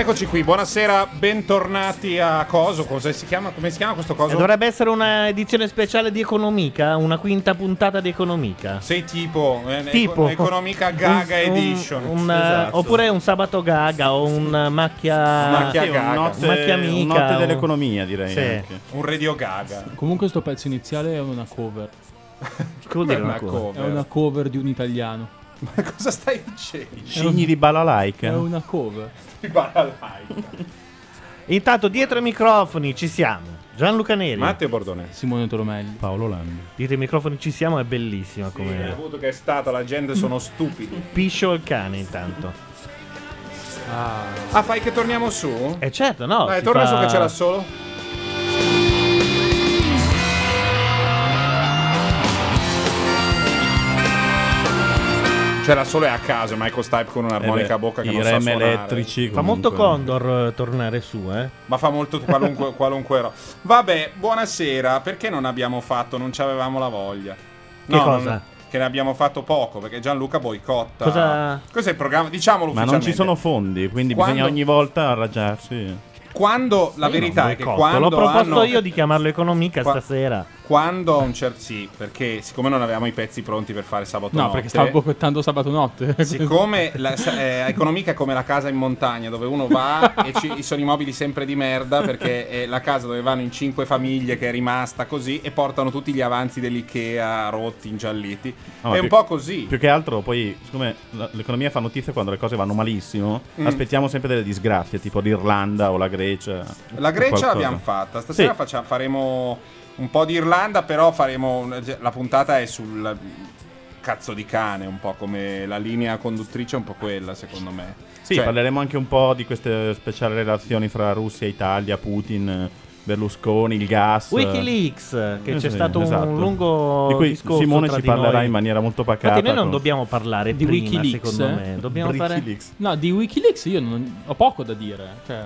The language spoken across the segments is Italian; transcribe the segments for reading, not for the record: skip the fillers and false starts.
Eccoci qui, buonasera, bentornati a Coso. Come si chiama questo Coso? Dovrebbe essere una edizione speciale di Economica, una quinta puntata di Economica. Sei tipo Economica Gaga Edition. Esatto. Oppure un sabato Gaga o un macchia Gaga. un notte dell'economia, direi. Sì. Anche. Un Radio Gaga. Comunque sto pezzo iniziale è una cover. È una cover? È una cover di un italiano. Ma cosa stai dicendo? Scigni di balalaika. È una cover. Di balalaika. Intanto dietro ai microfoni ci siamo Gianluca Neri, Matteo Bordone, Simone Tolomelli, Paolo Landi. dietro ai microfoni ci siamo, è bellissima Sì, come hai avuto che è stata, la gente sono stupidi. Piscio il cane intanto. Ah, fai che torniamo su? Certo, no. Dai, torna su che c'era solo. C'era solo e a caso Michael Stipe con un'armonica a bocca che non sa rem suonare. elettrici. Fa molto Condor tornare su, Ma fa molto qualunque roba. Vabbè, buonasera. Perché non abbiamo fatto? Non c'avevamo la voglia. Che cosa? Che ne abbiamo fatto poco perché Gianluca boicotta. Cosa? Questo è il programma, diciamolo Ma ufficialmente. non ci sono fondi, quindi bisogna ogni volta arrangiarsi. Quando la verità è che quando l'ho proposto io di chiamarlo Economica stasera. Quando un certo sì, perché siccome non avevamo i pezzi pronti per fare sabato notte. No, perché stavo boicottando sabato notte. Siccome Economica è come la casa in montagna dove uno va e ci sono i mobili sempre di merda perché è la casa dove vanno in 5 famiglie che è rimasta così e portano tutti gli avanzi dell'Ikea rotti, ingialliti. È un po' così. Più che altro poi, siccome l'economia fa notizia quando le cose vanno malissimo, aspettiamo sempre delle disgrazie, tipo l'Irlanda o la Grecia. La Grecia l'abbiamo fatta, stasera faremo un po' di Irlanda, però la puntata è sul cazzo di cane, un po' come la linea conduttrice è un po' quella, secondo me. Sì, parleremo anche un po' di queste speciali relazioni fra Russia e Italia, Putin, Berlusconi, il gas. Wikileaks, che c'è stato un lungo di cui discorso Simone tra ci di parlerà noi. in maniera molto pacata. Infatti noi non dobbiamo parlare di prima, Wikileaks, secondo me. Dobbiamo fare... No, di Wikileaks io ho poco da dire. Cioè,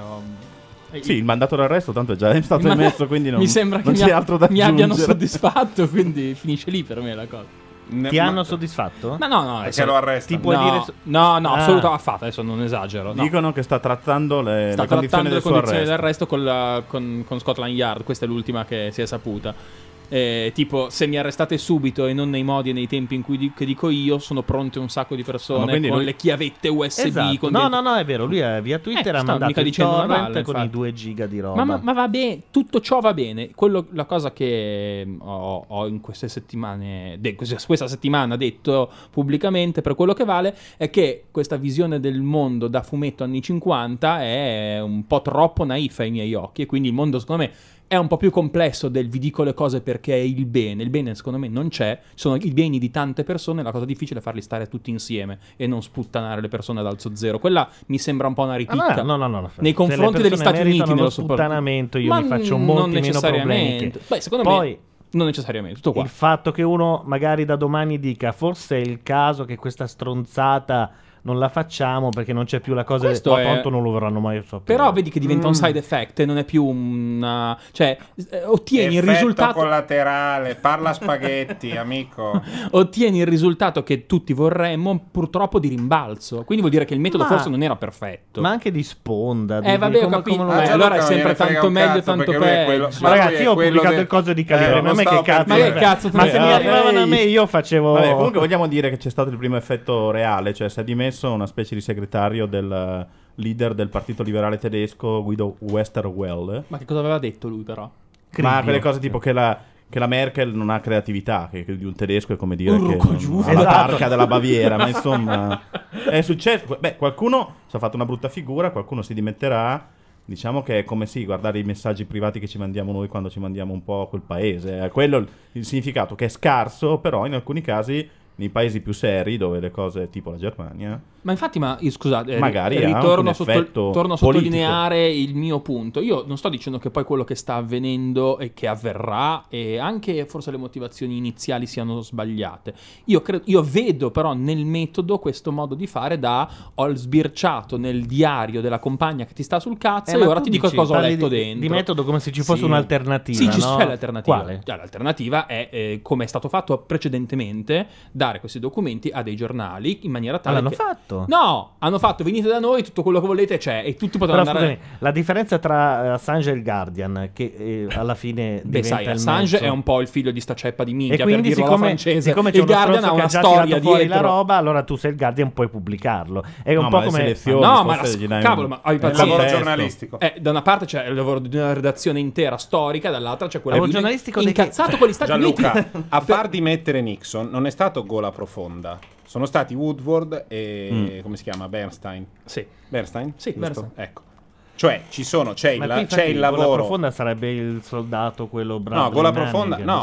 Sì, il mandato d'arresto tanto è già stato emesso, quindi mi sembra che c'è altro da mi abbiano aggiungere. soddisfatto, quindi finisce lì per me la cosa. Ti hanno soddisfatto? Ma no, perché lo arrestano. Ti puoi dire... No, assolutamente affatto, adesso non esagero. No. Dicono che sta trattando le condizioni del suo condizioni arresto. dell'arresto con Scotland Yard, questa è l'ultima che si è saputa. Tipo, se mi arrestate subito e non nei modi e nei tempi in cui che dico io, sono pronte un sacco di persone con le chiavette USB. Esatto. No, è vero, lui via Twitter ha mandato il torrent con i 2 giga di roba. Ma va bene, tutto ciò va bene. La cosa che ho in queste settimane, questa settimana detto pubblicamente, per quello che vale, è che questa visione del mondo da fumetto anni 50 è un po' troppo naif ai miei occhi, e quindi il mondo, secondo me, è un po' più complesso del vi dico le cose perché è il bene. Il bene secondo me non c'è, ci sono i beni di tante persone, la cosa difficile è farli stare tutti insieme e non sputtanare le persone ad alzo zero. Quella mi sembra un po' una ripicca. No. Nei confronti degli Stati Uniti nello sputtanamento io mi faccio molti meno problemi. Beh, secondo me non necessariamente, tutto qua. Il fatto che uno magari da domani dica forse è il caso che questa stronzata non la facciamo perché non c'è più la cosa tanto non lo vorranno mai sapere. Però vedi che diventa un side effect e non è più una, cioè ottieni il risultato collaterale, parla spaghetti amico. Ottieni il risultato che tutti vorremmo, purtroppo di rimbalzo, quindi vuol dire che il metodo forse non era perfetto, ma anche di sponda vabbè, ho capito. Allora è sempre tanto meglio, tanto peggio. Ma ragazzi, io ho pubblicato il coso di Calibre, ma a me che cazzo, ma se mi arrivavano a me io facevo. Vabbè, comunque vogliamo dire che c'è stato il primo effetto reale, cioè si è dimesso una specie di segretario del leader del partito liberale tedesco, Guido Westerwelle. Ma che cosa aveva detto lui però? Ma quelle cose tipo che la Merkel non ha creatività, che di un tedesco è come dire che la tarca della Baviera, ma insomma è successo. Beh, qualcuno si è fatto una brutta figura, qualcuno si dimetterà. Diciamo che è come guardare i messaggi privati che ci mandiamo noi quando ci mandiamo un po' a quel paese. È quello il significato, che è scarso, però in alcuni casi nei paesi più seri, dove le cose tipo la Germania, ma infatti, scusate, magari torno a sottolineare il mio punto. Io non sto dicendo che poi quello che sta avvenendo e che avverrà, e anche forse le motivazioni iniziali siano sbagliate. Io vedo però nel metodo questo modo di fare ho sbirciato nel diario della compagna che ti sta sul cazzo e ora ti dico cosa ho letto dentro. Di metodo come se ci fosse un'alternativa. Sì, c'è no? l'alternativa. Quale? L'alternativa è come è stato fatto precedentemente dare questi documenti a dei giornali in maniera Ma tale l'hanno che... fatto? No, hanno fatto venite da noi, tutto quello che volete c'è e tutti potranno Però andare... scusami, la differenza tra Assange e il Guardian, che alla fine Beh, diventa sai, il Assange mezzo. è un po' il figlio di sta ceppa di minchia, E quindi per dirlo alla francese. siccome c'è Il uno Guardian stronzo ha che una ha già storia tirato fuori dietro. la roba, allora tu sei il Guardian, puoi pubblicarlo. È un No, po' ma le come selezioni, No, ma forse gli dai cavolo, un- ma hai È il pazienza. lavoro Contesto. giornalistico. Da una parte c'è il lavoro di una redazione intera storica, dall'altra c'è quella Lavoro di giornalistico di incazzato con gli Stati Gianluca, Uniti. a far dimettere Nixon non è stato Gola Profonda, sono stati Woodward e come si chiama? Bernstein. Sì. Bernstein? Sì, Giusto? Bernstein. Ecco. Cioè, c'è Ma il, qui, c'è infatti, il Gola lavoro. profonda sarebbe il soldato, quello bravo. No, Gola Profonda. No,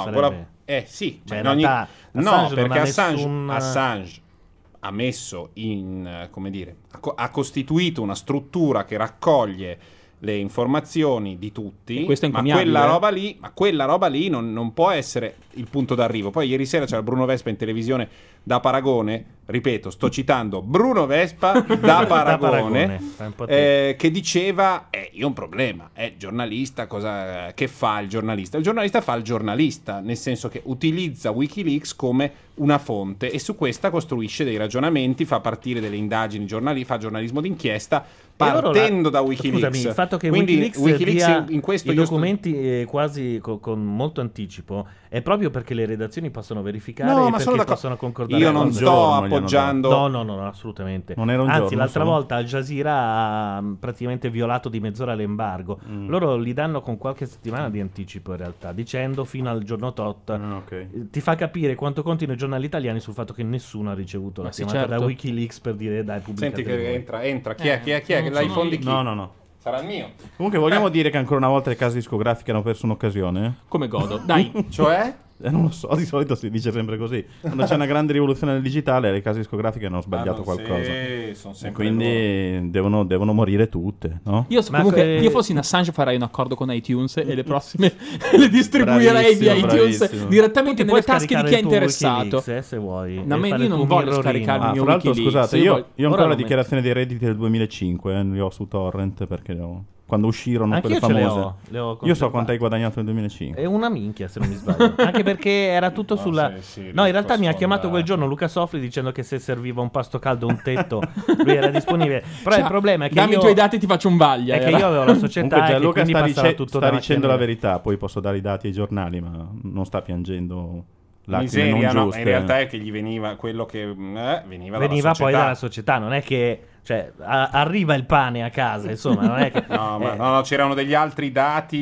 sì. Cioè, ma in realtà no, Assange non perché ha Assange, nessun- Assange ha messo in, come dire, ha costituito una struttura che raccoglie le informazioni di tutti, E questo è ma incommiabile. quella roba lì non può essere il punto d'arrivo. Poi ieri sera c'era Bruno Vespa in televisione da Paragone, ripeto, sto citando Bruno Vespa da Paragone, fai un po' te. che diceva, io ho un problema, giornalista, che fa il giornalista? Il giornalista fa il giornalista, nel senso che utilizza Wikileaks come una fonte e su questa costruisce dei ragionamenti, fa partire delle indagini, fa giornalismo d'inchiesta, partendo da Wikileaks. Scusami, il fatto che Quindi Wikileaks dia in questo i io sto- documenti quasi con molto anticipo è proprio perché le redazioni possono verificare No, e ma sono perché d'accordo. possono concordare. Io le non cose. sto giorno gli hanno appoggiando. No, assolutamente. Non era un Anzi, giorno l'altra solo? volta Al Jazeera ha praticamente violato di mezz'ora l'embargo. Loro li danno con qualche settimana di anticipo in realtà, dicendo fino al giorno tot. Ok. Ti fa capire quanto contino i giornali italiani sul fatto che nessuno ha ricevuto la Ma sì, chiamata da certo. Wikileaks per dire dai, pubblicate Senti che voi. entra. Chi è che non l'hai sono fondi io. chi? No. Sarà il mio. Comunque vogliamo dire che ancora una volta le case discografiche hanno perso un'occasione? Come godo. Dai. Cioè? Non lo so, di solito si dice sempre così. Quando c'è una grande rivoluzione del digitale, le case discografiche hanno sbagliato qualcosa. Sì, sono E sempre loro. quindi devono morire tutte, no? Io Ma comunque, io fossi in Assange farei un accordo con iTunes e le prossime le distribuirei via Bravissimo, iTunes bravissimo. direttamente Ti nelle puoi tasche di scaricare chi è il tuo interessato. Wikileaks, se vuoi. No, e ma fare io il non tuo voglio mirrorino. scaricarmi il mio Fra l'altro, Wikileaks, scusate, io io voglio- ho ora ancora la lo dichiarazione dei redditi del 2005, li ho su Torrent perché quando uscirono Anch'io quelle ce le famose. ho, le ho Io so conservate. quanto hai guadagnato nel 2005. È una minchia, se non mi sbaglio. Anche perché era tutto sulla. sì, No, in realtà mi ha ricco chiamato quel sfondato. giorno Luca Sofri dicendo che se serviva un pasto caldo o un tetto, lui era disponibile. Però Cioè, il problema è che dammi io. i tuoi dati e ti faccio un vaglia. È che era. io avevo la società Comunque e che Gianluca quindi passava tutto sta da dicendo la macchina. verità, poi posso dare i dati ai giornali, ma non sta piangendo lacrime Miseria, non no, giuste. in realtà è che gli veniva quello che veniva dalla Veniva poi società. dalla società, non è che. Cioè, arriva il pane a casa, insomma, non è che. No, ma no, c'erano degli altri dati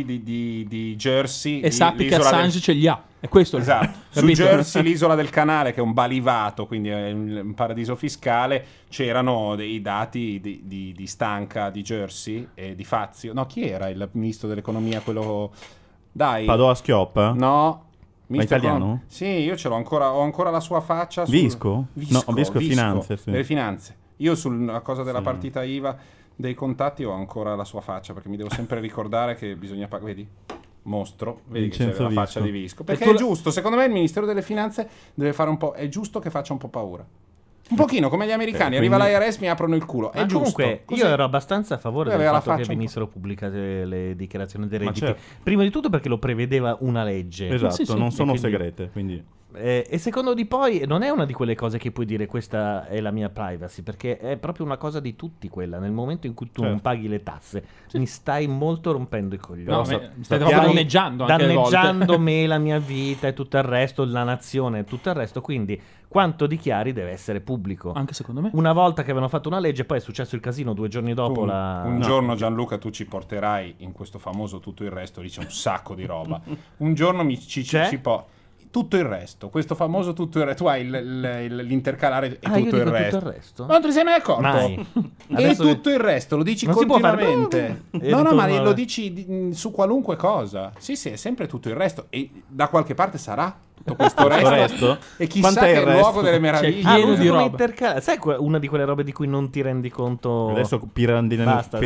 di Jersey. E sappi che l'isola del- Assange ce li ha. E questo è il Esatto, su capito? Jersey, l'isola del canale, che è un balivato, quindi è un paradiso fiscale, c'erano dei dati di Stanca di Jersey e di Fazio. No, chi era il ministro dell'economia? Quello. Dai. Padova Schioppa? No. Ministro italiano? Econom- Sì, io ce l'ho ancora, ho ancora la sua faccia. Visco? No, Visco è finanze, sì. Delle finanze. Io sulla cosa della partita IVA dei contatti ho ancora la sua faccia, perché mi devo sempre ricordare che bisogna pagare. Vedi? Mostro, vedi che c'è Vincenzo la faccia Visco. di Visco. Perché tu è la- giusto, secondo me il Ministero delle Finanze deve fare un po'. È giusto che faccia un po' paura. Un pochino come gli americani, arriva quindi- l'IRS, mi aprono il culo. È Ma giusto. comunque Così. io ero abbastanza a favore Lui del aveva la fatto che faccia un po'. venissero pubblicate le dichiarazioni dei Ma redditi. certo. Prima di tutto perché lo prevedeva una legge. Esatto, Sì, sì. non sono E quindi- segrete, quindi... E secondo di poi non è una di quelle cose che puoi dire questa è la mia privacy, perché è proprio una cosa di tutti quella. Nel momento in cui tu non Certo. paghi le tasse, mi stai molto rompendo i coglioni. No, Però stai sappiamo- danneggiando anche alle volte. Danneggiando me, la mia vita e tutto il resto, la nazione e tutto il resto. Quindi quanto dichiari deve essere pubblico. Anche secondo me. Una volta che avevano fatto una legge, poi è successo il casino 2 giorni dopo. Un giorno Gianluca tu ci porterai in questo famoso tutto il resto, lì c'è un sacco di roba. Un giorno C'è? ci tutto il resto, questo famoso tutto il resto, tu hai l'intercalare e Ah, io tutto il dico resto. tutto il resto? Ma non te ne sei mai accorto? Mai. E Adesso tutto il resto lo dici non si può fare- continuamente. E No, ma ritorno- lo dici su qualunque cosa. Sì, è sempre tutto il resto. E da qualche parte sarà tutto questo resto. resto? E chissà Quant'è che il è il resto? luogo delle meraviglie. Ah, pieno l'uso di come roba. intercalare. Sai una di quelle robe di cui non ti rendi conto? Adesso Basta, adesso-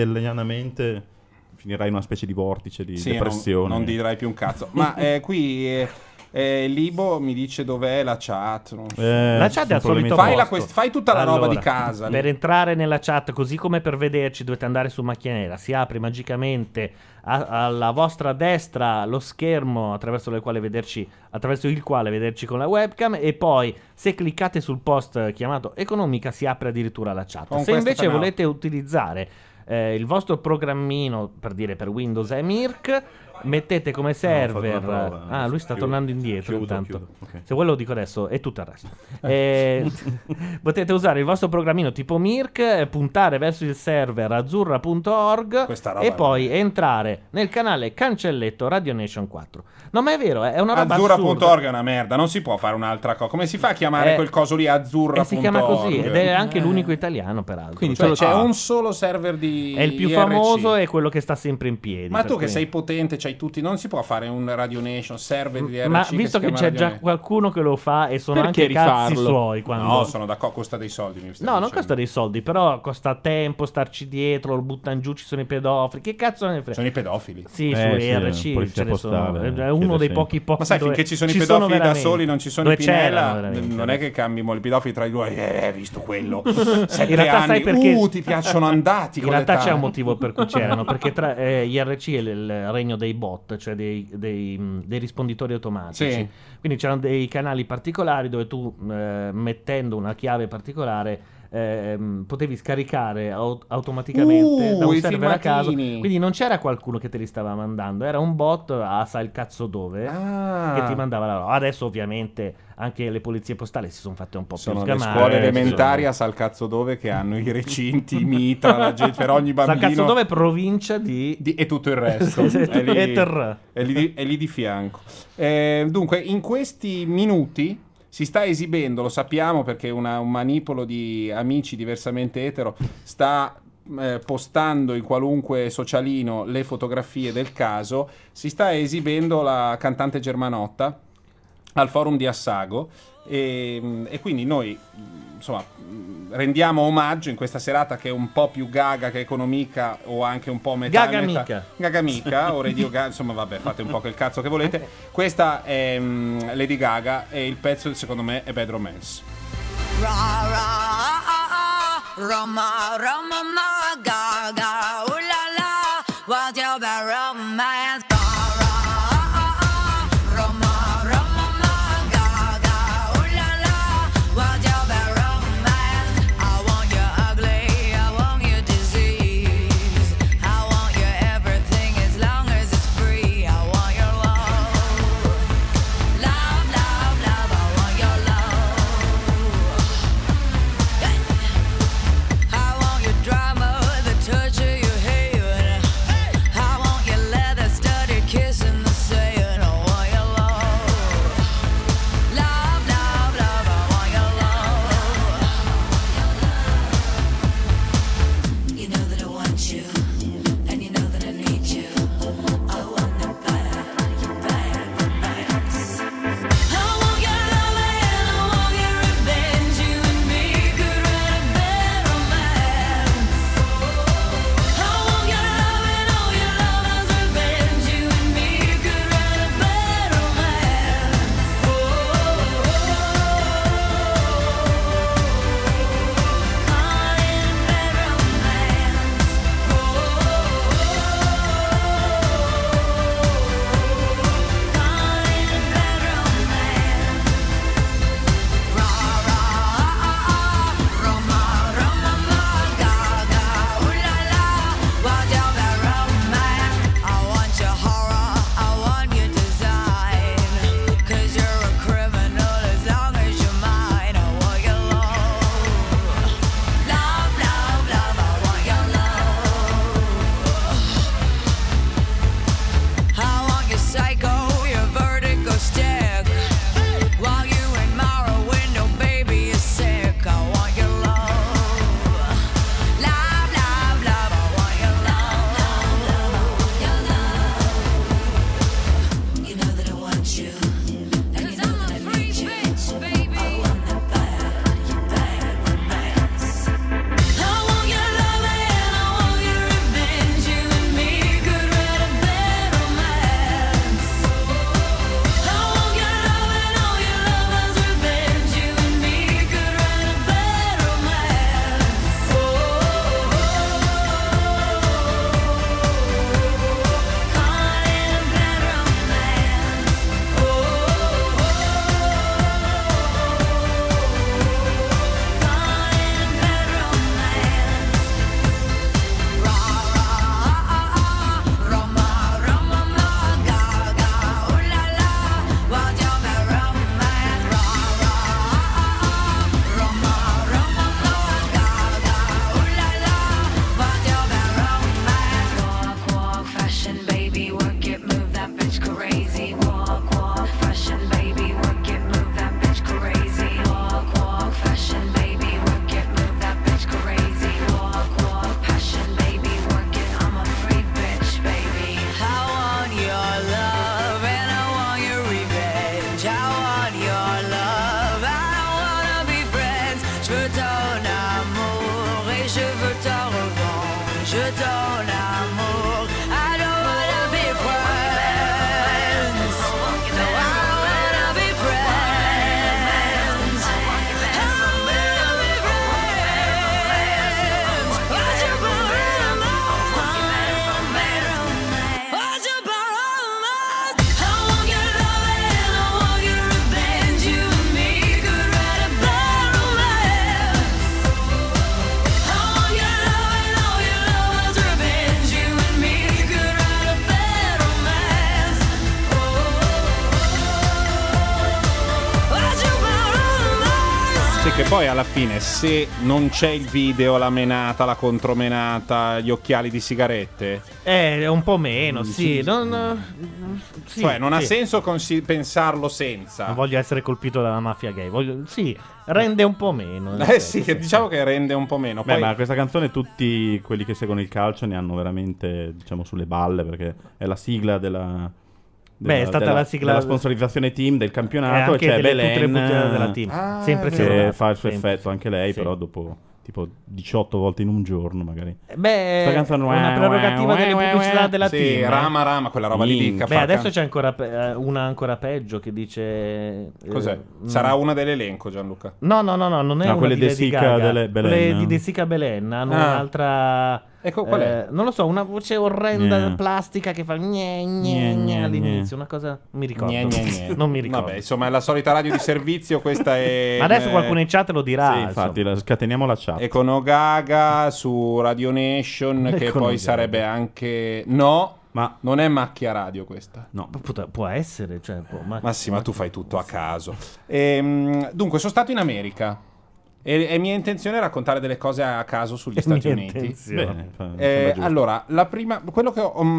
pirandellianamente finirai in una specie di vortice di Sì, depressione. non dirai più un cazzo. Ma qui Libo mi dice dov'è la chat. Non so. La chat è al solito posto. Fai tutta la roba di casa. Per entrare nella chat, così come per vederci, dovete andare su Macchia Nera. Si apre magicamente alla vostra destra lo schermo attraverso il quale vederci con la webcam, e poi se cliccate sul post chiamato Economica si apre addirittura la chat. Se invece volete utilizzare il vostro programmino, per dire per Windows è Mirk, mettete come server. Lui sta tornando indietro. Intanto. Okay. Se vuoi lo dico adesso, e tutto il resto. Potete usare il vostro programmino tipo Mirk, puntare verso il server azzurra.org e poi entrare nel canale cancelletto Radio Nation 4. No, ma è vero, è una roba azzurra.org è una merda, non si può fare un'altra cosa. Come si fa a chiamare quel coso lì azzurra.org? Si chiama così, ed è anche l'unico italiano, peraltro. Quindi c'è un solo server di è il più famoso e quello che sta sempre in piedi. Ma tu che sei potente, c'hai tutti, non si può fare un Radio Nation server di RC? Ma visto che c'è già qualcuno che lo fa e sono anche cazzi suoi no, sono d'accordo, costa dei soldi. Non costa dei soldi, però costa tempo starci dietro, lo buttano giù, ci sono i pedofili. Che cazzo ne frega? Sono i pedofili. Sì, su RC ce ne sono. È uno dei pochi ma sai, finché ci sono i pedofili da soli, non ci sono i Pinella, non è che cambino i pedofili tra i due. Hai visto quello? 7 anni. Sai perché ti piacciono andati. In realtà c'è un motivo per cui c'erano, perché tra IRC è il regno dei bot, cioè dei risponditori automatici. Sì. Quindi c'erano dei canali particolari dove tu mettendo una chiave particolare potevi scaricare automaticamente da un server a caso, quindi non c'era qualcuno che te li stava mandando, era un bot sa il cazzo dove che ti mandava la roba. Adesso ovviamente anche le polizie postali si sono fatte un po' più sgamare. Sono le scuole elementari a sa il cazzo dove che hanno i recinti, mitra, la gente, per ogni bambino. Sa il cazzo dove provincia e tutto il resto è lì di fianco. Dunque in questi minuti si sta esibendo, lo sappiamo perché un manipolo di amici diversamente etero sta postando in qualunque socialino le fotografie del caso. Si sta esibendo la cantante Germanotta al forum di Assago e quindi noi insomma rendiamo omaggio in questa serata che è un po' più gaga che economica, o anche un po' Gagamica o Radio Gaga, insomma vabbè, fate un po' che il cazzo che volete. Questa è Lady Gaga e il pezzo secondo me è Bad Romance. Roma, Gaga, ooh la la, what's your bad romance? Touching Je veux ton amour et je veux ta revanche. Je veux ton amour. I don't wanna be friends. No, I wanna be friends. I wanna be friends. Would you borrow romance? Would you borrow romance? I want your loving, I want your revenge. You and me could write a bad romance. I want your loving, all your love's revenge. You and me could write a bad romance. Would you borrow romance? Sì, che poi alla fine, se non c'è il video, la menata, la contromenata, gli occhiali di sigarette, Un po' meno, sì. Sì, cioè non ha sì. senso pensarlo senza. Non voglio essere colpito dalla mafia gay. Sì, rende un po' meno. Sì, diciamo che rende un po' meno. Beh, Poi, ma questa canzone tutti quelli che seguono il calcio ne hanno veramente, diciamo, sulle balle, perché è la sigla della Beh, è stata la sigla della sponsorizzazione team del campionato, e anche c'è tutte le Belen puntate della team. Ah, Sempre è che vero. fa il suo sempre. effetto anche lei, Sì. però dopo tipo 18 volte in un giorno magari. Beh, Sta canzone- una prerogativa delle pubblicità della sì, team. rama, quella roba lì. Minchia. Che Beh, fa adesso c'è ancora una ancora peggio che dice Cos'è? Sarà una dell'elenco, Gianluca. No, non è No, una quelle di De Lady Sica Gaga. delle Belen. Quelle di De Sica Belen hanno Ah. un'altra Ecco, qual è? non lo so, una voce orrenda Yeah. plastica che fa gne, Gne, gne, all'inizio, una cosa non mi ricordo. Gne, gne, gne. Non mi ricordo. Vabbè, insomma, è la solita radio di servizio, questa è... Ma adesso qualcuno in chat lo dirà. Sì, infatti, scateniamo la chat. Econo Gaga su Radio Nation, che Econo poi Gaga. sarebbe anche... No, Ma non è Macchia Radio questa. no. Può essere, cioè, Ma sì, ma tu fai tutto a caso. Dunque, sono stato in America e mia intenzione è raccontare delle cose a caso sugli Stati Mia Uniti. intenzione. Bene, sembra giusto. Allora, la prima... Quello che ho...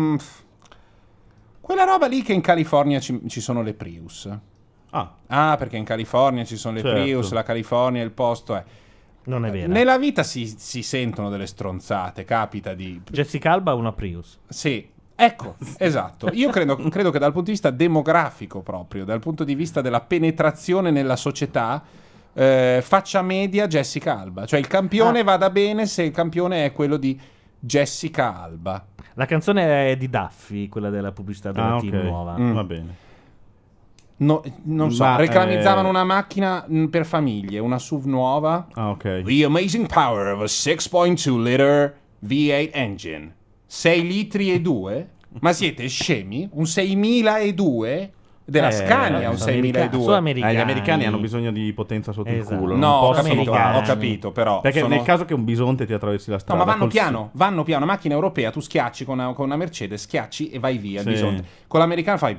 quella roba lì che in California ci sono le Prius. Ah, Perché in California ci sono le Certo. Prius, la California, il posto è... Non è vero. Nella vita si sentono delle stronzate, capita di... Jessica Alba ha una Prius. Sì, ecco, esatto. Io credo che dal punto di vista demografico proprio, dal punto di vista della penetrazione nella società, faccia media Jessica Alba. Cioè il campione vada bene se il campione è quello di Jessica Alba. La canzone è di Duffy, quella della pubblicità della ok. team nuova. Va bene. No, non so, Ma, reclamizzavano una macchina per famiglie, una SUV nuova. Ah, ok. The amazing power of a 6.2 liter V8 engine. 6 litri e 2? Ma siete scemi? Un 6002? Della Scania un sono americani. 6002? Sono americani. Gli americani hanno bisogno di potenza sotto Esatto. il culo. No, non ho possono capito, farlo. ho capito, però Perché sono- nel caso che un bisonte ti attraversi la No, strada ma vanno col piano, vanno piano. Macchina europea, tu schiacci con una Mercedes, schiacci e vai via. Il Sì. bisonte. Con l'americano fai...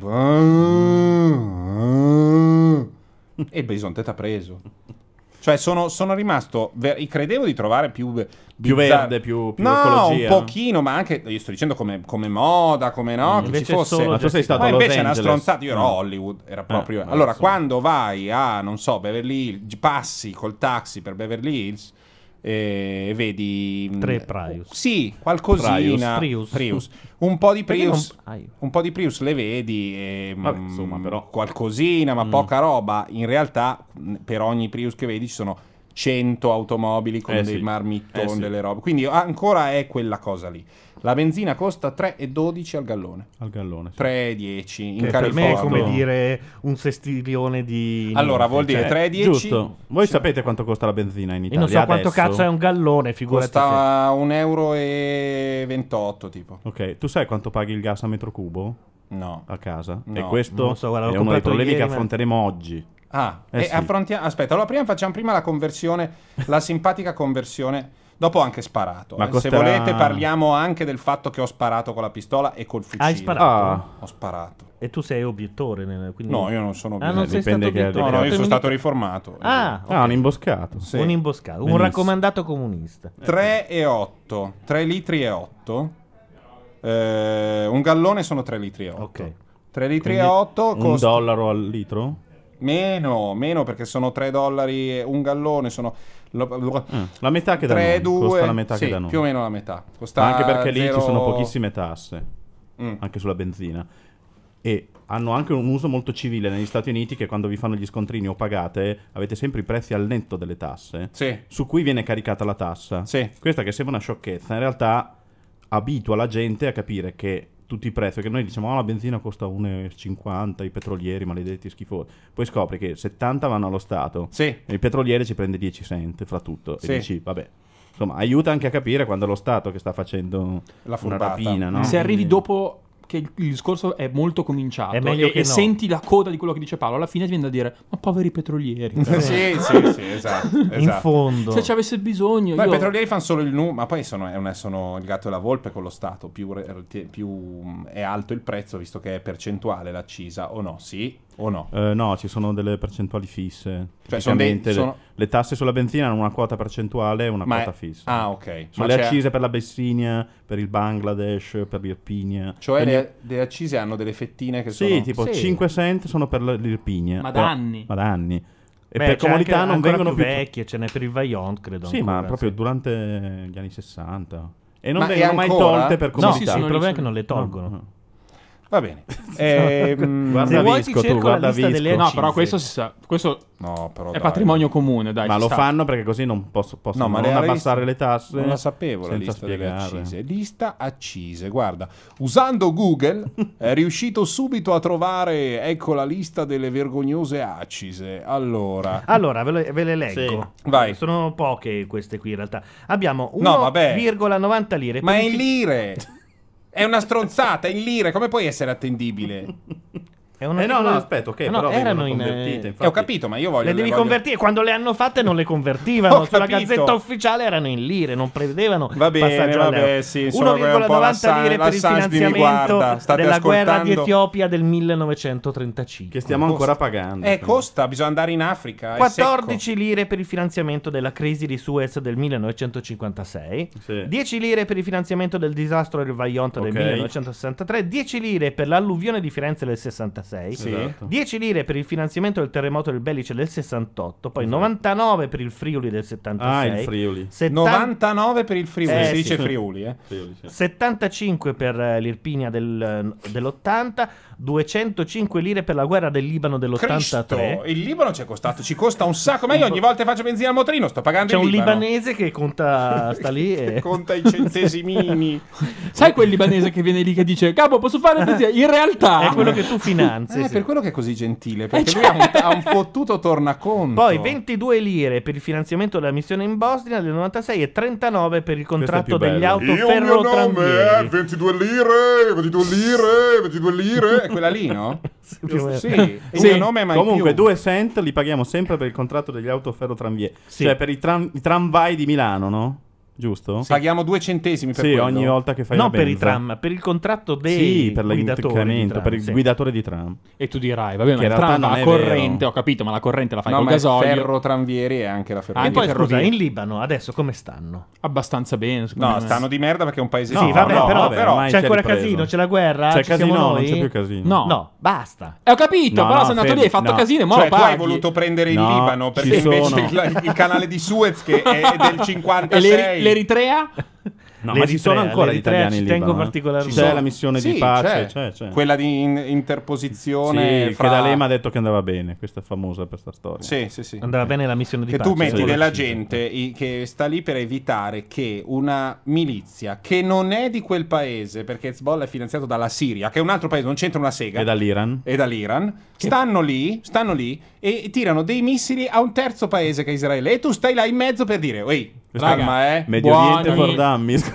E il bisonte t'ha preso. Cioè, sono rimasto... credevo di trovare più verde, più no, ecologia. un pochino, ma anche... Io sto dicendo come moda, come no, che Invece ci fosse... solo Ma tu sei stato Ma a Los invece è una Angeles. stronzata. Io ero a Hollywood, era proprio... vabbè, allora, insomma. quando vai a, non so, Beverly Hills, passi col taxi per Beverly Hills e vedi... 3 Prius. Sì, qualcosina. Prius. Un po' di Perché Prius. non- Ai. Un po' di Prius le vedi e Vabbè, insomma, però. qualcosina, ma poca roba. In realtà, per ogni Prius che vedi ci sono 100 automobili con dei sì. marmittoni, Sì. delle robe. Quindi ancora è quella cosa lì. La benzina costa 3,12 al gallone. Al gallone. Sì. 3,10 in Che per me è come California. dire un sestilione di... Allora, vuol dire cioè, 3,10. Giusto. Voi sapete quanto costa la benzina in io Italia? non so quanto adesso? cazzo è un gallone, figurati. Costa 1,28 euro tipo. Ok, tu sai quanto paghi il gas a metro cubo No. a casa? No, E questo non lo so, guarda, l'ho è uno dei comprato problemi che ieri, ma- affronteremo oggi. E sì. affrontiamo. Aspetta, allora facciamo prima la conversione, la simpatica conversione. Dopo ho anche sparato. Ma Se costerà- volete, parliamo anche del fatto che ho sparato con la pistola e col fucile. Hai sparato? Ah, Ho sparato. E tu sei obiettore, quindi... No, io non sono Ah, non sei dipende stato che- obiettore. No, io sono Mi- stato riformato. Ah, ok. un imboscato. Sì. Un imboscato, un Benissimo. raccomandato comunista. 3,8. 3 litri e 8. Un gallone sono 3 litri e 8. Ok. 3 litri e 8 costa... $1 al litro? Meno perché sono $3 e un gallone sono... La metà che da 3, noi. 2, Costa la metà sì, che da noi. più o meno la metà. Costa Ma anche perché lì ci sono 0. pochissime tasse. Anche sulla benzina. e hanno anche un uso molto civile negli Stati Uniti, che quando vi fanno gli scontrini o pagate avete sempre i prezzi al netto delle tasse, Sì. su cui viene caricata la tassa. Sì. Questa che sembra una sciocchezza, in realtà abitua la gente a capire che tutti i prezzi, che noi diciamo la benzina costa 1,50, i petrolieri maledetti schifosi, poi scopri che 70 vanno allo Stato, Sì. e il petroliere ci prende 10 cent fra tutto, Sì. e dici vabbè, insomma aiuta anche a capire quando è lo Stato che sta facendo La una furbata. rapina, no? Se arrivi dopo che il discorso è molto cominciato È meglio e che no. senti la coda di quello che dice Paolo, alla fine ti viene da dire ma poveri petrolieri. Sì, esatto. In fondo. Se ci avesse bisogno Poi i io... petrolieri fanno solo il ma poi sono il gatto e la volpe con lo Stato. Più è alto il prezzo, visto che è percentuale l'accisa, o no? Sì o no? No, ci sono delle percentuali fisse. Cioè, sono Tipicamente sono- le tasse sulla benzina hanno una quota percentuale e una Ma è- quota fissa. Ah, ok. Sono Ma le c'è- accise per la Abissinia, per il Bangladesh, per l'Irpinia. Cioè Quindi- le accise hanno delle fettine che sì, sono... tipo Sì. 5 cent sono per l'Irpinia. Ma da anni. Ma da anni. E Beh, per c'è comodità anche non ancora vengono più più... vecchie, ce n'è per il Vaillant, credo. Sì, ancora, ma proprio sì. durante gli anni 60. E non Ma vengono è mai ancora? tolte per No, comodità. sì, il sono problema lì, è che non le tolgono. No. Va bene. Guarda Se vuoi Visco, ti tu, cerco guarda la lista Visco. delle No, accise. però questo si sa, questo No, però è dai. patrimonio comune, dai. Ma ci lo sta. fanno perché così non possono No, ma non le abbassare lista- le tasse. Non la sapevo la senza lista delle spiegare. accise. Lista accise, guarda. Usando Google è riuscito subito a trovare, ecco la lista delle vergognose accise. Allora, Allora, ve le leggo. Sì. Vai. Sono poche queste qui in realtà. Abbiamo No, vabbè. 1,90 lire. ma per è il in lire. È una stronzata, è in lire, come puoi essere attendibile? È una No, aspetta, ok, No, però erano vengono in, convertite, infatti. Ho capito, ma io voglio... Le devi voglio- convertire. Quando le hanno fatte non le convertivano. Ho Sulla capito. gazzetta ufficiale erano in lire, non prevedevano Va bene, passaggio vabbè, all'euro. sì, insomma, è un po' 1,90 lire per il l'Assange mi finanziamento guarda. State della guerra di ascoltando? Etiopia del 1935. Che stiamo ancora pagando. Costa, bisogna andare in Africa. è 14 lire per il finanziamento della crisi di Suez del 1956, Sì. 10 lire per il finanziamento del disastro del Vaillant del Ok. 1963, 10 lire per l'alluvione di Firenze del 66, Sì. Esatto. 10 lire per il finanziamento del terremoto del Belice del 68, poi Esatto. 99 per il Friuli del 76, Ah, il Friuli. 99 per il Friuli, si sì. dice Friuli, Friuli, sì. 75 per l'Irpinia dell'80, 205 lire per la guerra del Libano Cristo, dell'83. il Libano ci costa un sacco, ma io ogni volta che faccio benzina al motorino sto pagando C'è il un Libano. libanese che conta, sta lì e... Conta i centesimini. Sai quel libanese che viene lì che dice capo posso fare benzina? In realtà è quello che tu finanzi. sì. Per quello che è così gentile, perché lui ha un fottuto tornaconto. Poi 22 lire per il finanziamento della missione in Bosnia del 96 e 39 per il contratto più bello. degli autoferrotranvieri. 22 lire, 22 lire, 22 lire. È quella lì, no? Più o meno. Sì, il Sì. mio nome è mai Comunque più. 2 cent li paghiamo sempre per il contratto degli autoferrotranvieri. Sì. Cioè per i tramvai di Milano, no? Giusto? Paghiamo 2 centesimi per Sì, quello. ogni volta che fai Non la per i benza. tram, per il contratto dei Sì, per guidatori di l'incremento, tram, per il sì. guidatore di tram. E tu dirai vabbè ma Che il in tram realtà la non è corrente vero. ho capito ma la corrente la fai No, col ma è gasolio ferrotranvieri e anche la E ferrovia. poi ferrovie. scusa, in Libano adesso come stanno? abbastanza bene secondo No, me. stanno di merda perché è un paese... No, sì, vabbè, no, però, vabbè, ormai c'è si è ancora ripreso. casino, c'è la guerra, C'è ci siamo casino, noi? non c'è più casino. No. No, basta. Ho capito No, però no, sei andato fermi, lì hai fatto no. casino e mo Cioè, lo tu hai paghi voluto prendere il No, Libano perché ci invece sono. il canale di Suez che è del e 56 l'Eritrea? No, ma ci sono ancora gli l'Eritrea italiani in ci tengo Libano. particolarmente. C'è la missione Sì, di pace, c'è. quella di interposizione Sì, fra... che D'Alema ha detto che andava bene. Questa è famosa per sta storia. Sì, sì, sì. Andava bene la missione di Che pace. tu metti sì. della Sì. gente che sta lì per evitare che una milizia che non è di quel paese, perché Hezbollah è finanziato dalla Siria, che è un altro paese, non c'entra una sega, E dall'Iran? e dall'Iran, stanno lì e tirano dei missili a un terzo paese che è Israele, e tu stai là in mezzo per dire, ehi, calma, Medio Buoni. Oriente for Dummies.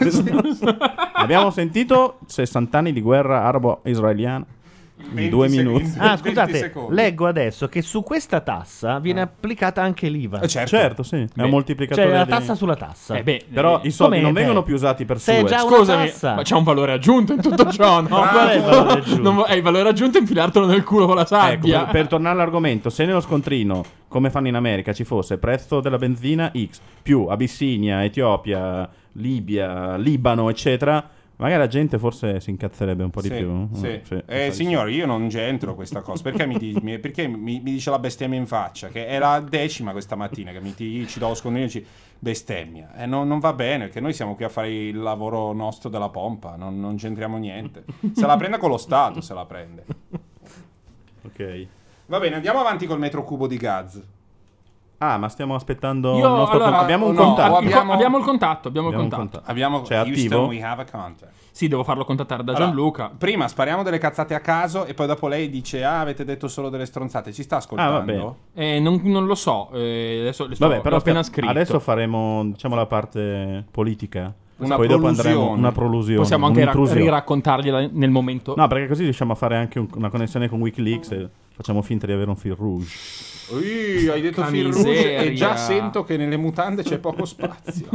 Abbiamo sentito 60 anni di guerra arabo-israeliana in 20 2 secondi. minuti. Ah, 20 scusate, secondi. leggo adesso che su questa tassa viene applicata anche l'IVA. Certo. Certo, sì, è un moltiplicatore. Cioè la di- tassa sulla tassa. Però i soldi Com'è, non beh? vengono più usati per Se è Suez. già una Scusami, tassa. ma c'è un valore aggiunto in tutto ciò, no? Qual è il valore aggiunto? Non il valore aggiunto è infilartelo nel culo con la Ecco, sabbia. per tornare all'argomento, se nello scontrino, come fanno in America, ci fosse prezzo della benzina X più Abissinia, Etiopia, Libia, Libano, eccetera, Magari la gente forse si incazzerebbe un po' di Sì, più. sì. Sì, Signori, io non c'entro questa cosa. Perché mi dice la bestemmia in faccia? Che è la 10ª questa mattina che ci do scondino e dici bestemmia. Non va bene, perché noi siamo qui a fare il lavoro nostro della pompa, non c'entriamo niente. Se la prende con lo Stato, se la prende. Ok. Va bene, andiamo avanti col metro cubo di Gaz. Ah, ma stiamo aspettando Io, il nostro allora, abbiamo un no, contatto. abbiamo- Abbiamo il contatto, abbiamo il Abbiamo un contatto. contatto. Abbiamo Cioè, Houston, attivo? we have a contact. Sì, devo farlo contattare da Allora, Gianluca. prima spariamo delle cazzate a caso e poi dopo lei dice avete detto solo delle stronzate. Ci sta ascoltando? vabbè. Non lo so, adesso Vabbè, però l'ho appena scritto. adesso faremo, diciamo, la parte politica. Una Poi dopo andremo prolusione. una prolusione. Possiamo anche un'intrusione. riraccontargliela nel momento. No, perché così riusciamo a fare anche una connessione con Wikileaks e facciamo finta di avere un fil rouge. Hai detto Porca fil rouge e miseria. già sento che nelle mutande c'è poco spazio.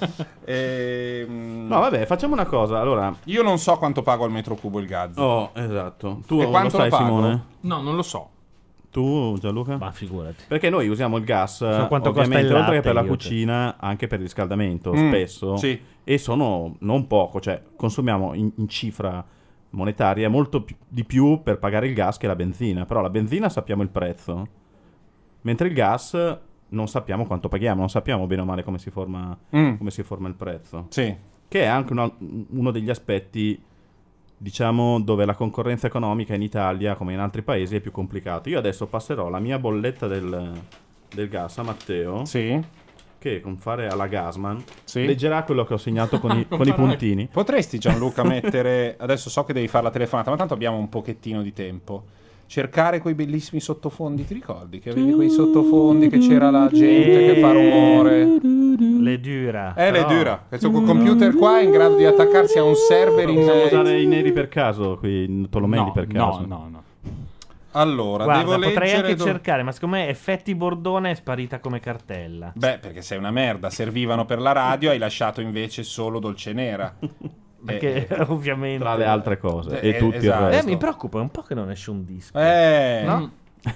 No, vabbè, facciamo una cosa. Allora, Io non so quanto pago al metro cubo il Gaz. oh, esatto. Tu E lo quanto sai, lo pago? Simone? No, non lo so. Tu, Gianluca? Ma figurati. Perché noi usiamo il gas, quanto costa ovviamente, il oltre che latte, per la io, cucina, anche per il riscaldamento, Mm, spesso. sì. E sono non poco, cioè consumiamo in cifra monetaria molto di più per pagare il gas che la benzina. Però la benzina sappiamo il prezzo, mentre il gas non sappiamo quanto paghiamo, non sappiamo bene o male come si forma il prezzo. Sì. Che è anche uno degli aspetti, diciamo, dove la concorrenza economica in Italia, come in altri paesi, è più complicata. Io adesso passerò la mia bolletta del gas a Matteo, Sì. che con fare alla Gasman Sì. leggerà quello che ho segnato con i puntini. Potresti, Gianluca, mettere... Adesso so che devi fare la telefonata, ma tanto abbiamo un pochettino di tempo. Cercare quei bellissimi sottofondi. Ti ricordi che avevi quei sottofondi che c'era la gente che fa rumore? Le dura. Le Però- dura. Questo computer qua è in grado di attaccarsi a un server in... Possiamo usare i neri per caso, qui Tolomei per caso. No. Allora, Guarda, devo leggere... potrei anche cercare, ma secondo me Effetti Bordone è sparita come cartella. Beh, perché sei una merda. Servivano per la radio, hai lasciato invece solo Dolce Nera. Perché ovviamente... Tra le altre cose. Eh, e tutti esatto. il resto. Mi preoccupa, è un po' che non esce un disco. No?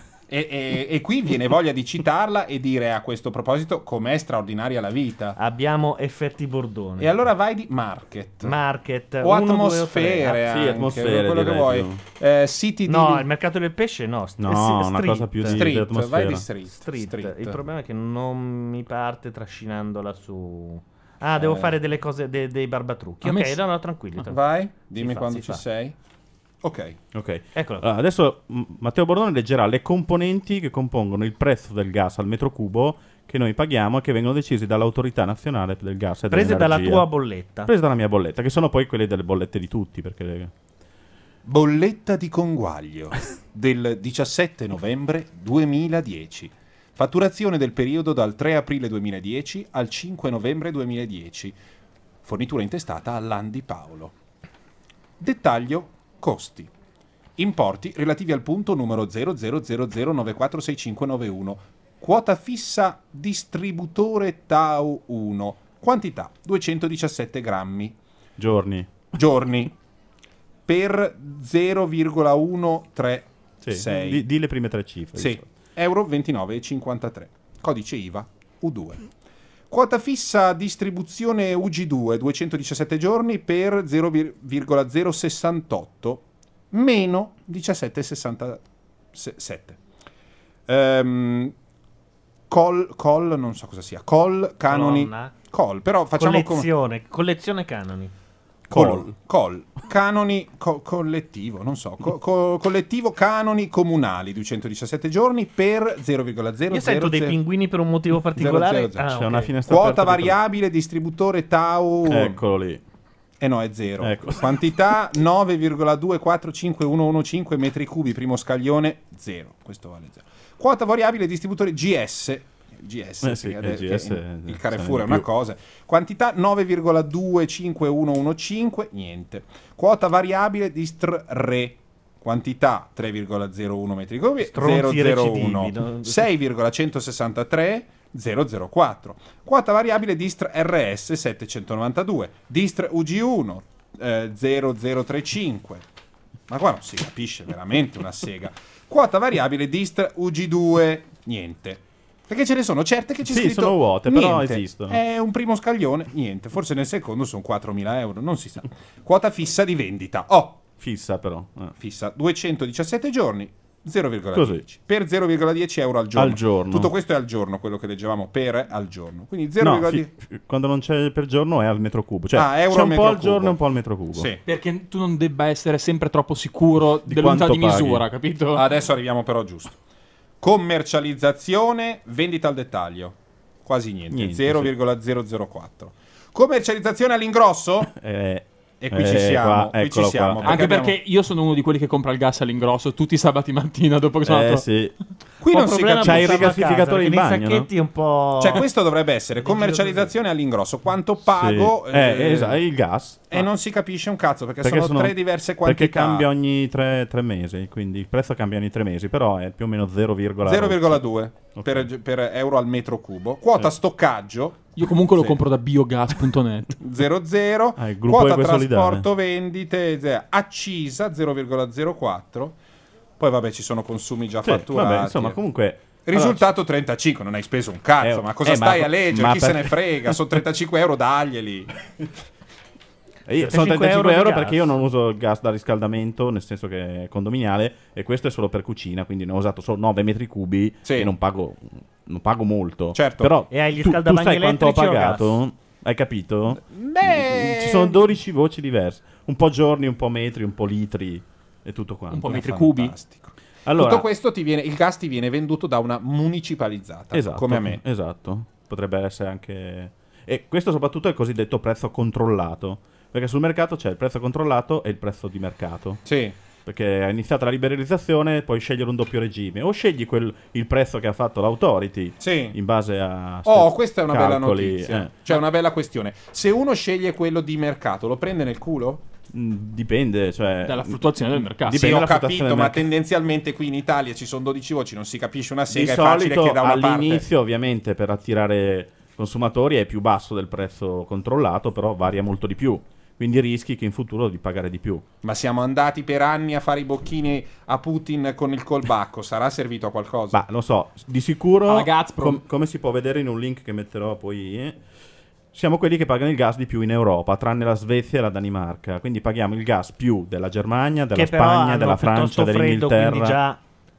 E qui viene voglia di citarla e dire a questo proposito com'è straordinaria la vita. Abbiamo Effetti Bordone. E allora vai di Market. Market. O 1, 2 o 3. atmosfere Ah, sì, anche, atmosfere, quello che direi vuoi. più. City No, di... il mercato del pesce no. No, una street. cosa più di Street, atmosfera. vai di street. Street. Il problema è che non mi parte trascinandola su... Ah, devo fare delle cose, dei barbatrucchi. A me Ok, sì. no, tranquilli. Vai, dimmi fa, quando si ci fa. sei. Ok. Ok. Eccolo. Allora, adesso Matteo Bordone leggerà le componenti che compongono il prezzo del gas al metro cubo che noi paghiamo e che vengono decisi dall'Autorità Nazionale del Gas e Prese dalla dell'Energia. tua bolletta. Prese dalla mia bolletta, che sono poi quelle delle bollette di tutti, perché Bolletta di conguaglio del 17 novembre 2010. Fatturazione del periodo dal 3 aprile 2010 al 5 novembre 2010. Fornitura intestata a Landi Paolo. Dettaglio: costi. Importi relativi al punto numero 0000946591. Quota fissa distributore Tau 1. Quantità 217 grammi. giorni. Giorni per 0,136. Di le prime tre cifre. Sì, euro 29,53. Codice IVA U2. Quota fissa distribuzione UG2 217 giorni per 0,068 meno 17,67. Col non so cosa sia. Col canoni. Colonna. Col, però facciamo Collezione canoni. Col canoni collettivo, non so, collettivo canoni comunali 217 giorni per 0,000. Io sento dei pinguini per un motivo particolare. 0,00. Ah, C'è ok. una finestra Quota aperta di- variabile distributore Tau. Eccolo lì. No, è 0. Ecco. Quantità 9,245115 metri cubi, primo scaglione 0. Questo vale 0. Quota variabile distributore GS. GS, sì, che GS il Carrefour è di una più. cosa. Quantità 9,25115, niente. Quota variabile distr re. Quantità 3,01 metri cubi, Stronzi 001. recidivi, no? 6,163 004. Quota variabile distr RS 792. Distr UG1 0035. Ma qua non si capisce veramente una sega. Quota variabile distr UG2 niente. Perché ce ne sono certe che c'è Sì, scritto sono vuote, però niente. esistono. È un primo scaglione, niente. Forse nel secondo sono 4.000 euro, non si sa. Quota fissa di vendita. Fissa però. Fissa 217 giorni. 0,10 Così. per 0,10 euro al giorno. Al giorno. Tutto questo è al giorno, quello che leggevamo per al giorno. Quindi No, 0,10 quando non c'è per giorno è al metro cubo. Cioè, euro c'è al un po' metro al giorno cubo. e un po' al metro cubo. Sì. Perché tu non debba essere sempre troppo sicuro dell'unità quanto di misura, paghi. capito? Adesso arriviamo però giusto. Commercializzazione, vendita al dettaglio. Quasi niente, Niente, 0,004. Commercializzazione all'ingrosso? E qui ci siamo, qua, qui ci eccolo siamo. qua. Anche abbiamo- perché io sono uno di quelli che compra il gas all'ingrosso tutti i sabati mattina dopo che sono andato. Sì. Qui Un non si problema capisce. C'hai il portarlo a casa, rigassificatore in perché nei bagno, sacchetti un po'. Cioè, questo dovrebbe essere commercializzazione all'ingrosso. Quanto pago? Sì. Esatto, il gas. E non si capisce un cazzo perché, Perché sono tre diverse quantità. Perché cambia ogni 3 mesi, quindi il prezzo cambia ogni 3 mesi, però è più o meno 0,2 Ok. per euro al metro cubo. Quota stoccaggio Io comunque lo Sì. compro da biogas.net. 0,0. Ah, il gruppo Quota Ecosolidale. trasporto vendite accisa 0,04. Poi vabbè ci sono consumi già Sì, fatturati. vabbè, insomma, comunque Risultato 35, non hai speso un cazzo, ma cosa ma- stai a leggere? ma Chi se per- ne frega? Sono 35 euro, daglieli. Sono 35 euro di euro gas. perché io non uso il gas da riscaldamento, nel senso che è condominiale, e questo è solo per cucina, quindi ne ho usato solo 9 metri cubi Sì. e non pago molto. Certo. Però E hai gli tu scaldabagni sai quanto ho elettrici o pagato? Hai capito? Beh, Ci sono 12 voci diverse. Un po' giorni, un po' metri, un po' litri e tutto quanto. Un po' metri cubi. fantastico. Allora, Tutto questo il gas ti viene venduto da una municipalizzata, esatto, come a me. Esatto. Potrebbe essere anche... E questo soprattutto è il cosiddetto prezzo controllato. Perché sul mercato c'è il prezzo controllato e il prezzo di mercato. Sì. Perché è iniziata la liberalizzazione, puoi scegliere un doppio regime. O scegli il prezzo che ha fatto l'autority Sì. in base a... Questa è una bella calcoli, notizia. Cioè, una bella questione. Se uno sceglie quello di mercato, lo prende nel culo? Dipende, cioè... Dalla fluttuazione del mercato. Dipende Sì, ho dalla capito, fluttuazione ma del mercato. tendenzialmente qui in Italia ci sono 12 voci, non si capisce una Di sega, è facile solito che da una parte... all'inizio, ovviamente, per attirare consumatori è più basso del prezzo controllato, però varia molto di più. Quindi rischi che in futuro di pagare di più. Ma siamo andati per anni a fare i bocchini a Putin con il colbacco, sarà servito a qualcosa? Ma lo so, di sicuro, Alla Gazprom. come si può vedere in un link che metterò poi, siamo quelli che pagano il gas di più in Europa, tranne la Svezia e la Danimarca. Quindi paghiamo il gas più della Germania, della che però Spagna, hanno della piuttosto Francia, freddo, dell'Inghilterra. quindi già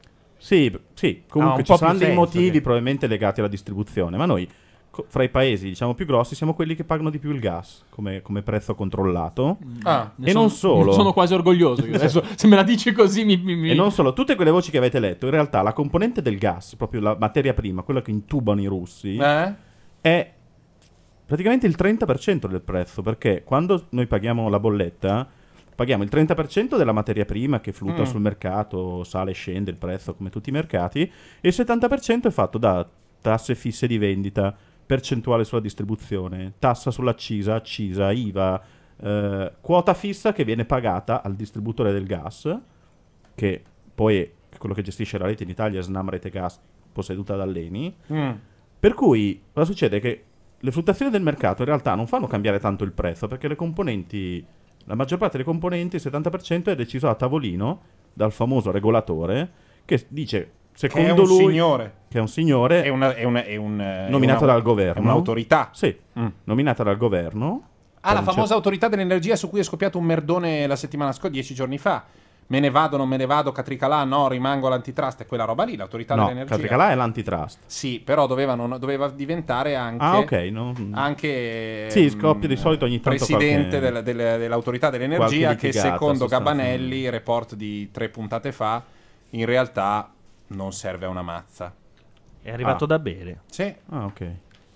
Sì, comunque un ci po' saranno più dei senso motivi che- probabilmente legati alla distribuzione, ma noi fra i paesi diciamo più grossi siamo quelli che pagano di più il gas come prezzo controllato. Ah, Ne E sono- non solo. Sono quasi orgoglioso. Io adesso, se me la dici così, mi- E non solo, tutte quelle voci che avete letto, in realtà la componente del gas, proprio la materia prima, quella che intubano i russi, è praticamente il 30% del prezzo, perché quando noi paghiamo la bolletta, paghiamo il 30% della materia prima che fluttua sul mercato, sale e scende il prezzo come tutti i mercati, e il 70% è fatto da tasse fisse di vendita, percentuale sulla distribuzione, tassa sull'accisa, accisa, IVA, quota fissa che viene pagata al distributore del gas, che poi è quello che gestisce la rete in Italia, Snam Rete Gas, posseduta dall'ENI. Per cui cosa succede? Che le fluttuazioni del mercato in realtà non fanno cambiare tanto il prezzo, perché le componenti, la maggior parte delle componenti, il 70% è deciso a tavolino dal famoso regolatore che dice, secondo un lui, signore. che è un signore È un nominato dal governo. È un'autorità. Sì, nominata dal governo. Ah, la Per un famosa autorità dell'energia su cui è scoppiato un merdone la settimana scorsa, 10 giorni fa. Me ne vado, non me ne vado, Catricalà, no, rimango all'antitrust, è quella roba lì, l'autorità No, dell'energia. Catricalà è l'antitrust. Sì, però doveva diventare anche... Ah, ok. No. Anche Sì, scoppia di solito ogni tanto presidente qualche- dell'autorità dell'energia qualche che litigata, secondo sostanzialmente. Gabanelli, report di 3 puntate fa, in realtà non serve a una mazza. è arrivato da bere. Sì. Ah, ok.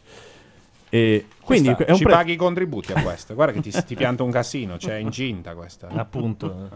E quindi Questa, è un ci prezzo... paghi i contributi a questo. Guarda che ti pianta un casino, cioè è incinta questa. Appunto.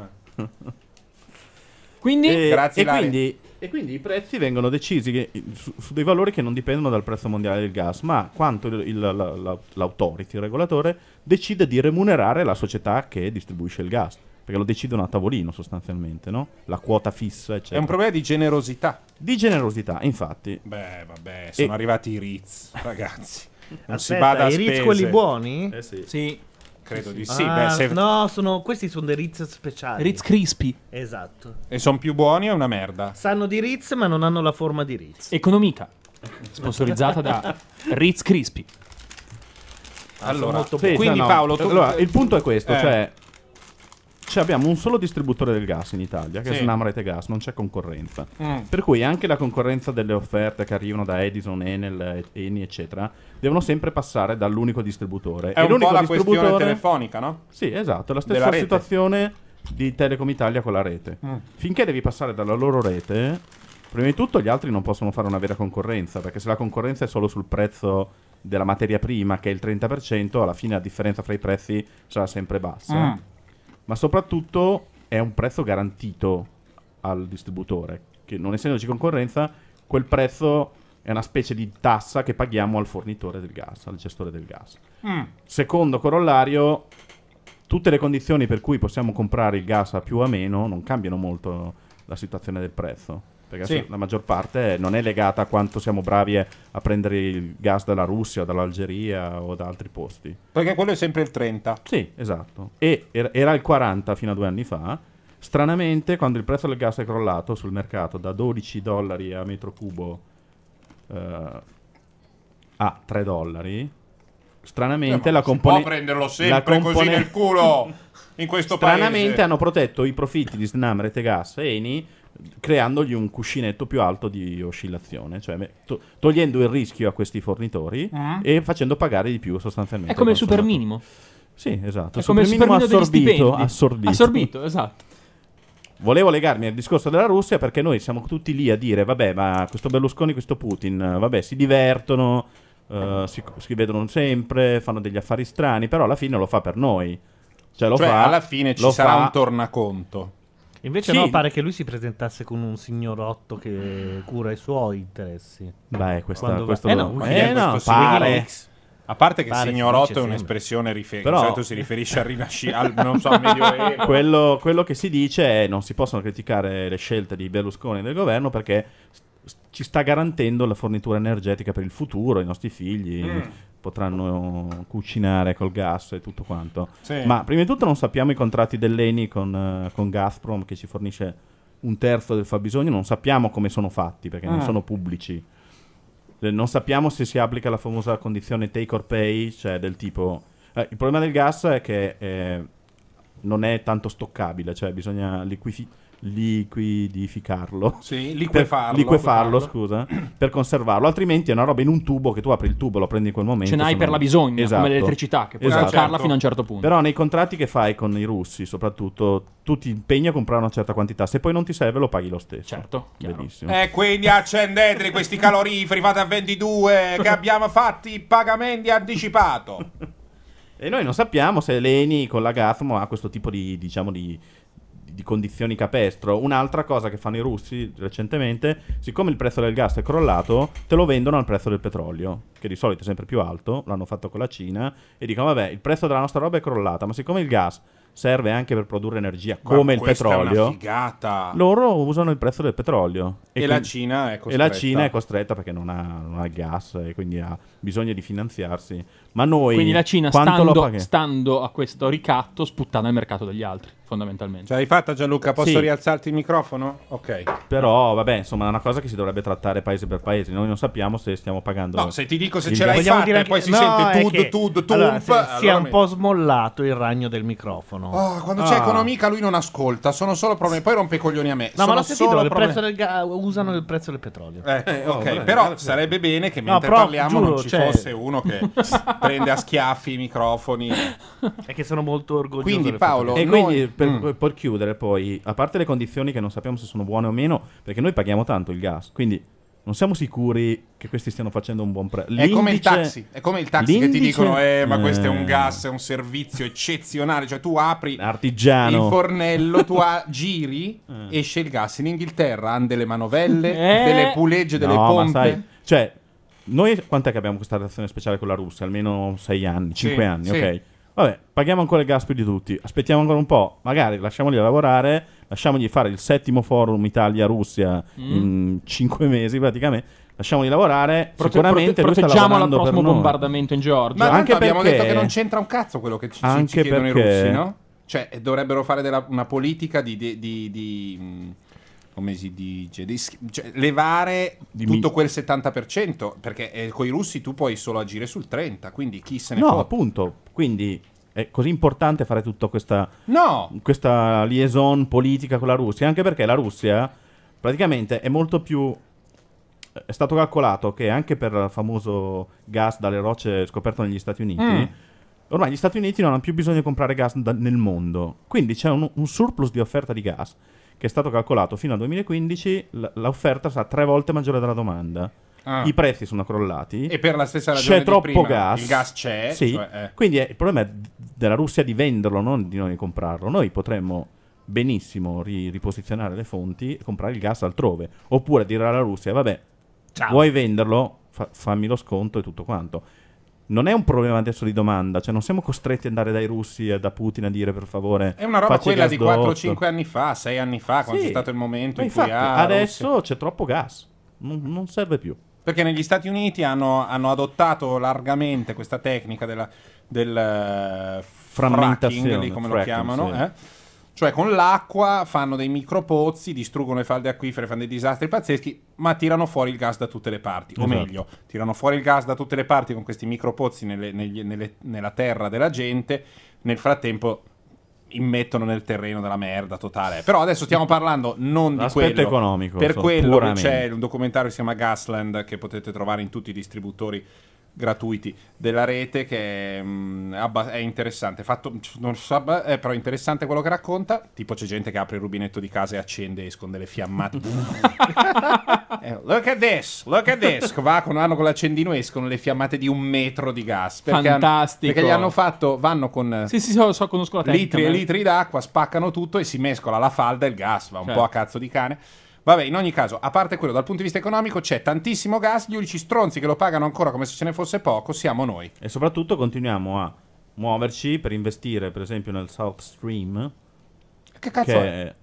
Quindi, Grazie, Ilaria. E quindi i prezzi vengono decisi su dei valori che non dipendono dal prezzo mondiale del gas, ma quanto l'autority, il regolatore, decide di remunerare la società che distribuisce il gas. Perché lo decidono a tavolino sostanzialmente, no? La quota fissa, eccetera. È un problema di generosità. Di generosità, infatti. Beh, vabbè, sono arrivati i Ritz, ragazzi. Non si Aspetta, bada a i Ritz spese. quelli buoni? Sì. sì, Credo di sì. Ah, Beh, no, questi sono dei Ritz speciali. Ritz Crispy, Esatto. E sono più buoni è una merda. Sanno di Ritz ma non hanno la forma di Ritz. economica. sponsorizzata da Ritz Crispy. Allora, Sì, quindi no, Paolo, tu... allora, il punto è questo, Eh. cioè abbiamo un solo distributore del gas in Italia, che è Sì. Snam Rete Gas, non c'è concorrenza. Mm. Per cui anche la concorrenza delle offerte che arrivano da Edison, Enel, Eni, eccetera, devono sempre passare dall'unico distributore. È E un po' l'unico la questione distributore telefonica, no? Sì, esatto, la Della stessa rete. situazione di Telecom Italia con la rete. Finché devi passare dalla loro rete, prima di tutto gli altri non possono fare una vera concorrenza, perché se la concorrenza è solo sul prezzo della materia prima, che è il 30%, alla fine la differenza fra i prezzi sarà sempre bassa. Ma soprattutto è un prezzo garantito al distributore, che non essendoci concorrenza, quel prezzo è una specie di tassa che paghiamo al fornitore del gas, al gestore del gas. Secondo corollario, tutte le condizioni per cui possiamo comprare il gas a più o a meno non cambiano molto la situazione del prezzo. Perché Sì. la maggior parte non è legata a quanto siamo bravi a prendere il gas dalla Russia, dall'Algeria o da altri posti. Perché quello è sempre il 30. Sì, esatto. E era il 40 fino a 2 anni fa. Stranamente, quando il prezzo del gas è crollato sul mercato da $12 a metro cubo a $3, stranamente la può componente... prenderlo sempre così nel culo in questo Stranamente paese. hanno protetto i profitti di Snam, Rete Gas e Eni creandogli un cuscinetto più alto di oscillazione, cioè togliendo il rischio a questi fornitori e facendo pagare di più sostanzialmente. È come il al super consumatore. minimo. Sì, esatto. È come il super minimo degli stipendi. Assorbito, esatto. Volevo legarmi al discorso della Russia perché noi siamo tutti lì a dire vabbè, ma questo Berlusconi, questo Putin, vabbè, si divertono, si vedono sempre, fanno degli affari strani, però alla fine lo fa per noi. Cioè, Alla fine ci sarà un tornaconto. Invece Sì. no, pare che lui si presentasse con un signorotto che cura i suoi interessi. Beh, Quando questo va- no, no, Chi è no, questo pare. Wikileaks? A parte che Pare si signorotto dice è sempre. un'espressione Però- di solito si riferisce al rinascimento, non so, al Medioevo. Quello che si dice è non si possono criticare le scelte di Berlusconi e del governo perché ci sta garantendo la fornitura energetica per il futuro, i nostri figli potranno cucinare col gas e tutto quanto. Sì. Ma prima di tutto non sappiamo i contratti dell'Eni con Gazprom che ci fornisce un terzo del fabbisogno, non sappiamo come sono fatti perché non sono pubblici. Non sappiamo se si applica la famosa condizione take or pay, cioè del tipo... il problema del gas è che non è tanto stoccabile, cioè bisogna liquidificarlo. Sì, liquefarlo, scusa, per conservarlo. Altrimenti è una roba in un tubo che tu apri il tubo, lo prendi in quel momento. Ce n'hai per la bisogna, Esatto. come l'elettricità, che puoi Esatto. stoccarla Certo. fino a un certo punto. Però nei contratti che fai con i russi, soprattutto, tu ti impegni a comprare una certa quantità. Se poi non ti serve, lo paghi lo stesso. Certo, chiaro. Benissimo. E quindi accendete questi caloriferi, fate a 22, che abbiamo fatti i pagamenti anticipato. E noi non sappiamo se l'Eni con la Gazprom ha questo tipo di condizioni capestro. Un'altra cosa che fanno i russi recentemente, siccome il prezzo del gas è crollato, te lo vendono al prezzo del petrolio, che di solito è sempre più alto, l'hanno fatto con la Cina, e dicono vabbè, il prezzo della nostra roba è crollata, ma siccome il gas serve anche per produrre energia come il questa è una petrolio, figata. loro usano il prezzo del petrolio. E la Cina è E costretta. la Cina è costretta perché non ha il gas e quindi ha bisogno di finanziarsi. Ma noi Quindi la Cina, quanto lo paghiamo? stando a questo ricatto, sputtana il mercato degli altri, fondamentalmente. Ce l'hai fatta Gianluca? Posso Sì. rialzarti il microfono? Ok. Però vabbè, insomma, è una cosa che si dovrebbe trattare paese per paese. Noi non sappiamo se stiamo pagando. No, se ti dico se il ce l'hai gas. Vogliamo fatta dire e poi si no, sente è che- tud, allora, tump, si è allora un po' smollato il ragno del microfono. Oh, quando c'è economica lui non ascolta, sono solo problemi, poi rompe i coglioni a me. No, ma Sono l'ho sentito, solo il problemi. prezzo del usano il prezzo del petrolio. Ok, vabbè, però vabbè. sarebbe bene che No, mentre però, parliamo non giuro, ci cioè- fosse uno che prende a schiaffi i microfoni. È che sono molto orgoglioso. Quindi, del Paolo, fatto E noi- quindi per chiudere poi, a parte le condizioni che non sappiamo se sono buone o meno, perché noi paghiamo tanto il gas, quindi non siamo sicuri che questi stiano facendo un buon prezzo. È come il taxi, è come il taxi che ti dicono ma questo è un Eh, gas, è un servizio eccezionale, cioè tu apri artigiano. il fornello, tu giri, esce il gas. In Inghilterra hanno delle manovelle, Eh. delle pulegge, delle No, ma pompe. sai, cioè, noi quant'è che abbiamo questa relazione speciale con la Russia? Almeno 6 anni, 5 anni, sì. ok. Vabbè, paghiamo ancora il gas più di tutti. Aspettiamo ancora un po'. Magari lasciamoli lavorare, lasciamogli fare il 7° forum Italia-Russia in 5 mesi praticamente. Lasciamoli lavorare. Sicuramente lui sta proteggiamo al lavorando per prossimo noi. bombardamento in Georgia. Ma Anche tanto abbiamo perché- detto che non c'entra un cazzo quello che ci Anche chiedono i perché- russi, no? Cioè, dovrebbero fare una politica di come si dice, cioè, levare tutto quel 70%, perché con i russi tu puoi solo agire sul 30%, quindi chi se ne No, fotte. appunto, quindi è così importante fare tutta questa No! questa liaison politica con la Russia, anche perché la Russia praticamente è molto più... È stato calcolato che anche per il famoso gas dalle rocce scoperto negli Stati Uniti, ormai gli Stati Uniti non hanno più bisogno di comprare gas nel mondo. Quindi c'è un surplus di offerta di gas che è stato calcolato fino al 2015, l'offerta sarà 3 volte maggiore della domanda. I prezzi sono crollati. E per la stessa ragione c'è troppo di prima, gas. il gas c'è. Sì. Cioè, Quindi il problema è della Russia di venderlo, non di noi comprarlo. Noi potremmo benissimo riposizionare le fonti e comprare il gas altrove. Oppure dire alla Russia, vabbè, vuoi venderlo? Fammi lo sconto e tutto quanto. Non è un problema adesso di domanda, cioè non siamo costretti ad andare dai russi e da Putin a dire per favore è una roba facci quella di gasdotto. 4-5 anni fa, 6 anni fa, quando Sì. c'è stato il momento Ma in cui infatti, adesso c'è troppo gas, non serve più. Perché negli Stati Uniti hanno adottato largamente questa tecnica del Frammentazione, fracking, lì come lo fracking, chiamano, sì. Cioè con l'acqua fanno dei micropozzi, distruggono le falde acquifere, fanno dei disastri pazzeschi, ma tirano fuori il gas da tutte le parti. O Esatto. meglio, tirano fuori il gas da tutte le parti con questi micropozzi nella terra della gente. Nel frattempo immettono nel terreno della merda totale. Però adesso stiamo parlando non di L'aspetto quello. economico, Per so, quello puramente. c'è un documentario che si chiama Gasland, che potete trovare in tutti i distributori gratuiti della rete, che è interessante. Fatto, non so, è però interessante quello che racconta. Tipo c'è gente che apre il rubinetto di casa e accende, escono delle fiammate. Look at this, vanno con l'accendino, escono le fiammate di 1 metro di gas. Fantastico. Perché gli hanno fatto, vanno con Sì, conosco la tecnica. litri e litri d'acqua, spaccano tutto e si mescola la falda e il gas, va un Certo. po' a cazzo di cane. Vabbè, in ogni caso, a parte quello, dal punto di vista economico c'è tantissimo gas, gli unici stronzi che lo pagano ancora come se ce ne fosse poco siamo noi. E soprattutto continuiamo a muoverci per investire, per esempio, nel South Stream. Che cazzo è?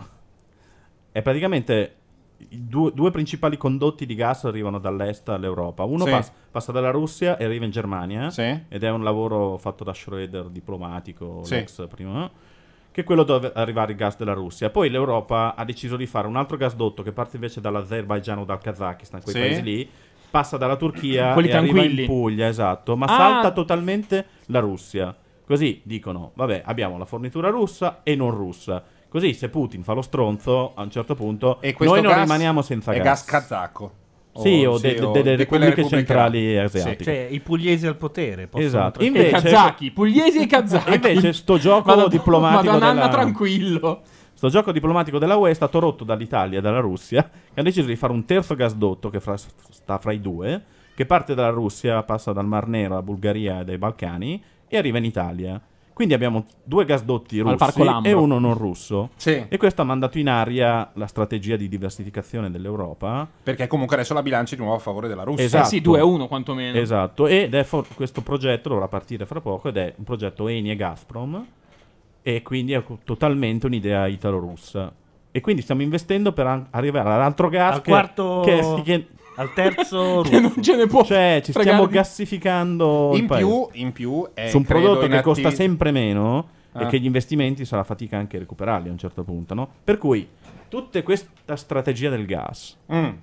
È praticamente i due principali condotti di gas arrivano dall'est all'Europa. Uno Sì. passa dalla Russia e arriva in Germania. Sì. Ed è un lavoro fatto da Schröder, diplomatico, Sì. l'ex prima, che è quello dove arrivare il gas della Russia. Poi l'Europa ha deciso di fare un altro gasdotto che parte invece dall'Azerbaigian o dal Kazakistan, quei Sì. paesi lì, passa dalla Turchia Quelli e arriva tranquilli. in Puglia, esatto, ma Ah. salta totalmente la Russia. Così dicono, vabbè, abbiamo la fornitura russa e non russa. Così se Putin fa lo stronzo, a un certo punto E questo noi non gas io senza è gas kazako. Sì, o sì, delle di quelle repubbliche repubbliche centrali là. asiatiche. Cioè, i pugliesi al potere. possono Esatto. E Invece- kazaki, pugliesi e kazaki. Invece sto gioco diplomatico Madonna della... tranquillo. Sto gioco diplomatico della UE è stato rotto dall'Italia e dalla Russia, che hanno deciso di fare un terzo gasdotto che sta fra i due, che parte dalla Russia, passa dal Mar Nero, alla Bulgaria e dai Balcani e arriva in Italia. Quindi abbiamo 2 gasdotti Al Parco russi Lambro. e uno non russo. Sì, E questo ha mandato in aria la strategia di diversificazione dell'Europa. perché comunque adesso la bilancia è di nuovo a favore della Russia. Esatto. Sì, 2-1 quantomeno. Esatto, ed è questo progetto dovrà partire fra poco ed è un progetto Eni e Gazprom e quindi è totalmente un'idea italo-russa. E quindi stiamo investendo per arrivare all'altro gas Al quarto- che Al terzo Che non ce ne può cioè ci fregare stiamo di- gassificando il paese. In più è su un credo, prodotto in che costa attiv- sempre meno e Ah. che gli investimenti sarà fatica anche recuperarli a un certo punto, no? Per cui tutta questa strategia del gas,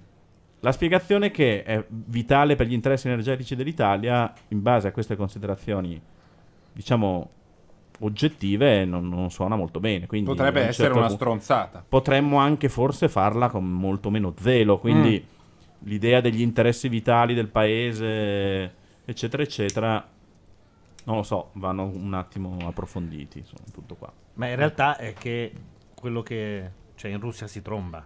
la spiegazione che è vitale per gli interessi energetici dell'Italia, in base a queste considerazioni, diciamo, oggettive, non suona molto bene. Quindi potrebbe a un essere certo una punto stronzata. potremmo anche forse farla con molto meno zelo. Quindi l'idea degli interessi vitali del paese, eccetera, eccetera, non lo so, vanno un attimo approfonditi. Insomma, tutto qua. Ma in realtà è che quello che c'è in Russia si tromba.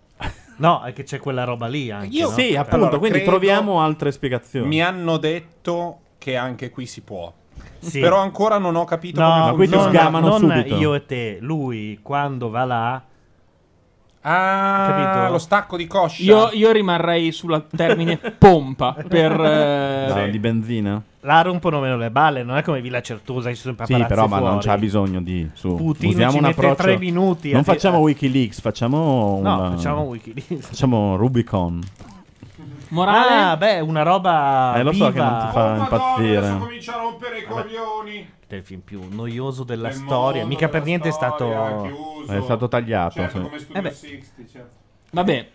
No, è che c'è quella roba lì anche. Io- no? Sì, appunto, Allora, quindi credo- troviamo altre spiegazioni. Mi hanno detto che anche qui si può. Sì. Però ancora non ho capito No, come qui ti funziona. sgamano non subito. io e te. Lui, quando va là, Ah, Capito? lo stacco di coscia. Io rimarrei sul termine pompa per Di benzina? là rompono meno le balle. Non è come Villa Certosa che ci sono i Sì, paparazzi però ma non fuori. c'ha bisogno di... Su. Putin Usiamo ci un mette approccio... 3 minuti a Non dire- facciamo Wikileaks, facciamo... No, una- facciamo Wikileaks. Facciamo Rubicon. morale. Ah, beh, una roba Lo so che viva. non ti fa impazzire. comincia a rompere i coglioni. È il film più noioso della storia. Mica per niente è stato... È stato tagliato. sì. Come Studio beh. 60, certo. Vabbè.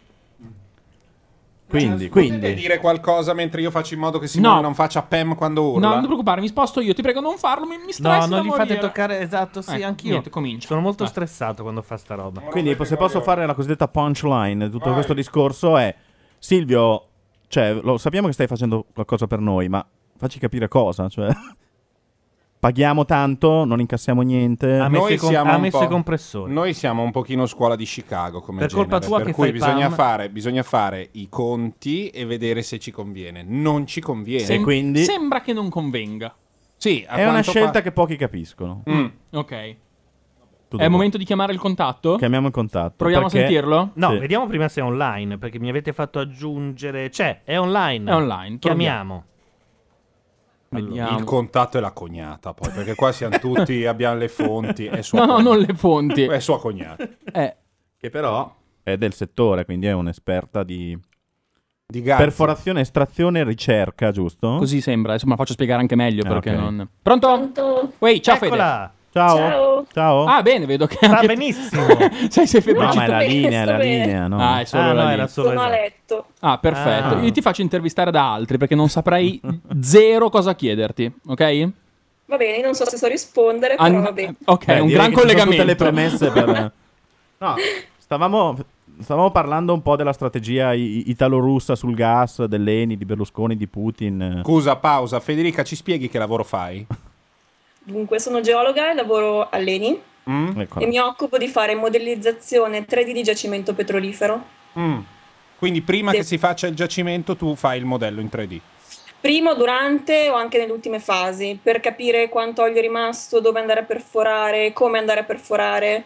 Quindi. Potete dire qualcosa mentre io faccio in modo che Simone No. non faccia Pam quando urla? No, non ti preoccupare, mi sposto io. Ti prego, non farlo. Mi No, stressi non da gli fate morire. toccare. Esatto, sì, Ecco, anch'io. niente, comincia. Sono molto Vai. stressato quando fa sta roba. Quindi se posso fare la cosiddetta punchline di tutto questo discorso è Silvio, cioè lo sappiamo che stai facendo qualcosa per noi, ma facci capire cosa, cioè paghiamo tanto, non incassiamo niente. Ha messo, ha messo i compressori. Noi siamo un pochino scuola di Chicago come Per colpa genere, tua per che cui fai bisogna fare i conti e vedere se ci conviene. Non ci conviene. E quindi Sembra che non convenga. Sì, è una scelta che pochi capiscono. Ok. Tutto È il qua. momento di chiamare il contatto? Chiamiamo il contatto. Proviamo a perché- sentirlo? No, Sì. vediamo prima se è online, perché mi avete fatto aggiungere. Cioè, è online. È online. Chiamiamo. Vediamo. Il contatto è la cognata, poi, perché qua siamo tutti, abbiamo le fonti. È sua No, cognata. non le fonti. È sua cognata. Che però è del settore, quindi è un'esperta di Di gas. perforazione, estrazione e ricerca, giusto? Così sembra. Adesso me la faccio spiegare anche meglio perché ok. non... Pronto? Uè, ciao Fede. Eccola! Ciao. Ciao. Ciao. Ah, bene, vedo che... Sta anche- benissimo. sei no, febbricito. ma è la linea, è la Sto bene. linea, no? Ah, è solo Ah, la no, linea. era solo Sono a esatto. letto. Ah, perfetto. Ah. Io ti faccio intervistare da altri perché non saprei zero cosa chiederti, ok? Va bene, io non so se so rispondere, però va bene. Ok, Beh, un direi gran che ci sono collegamento. tutte le premesse per... No, stavamo parlando un po' della strategia italo-russa sul gas, dell'Eni, di Berlusconi, di Putin. Scusa, pausa. Federica, ci spieghi che lavoro fai? Dunque, sono geologa e lavoro all'ENI Eccola. e mi occupo di fare modellizzazione 3D di giacimento petrolifero. Quindi prima Sì. che si faccia il giacimento tu fai il modello in 3D. Prima, durante o anche nelle ultime fasi, per capire quanto olio è rimasto, dove andare a perforare, come andare a perforare.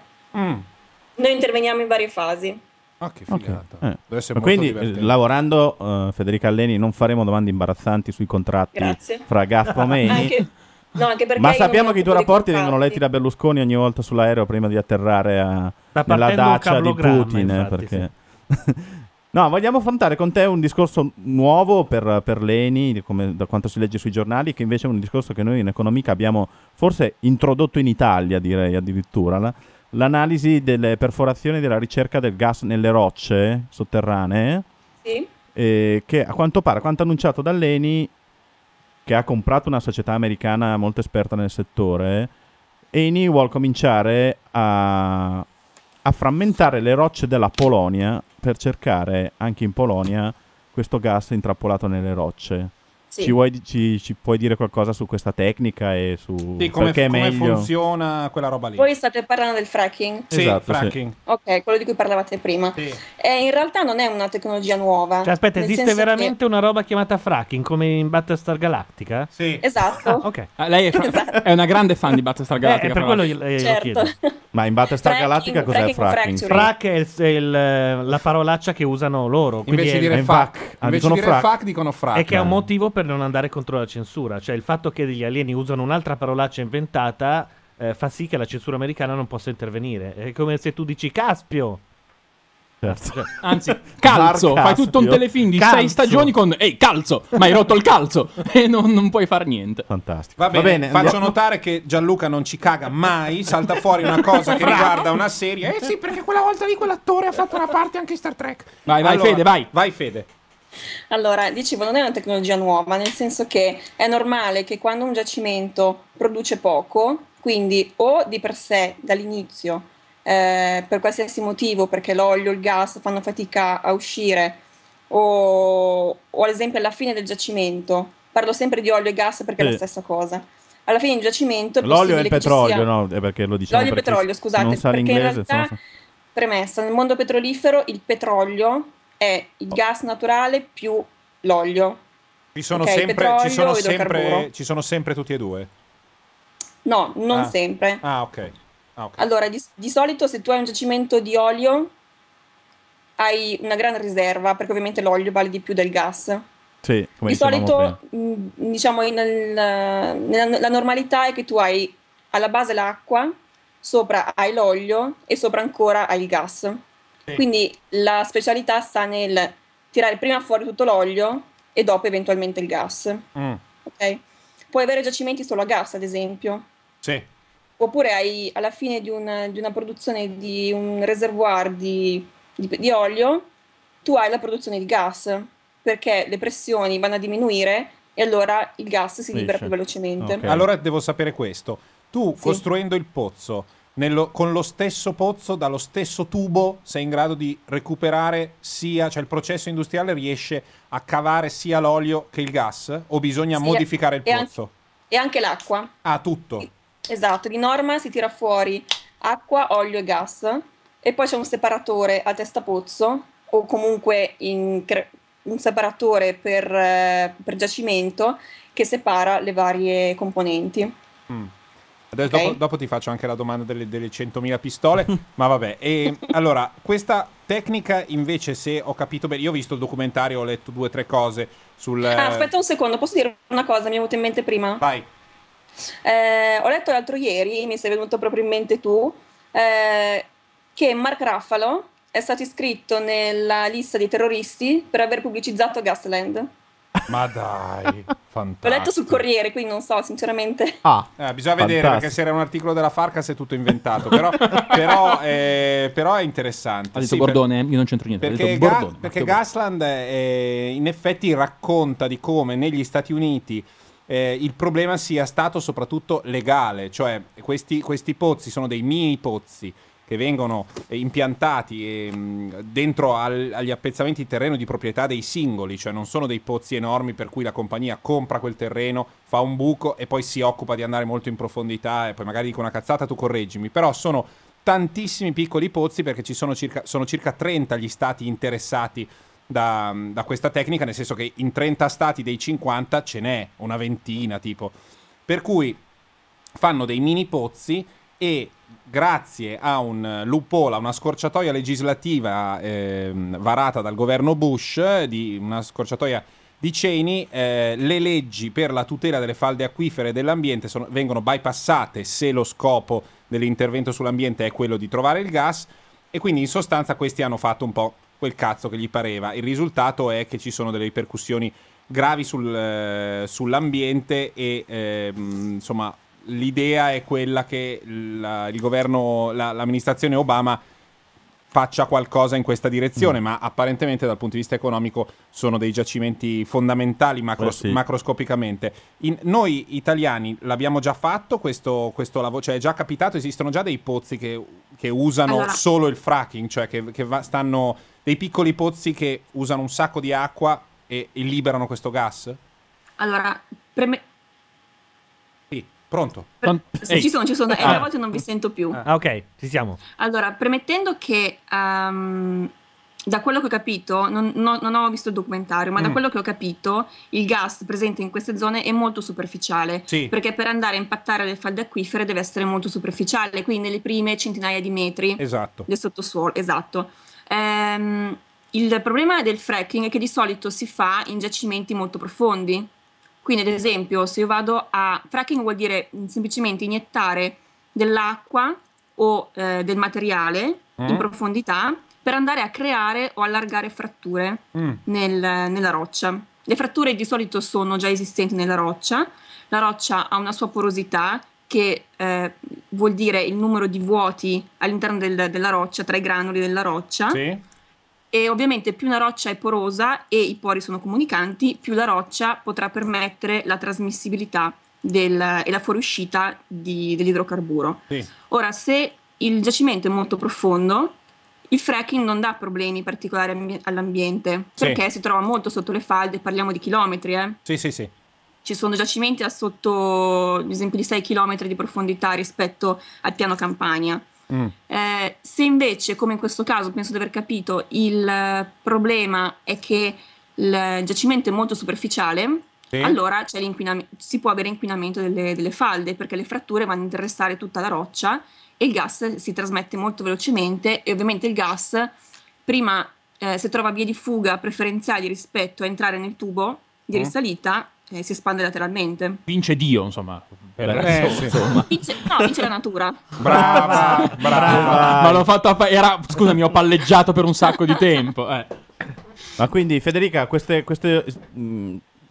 Noi interveniamo in varie fasi. Ah, che Ok. figata. Deve essere Ma molto quindi divertente. lavorando Federica Alleni non faremo domande imbarazzanti sui contratti Grazie. fra Gazprom e Eni. Anche perché Ma io non sappiamo mi che i tuoi occupo rapporti dei vengono letti da contratti. Berlusconi ogni volta sull'aereo prima di atterrare Sta nella partendo un dacia di cablogramma, Putin. infatti, Perché... No, vogliamo affrontare con te un discorso nuovo per l'Eni, come da quanto si legge sui giornali, che invece è un discorso che noi in Economica abbiamo forse introdotto in Italia, direi addirittura, l'analisi delle perforazioni della ricerca del gas nelle rocce sotterranee, Sì? che a quanto pare, quanto annunciato dall'Eni, che ha comprato una società americana molto esperta nel settore, Eni vuole cominciare a frammentare le rocce della Polonia per cercare anche in Polonia questo gas intrappolato nelle rocce. Sì. Ci puoi dire qualcosa su questa tecnica e su Sì, come, perché è come meglio? funziona quella roba lì? Voi state parlando del fracking? Sì, Esatto, sì. fracking. Ok, quello di cui parlavate prima. Sì. In realtà non è una tecnologia nuova. Cioè, aspetta, nel esiste senso veramente una roba chiamata fracking come in Battlestar Galactica? Sì. che... Esatto. Ah, ok. Lei è una grande fan di Battlestar Galactica. È per fra quello l'altro. io Certo. chiedo. Ma in Battlestar Fracking, Galactica cos'è il fracking, fracking? fracturing. Frac è la parolaccia che usano loro. Quindi Invece di è, dire è fuck, vac. invece dicono di dire frac. fuck dicono frac. è che è un motivo per non andare contro la censura. Cioè, il fatto che gli alieni usano un'altra parolaccia inventata fa sì che la censura americana non possa intervenire. È come se tu dici Caspio. Certo. Anzi, calzo. Sarcaspio. Fai tutto un telefilm di Calzo. 6 stagioni con ehi, calzo! Ma hai rotto il calzo! E non puoi fare niente. Fantastico. Va bene, faccio andiamo. notare che Gianluca non ci caga mai, salta fuori una cosa che riguarda una serie. Eh sì, perché quella volta lì quell'attore ha fatto una parte anche in Star Trek. Vai, Fede, vai. Vai Fede. Allora, dicevo, non è una tecnologia nuova, nel senso che è normale che quando un giacimento produce poco, quindi o di per sé dall'inizio, per qualsiasi motivo, perché l'olio, il gas fanno fatica a uscire, o ad esempio alla fine del giacimento, parlo sempre di olio e gas perché è la Sì. stessa cosa. Alla fine del giacimento è L'olio e il possibile che ci petrolio, sia- no? È perché lo diciamo L'olio e per chi petrolio, scusate, non sa perché in l'inglese. realtà, premessa, nel mondo petrolifero il petrolio è il gas naturale più l'olio. Ci sono, Ok, sempre, petrolio, ci, sono idrocarburo. sempre, ci sono sempre tutti e due. No, non Ah. sempre. Ah, ok. Ah, ok. Allora, di solito se tu hai un giacimento di olio hai una gran riserva, perché ovviamente l'olio vale di più del gas. Sì, come Di dicevamo solito, prima. diciamo, la normalità è che tu hai alla base l'acqua, sopra hai l'olio e sopra ancora hai il gas. Sì. Quindi la specialità sta nel tirare prima fuori tutto l'olio e dopo eventualmente il gas. Mm, Ok? Puoi avere giacimenti solo a gas, ad esempio. sì. Oppure hai alla fine di una produzione di un reservoir di di olio, tu hai la produzione di gas, perché le pressioni vanno a diminuire e allora il gas si libera più velocemente. Allora devo sapere questo. Tu, costruendo il pozzo, con lo stesso pozzo, dallo stesso tubo, sei in grado di recuperare cioè il processo industriale riesce a cavare sia l'olio che il gas? O bisogna Sì, modificare il e pozzo? E anche l'acqua. Ah, tutto. Esatto, di norma si tira fuori acqua, olio e gas e poi c'è un separatore a testa pozzo o comunque un separatore per giacimento che separa le varie componenti. Adesso Ok. dopo ti faccio anche la domanda delle 100.000 pistole, ma vabbè. E allora, questa tecnica invece, se ho capito bene, io ho visto il documentario, ho letto 2 o 3 cose sul... Aspetta un secondo, posso dire una cosa? Mi è venuta in mente prima. Vai. Ho letto l'altro ieri, mi sei venuto proprio in mente tu, che Mark Ruffalo è stato iscritto nella lista dei terroristi per aver pubblicizzato Gasland. Ma dai, fantastico. L'ho letto sul Corriere, quindi non so, sinceramente. Bisogna vedere, perché se era un articolo della Farcas è tutto inventato, però è interessante. Ha detto Sì, Bordone, io non c'entro niente. Ha Perché, detto Bordone, perché Matteo Gasland in effetti racconta di come negli Stati Uniti il problema sia stato soprattutto legale, cioè questi pozzi sono dei mini pozzi che vengono impiantati dentro agli appezzamenti di terreno di proprietà dei singoli, cioè non sono dei pozzi enormi per cui la compagnia compra quel terreno, fa un buco e poi si occupa di andare molto in profondità e poi magari dico una cazzata, tu correggimi, però sono tantissimi piccoli pozzi perché sono circa 30 gli stati interessati da questa tecnica, nel senso che in 30 stati dei 50 ce n'è una ventina tipo, per cui fanno dei mini pozzi e grazie a un loophole, a una scorciatoia legislativa varata dal governo Bush, di una scorciatoia di Cheney, le leggi per la tutela delle falde acquifere e dell'ambiente vengono bypassate se lo scopo dell'intervento sull'ambiente è quello di trovare il gas, e quindi in sostanza questi hanno fatto un po' quel cazzo che gli pareva. Il risultato è che ci sono delle ripercussioni gravi sull'ambiente e insomma l'idea è quella che il governo, l'amministrazione Obama faccia qualcosa in questa direzione, ma apparentemente dal punto di vista economico sono dei giacimenti fondamentali macroscopicamente. Noi italiani l'abbiamo già fatto questo lavoro, cioè è già capitato, esistono già dei pozzi che usano solo il fracking, cioè stanno dei piccoli pozzi che usano un sacco di acqua e liberano questo gas? Allora, Pronto? ci sono, e a volte non vi sento più. Ok, ci siamo. Allora, premettendo che da quello che ho capito, non ho visto il documentario, ma da quello che ho capito, il gas presente in queste zone è molto superficiale, perché per andare a impattare le falde acquifere deve essere molto superficiale, quindi nelle prime centinaia di metri del sottosuolo. Esatto. Il problema del fracking è che di solito si fa in giacimenti molto profondi. Quindi, ad esempio, se io vado fracking vuol dire semplicemente iniettare dell'acqua o del materiale in profondità per andare a creare o allargare fratture nella roccia. Le fratture di solito sono già esistenti nella roccia, la roccia ha una sua porosità che vuol dire il numero di vuoti all'interno della roccia, tra i granuli della roccia. Sì. E ovviamente più una roccia è porosa e i pori sono comunicanti, più la roccia potrà permettere la trasmissibilità e la fuoriuscita dell'idrocarburo. Sì. Ora, se il giacimento è molto profondo, il fracking non dà problemi particolari all'ambiente, perché si trova molto sotto le falde, parliamo di chilometri. Sì. Ci sono giacimenti a sotto, ad esempio, di 6 km di profondità rispetto al piano Campania. Se invece, come in questo caso, penso di aver capito, il problema è che il giacimento è molto superficiale, allora c'è si può avere inquinamento delle falde, perché le fratture vanno a interessare tutta la roccia e il gas si trasmette molto velocemente, e ovviamente il gas prima se trova vie di fuga preferenziali rispetto a entrare nel tubo di risalita, si espande lateralmente. Vince Dio, insomma. Vince la natura. Brava. Ma l'ho fatto scusami, ho palleggiato per un sacco di tempo. Ma quindi, Federica, queste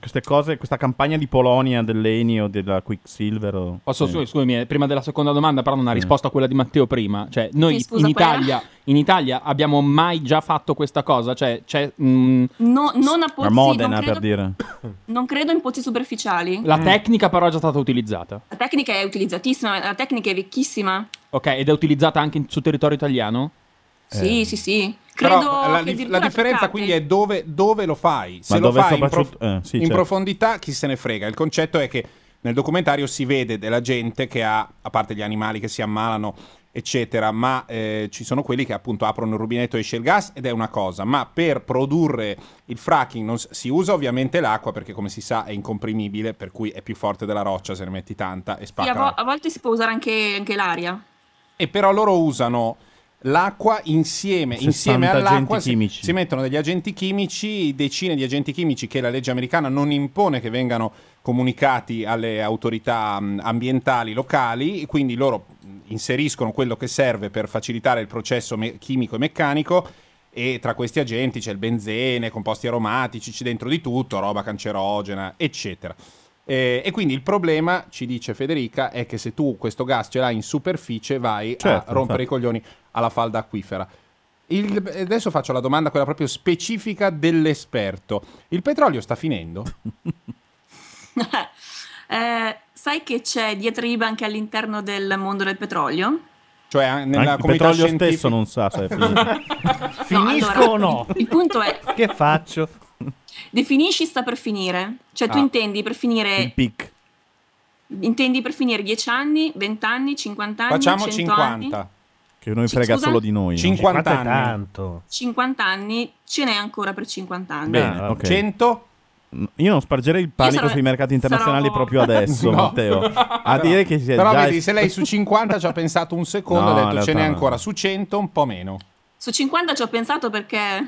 queste cose, questa campagna di Polonia dell'Eni o della Quicksilver? Posso, scusami, prima della seconda domanda, però non ha risposto a quella di Matteo prima. Cioè, noi Sì, scusa, in Italia abbiamo mai già fatto questa cosa? Cioè, c'è No, non a A pozzi, Modena, non credo, per dire. non credo in pozzi superficiali. la tecnica però è già stata utilizzata. La tecnica è utilizzatissima, la tecnica è vecchissima. Ok, ed è utilizzata anche su territorio italiano? Sì, sì, sì. Credo Però che la addirittura differenza toccate. quindi è dove lo fai. Se Ma lo dove fai sì, in certo. profondità, chi se ne frega. Il concetto è che nel documentario si vede della gente che ha, a parte gli animali che si ammalano, eccetera, ma ci sono quelli che appunto aprono il rubinetto e esce il gas ed è una cosa, ma per produrre il fracking si usa ovviamente l'acqua perché come si sa è incomprimibile, per cui è più forte della roccia se ne metti tanta e Sì, spacca. a volte si può usare anche l'aria. E però loro usano l'acqua insieme 60 all'acqua agenti chimici. si mettono degli agenti chimici, decine di agenti chimici che la legge americana non impone che vengano comunicati alle autorità ambientali locali, quindi loro inseriscono quello che serve per facilitare il processo chimico e meccanico, e tra questi agenti c'è il benzene, composti aromatici, c'è dentro di tutto, roba cancerogena, eccetera. E quindi il problema, ci dice Federica, è che se tu questo gas ce l'hai in superficie vai Certo, a rompere infatti. i coglioni alla falda acquifera. Adesso faccio la domanda, quella proprio specifica dell'esperto. Il petrolio sta finendo? Sai che c'è diatriba anche all'interno del mondo del petrolio? Cioè nella Anche il comunità petrolio scientifica stesso non sa se è finito. Finisco allora, o no? Il punto è, Che faccio? definisci sta per finire. Cioè tu Ah. intendi per Il finire pic. 10 anni, 20 anni, 50 anni, facciamo 100 50. anni? Che noi frega Scusa? solo di noi. no? 50 è anni. tanto. 50 anni, ce n'è ancora per 50 anni. Bene, Ah, ok. 100? Io non spargerei il panico sarò- sui mercati internazionali sarò- proprio adesso, No. Matteo. A dire che si è Però già... vedi, se lei su 50 ci ha pensato un secondo, No, ha in detto ce n'è realtà no. ancora, su 100 un po' meno. Su 50 ci ho pensato perché...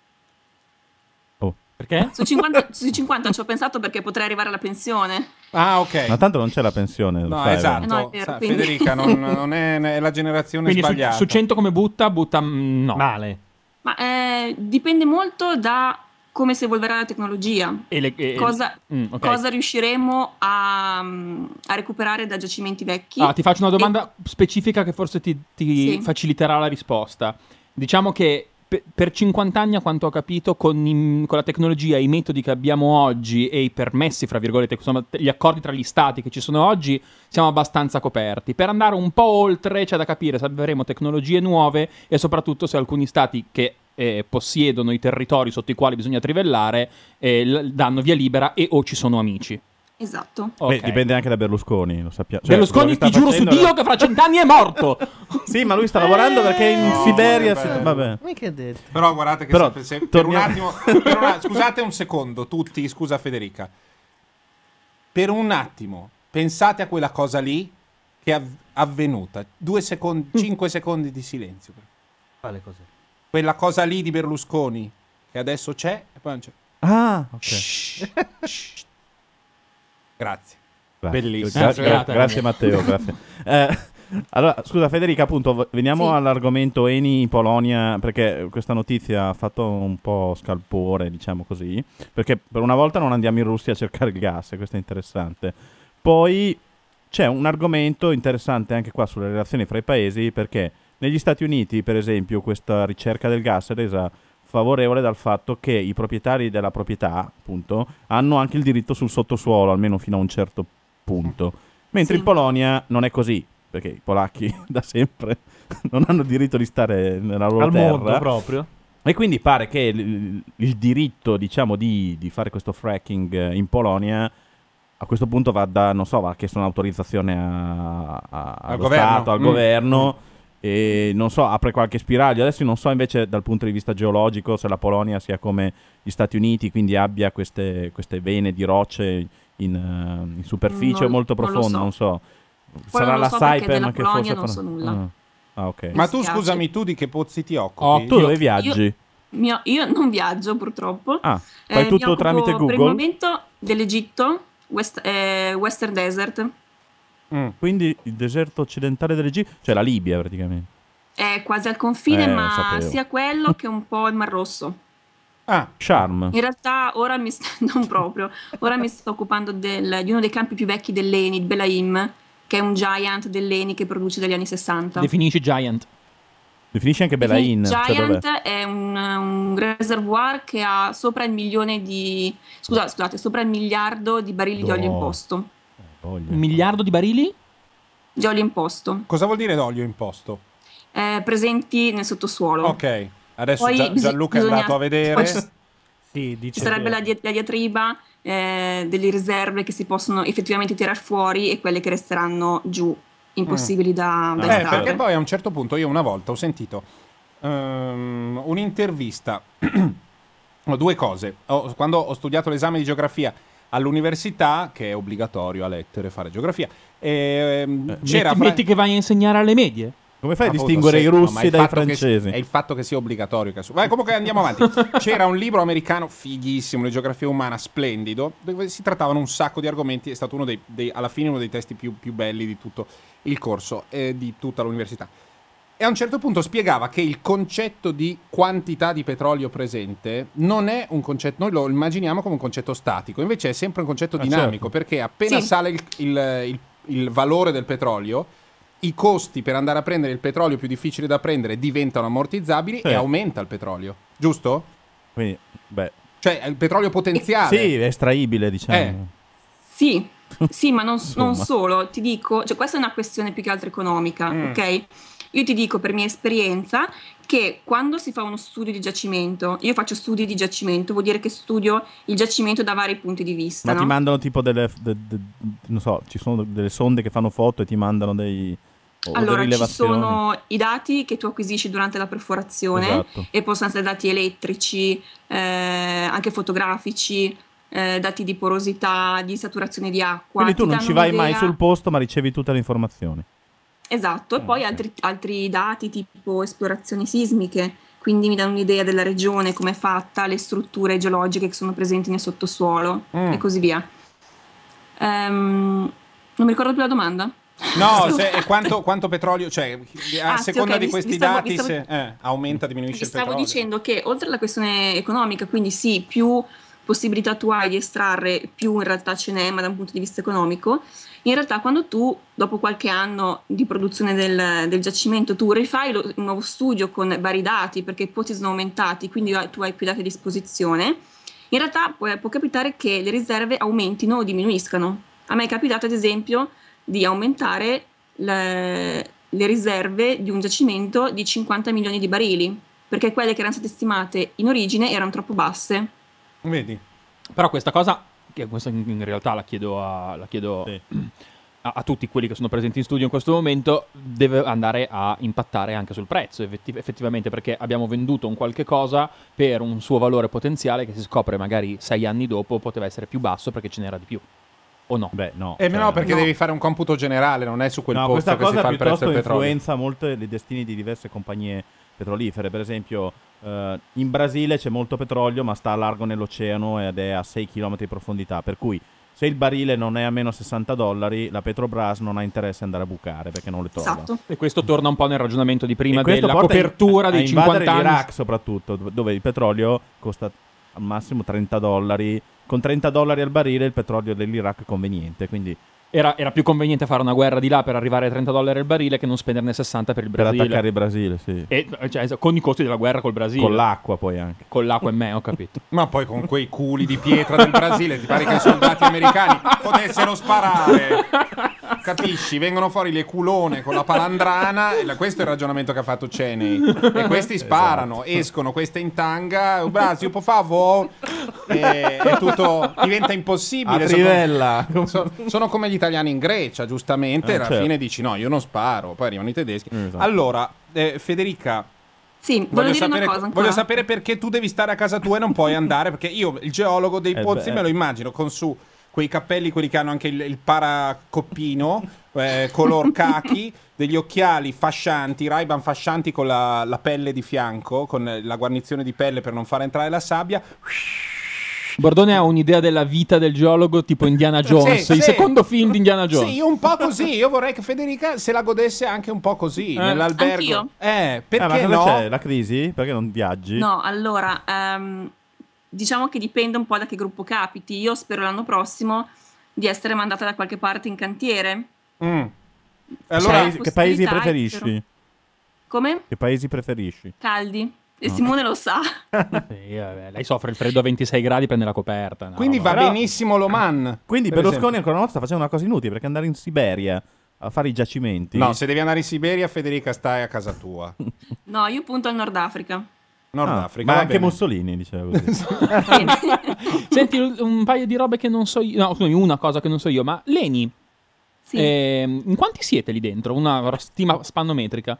Oh. Perché? Su 50 ci ho pensato perché potrei arrivare alla pensione. Ah, ok. Ma tanto non c'è la pensione. lo No, sai, esatto. No, è vero, Sa, quindi- Federica, non è la generazione Quindi sbagliata. su 100 come butta no. Male. Ma dipende molto da come si evolverà la tecnologia. Cosa ok. cosa riusciremo a recuperare da giacimenti vecchi? Ah, ti faccio una domanda specifica che forse ti Sì. faciliterà la risposta. Diciamo che per 50 anni, a quanto ho capito, con la tecnologia e i metodi che abbiamo oggi e i permessi, fra virgolette, insomma, gli accordi tra gli stati che ci sono oggi, siamo abbastanza coperti. Per andare un po' oltre c'è da capire se avremo tecnologie nuove e soprattutto se alcuni stati che possiedono i territori sotto i quali bisogna trivellare danno via libera e o ci sono amici. Esatto. Beh, Ok. dipende anche da Berlusconi, lo sappiamo. Cioè, Berlusconi, quello ti che sta giuro su facendo- Dio che fra 100 anni è morto. Sì, ma lui sta lavorando perché in Siberia... vabbè. Vabbè. Mica è detto. Però guardate che Però, per un torniamo- attimo... scusate un secondo, tutti, scusa Federica. Per un attimo, pensate a quella cosa lì che è avvenuta. 2 secondi, 5 secondi di silenzio. Quale cos'è? Quella cosa lì di Berlusconi, che adesso c'è e poi non c'è. Ah, ok. Grazie. Grazie. Bellissimo. Grazie Matteo, grazie. Allora, scusa Federica, appunto, veniamo Sì. all'argomento Eni Polonia, perché questa notizia ha fatto un po' scalpore, diciamo così, perché per una volta non andiamo in Russia a cercare il gas, e questo è interessante. Poi c'è un argomento interessante anche qua sulle relazioni fra i paesi, perché negli Stati Uniti, per esempio, questa ricerca del gas è resa favorevole dal fatto che i proprietari della proprietà, appunto, hanno anche il diritto sul sottosuolo, almeno fino a un certo punto. Mentre Sì. in Polonia non è così, perché i polacchi da sempre non hanno il diritto di stare nella loro Al terra. mondo proprio. E quindi pare che il diritto, diciamo, di fare questo fracking in Polonia a questo punto va chiesto un'autorizzazione allo governo. Stato, al governo, e non so, apre qualche spiraglio. Adesso non so invece dal punto di vista geologico se la Polonia sia come gli Stati Uniti, quindi abbia queste vene di rocce in superficie o molto non lo profondo, so. non so. Poi Sarà non lo la so perché Saipem della che Polonia forse non so nulla. Ah, ok. Ma tu dispiace. scusami, tu di che pozzi ti occupi? Tu dove viaggi? Io non viaggio purtroppo. Ah, fai Mi tutto occupo tramite Per il Google? momento dell'Egitto, Western Desert, Quindi il deserto occidentale dell'Egitto, cioè la Libia praticamente. è quasi al confine, Lo ma sapevo. sia quello che un po' il Mar Rosso. Charm. In realtà ora non proprio, ora mi sto occupando di uno dei campi più vecchi dell'Eni, di Belaim, che è un giant dell'Eni che produce dagli anni 60. Definisci Giant. Definisci anche Belain. Giant è un reservoir che ha sopra il milione di... Scusate, sopra il miliardo di barili di olio imposto. Un miliardo di barili? Di olio imposto. Cosa vuol dire d'olio imposto? Presenti nel sottosuolo. Ok, adesso Poi Gianluca è andato a vedere. poi ci Sì, dice sarebbe che- la diatriba delle riserve che si possono effettivamente tirar fuori e quelle che resteranno giù, impossibili da estrarre. Perché poi a un certo punto io una volta ho sentito un'intervista, o due cose. Quando ho studiato l'esame di geografia all'università, che è obbligatorio a lettere fare geografia, c'era Metti che vai a insegnare alle medie. Come fai a Appunto, distinguere sì, i no, russi ma il dai fatto che- francesi? è il fatto che sia obbligatorio. Vai, comunque andiamo avanti. C'era un libro americano fighissimo di geografia umana, splendido, dove si trattavano un sacco di argomenti. È stato alla fine uno dei testi più belli di tutto il corso e di tutta l'università. E a un certo punto spiegava che il concetto di quantità di petrolio presente non è un concetto, noi lo immaginiamo come un concetto statico, invece è sempre un concetto dinamico, certo. perché appena Sì. sale il valore del petrolio, i costi per andare a prendere il petrolio più difficile da prendere diventano ammortizzabili Sì. e aumenta il petrolio, giusto? Quindi, beh, Cioè il petrolio potenziale. sì, è estraibile, diciamo. Sì, sì, ma non Insomma. solo, ti dico, cioè questa è una questione più che altro economica, Mm. ok? Io ti dico per mia esperienza che quando si fa uno studio di giacimento, io faccio studi di giacimento, vuol dire che studio il giacimento da vari punti di vista, Ma ti no? mandano tipo non so, ci sono delle sonde che fanno foto e ti mandano dei o Allora, delle ci rilevazioni. sono i dati che tu acquisisci durante la perforazione Esatto. e possono essere dati elettrici, anche fotografici, dati di porosità, di saturazione di acqua. Quindi tu ti non danno ci vai mai un'idea- sul posto, ma ricevi tutte le informazioni. Esatto, e poi ok. altri dati tipo esplorazioni sismiche, quindi mi danno un'idea della regione, come è fatta, le strutture geologiche che sono presenti nel sottosuolo e così via. Non mi ricordo più la domanda. No, e quanto petrolio, cioè a Sì, seconda ok, di vi questi stavo- dati vi stavo- se aumenta, diminuisce Vi il stavo petrolio. dicendo che oltre alla questione economica, quindi sì, più possibilità tu hai di estrarre, più in realtà ce n'è, ma da un punto di vista economico, in realtà quando tu, dopo qualche anno di produzione del giacimento, tu rifai un nuovo studio con vari dati, perché i pozzi sono aumentati, quindi tu hai più dati a disposizione, in realtà può capitare che le riserve aumentino o diminuiscano. A me è capitato ad esempio di aumentare le riserve di un giacimento di 50 milioni di barili, perché quelle che erano state stimate in origine erano troppo basse. Vedi? Però questa cosa, che questa in realtà la chiedo Sì. a tutti quelli che sono presenti in studio in questo momento, deve andare a impattare anche sul prezzo, effettivamente, perché abbiamo venduto un qualche cosa per un suo valore potenziale che si scopre magari 6 anni dopo poteva essere più basso perché ce n'era di più. O no? Beh, no. No, perché No. devi fare un computo generale, non è su quel No, posto questa che si cosa fa il prezzo piuttosto del petrolio. influenza molto i destini di diverse compagnie petrolifere. Per esempio, in Brasile c'è molto petrolio, ma sta a largo nell'oceano ed è a 6 km di profondità. Per cui, se il barile non è a meno $60, la Petrobras non ha interesse ad andare a bucare perché non le trova. Esatto. E questo torna un po' nel ragionamento di prima E questo della porta copertura a dei invadere 50 anni. l'Iraq, soprattutto, dove il petrolio costa al massimo $30. Con $30 al barile il petrolio dell'Iraq è conveniente, quindi Era più conveniente fare una guerra di là per arrivare a $30 al barile che non spenderne 60 per il per Brasile. attaccare il Brasile, sì. Cioè, con i costi della guerra col Brasile. Con l'acqua poi anche. Con l'acqua e me, ho capito. Ma poi con quei culi di pietra del Brasile, ti pare che i soldati americani potessero sparare? Capisci? Vengono fuori le culone con la palandrana, e questo è il ragionamento che ha fatto Cheney. E questi sparano, escono, queste in tanga, Brasile, por favor. E è tutto, diventa impossibile. A trivella. Sono come gli italiani in Grecia, giustamente. Alla certo. fine dici no, io non sparo. Poi arrivano i tedeschi. Esatto. Allora, Federica, Sì, voglio dire una cosa ancora. voglio sapere perché tu devi stare a casa tua e non puoi andare, perché io il geologo dei pozzi beh. me lo immagino con su quei cappelli, quelli che hanno anche il paracoppino color cachi, degli occhiali fascianti, Ray-Ban fascianti con la pelle di fianco, con la guarnizione di pelle per non far entrare la sabbia. Bordone ha un'idea della vita del geologo tipo Indiana Jones, Sì, il sì. secondo film di Indiana Jones. Sì, un po' così. Io vorrei che Federica se la godesse anche un po' così, nell'albergo. Anch'io. Perché ma cosa no? c'è? La crisi? Perché non viaggi? No, allora, diciamo che dipende un po' da che gruppo capiti. Io spero l'anno prossimo di essere mandata da qualche parte in cantiere. Mm. C'è Allora, la Che paesi possibilità, preferisci? però. Come? Che paesi preferisci? Caldi. E Simone lo sa. Sì, vabbè, lei soffre il freddo a 26 gradi, prende la coperta. no, quindi va vabbè. benissimo l'Oman. Quindi per Berlusconi esempio. ancora una volta sta facendo una cosa inutile, perché andare in Siberia a fare i giacimenti. No, se devi andare in Siberia, Federica, stai a casa tua. No, io punto al Nord Africa. Nord Ah, Africa. ma va anche bene. Mussolini diceva così. Senti, un paio di robe che non so io. No, scusami, una cosa che non so io, ma Leni, Sì. in quanti siete lì dentro? Una stima spannometrica.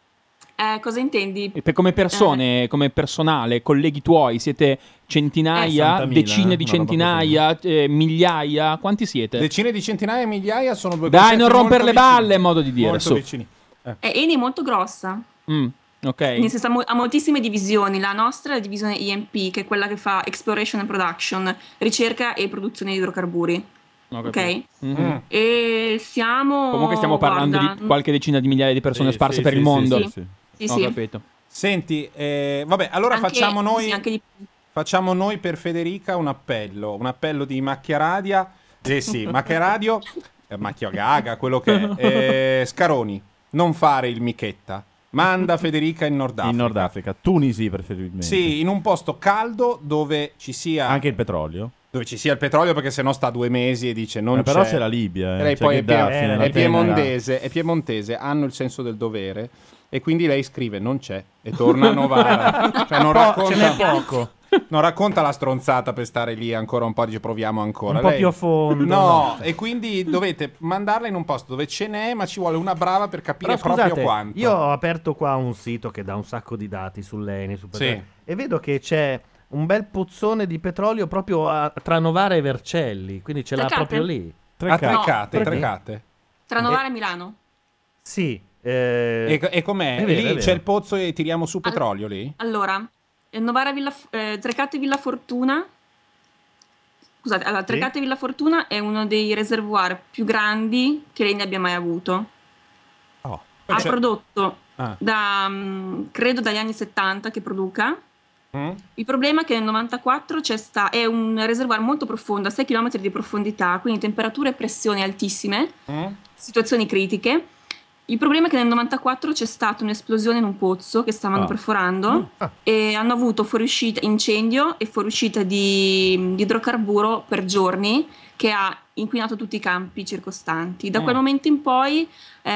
Cosa intendi? E come persone, come personale, colleghi tuoi, siete centinaia, 60.000, decine di una roba centinaia, migliaia? Quanti siete? Decine di centinaia, migliaia sono due Dai, concetti non rompere le molto balle, vicini. è modo di dire. Molto Su. vicini. Eni è molto grossa. Ok. Nel senso, ha moltissime divisioni. La nostra è la divisione EMP, che è quella che fa Exploration and Production, ricerca e produzione di idrocarburi. Ho Ok? capito. Mhm. E siamo. Comunque stiamo parlando guarda, di qualche decina di migliaia di persone Sì, sparse sì, per sì, il sì, mondo. sì, sì. Sì, Ho sì. capito. Senti, vabbè, allora Anche- facciamo noi. sì, anche di più. Facciamo noi per Federica un appello di Macchia Radia. Sì, Macchia Radio, Macchia Gaga, quello che è. Scaroni, non fare il Michetta. Manda Federica in Nord Africa. In Nord Africa, Tunisi preferibilmente. Sì, in un posto caldo dove ci sia Anche il petrolio. dove ci sia il petrolio, perché sennò sta 2 mesi e dice non Però c'è. c'è la Libia. E lei C'è poi Gheddafi è nella piemontese, hanno il senso del dovere e quindi lei scrive non c'è e torna a Novara. Cioè non Ce n'è racconta, poco. non racconta la stronzata per stare lì ancora un po', dice proviamo ancora. Un po' Lei- più a fondo. No, e quindi dovete mandarla in un posto dove ce n'è, ma ci vuole una brava per capire Però scusate, proprio quanto. io ho aperto qua un sito che dà un sacco di dati sull'Eni, su petrolio, e vedo che c'è un bel pozzone di petrolio proprio tra Novara e Vercelli, quindi ce l'ha Trecate? proprio lì. Trecate, No, Trecate. Tra Novara e Milano. Sì. E com'è? è vero, Lì è vero. c'è il pozzo e tiriamo su petrolio lì? Allora, Novara Trecate Villa Fortuna. Scusate, allora, Trecate Villa Fortuna è uno dei reservoir più grandi che lei ne abbia mai avuto. Oh. Ha prodotto Ah. credo dagli anni 70 che produca. Mm? Il problema è che nel 94 è un reservoir molto profondo, a 6 km di profondità, quindi temperature e pressioni altissime, Mm? situazioni critiche. Il problema è che nel 94 c'è stata un'esplosione in un pozzo che stavano perforando e hanno avuto fuoriuscita, incendio e fuoriuscita di idrocarburo per giorni che ha inquinato tutti i campi circostanti. Da quel momento in poi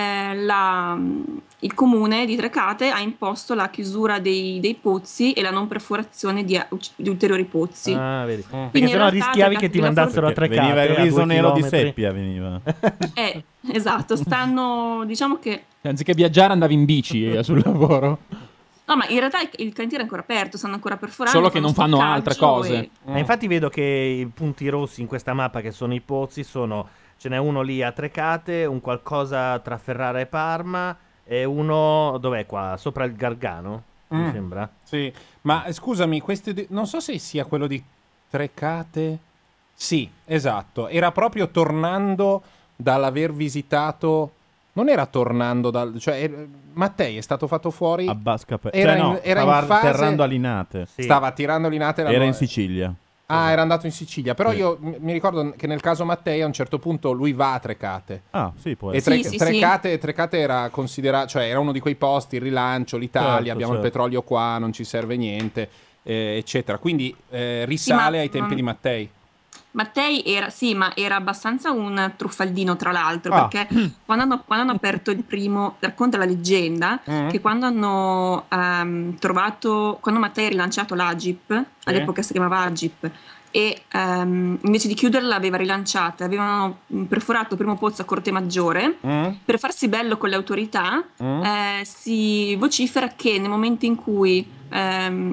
il comune di Trecate ha imposto la chiusura dei pozzi e la non perforazione di ulteriori pozzi. Ah, vedi. Perché Quindi in sennò realtà rischiavi Trecate che ti Villa mandassero a Perché Trecate. veniva il a 2 riso nero di chilometri. seppia, veniva. Esatto, diciamo che Anziché viaggiare andavi in bici sul lavoro. no, ma in realtà il cantiere è ancora aperto, stanno ancora perforando. Solo che non fanno stoccaggio altre cose. Infatti vedo che i punti rossi in questa mappa, che sono i pozzi, ce n'è uno lì a Trecate, un qualcosa tra Ferrara e Parma e uno dov'è qua? Sopra il Gargano, mi sembra. Sì, ma scusami, non so se sia quello di Trecate. Sì, esatto. Era proprio tornando dall'aver visitato. Non era tornando Mattei è stato fatto fuori. A Bascape. Era Cioè, no, in- era stava in fase- atterrando a Linate. Sì. Stava tirando Linate. Era in Sicilia. Ah, era andato in Sicilia. Però Sì. io mi ricordo che nel caso Mattei a un certo punto lui va a Trecate. Ah, sì, può E essere. Sì, sì, Trecate era considerato, cioè era uno di quei posti, il rilancio, l'Italia, Certo, abbiamo il certo. petrolio qua, non ci serve niente, eccetera. Quindi risale ai tempi di Mattei. Mattei era abbastanza un truffaldino, tra l'altro, Ah. perché quando hanno aperto il primo, racconta la leggenda, che quando hanno trovato, quando Mattei ha rilanciato l'Agip, all'epoca si chiamava Agip, e invece di chiuderla l'aveva rilanciata, avevano perforato il primo pozzo a Corte Maggiore, per farsi bello con le autorità, si vocifera che nel momento in cui sono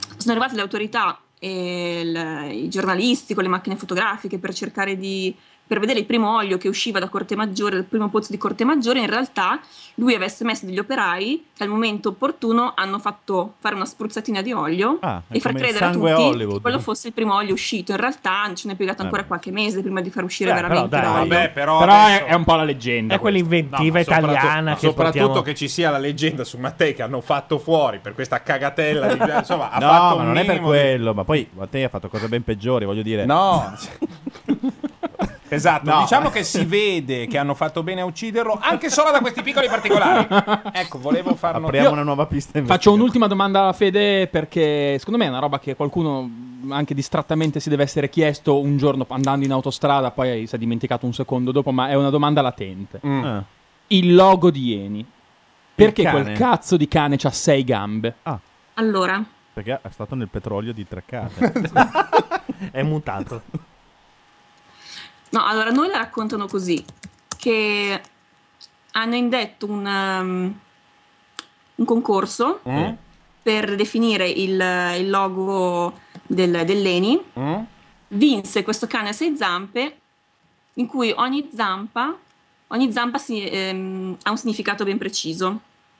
arrivate le autorità e i giornalisti con le macchine fotografiche per cercare di per vedere il primo olio che usciva da Corte Maggiore, dal primo pozzo di Corte Maggiore, in realtà lui avesse messo degli operai che al momento opportuno hanno fatto fare una spruzzatina di olio è e far come il credere a sangue tutti Hollywood. che quello fosse il primo olio uscito. In realtà ce n'è piegato ancora qualche mese prima di far uscire Beh, veramente però dai, l'olio. Vabbè, però Però adesso- è un po' la leggenda. È quell'inventiva italiana che soprattutto portiamo... che ci sia la leggenda su Mattei che hanno fatto fuori per questa cagatella di, insomma, ha No, fatto ma un non è per minimo di- quello. Ma poi Mattei ha fatto cose ben peggiori, voglio dire. No. Esatto, No. diciamo che si vede che hanno fatto bene a ucciderlo anche solo da questi piccoli particolari. Ecco, volevo farlo. Apriamo Io una nuova pista. Faccio un'ultima domanda alla Fede, perché secondo me è una roba che qualcuno anche distrattamente si deve essere chiesto un giorno andando in autostrada, poi si è dimenticato un secondo dopo, ma è una domanda latente. Il logo di Eni. Perché cane. quel cazzo di cane c'ha 6 gambe? Allora, Perché è stato nel petrolio di Treccate. È mutato. no, allora noi la raccontano così, che hanno indetto un concorso per definire il logo dell'Eni. Vinse questo cane a 6 zampe, in cui ogni zampa ha un significato ben preciso,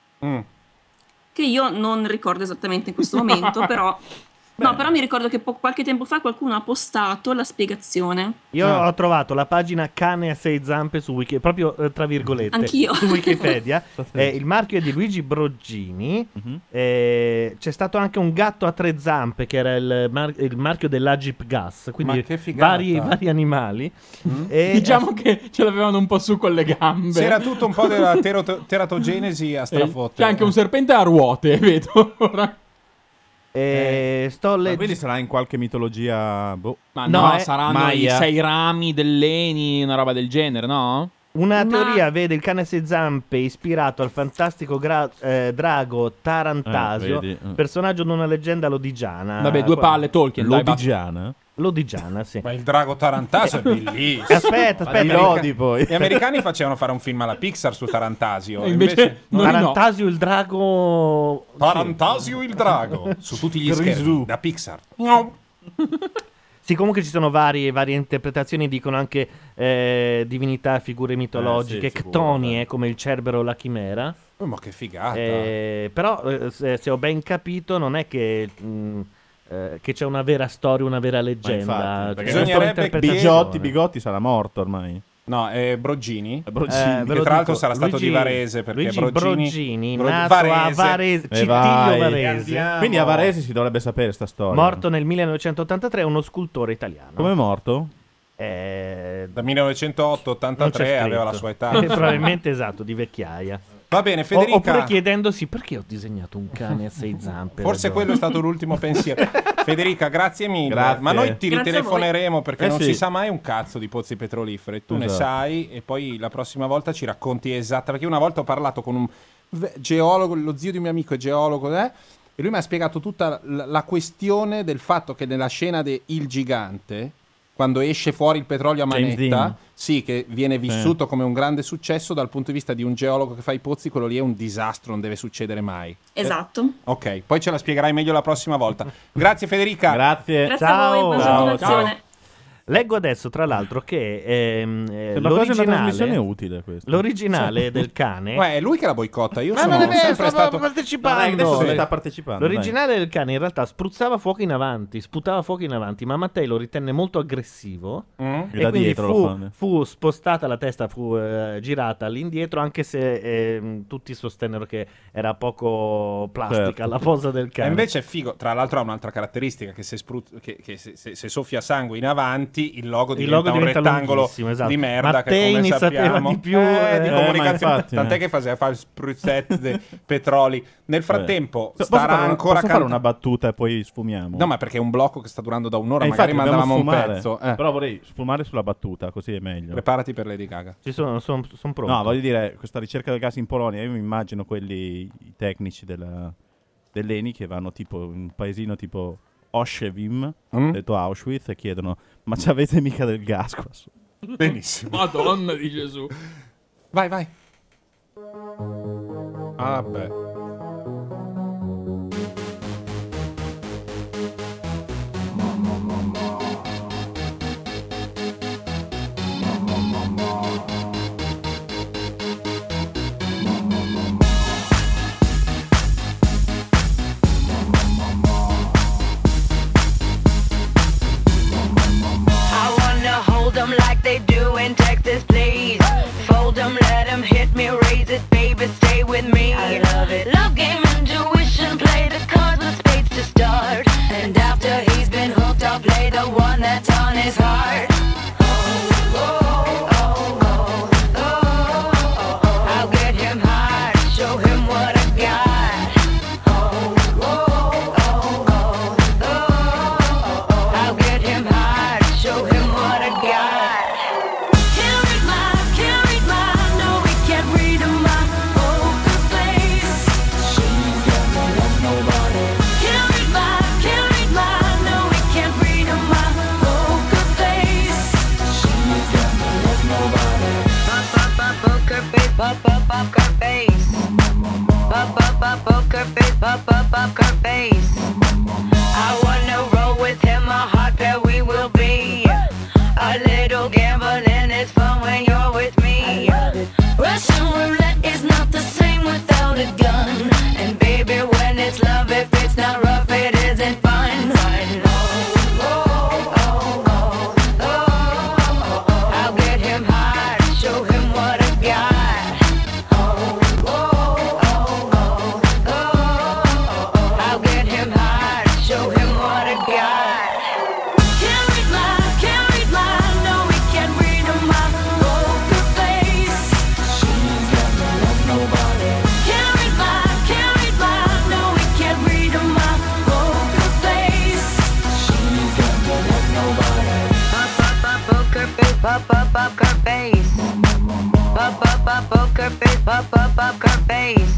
che io non ricordo esattamente in questo momento, però... No, però mi ricordo che qualche tempo fa qualcuno ha postato la spiegazione. Io ho trovato la pagina cane a 6 zampe su Wiki, proprio tra virgolette, Anch'io. su Wikipedia. Il marchio è di Luigi Broggini. C'è stato anche un gatto a 3 zampe che era il marchio dell'Agip Gas, quindi Ma che figata. vari animali. E Diciamo che ce l'avevano un po' su con le gambe. C'era tutto un po' della teratogenesi a strafottere. C'è anche un serpente a ruote, vedo. Ora. sto Ma quindi sarà in qualche mitologia. Boh. Ma No, no, è saranno Maya. i 6 rami dell'Eni, una roba del genere, no? Una Ma- teoria vede il cane a 6 zampe ispirato al fantastico drago Tarantasio, vedi. personaggio di una leggenda lodigiana. Vabbè, due palle Tolkien. dai, basta. Lodigiana? Lodigiana, sì. Ma il drago Tarantasio è bellissimo. Aspetta, Di Lodi poi. Gli americani facevano fare un film alla Pixar su Tarantasio. E invece noi no. Tarantasio il drago. Tarantasio il drago su tutti gli Grisù. schermi da Pixar. Sì, comunque ci sono varie interpretazioni, dicono anche divinità, figure mitologiche, sì, sicuro, ctonie come il Cerbero o la Chimera. Ma che figata. Però, se ho ben capito, non è che c'è una vera storia, una vera leggenda. infatti, perché Ci sono bisognerebbe interpretazioni. Bigotti sarà morto ormai. No, è Broggini. Broggini. ve Che lo tra l'altro dico, sarà stato Luigi- di Varese, perché Luigi Broggini- nato a Varese, Cittiglio vai. Varese, Andiamo. Quindi a Varese si dovrebbe sapere sta storia. morto nel 1983, è uno scultore italiano. Come è morto? Da 1908-83 Non c'è aveva la scritto. sua età. Probabilmente esatto, di vecchiaia. Va bene, Federica. Oppure chiedendosi perché ho disegnato un cane a 6 zampe. Forse ragione. quello è stato l'ultimo pensiero. Federica, grazie mille. Grazie. Ma noi ti Grazie a ritelefoneremo perché non sì. si sa mai un cazzo di pozzi petroliferi. Tu ne Esatto. sai e poi la prossima volta ci racconti esatta. Perché una volta ho parlato con un geologo, lo zio di un mio amico è geologo, e lui mi ha spiegato tutta la questione del fatto che nella scena de Il Gigante, quando esce fuori il petrolio a James manetta, Dean. sì, che viene vissuto come un grande successo dal punto di vista di un geologo che fa i pozzi, quello lì è un disastro, non deve succedere mai. Esatto. Ok, poi ce la spiegherai meglio la prossima volta. Grazie Federica. Grazie. Grazie Ciao. a voi, buona Ciao, continuazione. Leggo adesso, tra l'altro, che Sembra quasi una trasmissione utile questa. l'originale del cane. È lui che la boicotta. Io Ma sono non è vero, sempre stavo stato. partecipando. Dai, adesso Sì. si sta partecipando. L'originale del cane in realtà spruzzava fuoco in avanti, sputava fuoco in avanti, ma Mattei lo ritenne molto aggressivo. Mm? E E da quindi dietro lo fanno. fu spostata la testa, fu girata all'indietro, anche se tutti sostennero che era poco plastica Certo. la posa del E cane. invece è figo. Tra l'altro ha un'altra caratteristica: che se, se soffia sangue in avanti, il logo diventa un diventa rettangolo lunghissimo, esatto. di merda. Mattei che come ne sapeva sappiamo di più, di ma comunicazione. infatti, Tant'è che fa il spruzzette dei petroli. Nel frattempo, Posso starà fare ancora posso fare una battuta e poi sfumiamo? No, ma perché è un blocco che sta durando da un'ora. Infatti Magari mandavamo un dobbiamo pezzo. sfumare. Però vorrei sfumare sulla battuta, così è meglio. Preparati per Lady Gaga. Ci sono pronto. No, voglio dire, questa ricerca del gas in Polonia, io mi immagino quelli i tecnici dell'Eni che vanno tipo in un paesino tipo Oshevim, detto Auschwitz, e chiedono: ma ci avete mica del gas qua su? Benissimo. Madonna di Gesù. Vai, vai. Ah, beh. do in Texas, please. Fold 'em, let 'em hit me, raise it, baby, stay with me. I love it. Love game, intuition, play the cards with spades to start. And after he's been hooked, I'll play the one that's on his heart. I'll get him hard, show him what I got. I'll get him hard, show him what I got. Can't read my, no, we can't read my poker face. She's got no love, nobody. Can't read my, no, we can't read my poker face. She's got no love, nobody. Poker face, poker face. Poker face, poker face. I wanna roll with him, a hot pair we will be. A little gambling is fun when you're with me. Russian roulette is not the same without a gun. And baby, when it's love, if it's not rough, it isn't fun. I'll get him hard, show him what I got. I'll get him hard, show him what I got. Can't read my, no, we can't read my poker face. She's got no love, nobody. Can't read my, no, we can't read my poker face. She's got no love, nobody. Poker face, poker face. Poker face, poker face.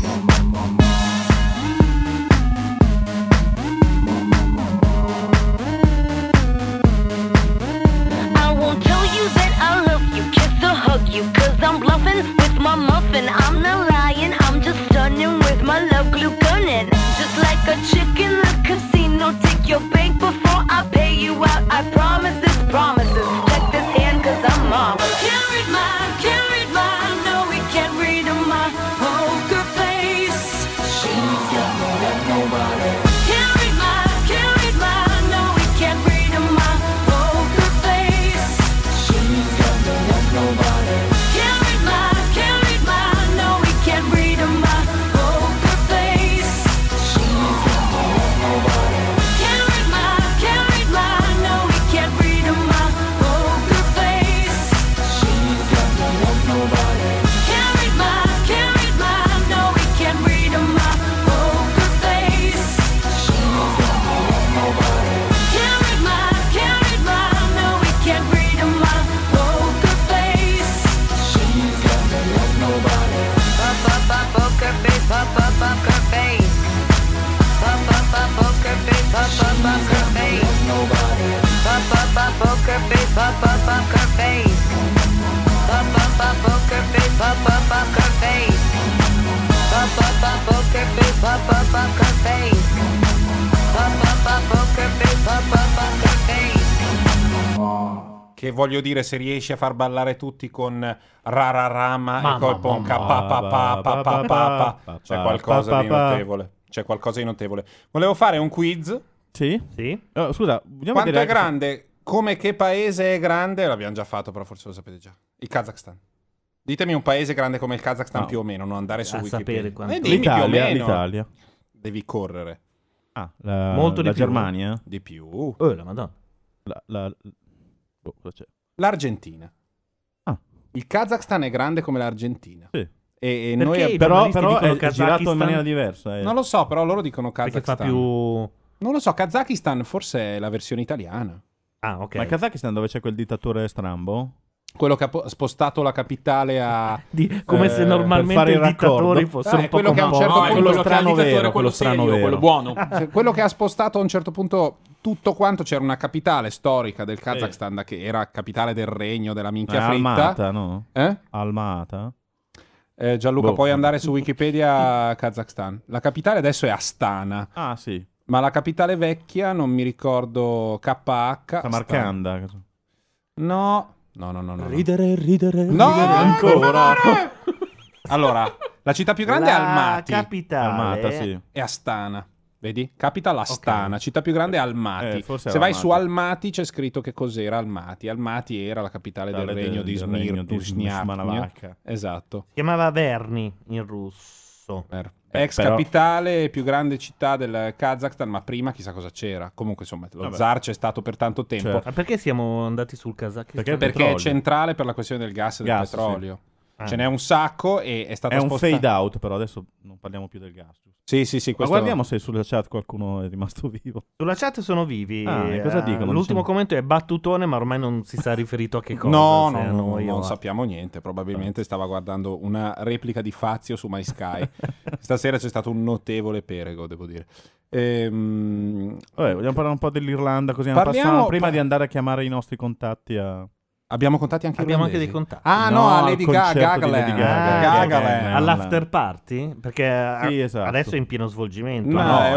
I won't tell you that I love you, kiss or hug you, 'cause I'm bluffing with my muffin. I'm not lying, I'm just stunning with my love glue gunning. Just like a chick in the casino, take your bank before I pay you out. I promise this promises. Check this hand 'cause I'm marvelous. Can't read my, no, we can't read my poker face. She's got no love, nobody. Can't read my, no, we can't read my poker face. She's got no love, nobody. Can't read my, no, we can't read my poker face. She's got no love, nobody. Can't read my, no, we can't read my poker face. She's got no love, nobody. Can't read my, no, we can't read my poker face. She's got no love, nobody. Can't read my, no, we can't read my poker face. She's got no love, nobody. Poker face, poker face. Poker face, poker face. Nobody. Poker face, poker face. Poker face, poker face. Poker face, poker face. Poker face, poker face. Che voglio dire, se riesci a far ballare tutti con Rararama e Mamma, col Ponca c'è qualcosa di notevole. C'è qualcosa di notevole. Volevo fare un quiz. Sì? Sì? Scusa, vogliamo Quanto vedere è grande? Come che paese è grande? L'abbiamo già fatto, però forse lo sapete già. Il Kazakhstan. Ditemi un paese grande come il Kazakhstan No. più o meno, non andare su A Wikipedia. sapere quanto. Dimmi più o l'Italia, meno. l'Italia. Devi correre. Molto di la più. Germania? Di più. La Madonna. Cosa c'è? L'Argentina. Ah. Il Kazakhstan è grande come l'Argentina. Sì. E Perché noi i Però, giornalisti però dicono è girato in Kazakistan? maniera diversa. non lo so, però loro dicono Perché Kazakhstan. fa più... Non lo so, Kazakistan forse è la versione italiana. Ah, ok. Ma il Kazakistan dove c'è quel dittatore strambo? Quello che ha spostato la capitale a... Come se per normalmente fare i il raccordo. dittatori fossero un po' quello che a un certo composti. punto- quello strano vero, quello strano serio, vero. quello buono. Quello che ha spostato a un certo punto tutto quanto, c'era una capitale storica del Kazakhstan, che era capitale del regno della minchia fritta. Almata, no? Eh? Almata? Gianluca, Boh. puoi andare su Wikipedia Kazakhstan. La capitale adesso è Astana, Ah, sì. ma la capitale vecchia non mi ricordo KH. Samarcanda. No. Ridere. No, ancora. Allora, la città più grande è La Almaty. capitale Almata, sì. E Astana. Vedi? Capital Astana, città più grande è Almaty. forse Se era vai su Almaty. Almaty c'è scritto che cos'era Almaty. Almaty era la capitale del regno di Smirne. Smirne. Esatto. Si chiamava Verni in russo. Ex però- capitale, più grande città del Kazakhstan, ma prima chissà cosa c'era. Comunque, insomma, lo Vabbè. zar c'è stato per tanto tempo. Certo. Ma perché siamo andati sul Kazakistan? Perché- Perché petrolio. è centrale per la questione del gas e del Gas, petrolio. Ah. Ce n'è un sacco e è stato È un spostato. fade out, però adesso non parliamo più del gas. giusto? Sì, sì, sì. Ma Questo... guardiamo se sulla chat qualcuno è rimasto vivo. Sulla chat sono vivi. Ah, e cosa dicono? L'ultimo Diciamo- commento è battutone, ma ormai non si sa riferito a che cosa. No, se no, a no, noi o non a- sappiamo niente. Probabilmente stava guardando una replica di Fazio su MySky. Stasera c'è stato un notevole perego, devo dire. Vabbè, vogliamo parlare un po' dell'Irlanda così Parliamo- prima di andare a chiamare i nostri contatti a... Abbiamo contatti anche Abbiamo anche irlandesi? dei contatti. Ah, No, no, a al Lady concerto Gaga. di Lady Gaga. Gagaland. All'after party? Perché Sì, esatto. adesso è in pieno svolgimento. No, no? è no,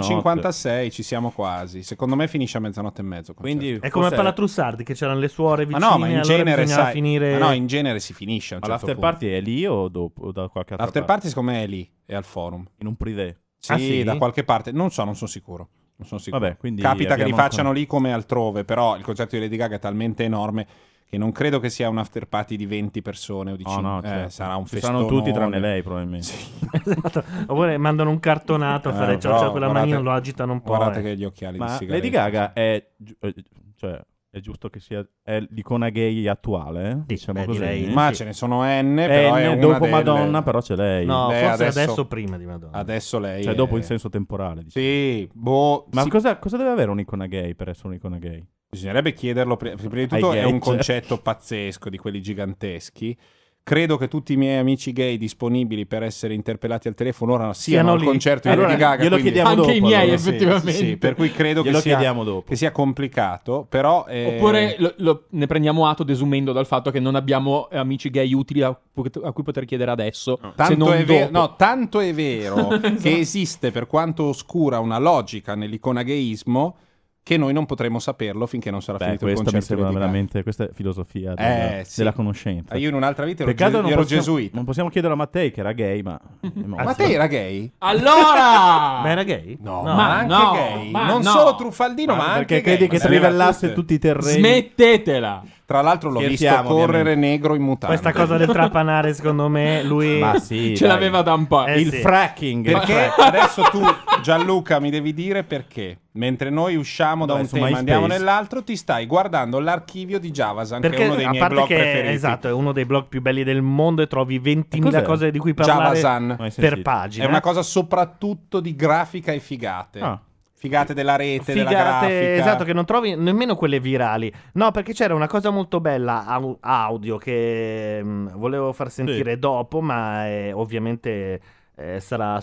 11.56, ci siamo quasi. Secondo me finisce a mezzanotte e mezzo. il concerto. Quindi È come forse- Palatrussardi che c'erano le suore Ma vicine. no, ma in allora genere bisognava sai, finire. ma no, in genere si finisce a un Ma certo l'after punto. party è lì o dopo o da qualche altra L'after parte? party secondo me è lì, è al forum. In un privé. Sì, Ah, sì? da qualche parte. Non so, non sono sicuro. Non sono sicuro. Vabbè, quindi Capita che li abbiamo facciano lì come altrove, però il concerto di Lady Gaga è talmente enorme che non credo che sia un after party di 20 persone o di No, 5. no, certo. Sarà un Ci festone. saranno tutti tranne lei probabilmente. Esatto. Oppure mandano un cartonato a fare però ciao, quella guardate- manina, lo agitano un po'. Guardate che gli occhiali Ma di Lady sigaretta. Gaga è cioè è giusto che sia è l'icona gay attuale, Sì, diciamo beh, così. direi. Ma sì. ce ne sono N, però è N, una dopo delle- Madonna però c'è lei. No, Beh, forse adesso- adesso prima di Madonna. Adesso lei Cioè è- dopo in senso temporale, diciamo. Sì, boh, Ma sì, cosa deve avere un'icona gay per essere un'icona gay? bisognerebbe chiederlo prima di tutto. Ai È gay, un cioè. concetto pazzesco di quelli giganteschi. Credo che tutti i miei amici gay disponibili per essere interpellati al telefono ora siano al lì. concerto di Allora, Lady Gaga. glielo quindi- chiediamo Anche dopo, i miei, allora. effettivamente. Sì, per cui credo Glielo che sia, chiediamo dopo. che sia complicato, però... Oppure ne prendiamo atto desumendo dal fatto che non abbiamo amici gay utili a cui poter chiedere adesso. Se Tanto non è, dopo. no, tanto è vero che esiste, per quanto oscura, una logica nell'icona gayismo che noi non potremo saperlo finché non sarà Beh, finito il questa mi concerto di sembra Lady Gaga. veramente questa è filosofia della, Sì. della conoscenza. Io in un'altra vita ero, Peccato non ero possiamo- gesuita. Non possiamo chiederlo a Mattei che era gay, ma Ma te era gay? Allora! Ma era gay? No, ma ma anche no, gay. ma non no. solo truffaldino, ma anche perché gay. credi che Ma sapeva trivellasse tutte. tutti i terreni? Smettetela! Tra l'altro l'ho visto Scherziamo, correre ovviamente. negro in mutande. Questa cosa del trapanare, secondo me, lui. Ma sì, Ce dai. l'aveva da un po'. Il sì. fracking. Perché adesso tu, Gianluca, mi devi dire perché. Mentre noi usciamo da Dai, un su tema e MySpace. andiamo nell'altro, ti stai guardando l'archivio di Javasan, che Perché è uno dei a miei parte blog che preferiti. esatto, è uno dei blog più belli del mondo e trovi 20.000 Cos'è? cose di cui parlare Javasan. Mai per sentito. pagina. È una cosa soprattutto di grafica e figate. Ah. Figate della rete, della Figate, grafica. esatto, che non trovi nemmeno quelle virali. No, perché c'era una cosa molto bella audio che volevo far sentire dopo, ma ovviamente sarà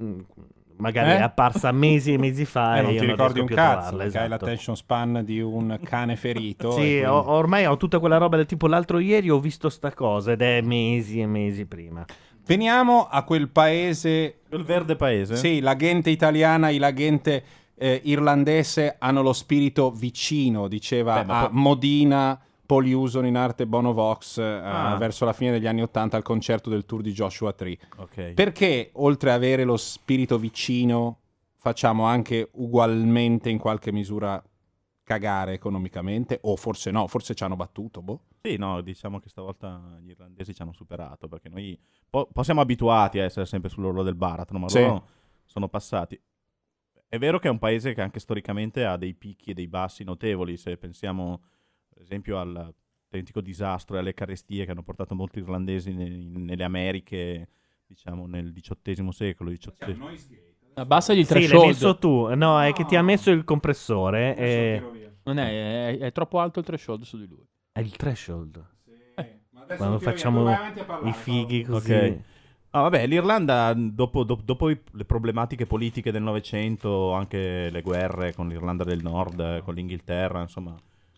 magari è apparsa mesi e mesi fa. Non e io ti ricordi un riesco più a cazzo, trovarla, perché hai esatto. l'attention span di un cane ferito. Sì, e quindi- ormai ho tutta quella roba del tipo l'altro ieri ho visto sta cosa ed è mesi e mesi prima. Veniamo a quel paese. Il verde paese? Sì, la gente italiana e la gente irlandese hanno lo spirito vicino, diceva Beh, ma a Modena Paul Hewson in arte Bono Vox Ah. verso la fine degli anni '80 al concerto del tour di Joshua Tree. Ok. Perché oltre ad avere lo spirito vicino facciamo anche ugualmente in qualche misura cagare economicamente? O forse no, forse ci hanno battuto, boh. Sì, no, diciamo che stavolta gli irlandesi ci hanno superato, perché noi siamo abituati a essere sempre sull'orlo del baratro, ma Sì. loro sono passati. È vero che è un paese che anche storicamente ha dei picchi e dei bassi notevoli, se pensiamo per esempio all'autentico disastro e alle carestie che hanno portato molti irlandesi nelle Americhe, diciamo nel XVIII secolo. Abbassagli il Sì, l'hai threshold. messo tu. No, è che ti ha messo il compressore. Non è troppo alto il threshold su di lui. È il threshold. Quando facciamo i fighi così. Ok. Ah, vabbè, l'Irlanda dopo le problematiche politiche del Novecento, anche le guerre con l'Irlanda del Nord, con l'Inghilterra, insomma,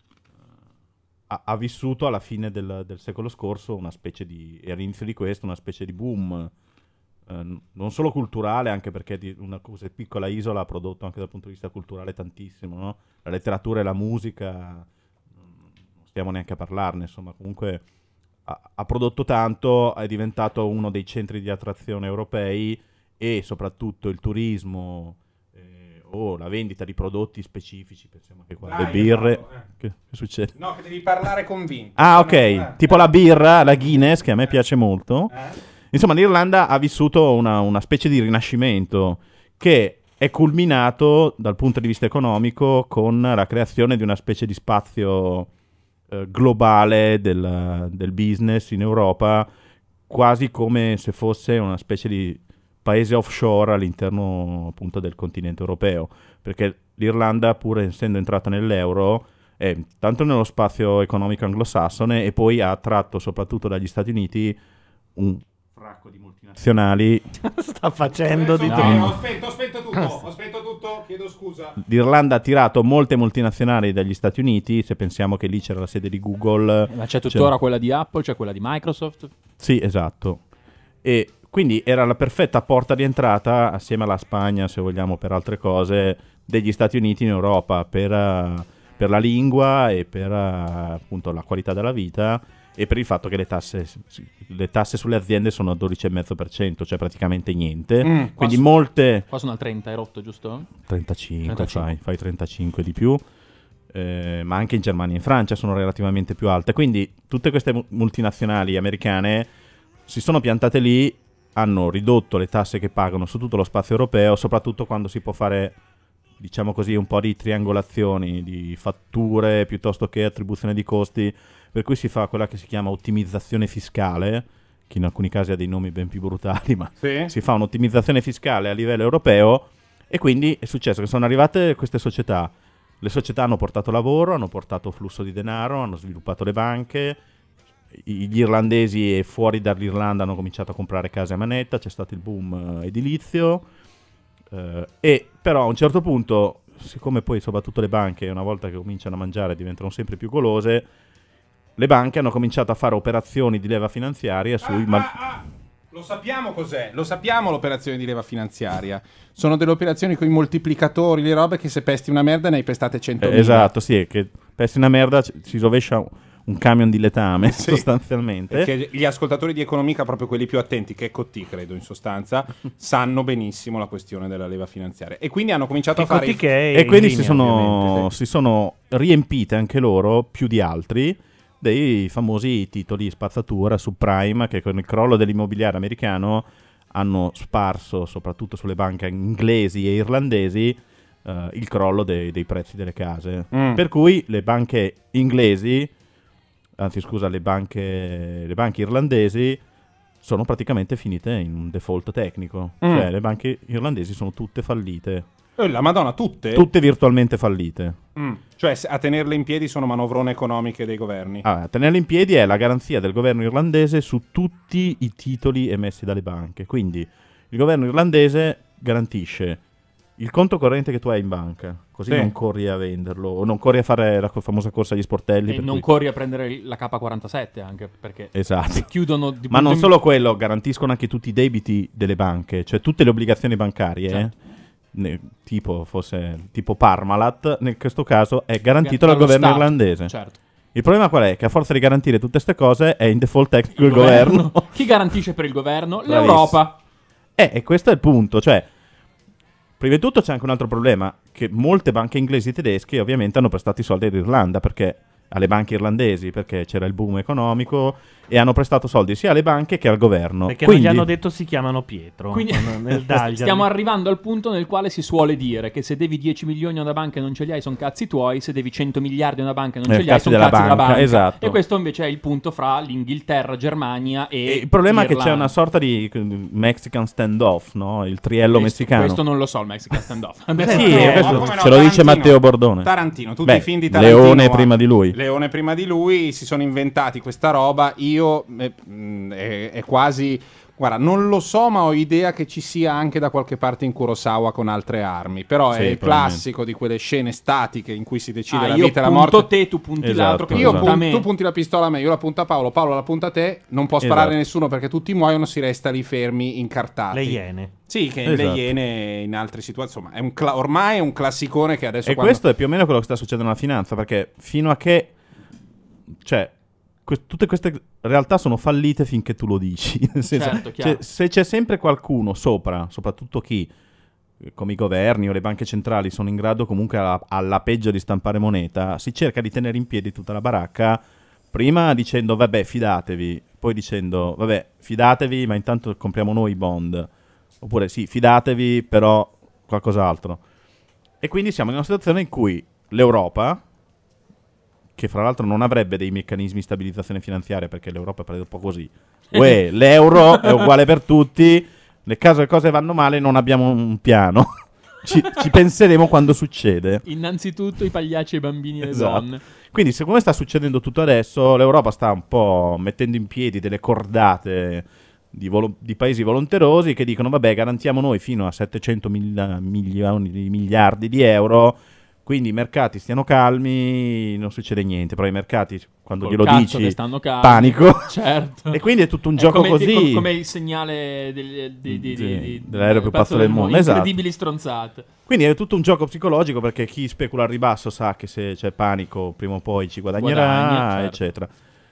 ha vissuto alla fine del secolo scorso una specie di, e all'inizio di questo, una specie di boom, non solo culturale, anche perché di una così piccola isola ha prodotto anche dal punto di vista culturale tantissimo, no? La letteratura e la musica, non stiamo neanche a parlarne, insomma, comunque ha prodotto tanto, è diventato uno dei centri di attrazione europei e soprattutto il turismo, o la vendita di prodotti specifici, pensiamo che qua Dai, le birre. Paolo, Che succede? No, che devi parlare convinto. Ah, ok, tipo la birra, la Guinness, che a me piace molto. Insomma, l'Irlanda ha vissuto una specie di rinascimento che è culminato dal punto di vista economico con la creazione di una specie di spazio globale del business in Europa, quasi come se fosse una specie di paese offshore all'interno appunto del continente europeo, perché l'Irlanda, pur essendo entrata nell'euro, è tanto nello spazio economico anglosassone e poi ha attratto soprattutto dagli Stati Uniti un fracco di multinazionali. Sta facendo di Adesso, tutto. ho spento tutto, chiedo scusa. L'Irlanda ha attirato molte multinazionali dagli Stati Uniti, se pensiamo che lì c'era la sede di Google. Ma c'è tuttora quella di Apple, c'è quella di Microsoft. Sì, esatto. E quindi era la perfetta porta di entrata, assieme alla Spagna, se vogliamo, per altre cose, degli Stati Uniti in Europa, per la lingua e per appunto la qualità della vita, e per il fatto che le tasse sulle aziende sono al 12,5%, cioè praticamente niente. Quindi Qua molte... Qua sono al 30, hai rotto, giusto? 35. Fai 35 di più. Ma anche in Germania e in Francia sono relativamente più alte. Quindi tutte queste multinazionali americane si sono piantate lì, hanno ridotto le tasse che pagano su tutto lo spazio europeo, soprattutto quando si può fare, diciamo così, un po' di triangolazioni di fatture piuttosto che attribuzione di costi, per cui si fa quella che si chiama ottimizzazione fiscale, che in alcuni casi ha dei nomi ben più brutali, ma Sì. si fa un'ottimizzazione fiscale a livello europeo, e quindi è successo che sono arrivate queste società. Le società hanno portato lavoro, hanno portato flusso di denaro, hanno sviluppato le banche, gli irlandesi fuori dall'Irlanda hanno cominciato a comprare case a manetta, c'è stato il boom edilizio, e però a un certo punto, siccome poi soprattutto le banche una volta che cominciano a mangiare diventano sempre più golose, le banche hanno cominciato a fare operazioni di leva finanziaria sui Lo sappiamo cos'è, lo sappiamo l'operazione di leva finanziaria. Sono delle operazioni con i moltiplicatori, le robe che se pesti una merda ne hai pestate 100.000. esatto, sì, è che pesti una merda, si rovescia un camion di letame, Sì. sostanzialmente. Perché gli ascoltatori di Economica, proprio quelli più attenti, che è Cotti credo in sostanza, sanno benissimo la questione della leva finanziaria. E quindi hanno cominciato a fare... E quindi si sono riempite anche loro, più di altri, dei famosi titoli spazzatura subprime, che con il crollo dell'immobiliare americano hanno sparso soprattutto sulle banche inglesi e irlandesi il crollo dei prezzi delle case. Per cui le banche inglesi, anzi scusa, le banche irlandesi sono praticamente finite in un default tecnico. Cioè le banche irlandesi sono tutte fallite. La Madonna, tutte? Tutte virtualmente fallite. Cioè a tenerle in piedi sono manovrone economiche dei governi. Tenerle in piedi è la garanzia del governo irlandese su tutti i titoli emessi dalle banche. Quindi il governo irlandese garantisce il conto corrente che tu hai in banca, così Sì. non corri a venderlo, o non corri a fare la famosa corsa agli sportelli. E per non cui- corri a prendere la K47 anche, perché Esatto. se chiudono di Ma non punto in- solo quello, garantiscono anche tutti i debiti delle banche, cioè tutte le obbligazioni bancarie, Certo. tipo Parmalat, in questo caso è garantito dal dallo governo Stato. irlandese. Certo. Il problema qual è? Che a forza di garantire tutte queste cose è in default tecnico il governo. Chi garantisce per il governo? Bravissimo. L'Europa. E questo è il punto, cioè prima di tutto c'è anche un altro problema, che molte banche inglesi e tedesche ovviamente hanno prestato i soldi all'Irlanda, perché alle banche irlandesi, perché c'era il boom economico, e hanno prestato soldi sia alle banche che al governo. Perché Quindi, non gli hanno detto si chiamano Pietro. Quindi Nel Dalgarno. stiamo arrivando al punto nel quale si suole dire che se devi 10 milioni a una banca e non ce li hai sono cazzi tuoi, se devi 100 miliardi a una banca e non ce li hai cazzi sono della cazzi della banca, banca. esatto. E questo invece è il punto fra l'Inghilterra, Germania e il problema è che c'è l'Irlanda. una sorta di Mexican standoff, no? Il triello messicano. Questo non lo so, il Mexican standoff. Sì, Adesso- questo come no, ce lo dice Tarantino. Matteo Bordone. Tarantino, tutti Beh, i film di Tarantino. Leone prima di lui. Leone prima di lui, si sono inventati questa roba. Io è quasi... Guarda, non lo so, ma ho idea che ci sia anche da qualche parte in Kurosawa con altre armi. Però Sì, è il probabilmente. classico di quelle scene statiche in cui si decide la io vita e la punto morte. te, tu punti Esatto, l'altro, che Io esatto. punta me. tu punti la pistola a me, io la punto a Paolo, Paolo la punta a te, non può sparare Esatto. nessuno perché tutti muoiono, si resta lì fermi, incartati. Le Iene. Sì, che Esatto. le Iene in altre situazioni. Insomma, è ormai è un classicone che adesso... E quando- questo è più o meno quello che sta succedendo nella finanza, perché fino a che... Cioè, tutte queste realtà sono fallite finché tu lo dici. Nel senso, Certo, chiaro. se c'è sempre qualcuno sopra, soprattutto chi come i governi o le banche centrali sono in grado comunque alla peggio di stampare moneta, si cerca di tenere in piedi tutta la baracca, prima dicendo vabbè fidatevi, poi dicendo vabbè fidatevi ma intanto compriamo noi i bond, oppure sì fidatevi però qualcos'altro. E quindi siamo in una situazione in cui l'Europa, che fra l'altro non avrebbe dei meccanismi di stabilizzazione finanziaria perché l'Europa è presa un po' così, uè, l'euro è uguale per tutti, nel caso le cose vanno male non abbiamo un piano, ci penseremo quando succede. Innanzitutto i pagliacci e i bambini e le Esatto. donne. Quindi siccome sta succedendo tutto adesso, l'Europa sta un po' mettendo in piedi delle cordate di paesi volonterosi che dicono vabbè garantiamo noi fino a 700 milioni di miliardi di euro, quindi i mercati stiano calmi, non succede niente, però i mercati quando Col glielo cazzo dici che stanno calmi. panico. Certo. E quindi è tutto un È gioco come, così come il segnale dell'aereo più pazzo del mondo, esatto. Incredibili stronzate. Quindi è tutto un gioco psicologico perché chi specula al ribasso sa che se c'è panico prima o poi ci guadagnerà, Guadagna, certo. eccetera.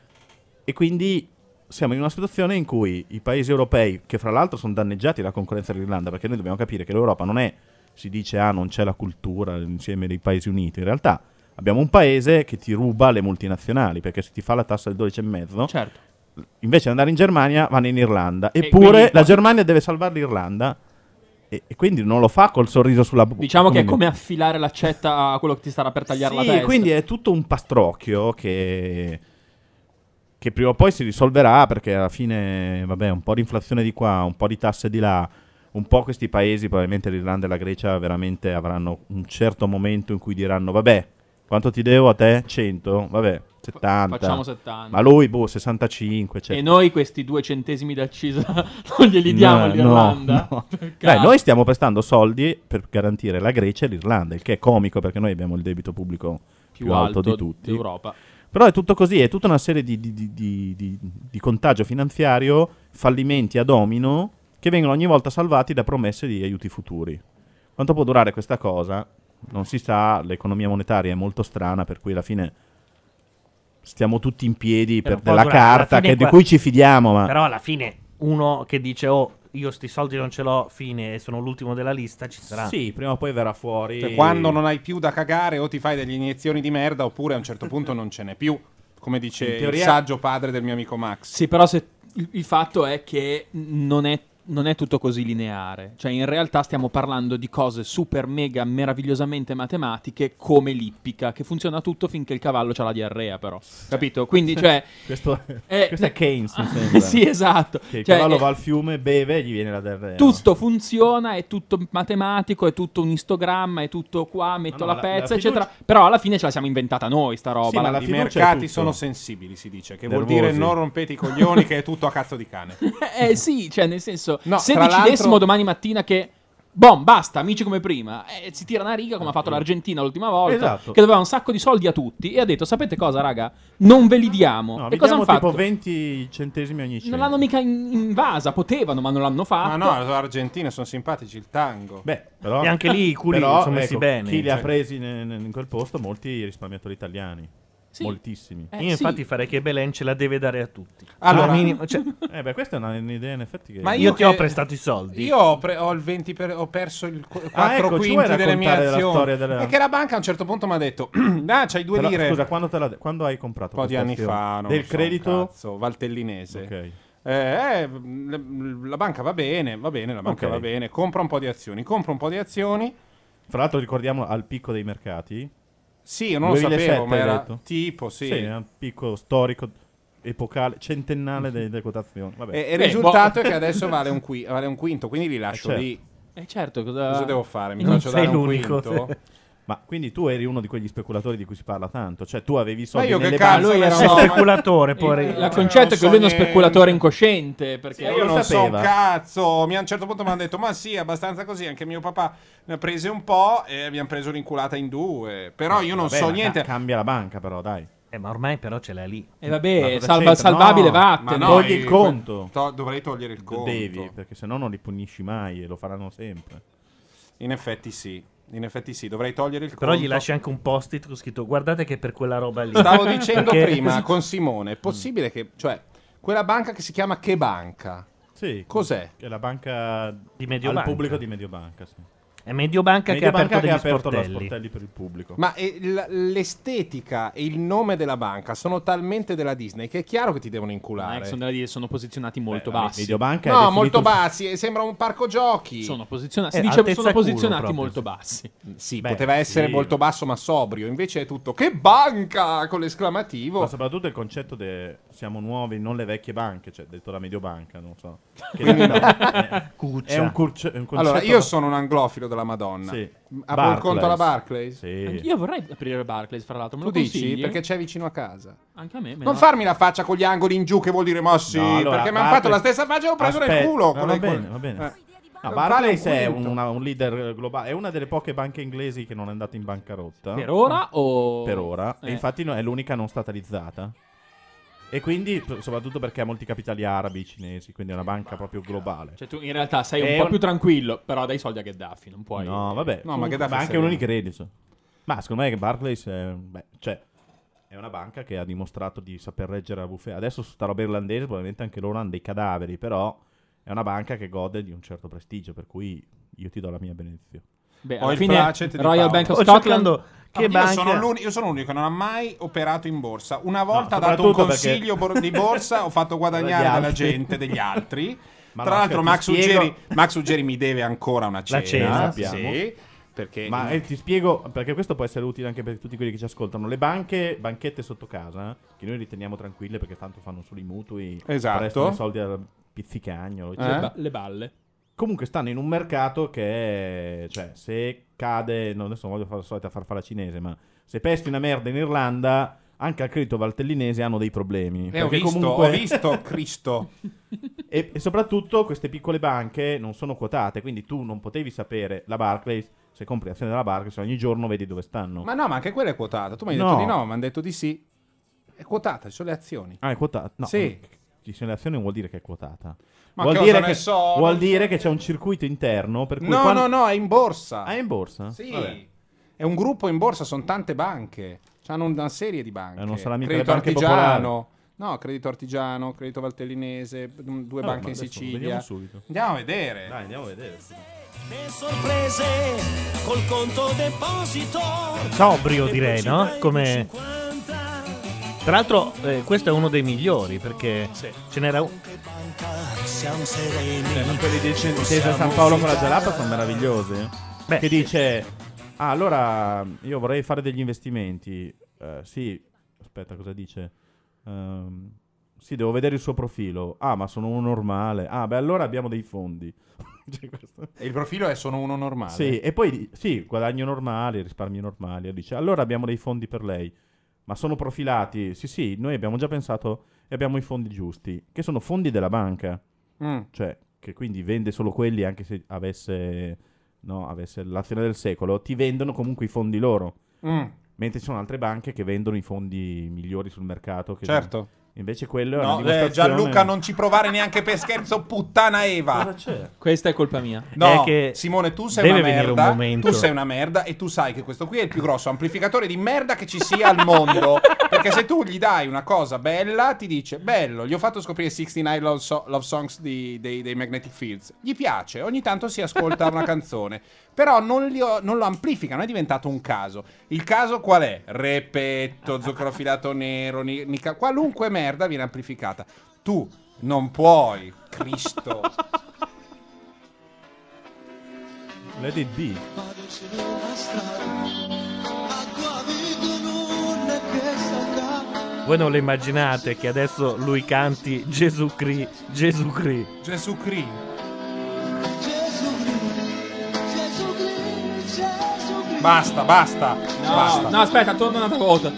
E quindi siamo in una situazione in cui i paesi europei, che fra l'altro sono danneggiati dalla concorrenza dell'Irlanda, perché noi dobbiamo capire che l'Europa non è, si dice non c'è la cultura insieme dei Paesi Uniti, in realtà abbiamo un paese che ti ruba le multinazionali, perché se ti fa la tassa del 12,5, Certo. invece di andare in Germania vanno in Irlanda, E eppure quindi- la Germania deve salvare l'Irlanda. E quindi non lo fa col sorriso sulla bocca. Diciamo che è come affilare l'accetta a quello che ti starà per tagliare la testa. Quindi è tutto un pastrocchio che prima o poi si risolverà, perché alla fine, vabbè, un po' di inflazione di qua, un po' di tasse di là, un po' questi paesi, probabilmente l'Irlanda e la Grecia, veramente avranno un certo momento in cui diranno, vabbè, quanto ti devo a te? 100? Vabbè, 70. Facciamo 70. Ma lui, 65, E noi questi 2 centesimi d'accisa non glieli diamo all'Irlanda? no. Peccato. Dai, noi stiamo prestando soldi per garantire la Grecia e l'Irlanda, il che è comico perché noi abbiamo il debito pubblico più alto di tutti. d'Europa. Però è tutto così, è tutta una serie di contagio finanziario, fallimenti a domino, che vengono ogni volta salvati da promesse di aiuti futuri. Quanto può durare questa cosa? Non si sa, l'economia monetaria è molto strana, per cui alla fine stiamo tutti in piedi per un po' della durare, alla carta fine di cui ci fidiamo, ma... Però alla fine uno che dice io sti soldi non ce l'ho, fine, e sono l'ultimo della lista, ci sarà. Sì, prima o poi verrà fuori. Cioè, quando non hai più da cagare o ti fai delle iniezioni di merda oppure a un certo punto non ce n'è più, come dice In teoria- il saggio padre del mio amico Max. Sì, però il fatto è che non è tutto così lineare. Cioè, in realtà stiamo parlando di cose super mega meravigliosamente matematiche come l'ippica, che funziona tutto finché il cavallo c'ha la diarrea, però. Capito? Quindi, cioè... questo è Keynes, mi sembra. Sì, esatto. Che il Cioè, cavallo va al fiume, beve e gli viene la diarrea. tutto funziona, è tutto matematico, è tutto un istogramma, è tutto qua, metto No, la la pezza, fiducia- eccetera. Però alla fine ce la siamo inventata noi, sta roba. Sì, ma la I fiducia è mercati tutto. sono sensibili, si dice, che Nervosi. vuol dire non rompete i coglioni che è tutto a cazzo di cane. Sì, cioè nel senso, No, se tra decidessimo l'altro- domani mattina che basta, amici come prima, si tira una riga come ha fatto l'Argentina l'ultima volta, Esatto. che doveva un sacco di soldi a tutti e ha detto sapete cosa raga, non ve li diamo. No, e vi cosa diamo hanno tipo fatto? 20 centesimi ogni cento. Non l'hanno mica invasa, potevano ma non l'hanno fatto. Ma no, le argentine sono simpatici, il tango. Beh, però, E anche lì i culi però, sono messi bene. Chi li ha Cioè, presi in quel posto? Molti risparmiatori italiani. Sì. Moltissimi. io infatti farei che Belen ce la deve dare a tutti. Allora- Al minimo, cioè, Beh, questa è un'idea in effetti che... Ma io ti ho che- prestato i soldi. Io ho il 20 ho perso il 4 ecco, ci quinti vuoi delle mie raccontare della azioni. storia della- E che la banca a un certo punto mi ha detto c'hai 2 Però, lire. scusa, quando hai comprato Un po' di questa anni azione? fa, non Del lo so, credito? un cazzo, valtellinese. Ok. La banca va bene, la banca Ok. va bene, compra un po' di azioni, Fra l'altro ricordiamo al picco dei mercati. Sì, io non lo 2007 sapevo, ma hai era detto? tipo, sì. Sì, è un picco storico, epocale, centennale delle quotazioni. Vabbè. E il risultato è che adesso vale un quinto, quindi li lascio certo. lì. Certo, Cosa devo fare? Mi Non faccio sei dare un l'unico, quinto? Ma quindi tu eri uno di quegli speculatori di cui si parla tanto? Cioè tu avevi i soldi io che nelle cazzo banche? ne È so, speculatore, Il poi. concetto è che non lui è uno so speculatore niente. incosciente, perché Io lo non so un sapeva. cazzo. A un certo punto mi hanno detto: ma sì, abbastanza così. Anche mio papà ne ha prese un po' e abbiamo preso l'inculata in due. Però io non Vabbè, so ma niente. cambia la banca però, dai. Ma ormai però ce l'hai lì. E Ma vabbè, cosa c'entra? salvabile No, vattene. Ma no, Togli il conto. Dovrei togliere il conto. Devi, perché se no non li punisci mai e lo faranno sempre. In effetti sì. Dovrei togliere il Però conto. gli lasci anche un post-it con scritto guardate che per quella roba lì. Stavo dicendo Perché- prima con Simone: è possibile che, cioè, quella banca che si chiama Che Banca? Sì. Cos'è? È la banca Di Mediobanca. al pubblico di Mediobanca, sì. È Mediobanca che ha aperto degli da sportelli. sportelli per il pubblico. Ma l'estetica e il nome della banca sono talmente della Disney che è chiaro che ti devono Non è inculare. che sono della Disney, sono posizionati molto bassi. Mediobanca è No, definito molto bassi, sembra un parco giochi. Sono posizionati, si Eh, dice altezza sono culo posizionati proprio, molto sì. bassi. Sì, Beh, poteva essere sì. molto basso ma sobrio, invece è tutto che banca con l'esclamativo. Ma soprattutto il concetto siamo nuovi, non le vecchie banche, cioè detto la Mediobanca, non so. Che Cuccia. è un concetto. Allora, io sono un anglofilo della Madonna. Sì. Apro il conto alla Barclays? Sì. Io vorrei aprire Barclays, fra l'altro. Me Tu lo dici? consigli? Perché c'è vicino a casa. Anche a me. Non farmi la faccia con gli angoli in giù che vuol dire ma sì, No, allora, perché mi hanno fatto la stessa faccia e l'ho preso nel Aspetta, culo. no, con va le- bene, va bene. Non Barclays vale è un quinto. un leader globale, è una delle poche banche inglesi che non è andata in bancarotta. Per ora o... Per ora. E Eh. infatti è l'unica non statalizzata. E quindi, soprattutto perché ha molti capitali arabi, cinesi, quindi è una banca proprio globale. Cioè tu in realtà sei È un po' un- più tranquillo, però dai soldi a Gheddafi, non puoi... No, vabbè. No, ma Gheddafi anche è un sereno. Unicredit. Ma secondo me Barclays è una banca che ha dimostrato di saper reggere la bufera. Adesso su sta roba irlandese probabilmente anche loro hanno dei cadaveri, però è una banca che gode di un certo prestigio, per cui io ti do la mia benedizione. Beh, Ho alla il fine placet di Royal Paolo. Bank of Sto Scotland... cercando che Io banche... io sono l'unico che non ha mai operato in borsa. Una volta ha No, dato un soprattutto consiglio di borsa, ho fatto guadagnare Degli della altri. gente, degli altri. Ma Tra no, l'altro ti Max spiego- Uggeri mi deve ancora una cena. cena, sappiamo. Sì, perché Ma ti spiego, perché questo può essere utile anche per tutti quelli che ci ascoltano. Le banchette sotto casa, che noi riteniamo tranquille perché tanto fanno solo i mutui, Esatto. prestano i soldi al pizzicagnolo, eccetera. Le balle. Comunque stanno in un mercato che è, cioè, se cade, no, adesso non voglio fare la solita farfalla cinese, ma se pesti una merda in Irlanda, anche al credito valtellinese hanno dei problemi. ho Perché visto, comunque- ho visto, Cristo. e soprattutto queste piccole banche non sono quotate, quindi tu non potevi sapere la Barclays, se compri azioni della Barclays ogni giorno vedi dove stanno. Ma no, ma anche quella è quotata. Tu mi hai No. detto di no, mi hanno detto di sì. È quotata, ci sono le azioni. Ah, è quotata? No, Sì. Ci sono le azioni non vuol dire che è quotata. Ma vuol cosa dire, ne che, so, vuol non dire so. che c'è un circuito interno per cui No, quando- no, è in borsa. Ah, è in borsa? Sì. Vabbè. È un gruppo in borsa, sono tante banche. Hanno una serie di banche. Non sarà mica Credito le banche Artigiano. No, Credito Artigiano, Credito Valtellinese, due Vabbè, banche ma in adesso Sicilia. vediamo subito. Andiamo a vedere. Dai, andiamo a vedere. Le sorprese col conto deposito. Sobrio, direi, no? Come... 50. Tra l'altro, questo è uno dei migliori, perché ce n'era un... Che banca siamo sereni. Ma quelli di Intesa San Paolo con la Jalapa sono meravigliosi. Beh, che sì. dice: ah, allora io vorrei fare degli investimenti. Sì, aspetta, cosa dice? Sì, devo vedere il suo profilo. Ah, ma sono uno normale. Ah, beh, allora abbiamo dei fondi. Cioè, questo- E il profilo è sono uno normale. Sì, e poi sì, guadagno normali, risparmi normali. E dice: allora abbiamo dei fondi per lei. Ma sono profilati? Sì, noi abbiamo già pensato e abbiamo i fondi giusti, che sono fondi della banca. Mm. Cioè, che quindi vende solo quelli anche se avesse l'azione del secolo, ti vendono comunque i fondi loro. Mm. Mentre ci sono altre banche che vendono i fondi migliori sul mercato. Che Certo. Invece quello è una No, dimostrazione... Gianluca, non ci provare neanche per scherzo, puttana Eva. Cosa c'è? Questa è colpa mia. No, È che Simone, tu sei deve una venire un merda. momento. Tu sei una merda e tu sai che questo qui è il più grosso amplificatore di merda che ci sia al mondo. Perché se tu gli dai una cosa bella, ti dice bello. Gli ho fatto scoprire 69 Love Songs dei Magnetic Fields. Gli piace, ogni tanto si ascolta una canzone. Però non lo amplifica, non è diventato un caso. Il caso qual è? Repetto, zucchero filato nero, qualunque merda viene amplificata. Tu non puoi, Cristo. Let it be. Voi non lo immaginate che adesso lui canti Gesù Cri, Gesù Cri. Gesù Cristo. Basta, basta, basta. No, aspetta, torna un'altra volta.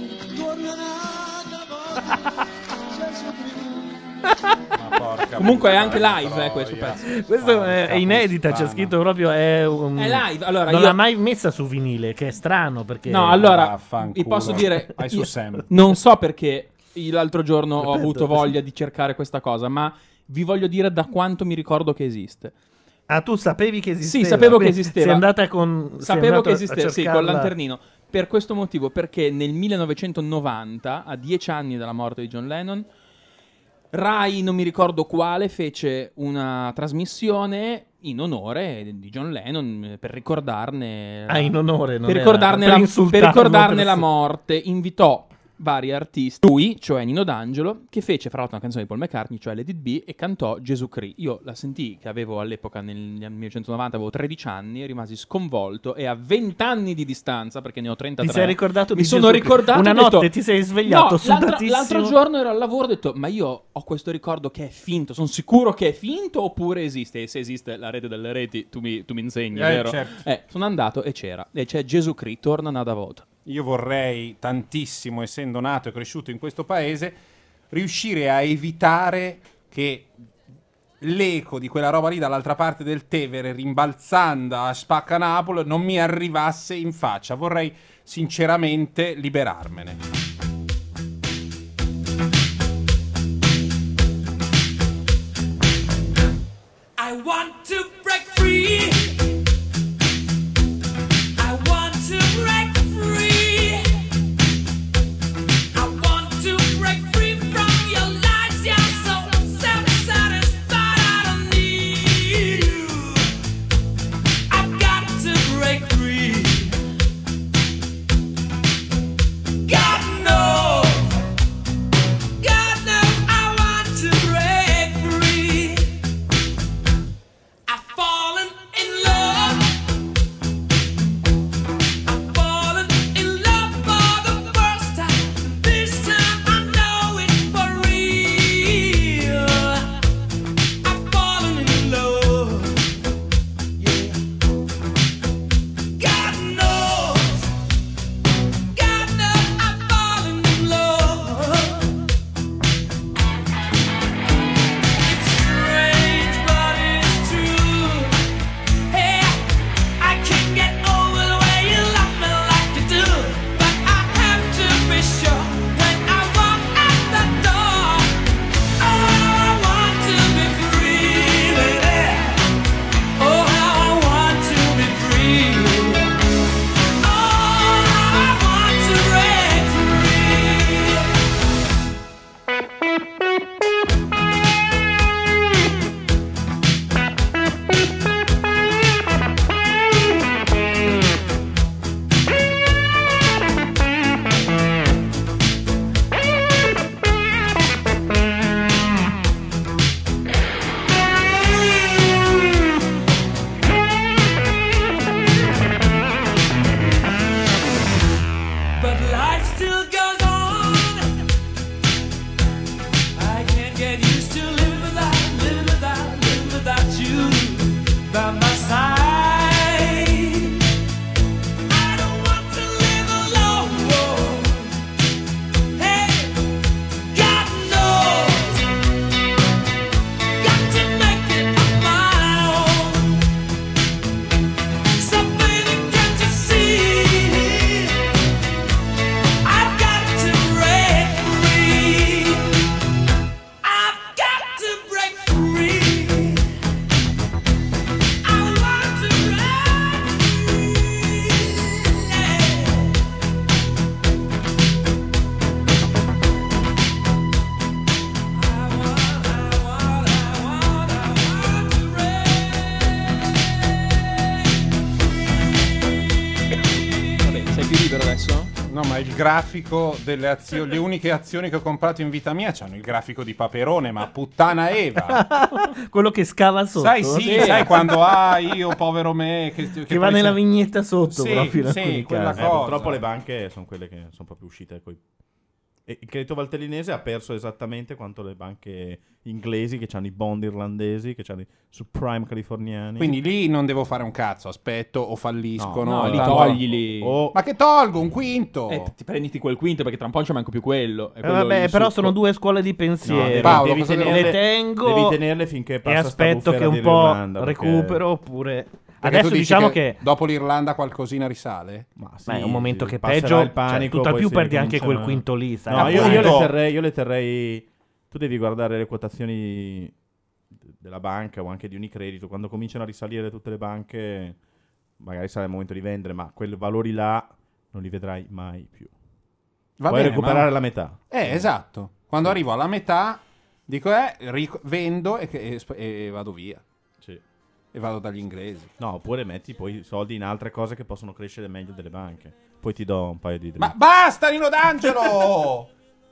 Ma porca Comunque è puttana, anche live, troia. questo pezzo. Questo è inedita, c'è puttana. scritto proprio È live, allora non io- l'ha mai messa su vinile, che è strano perché No, allora, Vaffanculo. vi posso dire... Vai su io Sam. non so perché l'altro giorno ho avuto voglia di cercare questa cosa, ma vi voglio dire da quanto mi ricordo che esiste. Ah, tu sapevi che esisteva? Sì, sapevo che Quindi esisteva. Sei andata con sei Sapevo andato che a esisteva, sì, cercarla. col lanternino. Per questo motivo, perché nel 1990, a 10 anni dalla morte di John Lennon, Rai, non mi ricordo quale, fece una trasmissione in onore di John Lennon, per ricordarne in onore, non per era- ricordarne, per per insultarlo, ricordarne per- la morte. Invitò vari artisti, lui, cioè Nino D'Angelo, che fece fra l'altro una canzone di Paul McCartney, cioè Let It Be, e cantò Gesù Cristo. Io la sentii, che avevo all'epoca, negli anni 1990, avevo 13 anni, e rimasi sconvolto, e a 20 anni di distanza, perché ne ho 33, Ti sei ricordato mi di sono Gesù ricordato Cristo. Una e ho detto, notte ti sei svegliato no, sudatissimo. l'altro giorno ero al lavoro, ho detto, ma io ho questo ricordo che è finto, sono sicuro che è finto oppure esiste? E se esiste la rete delle reti, tu mi insegni, vero? Certo. Sono andato e c'era, e c'è Gesù Cristo, torna nada volta. Io vorrei tantissimo, essendo nato e cresciuto in questo paese, riuscire a evitare che l'eco di quella roba lì dall'altra parte del Tevere, rimbalzando a Spaccanapoli, non mi arrivasse in faccia. Vorrei sinceramente liberarmene. I want to break free. I want to break free. I want to break free from your lies. You're so self-satisfied. I don't need you. I've got to break free. God knows. God knows I want to break free. I've fallen in love. I've fallen in love for the first time. This time I know it's for real. I've fallen in love. Yeah. God knows. God knows I've fallen in love. It's strange, but it's true. Hey, I can't get over the way you love me like you do. But I have to be sure when I walk out the door. Oh, I want to be free, baby. Oh, how I want to be free. Oh, I want to break free. But life still goes on. I can't get used to living without you by my side. I don't want to live alone. Hey, God knows. Got to make it on my own. So baby, can't you see? I've got to break free. I've got to break free. I want to break free. Vabbè, sei più libero adesso? No, ma il grafico delle azioni, le uniche azioni che ho comprato in vita mia c'hanno il grafico di Paperone, ma puttana Eva. Quello che scava sotto. Sai, sì, sai quando io, povero me, che Che va poi nella c'è- vignetta sotto, Sì, proprio in sì, alcuni quella casi. cosa. Purtroppo le banche sono quelle che sono proprio uscite coi... E il credito valtellinese ha perso esattamente quanto le banche inglesi, che hanno i bond irlandesi, che hanno i subprime californiani. Quindi lì non devo fare un cazzo, aspetto o falliscono. No, e li tanto- toglili. O- Ma che tolgo? Un quinto? Ti prenditi quel quinto, perché tra un po' non c'è manco più quello. È quello Vabbè, il però succo. sono due scuole di No, pensiero. Paolo, devi cosa devo- tenerle, le tengo devi tenerle finché e passa sta aspetto che bufera un po' dell'Irlanda, perché- recupero, oppure... Perché Adesso tu dici diciamo che... dopo l'Irlanda qualcosina risale? Ma sì, Beh, è un momento che passerà peggio, il panico, cioè, tutt'al poi più si perdi anche ricomincerà. quel quinto lì, sai? No, io Appunto. le terrei. Tu devi guardare le quotazioni della banca o anche di Unicredito. Quando cominciano a risalire tutte le banche, magari sarà il momento di vendere, ma quei valori là non li vedrai mai più. Va Puoi bene, recuperare ma- la metà. Esatto. Quando arrivo alla metà, dico, vendo e vado via. Sì. e vado dagli inglesi. No, oppure metti poi i soldi in altre cose che possono crescere meglio delle banche. Poi ti do un paio di dritte. Ma basta, Nino D'Angelo!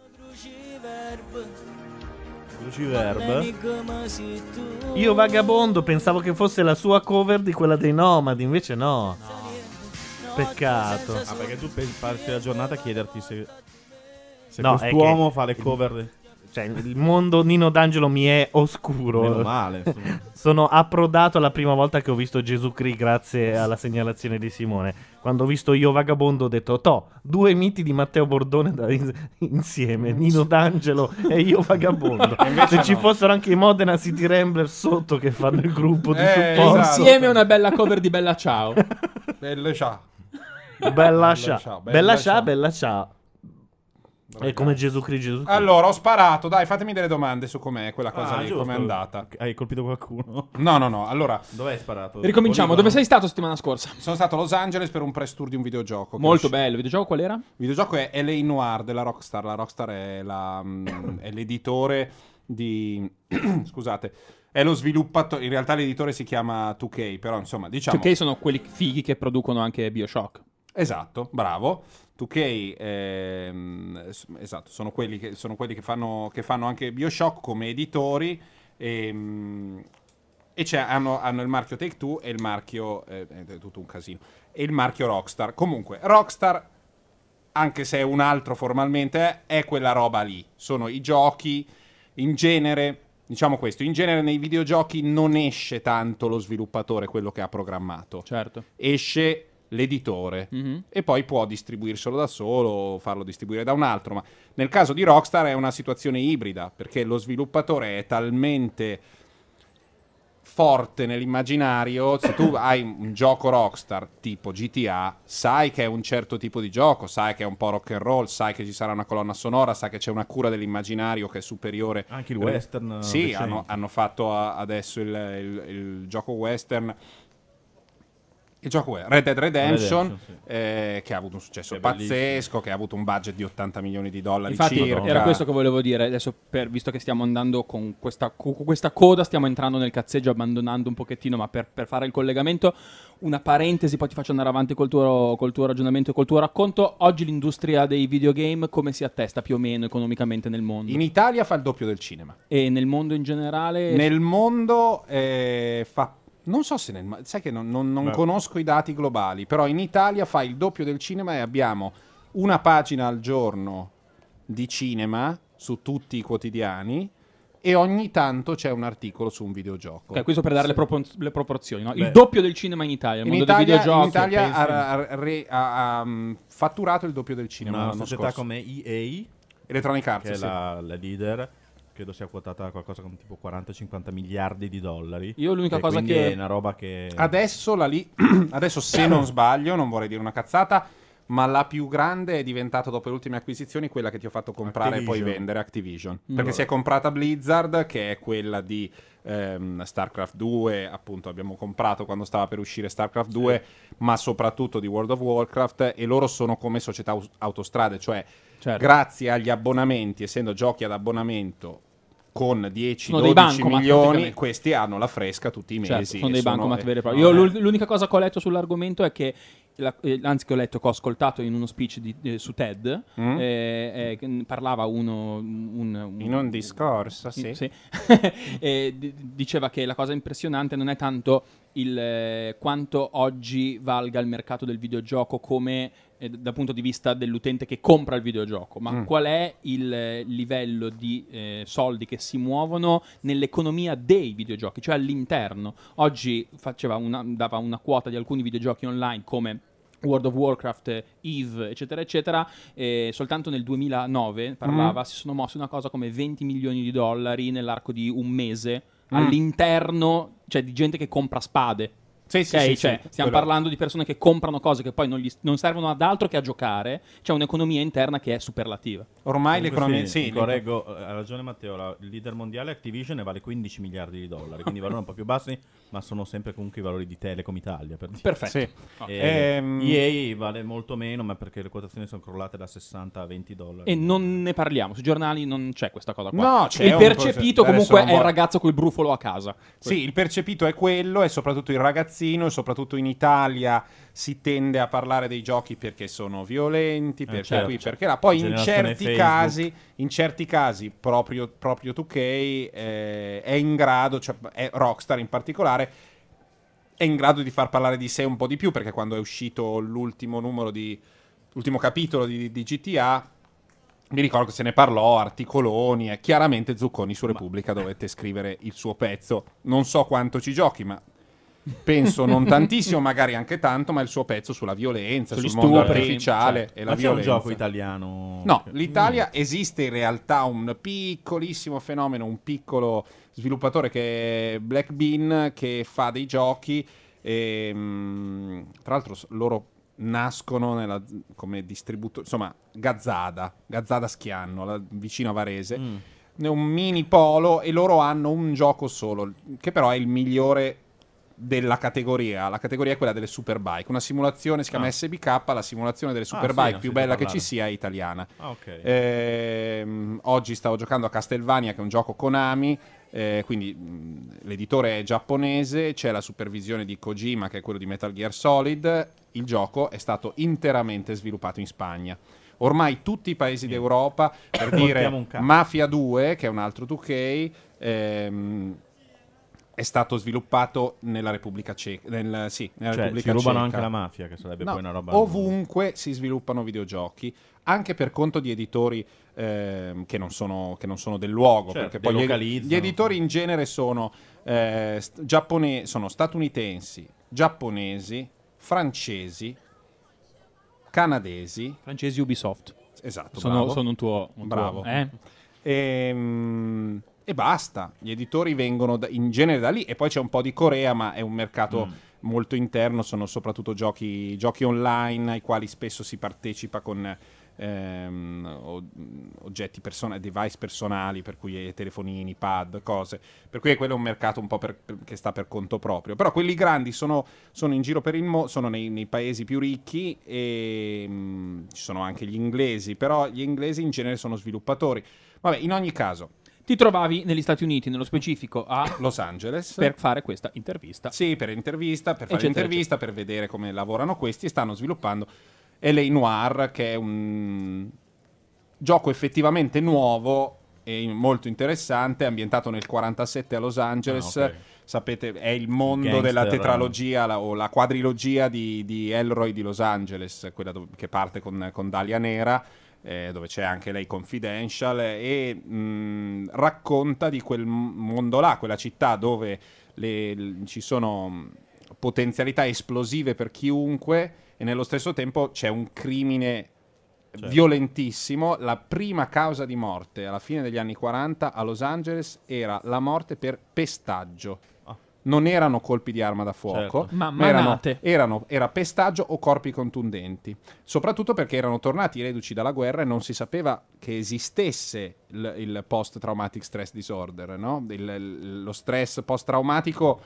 Cruciverb. Io vagabondo pensavo che fosse la sua cover di quella dei Nomadi, invece no. Peccato. Ah, perché tu passi la giornata a chiederti se No, è quest'uomo che- fa le cover. Cioè, il mondo Nino D'Angelo mi è oscuro. Meno male, insomma. Sono approdato la prima volta che ho visto Gesù Cristo grazie alla segnalazione di Simone. Quando ho visto Io Vagabondo ho detto, due miti di Matteo Bordone insieme, Nino D'Angelo e Io Vagabondo. Se ci fossero anche i Modena City Rambler sotto che fanno il gruppo di supporto. esatto. Insieme a una bella cover di Bella Ciao. Bello ciao. Bella ciao. ciao, Bella ciao, ciao. bella ciao. È come Gesù Cristo. Allora, ho sparato, dai, fatemi delle domande su com'è quella cosa Ah, lì, giusto. com'è andata. Hai colpito qualcuno? No, allora, Dove hai sparato? Ricominciamo. Dove sei stato settimana scorsa? sono stato a Los Angeles per un press tour di un videogioco. che Molto è uscito. bello. Il videogioco qual era? Il videogioco è LA Noire della Rockstar. La Rockstar è, è l'editore di... Scusate. È lo sviluppatore, in realtà l'editore si chiama 2K, però insomma, diciamo... 2K sono quelli fighi che producono anche BioShock. Esatto, bravo. 2K, esatto, sono quelli che fanno anche BioShock come editori e hanno il marchio Take-Two e il marchio è tutto un casino. E il marchio Rockstar. Comunque, Rockstar, anche se è un altro formalmente, è quella roba lì. Sono i giochi, in genere, diciamo questo, in genere nei videogiochi non esce tanto lo sviluppatore, quello che ha programmato. Certo. Esce l'editore e poi può distribuirselo da solo o farlo distribuire da un altro, ma nel caso di Rockstar è una situazione ibrida perché lo sviluppatore è talmente forte nell'immaginario. Se tu hai un gioco Rockstar tipo GTA, sai che è un certo tipo di gioco, sai che è un po' rock and roll, sai che ci sarà una colonna sonora, sai che c'è una cura dell'immaginario che è superiore. Anche il western. Sì, recente. hanno fatto adesso il gioco western. Il gioco è Red Dead Redemption, sì. che ha avuto un successo È pazzesco, che ha avuto un budget di $80 milioni Infatti circa. era questo che volevo dire. Adesso, visto che stiamo andando con questa coda, stiamo entrando nel cazzeggio, abbandonando un pochettino, ma per fare il collegamento, una parentesi, poi ti faccio andare avanti col tuo ragionamento e col tuo racconto. Oggi l'industria dei videogame come si attesta più o meno economicamente nel mondo? In Italia fa il doppio del cinema. E nel mondo in generale? Nel mondo fa... Non so se sai che non conosco i dati globali, però in Italia fa il doppio del cinema e abbiamo una pagina al giorno di cinema su tutti i quotidiani e ogni tanto c'è un articolo su un videogioco. Ok, questo per dare le proporzioni, no? Il Beh. doppio del cinema in Italia, il In mondo Italia, dei videogiochi. in Italia pensi? ha fatturato il doppio del cinema Una l'anno società scorso. come EA, Electronic Arts, che è sì. la leader, credo sia quotata a qualcosa come tipo 40-50 miliardi di dollari. Io l'unica cosa quindi che- è una roba che... Adesso adesso se non sbaglio, non vorrei dire una cazzata, ma la più grande è diventata dopo le ultime acquisizioni quella che ti ho fatto comprare e poi Activision. vendere, Activision. Perché si è comprata Blizzard, che è quella di StarCraft 2, appunto abbiamo comprato quando stava per uscire StarCraft 2, ma soprattutto di World of Warcraft, e loro sono come società autostrade, cioè Certo. grazie agli abbonamenti, essendo giochi ad abbonamento con 10-12 Sono dei bancomat, milioni, praticamente. questi hanno la fresca tutti i mesi. Certo, sono e dei bancomat veri e propri. no, Io l'unica cosa che ho letto sull'argomento è che, anzi che ho letto, che ho ascoltato in uno speech su TED, che parlava in un discorso, sì. sì. E diceva che la cosa impressionante non è tanto quanto oggi valga il mercato del videogioco come dal punto di vista dell'utente che compra il videogioco, ma qual è il livello di soldi che si muovono nell'economia dei videogiochi, cioè all'interno. Oggi dava una quota di alcuni videogiochi online come World of Warcraft, EVE, eccetera, eccetera, e soltanto nel 2009 si sono mossi una cosa come 20 milioni di dollari nell'arco di un mese all'interno, cioè di gente che compra spade. Sì, sì, Ok? sì, Cioè, sì, stiamo quello- parlando di persone che comprano cose che poi non servono ad altro che a giocare. C'è un'economia interna che è superlativa. Ormai Comunque l'economia... sì, Sì, correggo, ha ragione Matteo, il leader mondiale Activision ne vale 15 miliardi di dollari, quindi valori un po' più bassi, ma sono sempre comunque i valori di Telecom Italia. Per dire. Perfetto. Sì. EA vale molto meno, ma perché le quotazioni sono crollate da 60 a 20 dollari. E non ne parliamo. Sui giornali non c'è questa cosa qua. No, c'è il un percepito po', adesso comunque non è il voglio- ragazzo col brufolo a casa. Sì, il percepito è quello, e soprattutto il ragazzino, e soprattutto in Italia si tende a parlare dei giochi perché sono violenti, perché certo, qui, certo. perché là. Poi Generazione in certi casi proprio 2K è in grado, cioè è Rockstar in particolare, è in grado di far parlare di sé un po' di più, perché quando è uscito l'ultimo capitolo di GTA, mi ricordo che se ne parlò, articoloni, e chiaramente Zucconi su Repubblica dovette scrivere il suo pezzo. Non so quanto ci giochi, ma penso non tantissimo, magari anche tanto, ma il suo pezzo sulla violenza, Sugli sul mondo stupri, artificiale certo. e la Ma c'è violenza. un gioco italiano? No, l'Italia esiste in realtà un piccolissimo fenomeno, un piccolo sviluppatore che è Black Bean, che fa dei giochi e, tra l'altro loro nascono come distributore, insomma, Gazzada Schianno, vicino a Varese. È un mini polo e loro hanno un gioco solo, che però è il migliore della categoria. La categoria è quella delle superbike, una simulazione, si chiama SBK, la simulazione delle superbike sì, più ho bella sentito che ci parlare. sia, è italiana. Ah, ok. Oggi stavo giocando a Castlevania, che è un gioco Konami, quindi l'editore è giapponese, c'è la supervisione di Kojima, che è quello di Metal Gear Solid. Il gioco è stato interamente sviluppato in Spagna. Ormai tutti i paesi d'Europa, per dire Contiamo un cazzo. Mafia 2, che è un altro 2K, è stato sviluppato nella Repubblica Ceca. Nella Cioè, Repubblica ci rubano Ceca. anche la mafia, che sarebbe No, poi una roba... ovunque si sviluppano videogiochi, anche per conto di editori che non sono del luogo, Certo, perché poi delocalizzano. gli editori in genere sono sono statunitensi, giapponesi, francesi, canadesi. Francesi Ubisoft. Esatto, Sono bravo. un tuo... Bravo. eh? E basta, gli editori vengono in genere da lì, e poi c'è un po' di Corea, ma è un mercato molto interno, sono soprattutto giochi online ai quali spesso si partecipa con oggetti device personali, per cui telefonini, pad, cose, per cui quello è un mercato un po' che sta per conto proprio. Però quelli grandi sono in giro per il mondo, sono nei paesi più ricchi, e ci sono anche gli inglesi, però gli inglesi in genere sono sviluppatori. Vabbè, in ogni caso, Ti trovavi negli Stati Uniti, nello specifico a Los Angeles per fare questa intervista. Sì, per fare Eccetera, l'intervista, per vedere come lavorano questi, e stanno sviluppando L.A. Noire, che è un gioco effettivamente nuovo e molto interessante, ambientato nel 47 a Los Angeles. Ah, ok. Sapete, è il mondo Gangster, della tetralogia o la quadrilogia di Elroy di Los Angeles, quella che parte con Dahlia Nera, dove c'è anche lei Confidential, e racconta di quel mondo là, quella città dove ci sono potenzialità esplosive per chiunque, e nello stesso tempo c'è un crimine violentissimo. La prima causa di morte alla fine degli anni 40 a Los Angeles era la morte per pestaggio. Non erano colpi di arma da fuoco, Certo. Ma erano, manate. era pestaggio o corpi contundenti. Soprattutto perché erano tornati reduci dalla guerra e non si sapeva che esistesse il post-traumatic stress disorder, no? Lo stress post-traumatico,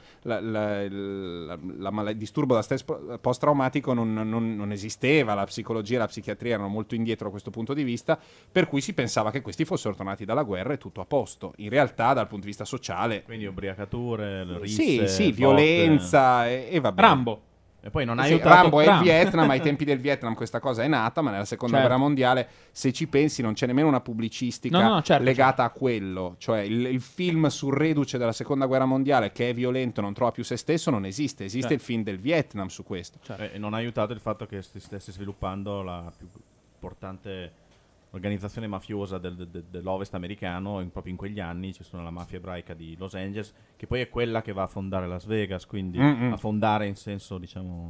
il disturbo da stress post-traumatico non esisteva, la psicologia e la psichiatria erano molto indietro da questo punto di vista, per cui si pensava che questi fossero tornati dalla guerra e tutto a posto. In realtà, dal punto di vista sociale, Quindi ubriacature, risse, sì, botte. violenza e vabbè. Rambo. E poi non ha Sì, aiutato... Rambo è il Rambo. Vietnam, ai tempi del Vietnam questa cosa è nata, ma nella seconda Certo. guerra mondiale, se ci pensi, non c'è nemmeno una pubblicistica No, certo, legata a quello. Cioè il film sul reduce della seconda guerra mondiale, che è violento, non trova più se stesso, non esiste. Esiste Certo. il film del Vietnam su questo. E non ha aiutato il fatto che si stesse sviluppando la più importante organizzazione mafiosa dell'Ovest americano, proprio in quegli anni ci sono la mafia ebraica di Los Angeles, che poi è quella che va a fondare Las Vegas, quindi a fondare in senso, diciamo...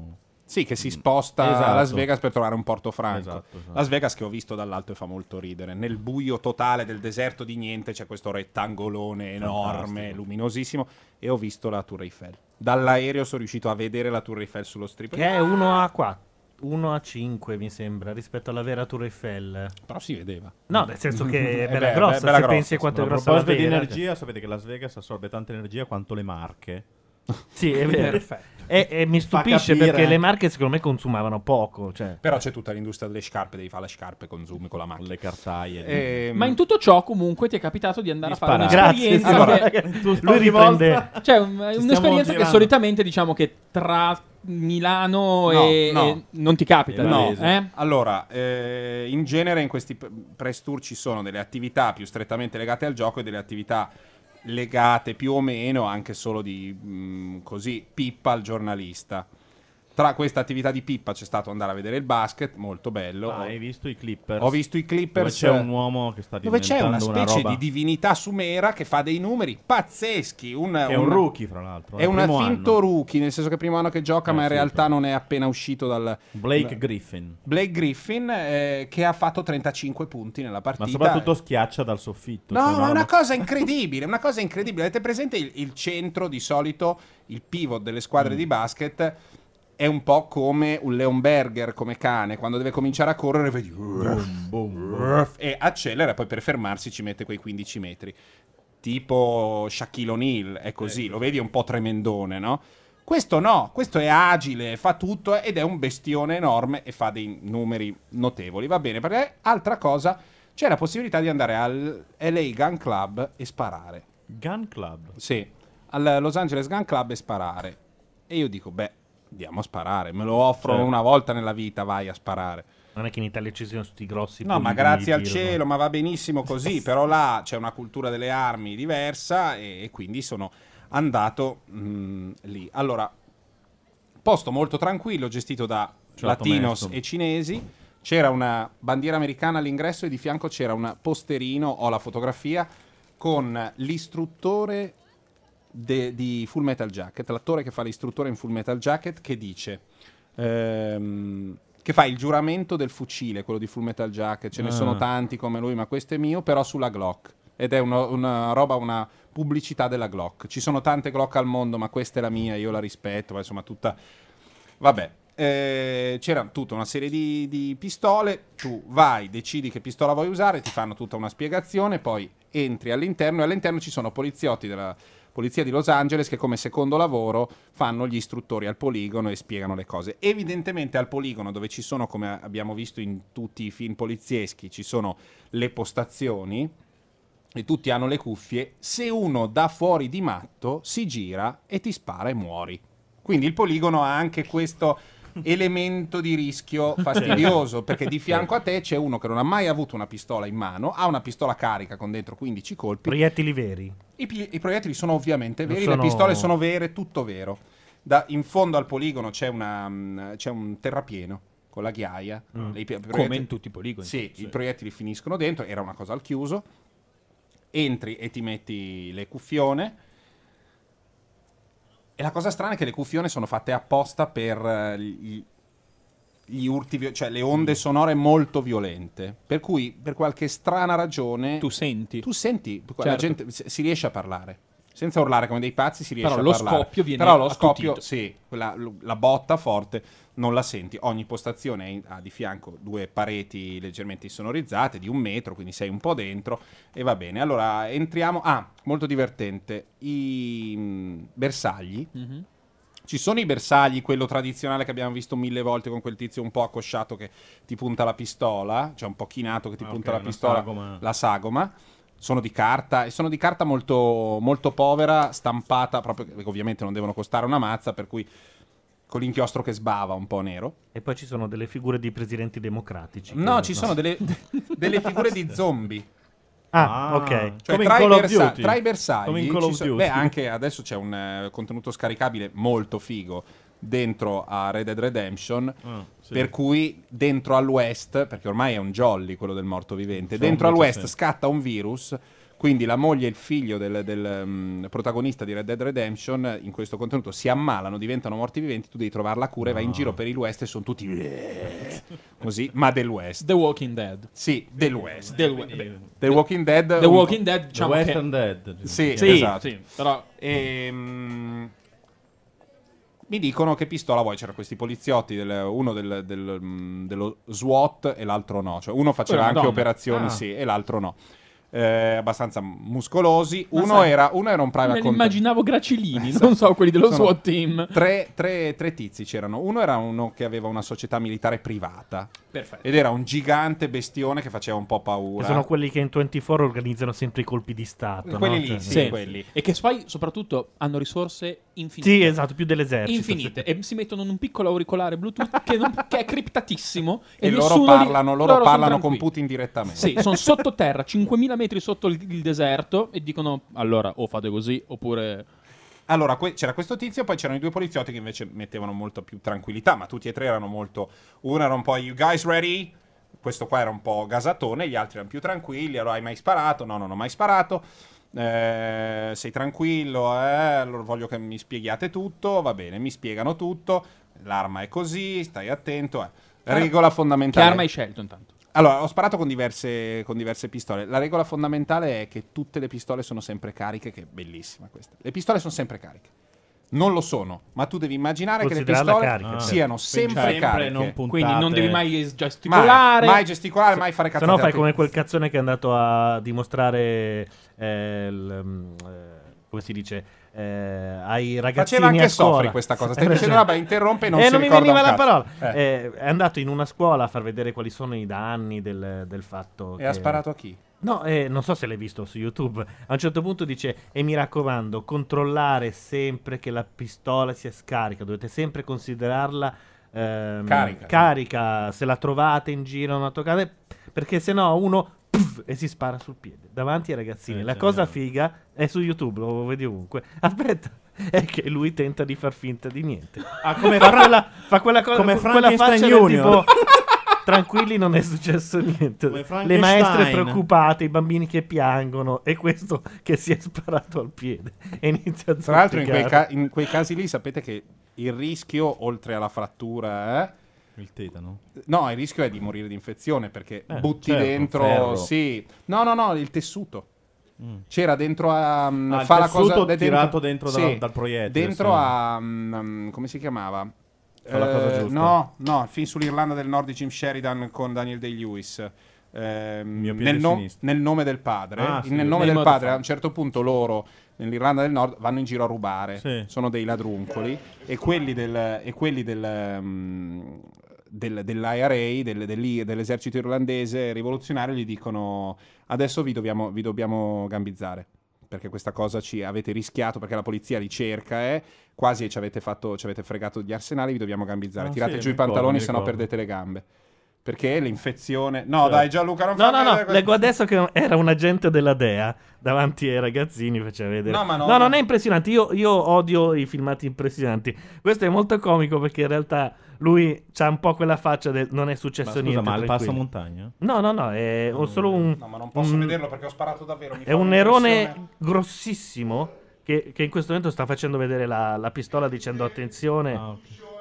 Sì, che si sposta a Esatto. Las Vegas per trovare un porto franco. Esatto. Las Vegas che ho visto dall'alto e fa molto ridere. Nel buio totale del deserto di niente c'è questo rettangolone enorme, Fantastico. luminosissimo, e ho visto la Tour Eiffel. Dall'aereo sono riuscito a vedere la Tour Eiffel sullo strip. Che è 1:4. 1:5 mi sembra rispetto alla vera Tour Eiffel. Però si vedeva. No, nel senso che è È bella bella, grossa, bella se grossa, pensi a quanto A è grossa la proposito di vera. energia, sapete che Las Vegas assorbe tanta energia quanto le Marche. Sì, è vero. Perfetto. E mi Fa stupisce capire. perché le Marche secondo me consumavano poco. Cioè. Però c'è tutta l'industria delle scarpe, devi fare le scarpe, consumi con la macchina. Le cartaie. Ma in tutto ciò, comunque, ti è capitato di andare Di a fare sparare. un'esperienza. Allora, Lui riprende. Cioè, stiamo un'esperienza che girando. solitamente diciamo che tra Milano No, e no. e non ti capita. No. Allora, in genere in questi press tour ci sono delle attività più strettamente legate al gioco e delle attività legate più o meno anche solo di così pippa al giornalista. Tra questa attività di pippa c'è stato andare a vedere il basket, molto bello. Hai visto i Clippers? Ho visto i Clippers. Dove c'è un uomo che sta dove c'è una diventando specie roba. di divinità sumera che fa dei numeri pazzeschi. Che è un rookie, fra l'altro. È un primo finto anno. rookie, nel senso che primo anno che gioca, ma in sì, realtà non è appena uscito dal. Blake Griffin. Blake Griffin, che ha fatto 35 punti nella partita. Ma soprattutto schiaccia dal soffitto. No, cioè, ma è una roba- cosa incredibile, una cosa incredibile. Avete presente il centro di solito, il pivot delle squadre di basket? È un po' come un Leonberger come cane, quando deve cominciare a correre vedi e accelera, poi per fermarsi ci mette quei 15 metri. Tipo Shaquille O'Neal, è così, lo vedi, è un po' tremendone, no? Questo no, questo è agile, fa tutto ed è un bestione enorme e fa dei numeri notevoli. Va bene, perché altra cosa, c'è la possibilità di andare al LA Gun Club e sparare. Gun Club. Sì, al Los Angeles Gun Club e sparare. E io dico, beh, andiamo a sparare, me lo offrono Certo. una volta nella vita, vai a sparare. Non è che in Italia ci siano tutti i grossi. No, ma poligoni grazie di al tiro, cielo, ma va benissimo così, però là c'è una cultura delle armi diversa e quindi sono andato lì. Allora, posto molto tranquillo, gestito da Certo, latinos maestro. e cinesi, c'era una bandiera americana all'ingresso e di fianco c'era un posterino, ho la fotografia, con l'istruttore di Full Metal Jacket, l'attore che fa l'istruttore in Full Metal Jacket, che dice... che fa il giuramento del fucile, quello di Full Metal Jacket, ce ne sono tanti come lui, ma questo è mio, però sulla Glock. Ed è una roba, una pubblicità della Glock. Ci sono tante Glock al mondo, ma questa è la mia, io la rispetto, ma insomma tutta... Vabbè, c'era tutta una serie di pistole, tu vai, decidi che pistola vuoi usare, ti fanno tutta una spiegazione, poi entri all'interno e all'interno ci sono poliziotti della Polizia di Los Angeles che come secondo lavoro fanno gli istruttori al poligono e spiegano le cose. Evidentemente al poligono, dove ci sono, come abbiamo visto in tutti i film polizieschi, ci sono le postazioni e tutti hanno le cuffie, se uno da fuori di matto si gira e ti spara e muori. Quindi il poligono ha anche questo elemento di rischio fastidioso, perché di fianco a te c'è uno che non ha mai avuto una pistola in mano, ha una pistola carica con dentro 15 colpi. Proiettili veri. I proiettili sono ovviamente Non veri, sono- le pistole sono vere, tutto vero. In fondo al poligono c'è un terrapieno con la ghiaia. Come in tutti i poligoni. Sì, i proiettili finiscono dentro, era una cosa al chiuso. Entri e ti metti le cuffione. E la cosa strana è che le cuffione sono fatte apposta per gli urti, cioè le onde sonore molto violente. Per cui, per qualche strana ragione, Tu senti. la Certo. gente si riesce a parlare. Senza urlare come dei pazzi si riesce Però a lo parlare. scoppio viene Però lo scoppio, attutito. sì, la botta forte non la senti. Ogni postazione ha di fianco due pareti leggermente insonorizzate di 1 metro, quindi sei un po' dentro e va bene. Allora entriamo. Molto divertente. I bersagli. Mhm. Ci sono i bersagli, quello tradizionale che abbiamo visto 1000 volte con quel tizio un po' accosciato che ti punta la pistola, cioè un po' chinato che ti punta ok, la una pistola, sagoma. la sagoma. Sono di carta e sono di carta molto, molto povera, stampata proprio, perché ovviamente non devono costare una mazza, per cui con l'inchiostro che sbava un po' nero. E poi ci sono delle figure di presidenti democratici. No, che- ci sono delle figure di zombie. Ah, ok. Cioè, Come in tra, Call i of bersa- Duty. tra i bersagli, Come in Call of Duty. beh, anche adesso c'è un contenuto scaricabile molto figo dentro a Red Dead Redemption, sì. per cui dentro al West, perché ormai è un jolly quello del morto vivente, Zombie dentro al West sì. scatta un virus Quindi la moglie e il figlio del protagonista di Red Dead Redemption in questo contenuto si ammalano, diventano morti viventi, tu devi trovare la cura e vai in giro per il West e sono tutti così, ma del West. The Walking Dead. Sì, del West. Del The Walking Dead. The Walking Dead, diciamo The che- Western Dead. Sì, Sì, esatto. sì, però Mi dicono che pistola vuoi. C'erano questi poliziotti, uno dello SWAT e l'altro no. Cioè uno faceva Quella è anche una donna. operazioni, sì, e l'altro no. Abbastanza muscolosi. Ma Uno sai, era un private me li contact. immaginavo gracilini, non so, quelli dello Sono SWAT team. Tre tizi c'erano. Uno era uno che aveva una società militare privata. Perfetto. Ed era un gigante bestione che faceva un po' paura. Che sono quelli che in 24 organizzano sempre i colpi di Stato. Quelli no? lì, Cioè- sì, quelli. E che poi soprattutto hanno risorse infinite. Sì, esatto, più dell'esercito. Infinite. E si mettono in un piccolo auricolare Bluetooth che è criptatissimo. E loro nessuno parlano, loro sono con tranquilli. Putin direttamente. Sì, sono sottoterra, 5.000 metri sotto il deserto e dicono allora o fate così oppure... Allora, c'era questo tizio, poi c'erano i due poliziotti che invece mettevano molto più tranquillità, ma tutti e tre erano molto... Uno era un po' "You guys ready?" Questo qua era un po' gasatone, gli altri erano più tranquilli. Allora, hai mai sparato? No, non ho mai sparato. Sei tranquillo? Allora voglio che mi spieghiate tutto. Va bene, mi spiegano tutto. L'arma è così, stai attento. Regola Che fondamentale. arma hai scelto intanto? Allora, ho sparato con diverse pistole. La regola fondamentale è che tutte le pistole sono sempre cariche, che è bellissima questa. Le pistole sono sempre cariche. Non lo sono, ma tu devi immaginare che le Considerarla pistole carica, certo. siano sempre Sempre cariche. non puntate. Quindi non devi mai gesticolare. Mai gesticolare, mai fare Se cazzate. no fai come quel cazzone che è andato a dimostrare come si dice ai ragazzini Faceva anche a scuola. Sofri questa cosa. Stai dicendo, vabbè, interrompe e non si non mi ricorda veniva un la cazzo. parola. È andato in una scuola a far vedere quali sono i danni del fatto E ha sparato a chi? No, non so se l'hai visto su YouTube. A un certo punto dice: e mi raccomando, controllare sempre che la pistola sia scarica. Dovete sempre considerarla carica. Se la trovate in giro, non la toccate, perché sennò uno e si spara sul piede davanti ai ragazzini. La cosa figa è su YouTube, lo vedi ovunque. Aspetta, è che lui tenta di far finta di niente. Come Fa quella cosa, come quella faccia Frankenstein del Junior. tipo tranquilli, non è successo niente. Come Le Frankenstein. maestre preoccupate, i bambini che piangono e questo che si è sparato al piede e inizia a Tra l'altro zoppicare. in quei casi lì sapete che il rischio, oltre alla frattura, Il tetano. no, il rischio è di morire di infezione perché butti certo, dentro, ferro. sì. No, il tessuto. C'era dentro il fa la tessuto cosa tirato dentro sì, dal proiettile, dentro sì. a come si chiamava? Fa la cosa giusta. No, il film sull'Irlanda del Nord di Jim Sheridan con Daniel Day-Lewis. Miopia di sinistra. Nel nome del padre, Ah, sì, nel nome Name del of the padre, Father. a un certo punto loro nell'Irlanda del Nord vanno in giro a rubare, Sì. sono dei ladruncoli e quelli dell'IRA, dell'esercito irlandese rivoluzionario, gli dicono: adesso vi dobbiamo gambizzare perché questa cosa ci avete rischiato, perché la polizia li cerca, quasi ci avete fregato gli arsenali, vi dobbiamo gambizzare, Ah, tirate sì, giù i mi ricordo, pantaloni mi se no ricordo. perdete le gambe. Perché l'infezione... No, dai Gianluca, non No, fa leggo adesso che era un agente della DEA davanti ai ragazzini, faceva vedere. No, ma no, no, non no. è impressionante. Io odio i filmati impressionanti. Questo è molto comico perché in realtà lui c'ha un po' quella faccia del non è successo Ma scusa, niente. ma il tranquillo. passamontagna? No, è solo un. No, ma non posso un- vederlo perché ho sparato davvero. È un nerone grossissimo che in questo momento sta facendo vedere la pistola dicendo attenzione. Ah, ok.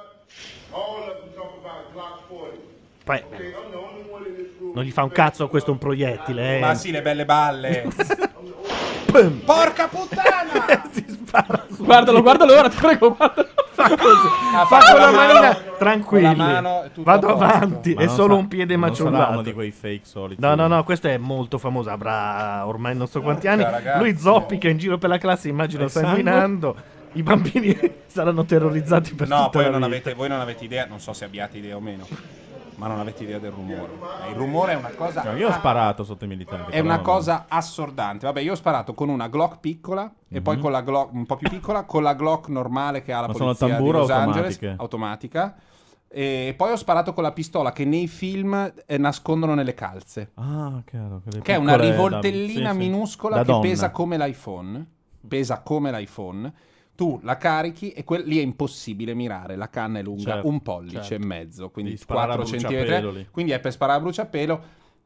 Poi, non gli fa un cazzo, questo è un proiettile. Ma sì, le belle balle. Pum! Porca puttana! Si spara sul Guardalo ora, ti prego, guardalo. fa così. Ha Fa fatto con la la mano, manina con tranquilli. la mano è tutto Vado a posto. avanti, Ma è non solo sa- un piede non sarà maciullato. uno di quei fake soliti. No, questo è molto famoso. Avrà ormai non so quanti anni. ragazzi. Lui zoppica in giro per la classe, immagino E sangue? sanguinando. I bambini saranno terrorizzati per No, tutta poi la non vita. voi non avete idea, non so se abbiate idea o meno, ma non avete idea del rumore. Il rumore è una cosa... No, io ho sparato sotto i militari. È però una vabbè. cosa assordante. Vabbè, io ho sparato con una Glock piccola e poi con la Glock un po' più piccola, con la Glock normale che ha la Ma sono polizia di tamburo Los o Angeles, automatiche? automatica. E poi ho sparato con la pistola che nei film nascondono nelle calze, Ah, chiaro. quelle che è una piccole rivoltellina sì, sì. minuscola Da che donna. pesa come l'iPhone. Pesa come l'iPhone. Tu la carichi e lì è impossibile mirare. La canna è lunga Certo, un pollice certo. e mezzo, quindi Devi sparare 4 a bruciapelo centimetri. lì. Quindi è per sparare a bruciapelo.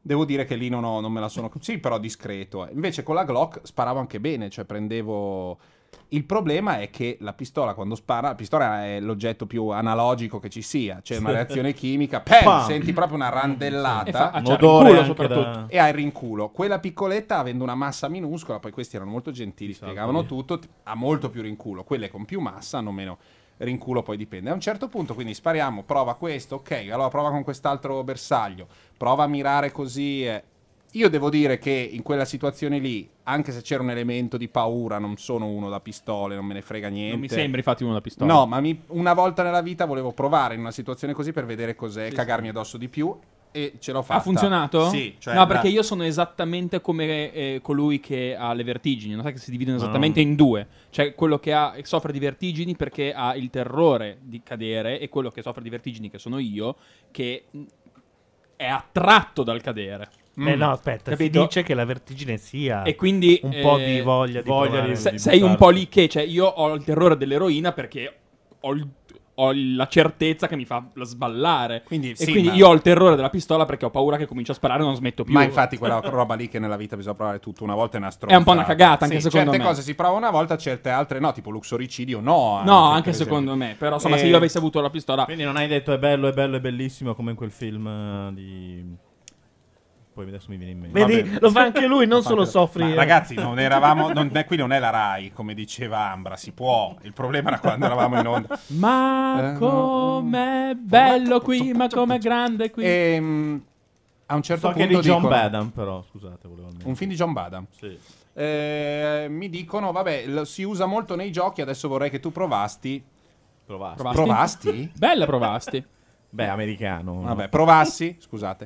Devo dire che lì non me la sono... Sì, però discreto. Invece con la Glock sparavo anche bene, cioè prendevo... Il problema è che la pistola, quando spara, la pistola è l'oggetto più analogico che ci sia. C'è una reazione chimica, Pam! senti proprio una randellata E Un c'ha il odore culo anche soprattutto. da... e ha il rinculo. Quella piccoletta, avendo una massa minuscola, poi questi erano molto gentili, spiegavano via. tutto, ha molto più rinculo. Quelle con più massa hanno meno rinculo, poi dipende. A un certo punto, quindi spariamo, prova questo, ok, allora prova con quest'altro bersaglio, prova a mirare così. Io devo dire che in quella situazione lì, anche se c'era un elemento di paura, non sono uno da pistole, non me ne frega niente. Non mi sembri infatti uno da pistola. No, ma una volta nella vita volevo provare in una situazione così per vedere cos'è, cagarmi addosso di più, e ce l'ho fatta. Ha funzionato? Sì, cioè no, perché io sono esattamente come colui che ha le vertigini. Non sai che si dividono esattamente in due. Cioè quello che soffre di vertigini perché ha il terrore di cadere, e quello che soffre di vertigini, che sono io, che è attratto dal cadere. No, aspetta, Capito? si dice che la vertigine sia E quindi un po' di voglia di provare. sei un po' lì che, cioè, io ho il terrore dell'eroina perché ho la certezza che mi fa sballare. Quindi, e sì, quindi ma- io ho il terrore della pistola perché ho paura che comincio a sparare e non smetto più. Ma infatti quella roba lì che nella vita bisogna provare tutto una volta è una È stronzata. un po' una cagata, anche Sì, secondo certe me. cose si prova una volta, certe altre no, tipo l'uxoricidio no. No, per anche esempio. secondo me. Però insomma, se io avessi avuto la pistola... Quindi non hai detto è bello, è bellissimo come in quel film di... Poi adesso mi viene in mente. Vedi, Vabbè. lo fa anche lui, non solo soffri. Ma ragazzi, non eravamo. Qui non è la Rai, come diceva Ambra, si può. Il problema era quando eravamo in onda. Ma com'è bello qui, ma com'è grande qui. A un certo So che punto è di John dicono- Badham, però, scusate, volevo almeno. Un film di John Badham. Sì. Mi dicono, vabbè, si usa molto nei giochi, adesso vorrei che tu provasti. Provasti. Provasti? Bella provasti. Beh, americano. Vabbè, provassi, scusate.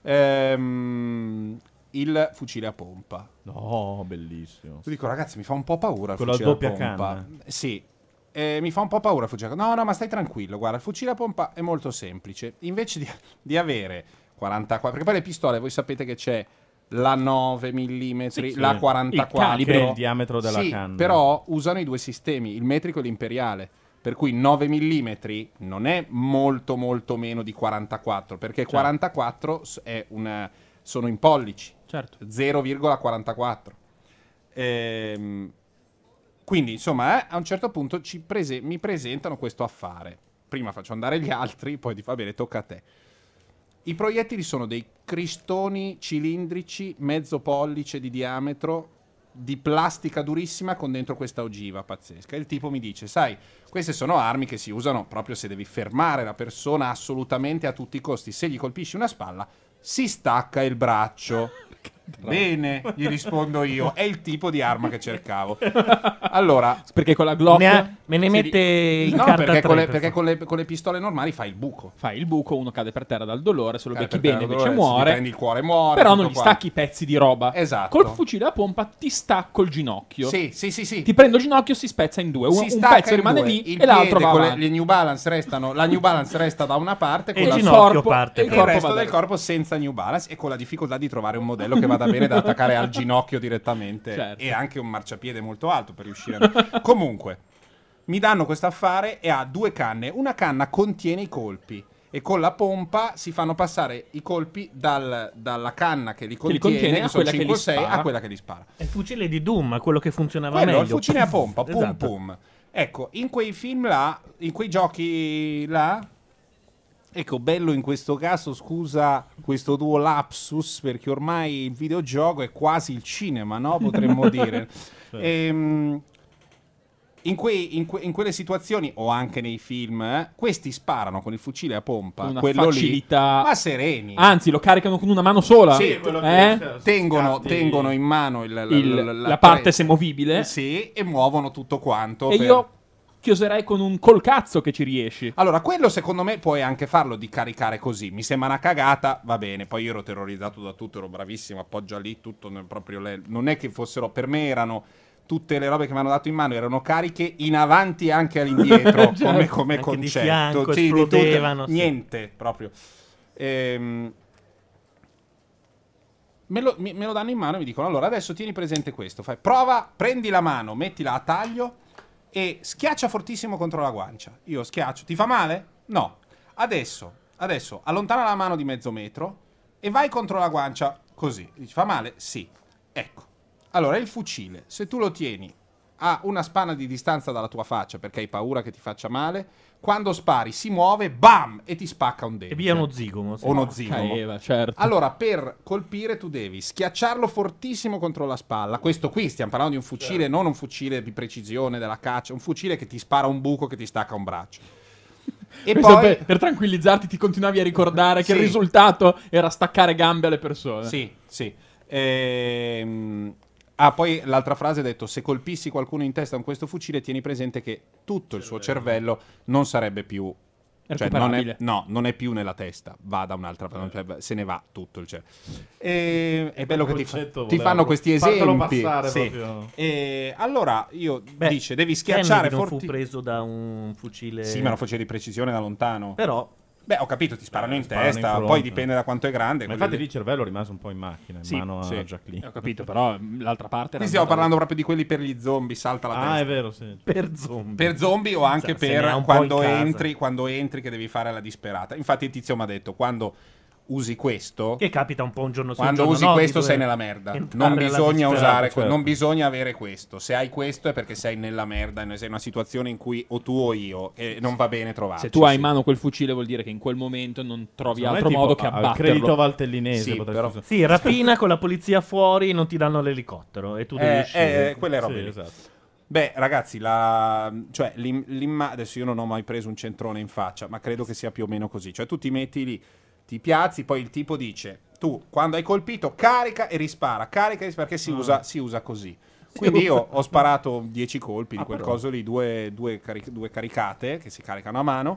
Il fucile a pompa. No, bellissimo. Io dico, ragazzi, mi fa un po' paura il Quello a fucile a doppia pompa. canna. Sì. Mi fa un po' paura il fucile a pompa. No, ma stai tranquillo, guarda, il fucile a pompa è molto semplice. Invece di avere 44, perché poi le pistole, voi sapete che c'è la 9 mm, sì. la Il 44, calibre, il diametro della sì, canna. però usano i due sistemi, il metrico e l'imperiale. Per cui 9 mm non è molto molto meno di 44, perché 44 è sono in pollici, Certo. 0,44. Quindi, insomma, a un certo punto mi presentano questo affare. Prima faccio andare gli altri, poi va bene, tocca a te. I proiettili sono dei cristoni cilindrici, mezzo pollice di diametro, di plastica durissima con dentro questa ogiva pazzesca. E il tipo mi dice, sai, queste sono armi che si usano proprio se devi fermare la persona assolutamente a tutti i costi. Se gli colpisci una spalla, si stacca il braccio. Bene, gli rispondo io, è il tipo di arma che cercavo. Allora, Perché con la Glock Me ne mette in no, carta perché, tre, con le, per perché favore. con le pistole normali fai il buco. fai il buco, uno cade per terra dal dolore, se lo Cade becchi per bene terra invece dal dolore, se muore. ti prendi il cuore muore. Però tutto non gli quanto. stacchi i pezzi di roba. Esatto. Col fucile a pompa ti stacco il ginocchio. Sì. Ti prendo il ginocchio, si spezza in due. Si Un stacca pezzo in rimane due, lì il e l'altro piede va con avanti. le New Balance restano, la New Balance resta da una parte E con il la ginocchio corpo- parte. e il il corpo resto va del da- corpo senza New Balance e con la difficoltà di trovare un modello che vada bene da attaccare al ginocchio direttamente Certo. e anche un marciapiede molto alto per riuscire a... Comunque, mi danno questo affare e ha due canne. Una canna contiene i colpi e con la pompa si fanno passare i colpi dalla canna che li contiene, a che sono quella che 5 o li 6, spara. a quella che li spara. È il fucile di Doom, quello che funzionava Quello è meglio. il fucile a pompa, pum Esatto. pum. Ecco, in quei film là, in quei giochi là, ecco, bello in questo caso, scusa questo tuo lapsus, perché ormai il videogioco è quasi il cinema, no? Potremmo dire. In quelle situazioni, o anche nei film, questi sparano con il fucile a pompa, Con una quello facilità. lì, ma sereni. Anzi, lo caricano con una mano sola. Sì, quello che- Tengono in mano La parte semovibile. sì, e muovono tutto quanto. E io chioserei con un col cazzo che ci riesci. Allora, quello secondo me puoi anche farlo di caricare così. Mi sembra una cagata, va bene. Poi io ero terrorizzato da tutto, ero bravissimo, appoggia lì tutto proprio non è che fossero, per me erano tutte le robe che mi hanno dato in mano erano cariche in avanti e anche all'indietro come Anche di concetto. fianco, Sì, di tutto. esplodevano, sì. Niente, proprio. Me lo danno in mano e mi dicono, allora adesso tieni presente questo, prova, prendi la mano, mettila a taglio e schiaccia fortissimo contro la guancia. Io schiaccio, ti fa male? No. Adesso allontana la mano di mezzo metro, e vai contro la guancia così. Dici, fa male? Sì. Ecco. Allora, il fucile, se tu lo tieni a una spanna di distanza dalla tua faccia perché hai paura che ti faccia male, quando spari si muove, bam, e ti spacca un dente. E via uno zigomo. O uno zigomo. Caeva, certo. Allora, per colpire tu devi schiacciarlo fortissimo contro la spalla. Questo qui, stiamo parlando di un fucile, non un fucile di precisione della caccia, un fucile che ti spara un buco, che ti stacca un braccio. E Questo poi... per tranquillizzarti ti continuavi a ricordare che Sì. il risultato era staccare gambe alle persone. Sì, sì. Poi l'altra frase ha detto: se colpissi qualcuno in testa con questo fucile, tieni presente che tutto il suo cervello non sarebbe più... Cioè, Recuperabile. non è più nella testa, va da un'altra parte, se ne va tutto il cervello. È bello che ti fanno questi Fartelo esempi. passare Sì. proprio. Allora, io dice, devi Kennedy schiacciare non fu forti... preso da un fucile. Sì, ma lo faceva di precisione da lontano. Però Beh, ho capito, ti sparano in sparano in testa, fronte. poi dipende da quanto è grande. Ma quelli infatti lì. lì il cervello rimase un po' in macchina, in Sì, mano a sì. Jacqueline. Ho capito, però l'altra parte era Qui stiamo parlando proprio di quelli per gli zombie, salta la testa. Ah, è vero, sì. per zombie. Per zombie o anche Se ne ha per un po' in casa. quando entri che devi fare la disperata. Infatti il tizio mi ha detto, quando usi questo, Che capita un po' un giorno sì, un quando giorno usi no, questo di sei dover nella merda. entrare Non alla bisogna disperata, usare, certo. non bisogna avere questo. Se hai questo è perché sei nella merda, sei in una situazione in cui o tu o io e non va bene trovarci. Se tu hai in sì. mano quel fucile vuol dire che in quel momento non trovi Secondo me altro tipo modo che al credito abbatterlo. valtellinese Sì, potresti però- usare. Sì, rapina con la polizia fuori, non ti danno l'elicottero e tu devi uscire. Quelle robe Sì, lì. esatto. Beh, ragazzi, adesso io non ho mai preso un centrone in faccia, ma credo che sia più o meno così. Cioè, tu ti metti lì, ti piazzi, poi il tipo dice: tu, quando hai colpito, carica e rispara, perché si usa così. Quindi io ho sparato 10 colpi di quel però. coso lì, due caricate che si caricano a mano.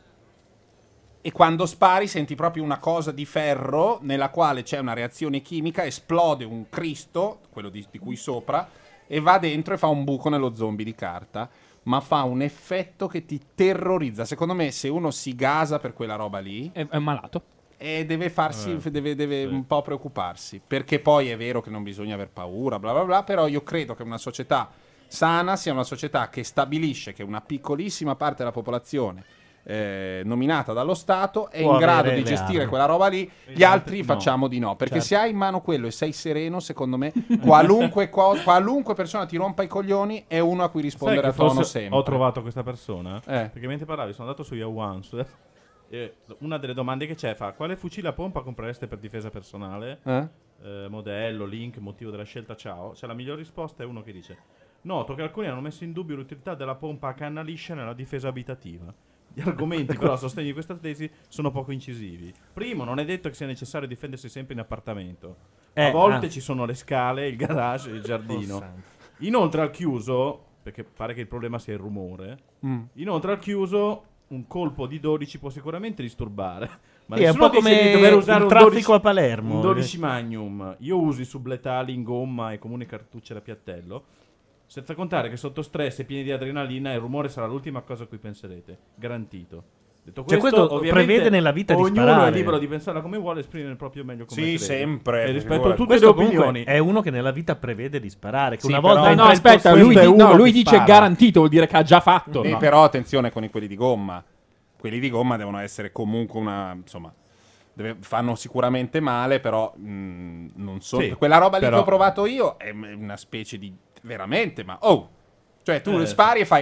E quando spari senti proprio una cosa di ferro nella quale c'è una reazione chimica, esplode un Cristo, quello di cui sopra, e va dentro e fa un buco nello zombie di carta, ma fa un effetto che ti terrorizza. Secondo me se uno si gasa per quella roba lì È malato. e deve deve un po' preoccuparsi, perché poi è vero che non bisogna aver paura, bla bla bla, però io credo che una società sana sia una società che stabilisce che una piccolissima parte della popolazione nominata dallo Stato è Può in grado avere di le gestire armi. quella roba lì, gli altri facciamo di no, perché se hai in mano quello e sei sereno, secondo me qualunque persona ti rompa i coglioni è uno a cui Sai rispondere che a tono forse sempre. ho trovato questa persona? Eh. Perché mentre parlavi sono andato su Yahoo Answer e una delle domande che c'è fa: quale fucile a pompa comprereste per difesa personale? Modello, link, motivo della scelta, ciao. Cioè la miglior risposta è uno che dice: noto che alcuni hanno messo in dubbio l'utilità della pompa a canna liscia nella difesa abitativa. Gli argomenti però a sostegno di questa tesi sono poco incisivi. Primo, non è detto che sia necessario difendersi sempre in appartamento. A volte ci sono le scale, il garage e il giardino. Inoltre al chiuso, perché pare che il problema sia il rumore, inoltre al chiuso un colpo di 12 può sicuramente disturbare. Ma Sì, è un nessuno po' dice come di dover usare il un traffico 12 a Palermo. un 12 Magnum. Io uso i subletali in gomma e comuni cartucce da piattello. Senza contare che sotto stress e pieni di adrenalina il rumore sarà l'ultima cosa a cui penserete. Garantito. Detto Cioè, questo ovviamente, prevede nella vita di ognuno sparare. è libero di pensarla come vuole, esprimere il proprio meglio come Sì, crede. sempre, E rispetto figurati. a tutte Questo le comunque opinioni. è uno che nella vita prevede di sparare. Che Sì, una però- volta No, entra No, in aspetta, possesso- questo è uno lui che dice spara. garantito, vuol dire che ha già fatto. Sì, però attenzione con quelli di gomma. Quelli di gomma devono essere comunque insomma, fanno sicuramente male, però non so. Sì, Quella roba lì però- che ho provato io è una specie di veramente, ma cioè tu spari e fai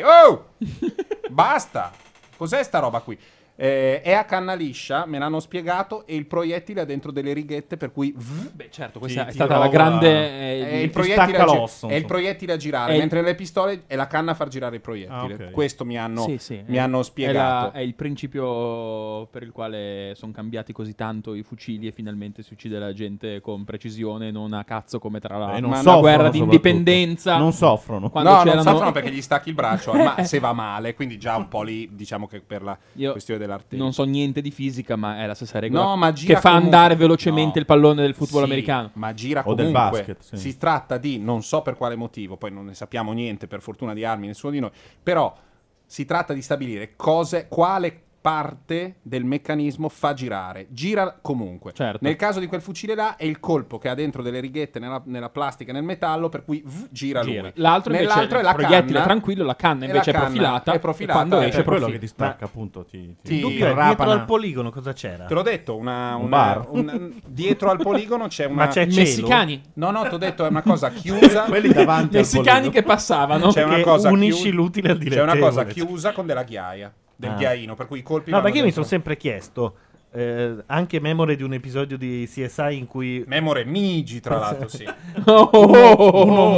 basta. Cos'è sta roba qui? È a canna liscia, me l'hanno spiegato, e il proiettile ha dentro delle righette per cui Beh, certo, questa Ti è stata trova- la grande... è il ti proiettile stacca a l'osso, è il insomma. proiettile a girare, È il- mentre le pistole è la canna a far girare il proiettile. Ah, ok. Questo mi hanno è spiegato. È il principio per il quale sono cambiati così tanto i fucili e finalmente si uccide la gente con precisione, non a cazzo come tra la, non la soffrono, guerra soprattutto. d'indipendenza. Non soffrono. Quando No, non c'erano- soffrono perché gli stacchi il braccio, ma se va male, quindi già un po' lì, diciamo che per la Io questione dell'arteria. non so niente di fisica, ma è la stessa regola No, ma gira che fa comunque. andare velocemente No. il pallone del football Sì, americano. ma gira O del comunque. basket, sì. Si tratta di, non so per quale motivo, poi non ne sappiamo niente per fortuna di armi, nessuno di noi, però si tratta di stabilire quale parte del meccanismo fa girare, gira comunque. Certo. Nel caso di quel fucile là è il colpo che ha dentro delle righette nella plastica e nel metallo, per cui gira lui. L'altro invece Nell'altro è la proiettile canna, tranquillo, la canna e invece la è canna profilata, è profilata, e quando è esce quello profila. che ti stacca, appunto. Ti Ti- Dubbio è, dietro rapana. al poligono cosa c'era? Te l'ho detto, Un bar. dietro al poligono c'è una... Ma c'è cielo? Messicani. No, ti ho detto, è una cosa chiusa. Quelli davanti al Messicani poligono. che passavano. C'è una Perché cosa unisci l'utile al C'è una cosa dilettevole. chiusa con della ghiaia, del Ah. ghiaino, per cui i colpi No, vanno perché io mi dentro. sono sempre chiesto, anche memore di un episodio di CSI in cui Memore Migi, tra l'altro, sì. uno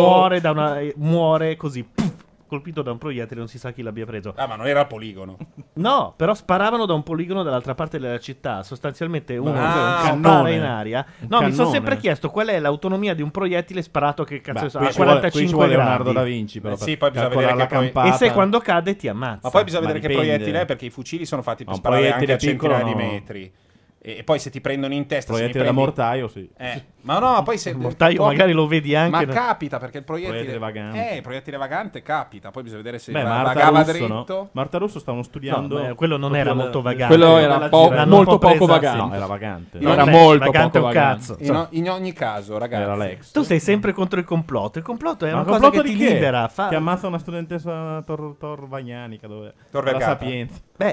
muore così, puff, colpito da un proiettile, non si sa chi l'abbia preso. Ah, ma non era al poligono. No, però sparavano da un poligono dall'altra parte della città. Sostanzialmente uno Ah, un spara cannone. in aria. Un No, mi sono cannone. sempre chiesto qual è l'autonomia di un proiettile sparato che cazzo Beh, so, qui a ci vuole 45 Leonardo da gradi. Vinci, però, Sì, per poi bisogna calcolare vedere la che poi- campata. E se quando cade ti ammazza. Ma poi bisogna Ma vedere che dipende. proiettile è, perché i fucili sono fatti per Ma un sparare anche a proiettile piccolo, centinaia di no. metri. E poi se ti prendono in testa, se mi Proiettile da prendi- mortaio, sì. Ma no, poi se Il mortaio poi- magari lo vedi anche Ma nel- capita, perché il proiettile Proiettile vagante. il proiettile vagante capita, poi bisogna vedere se Beh, Marta vagava Russo, dritto. no? Marta Russo stavano studiando. No, quello non era molto vagante. Quello era L'hanno molto un po' poco presa- vagante. No, era vagante. No, era Beh, molto vagante poco un vagante. cazzo. In ogni caso, ragazzi. Era l'ex. Tu sei sempre contro il complotto. Il complotto è Ma una un cosa complotto che ti di che? libera. Che ammazza una studentessa Torvagnanica dove Tor la Vergata. Sapienza. Beh,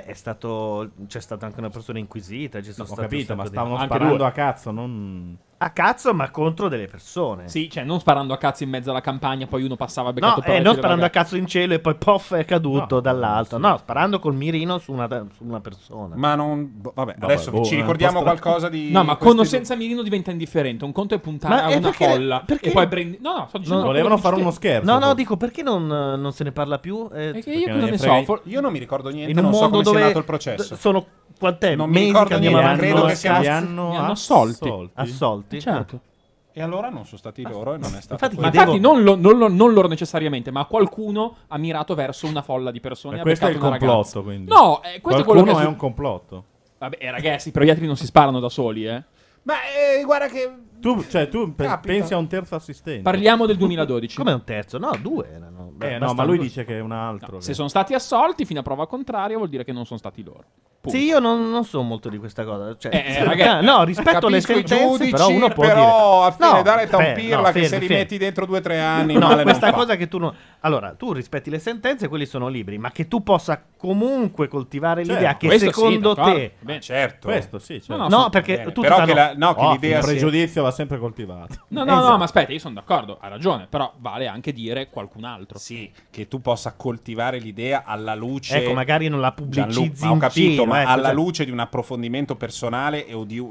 c'è stata anche una persona inquisita. Ci sono Ho stati un capito, sacco ma di- stavano Anche sparando due. a cazzo, non... a cazzo, ma contro delle persone. Sì, cioè non sparando a cazzo in mezzo alla campagna, poi uno passava No, beccato il non sparando a vagante. cazzo in cielo e poi poff è caduto No, dall'alto. sì. No, sparando col mirino su una persona. Ma non vabbè, Vabbè, adesso boh, ci è un ricordiamo po' strano. qualcosa di No, ma questi con o senza mirino diventa indifferente. Un conto è puntare Ma a è una perché- folla perché- e poi prendi. No, sto dicendo. No, Volevano quello fare che uno dici scherzo. No, forse. dico perché non se ne parla più? te. Perché io Perché cosa ne ne frega- so? Io non mi ricordo niente, In un non so mondo come sia dove nato il processo. sono quant'è? Non mi Mesi ricordo che andiamo niente, avanti. credo che sia- li hanno li hanno assolti. Assolti. Certo. E allora non sono stati loro e non è stato Infatti Ma quello. chiedevo- infatti non loro necessariamente, ma qualcuno ha mirato verso una folla di persone. E ha questo è il beccato una complotto, ragazza. quindi. No, questo è Qualcuno quello che è un complotto. Vabbè, ragazzi, i proiettili non si sparano da soli, eh. Ma guarda che Tu Capita. pensi a un terzo assistente. Parliamo del 2012. Come un terzo? No, due erano. No, Basta ma lui due. dice che è un altro. No, che- se sono stati assolti fino a prova contraria vuol dire che non sono stati loro. Punto. Sì, io non so molto di questa cosa. Cioè, ragazzi, no, rispetto alle capisco i sentenze, giudici, però uno può però dire. a fine No, dare ta un fermi, pirla no, che fermi, se li fermi. metti dentro 2 o 3 anni No, male questa non fa. cosa che tu non. Allora, tu rispetti le sentenze, quelli sono liberi, ma che tu possa comunque coltivare Certo, l'idea che questo sì, secondo d'accordo. te. Beh, certo. Questo sì, certo. No, No, perché bene, tutti però fanno- che la- no, che Oh, l'idea Il sia- pregiudizio va sempre coltivato. No, ma aspetta, io sono d'accordo, ha ragione, però vale anche dire qualcun altro. Sì, che tu possa coltivare l'idea alla luce. Ecco, magari non la pubblicizzi Gianluca, ma ho in capito, giro, ma ecco, alla cioè- luce di un approfondimento personale o di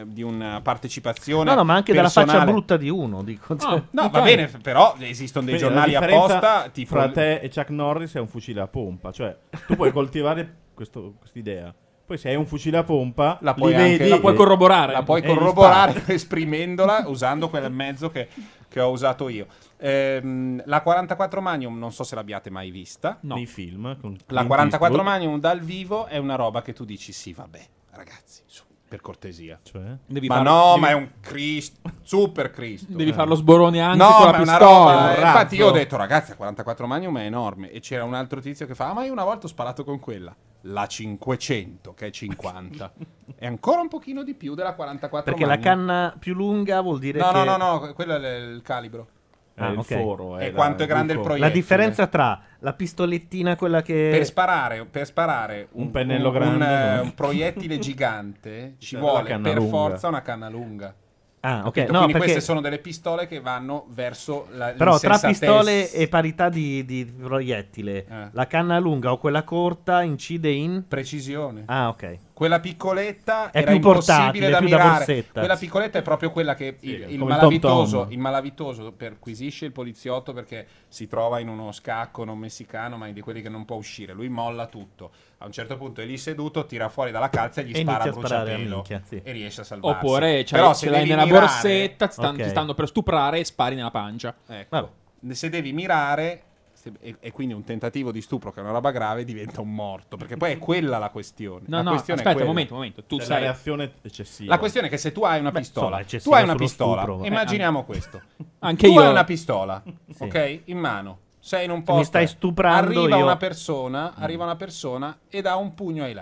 una partecipazione. No, no, ma anche della faccia personale. brutta di uno, dico. cioè. No, Ok. va bene, però esistono dei Quindi giornali la differenza apposta. fra te e Chuck Norris è un fucile a pompa. Cioè, tu puoi coltivare quest'idea. Poi se hai un fucile a pompa, La puoi li anche- vedi La puoi e- corroborare. La puoi E gli corroborare esprimendola usando quel mezzo che ho usato io. La 44 Magnum non so se l'abbiate mai vista. No. nei film. Con La Clint 44 Eastwood. Magnum dal vivo è una roba che tu dici sì, vabbè, ragazzi, su, per cortesia. Cioè? Devi Ma farlo- no, devi- ma è un Cristo, super Cristo. Devi farlo sborone anche No, con la ma è una pistola. roba. un Infatti, io ho razzo. detto, ragazzi, la 44 Magnum è enorme. E c'era un altro tizio che fa: "Ah, ma io una volta ho sparato con quella. La 500, che è 50. È ancora un pochino di più della 44 Perché la Magnum. canna più lunga vuol dire No, che. no, quello è il calibro. È Ah, il ok. foro. E quanto è grande il buco. proiettile. La differenza tra la pistolettina, quella che. Per sparare Un pennello grande, un proiettile gigante ci serve la vuole canna per lunga. forza una canna lunga. Ah, ok. Capito? No, Quindi perché. queste sono delle pistole che vanno verso la Però tra l'insensatezza. pistole e parità di proiettile, la canna lunga o quella corta incide in. Precisione. Ah, ok. Quella piccoletta È era più impossibile portatile, da più da mirare. borsetta. Quella piccoletta è proprio quella che il come il malavitoso, Tom Tom. il malavitoso perquisisce il poliziotto perché si trova in uno scacco non messicano, ma di quelli che non può uscire. Lui molla tutto. A un certo punto è lì seduto, tira fuori dalla calza e gli E spara a inizia a sparare a bruciapelo minchia, sì. e riesce a salvarsi. Oppure Però ce l'hai nella mirare- borsetta, Ok. ti stanno per stuprare e spari nella pancia. Ecco. Vabbè. Se devi mirare e quindi un tentativo di stupro che è una roba grave diventa un morto, perché poi è quella la questione. No, la no, questione è aspetta, un quella. momento. Tu C'è la sai. reazione eccessiva. La questione è che se tu hai una pistola, insomma, tu eccessiva hai una sullo pistola, stupro. immaginiamo questo. Anche Tu io. hai una pistola, ok? In mano. Sei in un posto. mi stai stuprando Arriva io. una persona, e dà un pugno a Ilaria.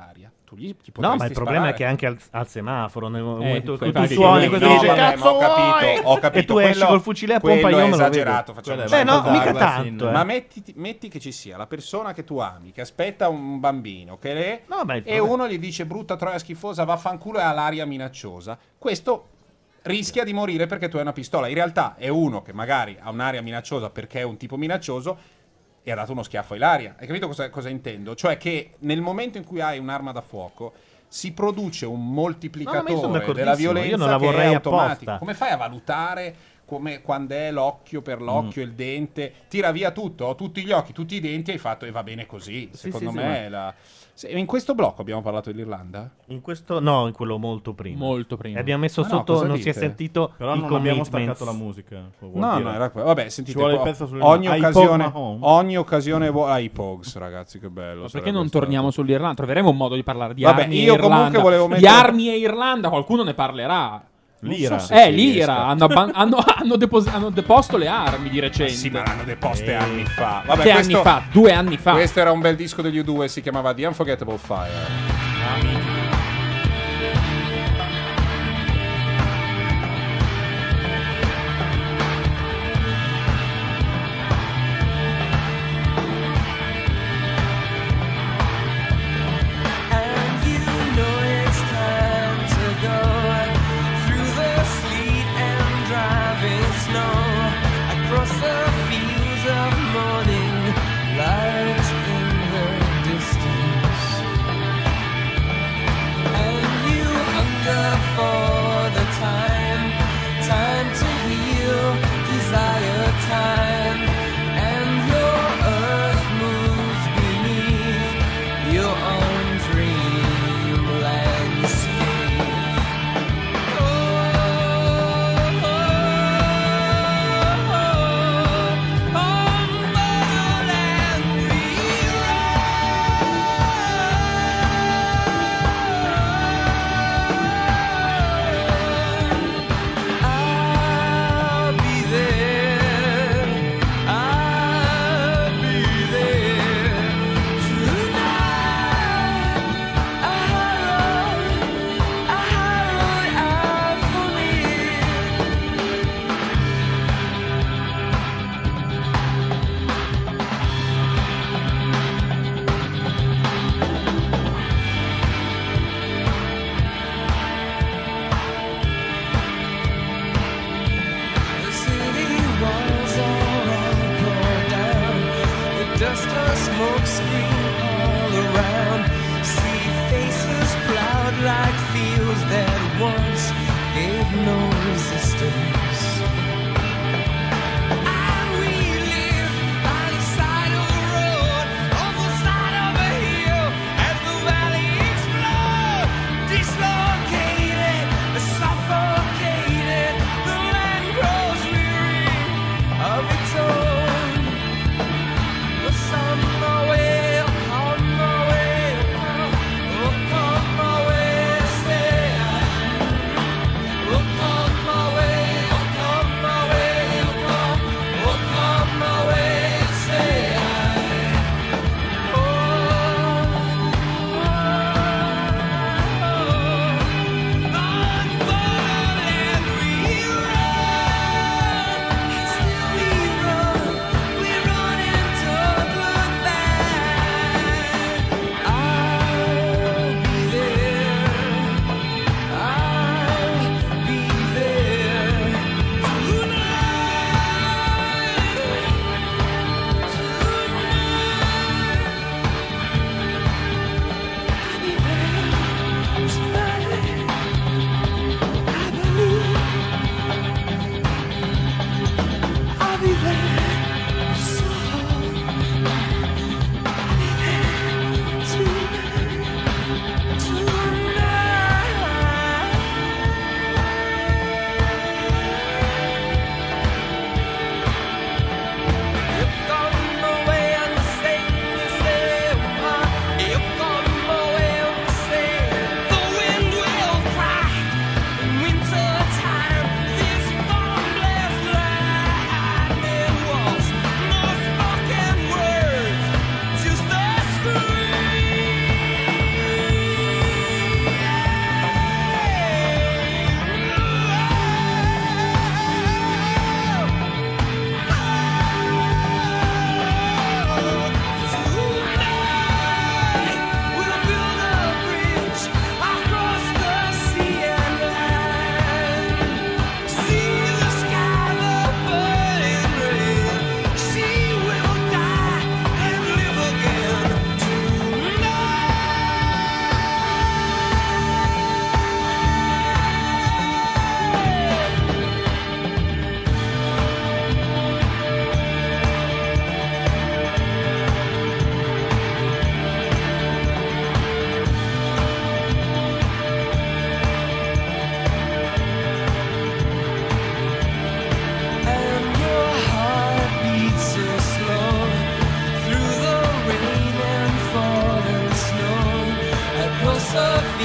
tu gli No, potresti ma il problema sparare. è che anche al semaforo, nel momento in poi cui tu fai suoni dei questo no, dice vabbè, cazzo ma ho capito, e tu esci quello- col fucile a pompa, quello io è me lo esagerato, vedo. facciamo Beh, no, Michael mica Douglas tanto. Ma metti che ci sia la persona che tu ami, che aspetta un bambino, che le... No, beh, e uno gli dice brutta troia schifosa, vaffanculo, e ha l'aria minacciosa. Questo rischia di morire perché tu hai una pistola. In realtà è uno che magari ha un'aria minacciosa perché è un tipo minaccioso e ha dato uno schiaffo all'aria. Hai capito cosa intendo? Cioè che nel momento in cui hai un'arma da fuoco si produce un No, ma io sono moltiplicatore d'accordissimo, della violenza io non la che è vorrei automatico. apposta. Come fai a valutare come quando è l'occhio per l'occhio, il dente? Tira via tutto, ho tutti gli occhi, tutti i denti, hai fatto e va bene così. Secondo sì, me ma- è la... In questo blocco abbiamo parlato dell'Irlanda? In questo no, in quello molto prima. Molto prima. E abbiamo messo Ma no, sotto, cosa non si è dite? sentito Però i non abbiamo commitments. staccato la musica. No, era quello. Vabbè, sentite, Ci vuole il qua- pezzo sulle ogni iPod occasione, Mahone. ogni occasione i Pogs, ragazzi, che bello. Ma perché sarebbe non stato. torniamo sull'Irlanda? Troveremo un modo di parlare di Vabbè, armi io e Irlanda. comunque volevo Di mettere- armi e Irlanda qualcuno ne parlerà. L'Ira. so se ci L'Ira. riesca. Hanno deposto le armi di recente. Sì, ma l'hanno deposte anni fa. Ma Vabbè, che questo, anni fa? 2 anni fa. Questo era un bel disco degli U2, si chiamava The Unforgettable Fire. And you know it's time to go through the sleet and driving snow across the fields of morning light in the distance.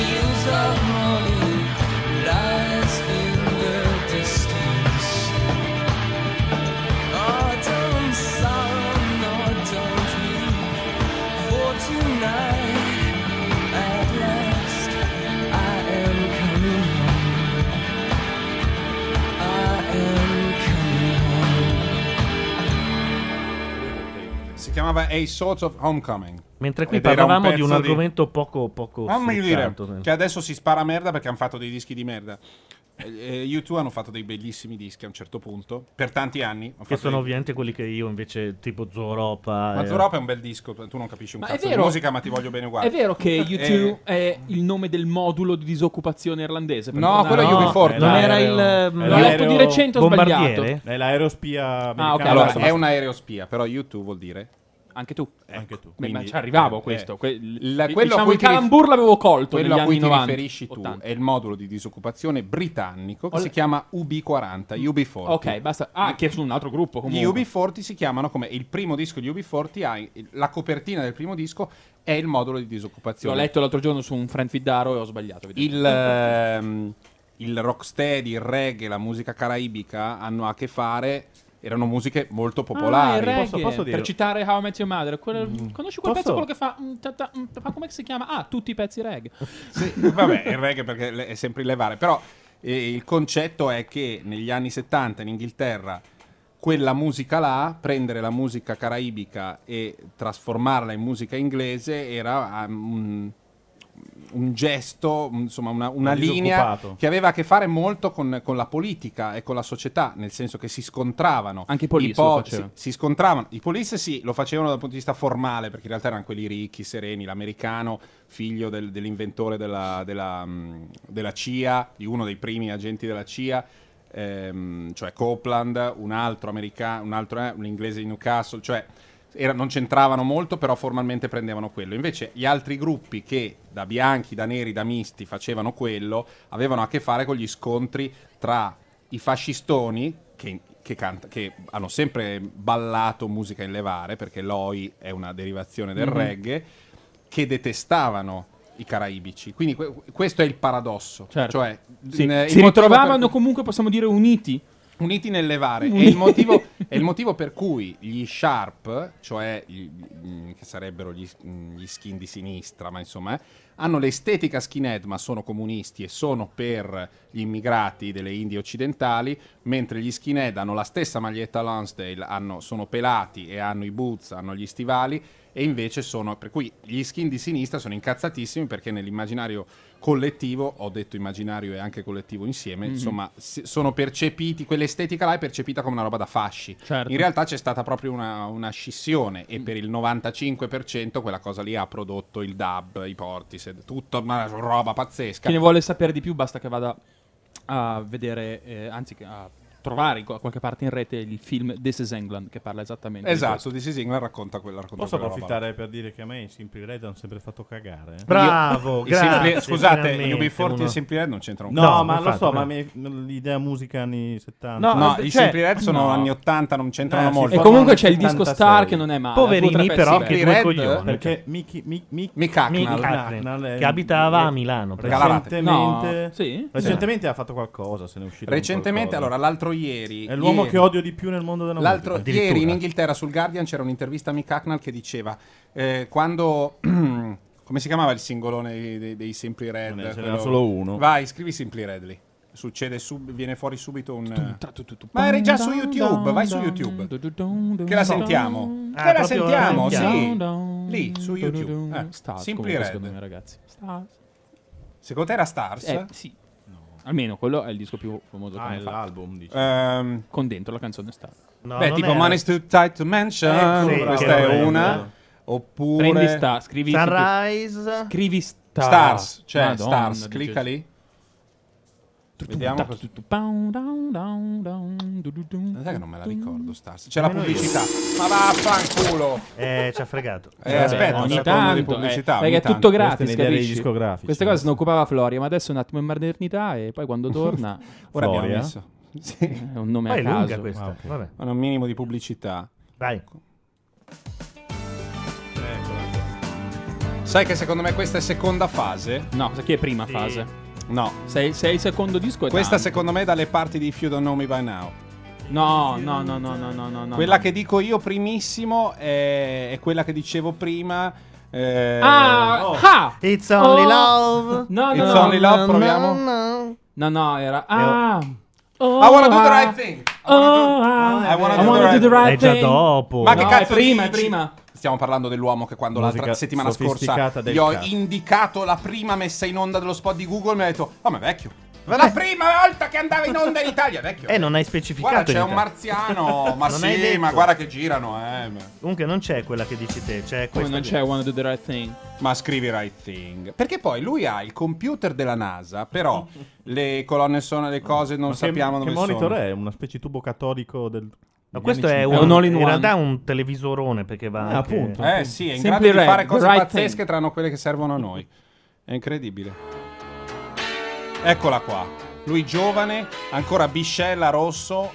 fields of money lies finger distance. Oh, don't sorrow, no, don't weep, for tonight at last I am coming home. I am coming home. Si chiamava A Sort of Homecoming. Mentre qui Ed era parlavamo di un pezzo argomento poco Non mi dire sfruttato. che adesso si spara merda perché hanno fatto dei dischi di merda. U2 hanno fatto dei bellissimi dischi a un certo punto, per tanti anni. Hanno Che fatto sono dei- ovviamente quelli che io invece, tipo Zooropa. Ma Zooropa è un bel disco, tu non capisci un Ma cazzo è vero- di musica, ma ti voglio bene uguale. È vero che U2 Eh, è il nome del modulo di disoccupazione irlandese? Per No, quello è tornare- UB40. non era il L'ho letto di recente, ho bombardiere? sbagliato. È l'aerospia americano. ok, Allora, basta, è un aerospia, però U2 vuol dire... Anche tu. Anche tu. Beh, ma Quindi, ci arrivavo a questo. quello Diciamo, a cui il calambur l'avevo colto quello negli a cui anni ti 90. riferisci tu 80. è il modulo di disoccupazione britannico che Ole- si chiama UB40, UB40. Ok, basta. Ah, che è su un altro gruppo Gli comunque. UB40 si chiamano come il primo disco di UB40 ha la copertina del primo disco è il modulo di L'ho disoccupazione. letto l'altro giorno su un Friend Fiddaro e ho sbagliato. Il rocksteady, il reggae, la musica caraibica hanno a che fare, erano musiche molto popolari. il reggae, Posso dire? per citare How I Met Your Mother. Conosci quel Posso? pezzo, quello che fa come si chiama? Ah, tutti i pezzi reggae. Sì, vabbè, il reggae perché è sempre levare, però il concetto è che negli anni 70 in Inghilterra quella musica là, prendere la musica caraibica e trasformarla in musica inglese era un gesto, insomma una linea Disoccupato. che aveva a che fare molto con la politica e con la società, nel senso che si scontravano. Anche i Police lo facevano. si scontravano. I Police sì, lo facevano dal punto di vista formale, perché in realtà erano quelli ricchi, sereni, l'americano, figlio dell'inventore della CIA, di uno dei primi agenti della CIA, cioè Copeland, un altro americano, un inglese di Newcastle, cioè non c'entravano molto, però formalmente prendevano quello. Invece gli altri gruppi che da bianchi, da neri, da misti facevano quello, avevano a che fare con gli scontri tra i fascistoni che hanno sempre ballato musica in levare, perché l'Oi è una derivazione del reggae, che detestavano i caraibici. Quindi questo è il paradosso. Certo. Cioè, Sì. il Si motivo ritrovavano per cui- comunque, possiamo dire, uniti. uniti nel levare. Uniti. È il motivo per cui gli Sharp, cioè che sarebbero gli skin di sinistra, ma insomma, hanno l'estetica skinhead, ma sono comunisti e sono per gli immigrati delle Indie occidentali, mentre gli skinhead hanno la stessa maglietta Lonsdale, sono pelati e hanno i boots, hanno gli stivali, e invece per cui gli skin di sinistra sono incazzatissimi perché nell'immaginario collettivo, ho detto immaginario e anche collettivo insieme, insomma, sono percepiti, quell'estetica là è percepita come una roba da fasci. Certo. In realtà c'è stata proprio una scissione e per il 95% quella cosa lì ha prodotto il dub, i Portishead, tutta una roba pazzesca. Chi ne vuole sapere di più basta che vada a vedere, anzi che a trovare a qualche parte in rete il film This is England, che parla esattamente di Esatto, This is England racconta quella Posso quella roba. approfittare per dire che a me i Simply Red hanno sempre fatto cagare? Bravo, grazie. Scusate, finalmente UB40 uno- e Simply Red non c'entrano un No, cazzo. ma lo infatti, so, no. ma l'idea musica anni 70. No, No, cioè, i Simply Red sono no. anni 80, non c'entrano Sì, molto. E fa- comunque Formano c'è il disco 76. Star che non è male. Poverini, 2 o 3 però, pezzi che Simply due Red, coglioni. Perché Mick Hacknell. Hacknell, che abitava a Milano. Galarate. Recentemente, No, sì? recentemente ha fatto qualcosa, se ne è uscito. con Recentemente, qualcosa. allora, l'altro ieri... È l'uomo ieri- che odio di più nel mondo della L'altro musica. Addirittura. ieri in Inghilterra sul Guardian c'era un'intervista a Mick Hacknell che diceva quando come si chiamava il singolone dei Simply Red? Ce n'era Quello- solo uno. Vai, scrivi Simply Red lì. Succede viene fuori subito un ma eri già su YouTube, vai su YouTube. Che la sentiamo. Ah, Che la proprio sentiamo, la sì. sentiamo. Lì su YouTube. Stars, Simply comunque, Red. secondo me, ragazzi. Stars. Secondo te era Stars? Sì. Almeno quello è il disco più famoso che Ah, hanno è fatto. l'album, dici. Con dentro la canzone Stars. No, Beh, non tipo era. Money's Too Tight to Mention, Sì, questa che è bello. una. Oppure Prendi Stars, scrivi Sunrise. scrivi Stars. Stars, cioè Madonna, Stars, dice- clicca lì. Vediamo. Sai che non me la ricordo Stars. C'è la pubblicità. Ma vaffanculo. Ci ha fregato. Aspetta, ogni sta parlando di tanto, pubblicità. perché ogni è tutto tanto. gratis, Questa è un'idea dei capisci? discografici. Queste cose se ne occupava Floria, ma adesso è un attimo in modernità e poi quando torna Ora abbiamo Floria? messo. Sì. è un nome Poi è a lunga caso. questa. Ah, ok. Vabbè. Un minimo di pubblicità. Vai. Sai che secondo me questa è seconda fase? No, sai che è prima Sì. fase? No. Se è il secondo disco è Questa tanto. secondo me è dalle parti di If You Don't Know Me By Now. No. Quella che dico io primissimo è quella che dicevo prima. It's only Oh. love. No, It's Only Love, proviamo. No, era I wanna do the right thing. I wanna do the right È già dopo. Ma che No, cazzo è prima, dici? è prima. Stiamo parlando dell'uomo che quando Musica l'altra settimana scorsa sofisticata del gli ho cazzo. indicato la prima messa in onda dello spot di Google, mi ha detto: "Oh, ma è vecchio". La prima volta che andava in onda in Italia, vecchio. Non hai specificato. Guarda, c'è in un Italia. marziano. Ma Non hai sì, detto. ma guarda che girano, Comunque non c'è quella che dici te, c'è Come questa. non c'è Wanna Do The Right Thing? Ma scrivi right thing. Perché poi lui ha il computer della NASA, però le colonne sonore, le cose non Ma sappiamo che dove monitor sono. è? Una specie di tubo catodico del. Ma degli questo anni è 50. un all in in one. realtà è un televisorone perché va anche... appunto. Sì, è in Simply grado di Red, fare the cose right pazzesche, thing. tranne quelle che servono a noi. È incredibile. Eccola qua. Lui giovane, ancora biscella, rosso.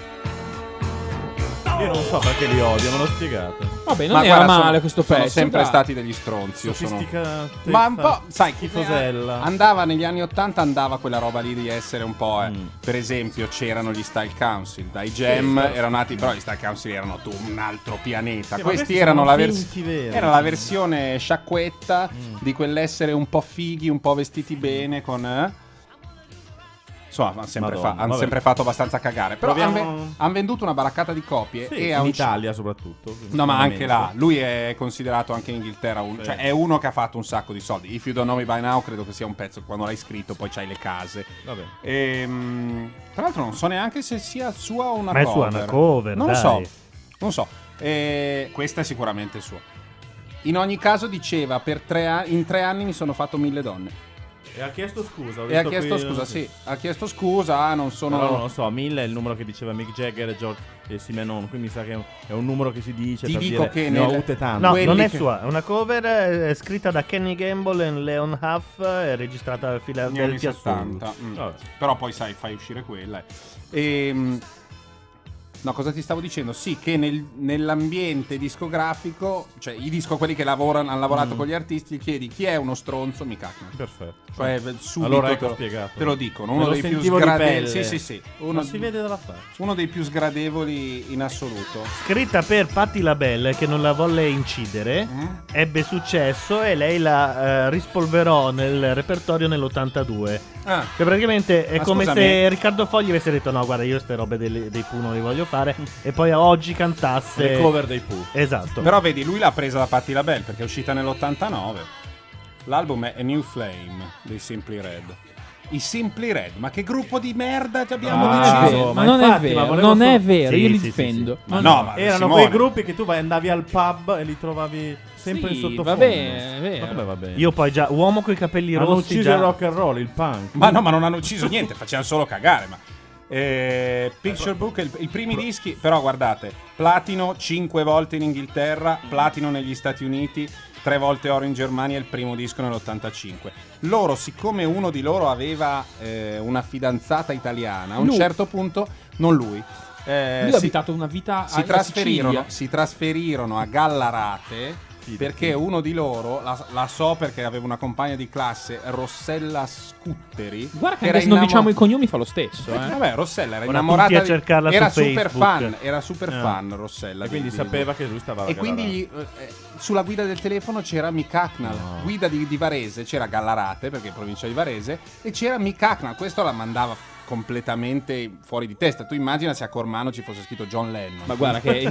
Io non so perché li odio, me lo spiegate. Vabbè, non Ma era guarda, male questo pezzo. sono sempre dai. stati degli stronzi. Io sono... Sofisticatezza, Ma un po', sai, schifosella. andava negli anni 80, andava quella roba lì di essere un po'. Per esempio, c'erano gli Style Council, dai Jam erano nati, però gli Style Council erano un altro pianeta. Sì, ma Questi questi erano sono la finti veri. era la versione sciacquetta di quell'essere un po' fighi, un po' vestiti bene con. Insomma, Madonna, hanno vabbè. sempre fatto abbastanza cagare. Però Proviamo- hanno venduto una baraccata di copie Sì, e a in un Italia soprattutto. No, ma anche sicuramente. là, lui è considerato anche in Inghilterra cioè è uno che ha fatto un sacco di soldi. If You Don't Know Me By Now credo che sia un pezzo che quando l'hai scritto poi c'hai le case. Vabbè. Tra l'altro non so neanche se sia sua o una Ma è cover. sua una cover, Non lo dai. so. Non so. Questa è sicuramente sua. In ogni caso diceva in 3 anni mi sono fatto 1000 donne. E ha chiesto scusa. ho E ha visto chiesto qui- scusa, sì. Ha chiesto scusa, non sono. Però non lo so, 1000 è il numero che diceva Mick Jagger e George e Simenon. Quindi mi sa che è un numero che si dice Ti per dico dire che ne ho nel- avute tante. No, quelli non è che- sua, è una cover scritta da Kenny Gamble e Leon Huff, registrata a negli anni Philadelphia 70. Soul. Vabbè. Però poi sai, fai uscire quella. No, cosa ti stavo dicendo? Sì, che nell'ambiente discografico, cioè i disco quelli che hanno lavorato con gli artisti, gli chiedi chi è uno stronzo, mi cacchino. Perfetto. Cioè, subito Allora te ecco lo- spiegato. te lo dicono. Me Uno lo dei più sentivo di sgradevoli. pelle. Sì. Ma si vede dalla faccia. Uno dei più sgradevoli in assoluto. Scritta per Patti LaBelle che non la volle incidere, ebbe successo e lei la rispolverò nel repertorio nell'82. Ah, Che praticamente è Ma come scusami. se Riccardo Fogli avesse detto no guarda io ste robe dei Pooh non le voglio fare e poi oggi cantasse Le cover dei Pooh. Esatto. però vedi, lui l'ha presa da Patti LaBelle perché è uscita nell'89. L'album è A New Flame dei Simply Red. I Simply Red, ma che gruppo di merda ci abbiamo Non è deciso? vero, ma ma non è infatti, ma vero, volevo non è solo- vero, Sì, io li sì, difendo. Ma no, ma Erano Simone. quei gruppi che tu andavi al pub e li trovavi sempre Sì, in sottofondo. va bene, è vero. Ma come va bene? Io poi già uomo coi capelli Hanno rossi ucciso già... il rock and roll, il punk. Ma no, ma non hanno ucciso niente, facevano solo cagare. Ma Picture Book, i primi dischi, però guardate, platino 5 volte in Inghilterra, platino negli Stati Uniti, 3 volte oro in Germania, il primo disco nell'85. Loro, siccome uno di loro aveva una fidanzata italiana, a un Lui. certo punto, non lui. Lui ha abitato una vita si a trasferirono, Sicilia. si trasferirono a Gallarate perché uno di loro, la so perché aveva una compagna di classe, Rossella Scutteri. Guarda che era anche se non diciamo innamo- i cognomi fa lo stesso. Vabbè, Rossella era Ora innamorata tutti a cercarla era su super Facebook. fan, era super Ah. fan Rossella. E quindi di- sapeva che lui stava a E quindi Gallarate. sulla guida del telefono c'era Mick Hacknall, No. guida di Varese, c'era Gallarate perché è provincia di Varese e c'era Mick Hacknall, questo la mandava completamente fuori di testa. Tu immagina se a Cormano ci fosse scritto John Lennon. Ma guarda che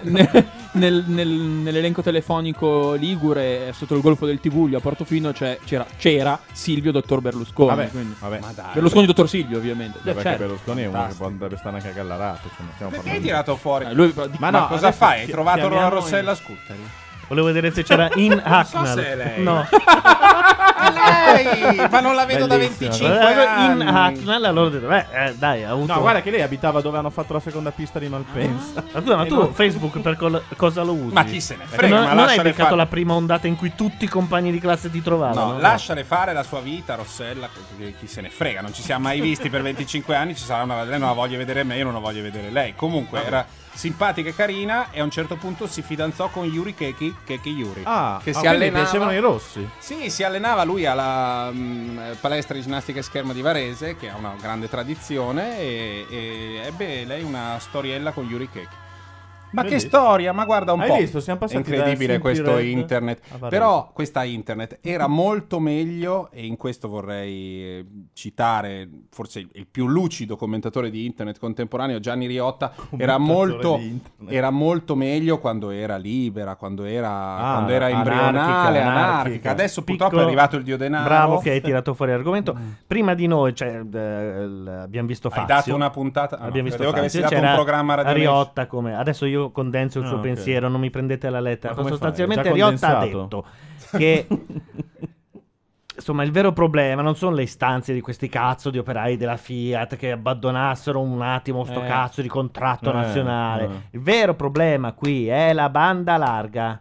nell'elenco telefonico ligure sotto il golfo del Tigullio a Portofino c'era Silvio dottor Berlusconi. Vabbè, quindi- vabbè. Ma dai. Berlusconi dottor Silvio ovviamente. Perché certo. Berlusconi è uno che Fantastico. potrebbe stare anche a Gallarate. Cioè, non stiamo Perché hai parlando. tirato fuori? Lui, Ma Ma no, cosa adesso fai? Hai trovato la chiamiamo Rossella Scutteri? Volevo vedere se c'era in Hacknall. se è lei. No. lei! Ma non la vedo da Bellissimo. 25 In anni. Hacknell allora ho detto, dai, ha avuto... No, guarda che lei abitava dove hanno fatto la seconda pista di Malpensa. Ma scusa, ma tu Facebook per cosa lo usi? Ma chi se ne frega, Non, ma non hai lasciale beccato fare. la prima ondata in cui tutti i compagni di classe ti trovavano? No, lasciale fare la sua vita, Rossella, chi se ne frega, non ci siamo mai visti per 25 anni, ci sarà lei non la voglio vedere me, io non la voglio vedere lei. Comunque era simpatica e carina e a un certo punto si fidanzò con Yuri Keki Yuri, che si quindi allenava. piacevano i rossi. Sì, si allenava lui alla palestra di ginnastica e scherma di Varese, che ha una grande tradizione, e ebbe lei una storiella con Yuri Keki. Ma che Bellissimo. storia, ma guarda un Hai po'. visto? Siamo passati È incredibile da questo Simply Red internet. a Varese. Però questa internet era molto meglio, e in questo vorrei citare forse il più lucido commentatore di internet contemporaneo, Gianni Riotta. Era molto, di internet. era molto meglio quando era libera, quando era anarchica, embrionale, anarchica. anarchica. Adesso purtroppo è arrivato il dio denaro. Bravo che hai tirato fuori l'argomento. Prima di noi, abbiamo visto Hai Fazio. dato una puntata. Ah, no, Abbiamo visto credevo che avessi Fazio. dato un C'era programma radiofonico. Riotta come adesso io condenso il suo ok. pensiero, non mi prendete la lettera. Ma come Sostanzialmente fai? È già Riotta ha condensato? detto che insomma il vero problema non sono le istanze di questi cazzo di operai della Fiat che abbandonassero un attimo sto cazzo di contratto nazionale. Il vero problema qui è la banda larga.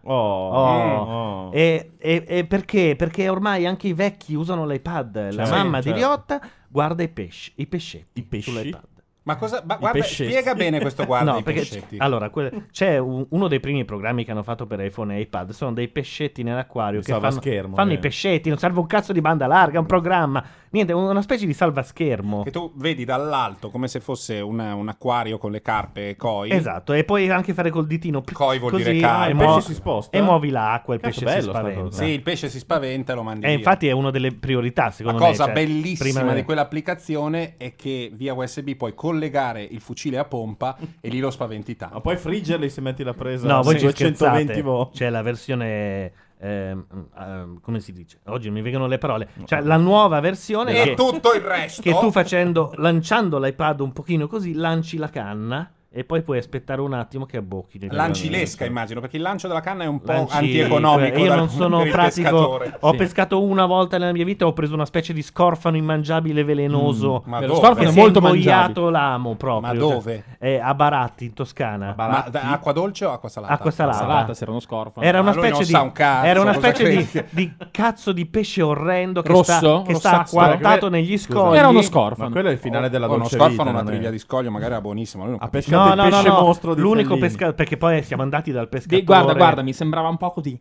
E perché? Perché ormai anche i vecchi usano l'iPad. La mamma di Riotta guarda i pescetti sull'iPad. Ma cosa? Ma guarda, pescetti. spiega bene questo guarda No, i perché pescetti. allora c'è uno dei primi programmi che hanno fatto per iPhone e iPad. Sono dei pescetti nell'acquario che salvaschermo, fanno i pescetti. Non serve un cazzo di banda larga, è un programma. Niente, una specie di salvaschermo. Che tu vedi dall'alto come se fosse un acquario con le carpe koi. Esatto, e puoi anche fare col ditino Koi vuol così, dire carpe. e Il pesce si sposta? e muovi l'acqua, il Cazzo, pesce si bello sta spaventa. cosa. Sì, il pesce si spaventa e lo mandi E via. infatti è una delle priorità, La secondo me. cosa cioè, bellissima prima di quell'applicazione è che via USB puoi collegare il fucile a pompa e lì lo spaventi tanto. Ma puoi friggerli se metti la presa No, voi ci 220 scherzate. volt. C'è la versione come si dice? Oggi mi vengono le parole. Cioè la nuova versione E tutto il resto che tu lanciando l'iPad un pochino così, lanci la canna e poi puoi aspettare un attimo che abbocchi. lanci l'esca, immagino, perché il lancio della canna è un po' Lanci- antieconomico. Io non sono per il pratico. pescatore. Ho pescato una volta nella mia vita, ho preso una specie di scorfano immangiabile velenoso. Ma Lo dove? scorfano E è si molto ingoiato l'amo proprio. Ma dove? A Baratti, in Toscana. Ma acqua dolce o acqua salata? Acqua salata. Salata, se era uno scorfano. Era una Ma lui non specie sa un cazzo, era una cosa specie credi? di cazzo di pesce orrendo che Rosso? sta Rossastro? acquattato negli scogli. Era uno Ma scorfano. quello è il finale della Uno dolce scorfano, vita. una non è? triglia di scoglio, magari era buonissimo. Lui non Ha capisce. pescato No, il no, pesce no, mostro di l'unico Fellini. perché poi siamo andati dal pescatore. Guarda, mi sembrava un po' così.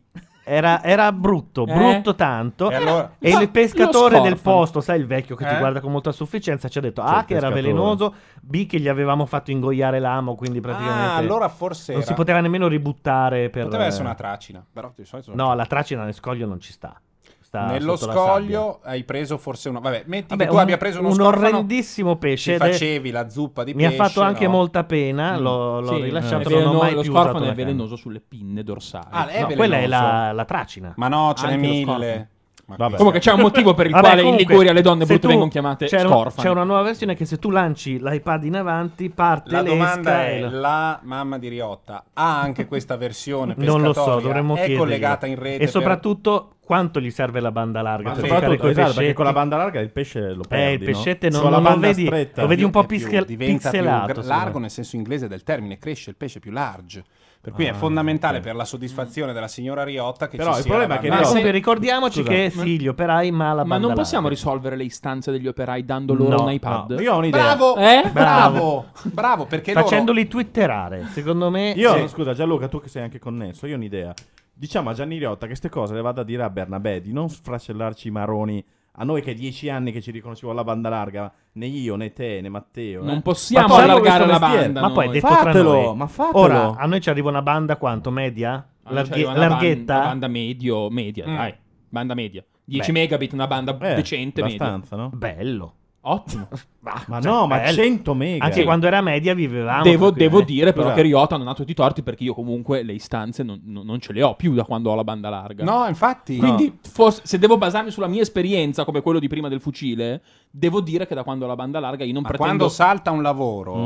Era brutto tanto. E allora? E il pescatore lo del scorfano. posto, sai, il vecchio che ti guarda con molta sufficienza, ci ha detto A, il che era pescatore. velenoso, B, che gli avevamo fatto ingoiare l'amo, quindi praticamente Ah, allora forse non era. si poteva nemmeno ributtare per... Poteva essere una tracina, però di solito No, la tracina nel scoglio non ci sta. Sta nello sotto la sabbia. scoglio hai preso forse una. Vabbè, metti Vabbè, che tu abbia preso uno un scorfano. orrendissimo pesce. Ti facevi la zuppa di Mi pesce. ha fatto anche no? molta pena. L'ho Sì, rilasciato. è Non ho mai lo più scorfano usato è la canna. velenoso sulle pinne dorsali. Ah, è No, velenoso. quella è la tracina. Ma no, ce n'è Anche lo mille. scorfano. Ma Vabbè. Comunque c'è un motivo per il Vabbè, quale in comunque, Liguria le donne se brutte tu- vengono chiamate c'è scorfano. c'è una nuova versione che se tu lanci l'iPad in avanti parte La l'esca domanda e è: la mamma di Riotta ha anche questa versione non lo so, pescatoria? dovremmo È chiedergli. collegata in rete E soprattutto quanto gli serve la banda larga Ma per soprattutto, fare quei esatto, perché pescetti? con la banda larga il pesce lo perdi, il pescette no? non, Con la non lo banda vedi, stretta lo vedi un po' diventa pixelato. più secondo largo me. nel senso inglese del termine, cresce il pesce più large. Per cui è fondamentale per la soddisfazione della signora Riotta che Però ci il sia problema la è che banda Ma Riotta- comunque ricordiamoci Scusa, che sì, gli operai ma la banda Ma non possiamo larga. risolvere le istanze degli operai dando loro No, un iPad? No, io ho un'idea. Bravo, Bravo. bravo, perché loro Facendoli twitterare, secondo me. Io, sì. scusa Gianluca, tu che sei anche connesso, io ho un'idea. Diciamo a Gianni Riotta che queste cose le vado a dire a Bernabé di non sfracellarci i maroni a noi che 10 anni che ci dicono ci vuole la banda larga, né io, né te, né Matteo. Non possiamo Ma poi allargare questo la mestiere. banda. Ma poi noi. detto tra Fatelo, noi, ma fatelo. ora a noi ci arriva una banda quanto? Media? Ah, noi ci arriva una Larghetta? banda media, dai. Banda media. 10 Beh. megabit, una banda decente, media. abbastanza, no? Bello. Ottimo. Ma no, ma bello. 100 mega. Anche quando era media vivevamo. Devo tranquilli. dire però Scusa. che Riotta non ha tutti i torti perché io comunque le istanze non ce le ho più da quando ho la banda larga. No, infatti. Quindi se devo basarmi sulla mia esperienza come quello di prima del fucile, devo dire che da quando ho la banda larga io non Ma pretendo... quando salta un lavoro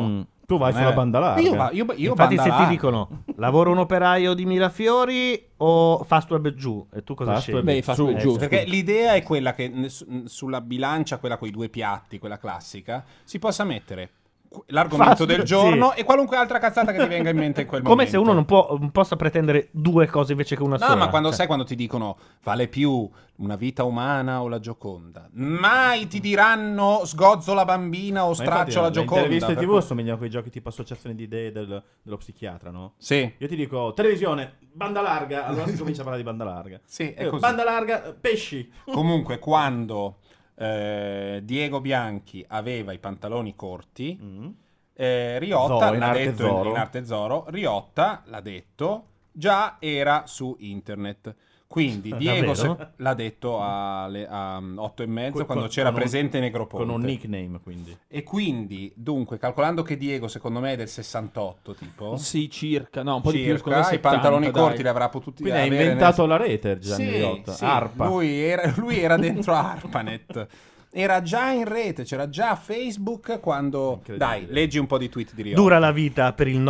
Tu vai Non sulla è- banda larga. Io Infatti, banda se ti larga. dicono lavoro un operaio di Mirafiori o Fastweb giù, e tu cosa Fastweb scegli? Beh, Fastweb giù. Perché l'idea è quella che sulla bilancia, quella con i due piatti, quella classica, si possa mettere l'argomento del giorno e qualunque altra cazzata che ti venga in mente in quel Come momento. se uno non possa pretendere due cose invece che una No, sola. ma quando Cioè, sai quando ti dicono vale più una vita umana o la Gioconda? Mai ti diranno sgozzo la bambina o Ma infatti, straccio la Gioconda. Le interviste per TV cui- assomigliano a quei giochi tipo associazione di idee dello psichiatra, no? Sì. Io ti dico, televisione, banda larga, allora si comincia a parlare di banda larga. Sì, è Io, così. banda larga, pesci. Comunque, quando Diego Bianchi aveva i pantaloni corti, Riotta Zorro, in l'ha arte detto Zorro. in arte Zorro, Riotta l'ha detto, già era su internet. Quindi Diego Davvero? l'ha detto a 8:30 Con- quando con- c'era con un- presente Negroponte. Con un nickname, quindi. E quindi, dunque, calcolando che Diego secondo me è del 68 tipo, Sì, circa. No, un po' di più. circa, secondo me i 70, pantaloni dai. corti li avrà potuti Quindi ha avere inventato la rete, Gianni Sì, Riotta. sì, ARPA. lui era dentro ARPANET. Era già in rete, c'era già Facebook quando... Incredibile. Dai, leggi un po' di tweet di Riotta. dura la vita per il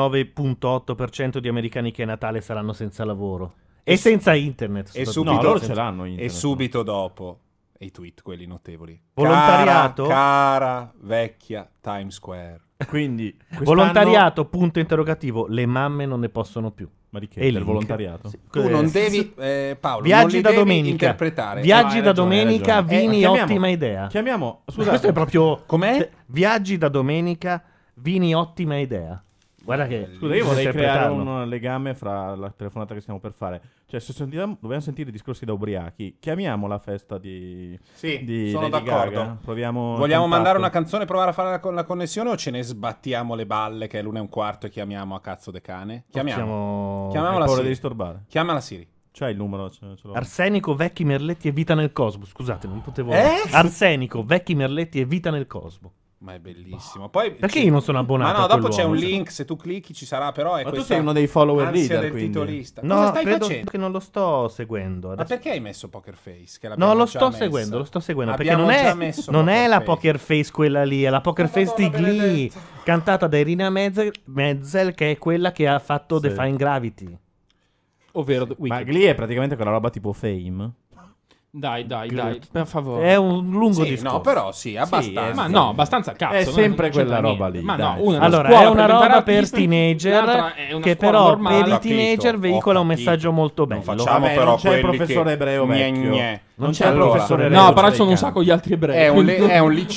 9,8% di americani che a Natale saranno senza lavoro. E senza internet. E soprattutto. subito, No, loro ce l'hanno e internet. subito dopo i tweet, quelli notevoli. Volontariato? Cara vecchia Times Square. Quindi, quest'anno- Volontariato, punto interrogativo. Le mamme non ne possono più. Ma di che? E Del link. volontariato? Sì. Tu non devi, Paolo, Viaggi non li da devi domenica. interpretare. Viaggi hai da ragione, hai domenica, ragione. vini, Chiamiamo- ottima idea. Chiamiamo... Scusa, Questo è proprio... Com'è? Viaggi da domenica, vini, ottima idea. Guarda che... Scusa, io vorrei creare interpretarlo. un legame fra la telefonata che stiamo per fare. Cioè, se dobbiamo sentire discorsi da ubriachi, chiamiamo la festa di Sì, di sono Lady d'accordo. Gaga. Proviamo il Vogliamo contatto. mandare una canzone, provare a fare la connessione o ce ne sbattiamo le balle che è l'1:15 e chiamiamo a cazzo de cane? Chiamiamo. Hai Chiamiamola paura Siri. di disturbare? Chiamala Siri. C'hai il numero? Ce l'ho. Arsenico, vecchi merletti e vita nel cosmo. Scusate, non potevo... Eh? Arsenico, vecchi merletti e vita nel cosmo. Ma è bellissimo. Poi Perché io non sono abbonato Ma no, a dopo c'è quell'uomo? un link, se tu clicchi ci sarà, però è Ma tu questa sei uno dei follower ansia leader, del quindi. titolista. No, Cosa stai credo facendo? che non lo sto seguendo. Ma Adesso- perché hai messo Poker Face? Che No, l'abbiamo lo già sto messo? seguendo, perché Abbiamo non già è, messo non è Poker la Face. Poker Face quella lì, è la Poker Face di Madonna Glee, benedetta. cantata da Irina Menzel, che è quella che ha fatto Sì. Define Gravity. Ovvero The Ma Weeknd. Glee è praticamente quella roba tipo Fame. Dai, per favore. È un lungo Sì, discorso. no, però sì, abbastanza. Ma no, abbastanza cazzo. È non- sempre non c'entra quella roba niente. lì, Ma dai. no, una Allora, scuola è una diventare roba per artisti, teenager l'altra è una che scuola però normale. per i Ho capito, teenager ho veicola un capito. messaggio molto bello. Non facciamo Vabbè, però non c'è il quelli professore che... ebreo Gne, vecchio. gne. Non c'è il Allora, professore no, ebreo No, però dei ci sono un canti. sacco gli altri ebrei. È un quindi-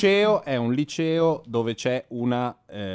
liceo dove c'è un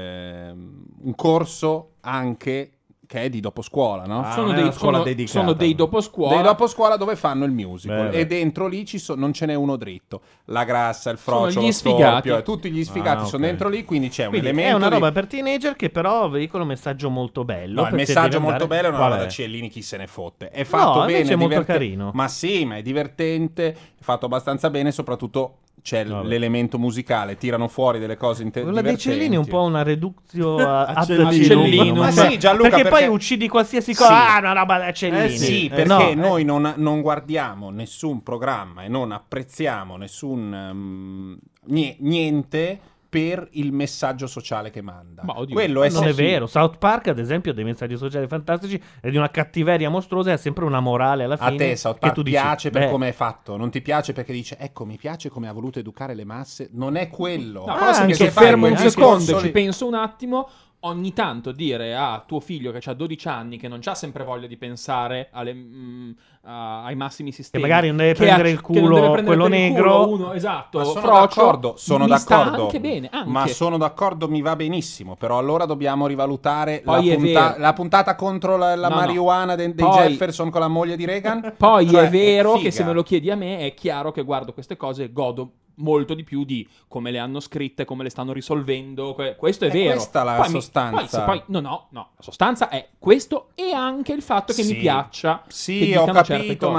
corso anche che è di doposcuola, no? Ah, sono non è dei, una scuola sono- dedicata. sono dei doposcuola. Dei doposcuola dove fanno il musical Beh, e beh. dentro lì non ce n'è uno dritto. La Grassa, il Sono Frocio, gli lo sfigati. Storpio, tutti gli sfigati Ah, sono ok. dentro lì, quindi c'è un Quindi elemento è una di- roba per teenager che però veicola un messaggio molto bello. No, il perché messaggio deve molto andare- bello è una Qual roba è? da Ciellini, chi se ne fotte. È fatto invece bene, è molto diverte- carino. Ma sì, ma è divertente, è fatto abbastanza bene, soprattutto c'è Vabbè. l'elemento musicale, tirano fuori delle cose Quella dei divertenti. Cellini è un po' una reductio A Cellino. Ma Cioè, sì, Gianluca, perché poi perché- uccidi qualsiasi Sì. cosa. Ah, una roba da Cellini. Sì, Eh, perché no, noi non guardiamo nessun programma e non apprezziamo nessun niente per il messaggio sociale che manda. Ma oddio, Quello è Non è sì. vero. South Park, ad esempio, ha dei messaggi sociali fantastici e di una cattiveria mostruosa e ha sempre una morale alla A fine. te South che Park tu dici, piace per beh, come è fatto, non ti piace perché dice ecco mi piace come ha voluto educare le masse, non è quello. No, Ah, però se mi anche soffermo un anche secondo discorso e ci lì- penso un attimo, ogni tanto dire a tuo figlio che ha 12 anni, che non c'ha sempre voglia di pensare ai massimi sistemi, Che magari non deve che prendere ha- il che non culo deve prendere quello per il negro. culo uno, esatto, Ma sono frocio, d'accordo, sono mi sta d'accordo. anche bene, anche. Ma sono d'accordo, mi va benissimo, però allora dobbiamo rivalutare Poi è vero. la puntata contro la No, no. marijuana dei Poi- Jefferson con la moglie di Reagan. Poi Cioè, è vero figa. che se me lo chiedi a me è chiaro che guardo queste cose e godo molto di più di come le hanno scritte, come le stanno risolvendo. Questo è È vero. questa la Poi sostanza. no, la sostanza è questo e anche il fatto che Sì. mi piaccia. che Sì, dicano ho certe capito, cose. ma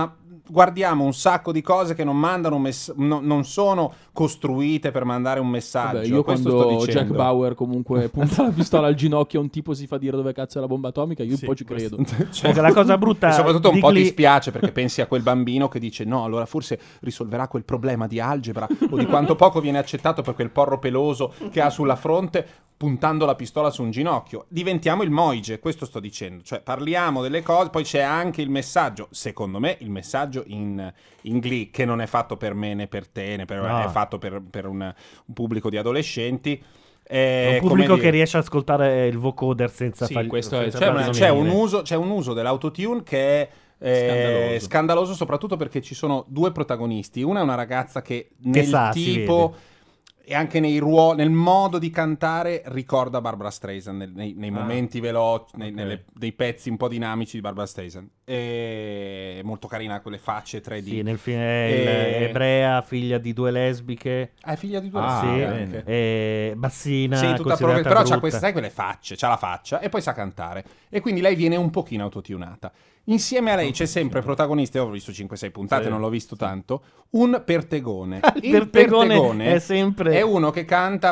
guardiamo un sacco di cose che non mandano non sono costruite per mandare un messaggio. Vabbè, io Questo quando sto dicendo. Jack Bauer comunque punta la pistola al ginocchio a un tipo si fa dire dove cazzo è la bomba atomica, io un po' ci credo. Perché la cosa brutta E soprattutto un po' di ti Glee- spiace perché pensi a quel bambino che dice no, allora forse risolverà quel problema di algebra o di quanto poco viene accettato per quel porro peloso che ha sulla fronte puntando la pistola su un ginocchio. Diventiamo il Moige, questo sto dicendo. Cioè parliamo delle cose, poi c'è anche il messaggio, secondo me il messaggio in Glee, che non è fatto per me né per te, né per, No. è fatto per un pubblico di adolescenti. un pubblico che riesce ad ascoltare il vocoder senza Sì, fargli questo è, senza c'è fargli un uso dell'autotune che è scandaloso, soprattutto perché ci sono due protagonisti. Una è una ragazza che nel si tipo e anche nei ruoli, nel modo di cantare ricorda Barbra Streisand nei momenti veloci, nei pezzi un po' dinamici di Barbra Streisand. È molto carina quelle facce 3D. Sì, nel film è ebrea, figlia di due lesbiche. È figlia di due sì, lesbiche, e bassina, sì, tutta considerata però c'ha brutta. queste, sai, quelle facce, c'ha la faccia e poi sa cantare. E quindi lei viene un pochino autotunata. Insieme a lei c'è sempre protagonista, io ho visto 5-6 puntate, Sì. non l'ho visto tanto, un pertegone. Il pertegone è sempre- è uno che canta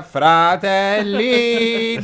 Fratelli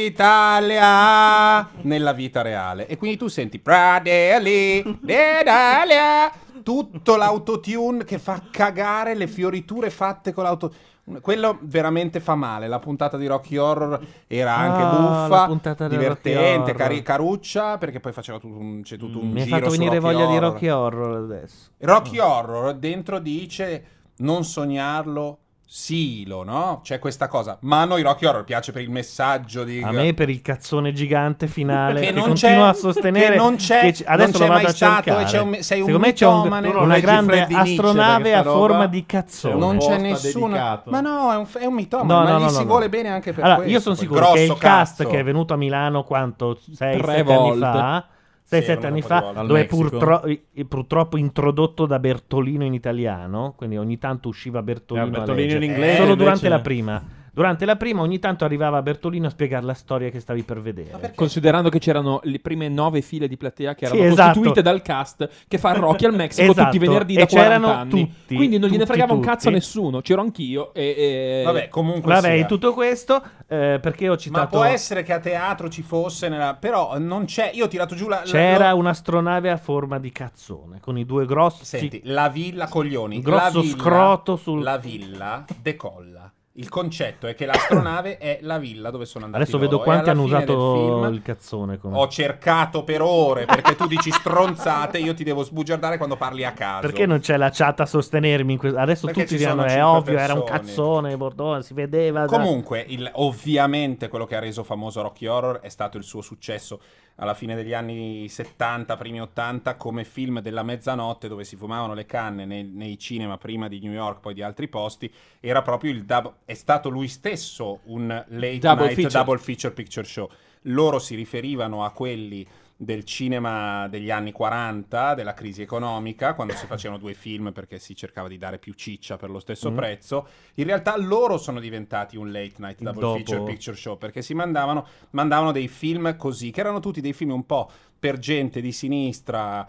d'Italia nella vita reale. E quindi tu senti Fratelli d'Italia, tutto l'autotune che fa cagare, le fioriture fatte con l'autotune. Quello veramente fa male. La puntata di Rocky Horror era anche la buffa, puntata del divertente, Rocky Horror. caruccia, perché poi faceva c'è tutto un Mi hai giro fatto su venire Rocky voglia di Horror. Rocky Horror adesso. Rocky Horror dentro dice non sognarlo, silo, no? C'è questa cosa. Ma a noi Rocky Horror piace per il messaggio di... A me per il cazzone gigante finale che, non continuo c'è- a sostenere che non c'è- che adesso non c'è lo vado mai a stato, cercare. e c'è sei un Secondo me c'è mitomane. Tu non una leggi grande Freddy Nietzsche astronave per a sta forma roba? di cazzone. Non c'è posta nessuna... dedicato. Ma no, è un mitomane, ma gli si vuole bene anche per Allora, questo. io sono quel sicuro che il grosso cast cazzo. che è venuto a Milano quanto 6-7 3 anni volte. fa, Sì, 6-7 venuto anni un po' di fa, volte. Al dove Messico. purtroppo introdotto da Bertolino in italiano, quindi ogni tanto usciva Bertolino, Bertolino a in leggere. inglese, solo invece- durante la prima. Durante la prima ogni tanto arrivava Bertolino a spiegare la storia che stavi per vedere. Considerando che c'erano le prime 9 file di platea che erano Sì, esatto. costituite dal cast che fa Rocky al Messico Esatto. tutti i venerdì E da 40 c'erano anni. tutti, Quindi non gliene tutti, fregava un cazzo a tutti. nessuno. C'ero anch'io. Vabbè, comunque Vabbè, sia. in tutto questo, perché ho Ma citato... può essere che a teatro ci fosse, però non c'è. Io ho tirato giù C'era un'astronave a forma di cazzone, con i due grossi... Senti, la villa, coglioni. Grosso la villa, scroto sul- La villa decolla. Il concetto è che l'astronave è la villa dove sono andati Adesso loro. vedo E quanti alla hanno fine del usato film il cazzone. Come... Ho cercato per ore perché tu dici stronzate, io ti devo sbugiardare quando parli a caso. Perché non c'è la chat a sostenermi? Adesso Perché tutti ci sono diranno: è 5 ovvio, era un persone." cazzone, Bordone, si vedeva. Comunque, ovviamente quello che ha reso famoso Rocky Horror è stato il suo successo alla fine degli anni 70, primi 80, come film della mezzanotte dove si fumavano le canne nei cinema prima di New York, poi di altri posti. Era proprio è stato lui stesso un late Double night feature. double feature picture show. Loro si riferivano a quelli del cinema degli anni 40, della crisi economica, quando si facevano due film perché si cercava di dare più ciccia per lo stesso prezzo. In realtà loro sono diventati un late night double Dopo. feature picture show perché si mandavano dei film così, che erano tutti dei film un po' per gente di sinistra,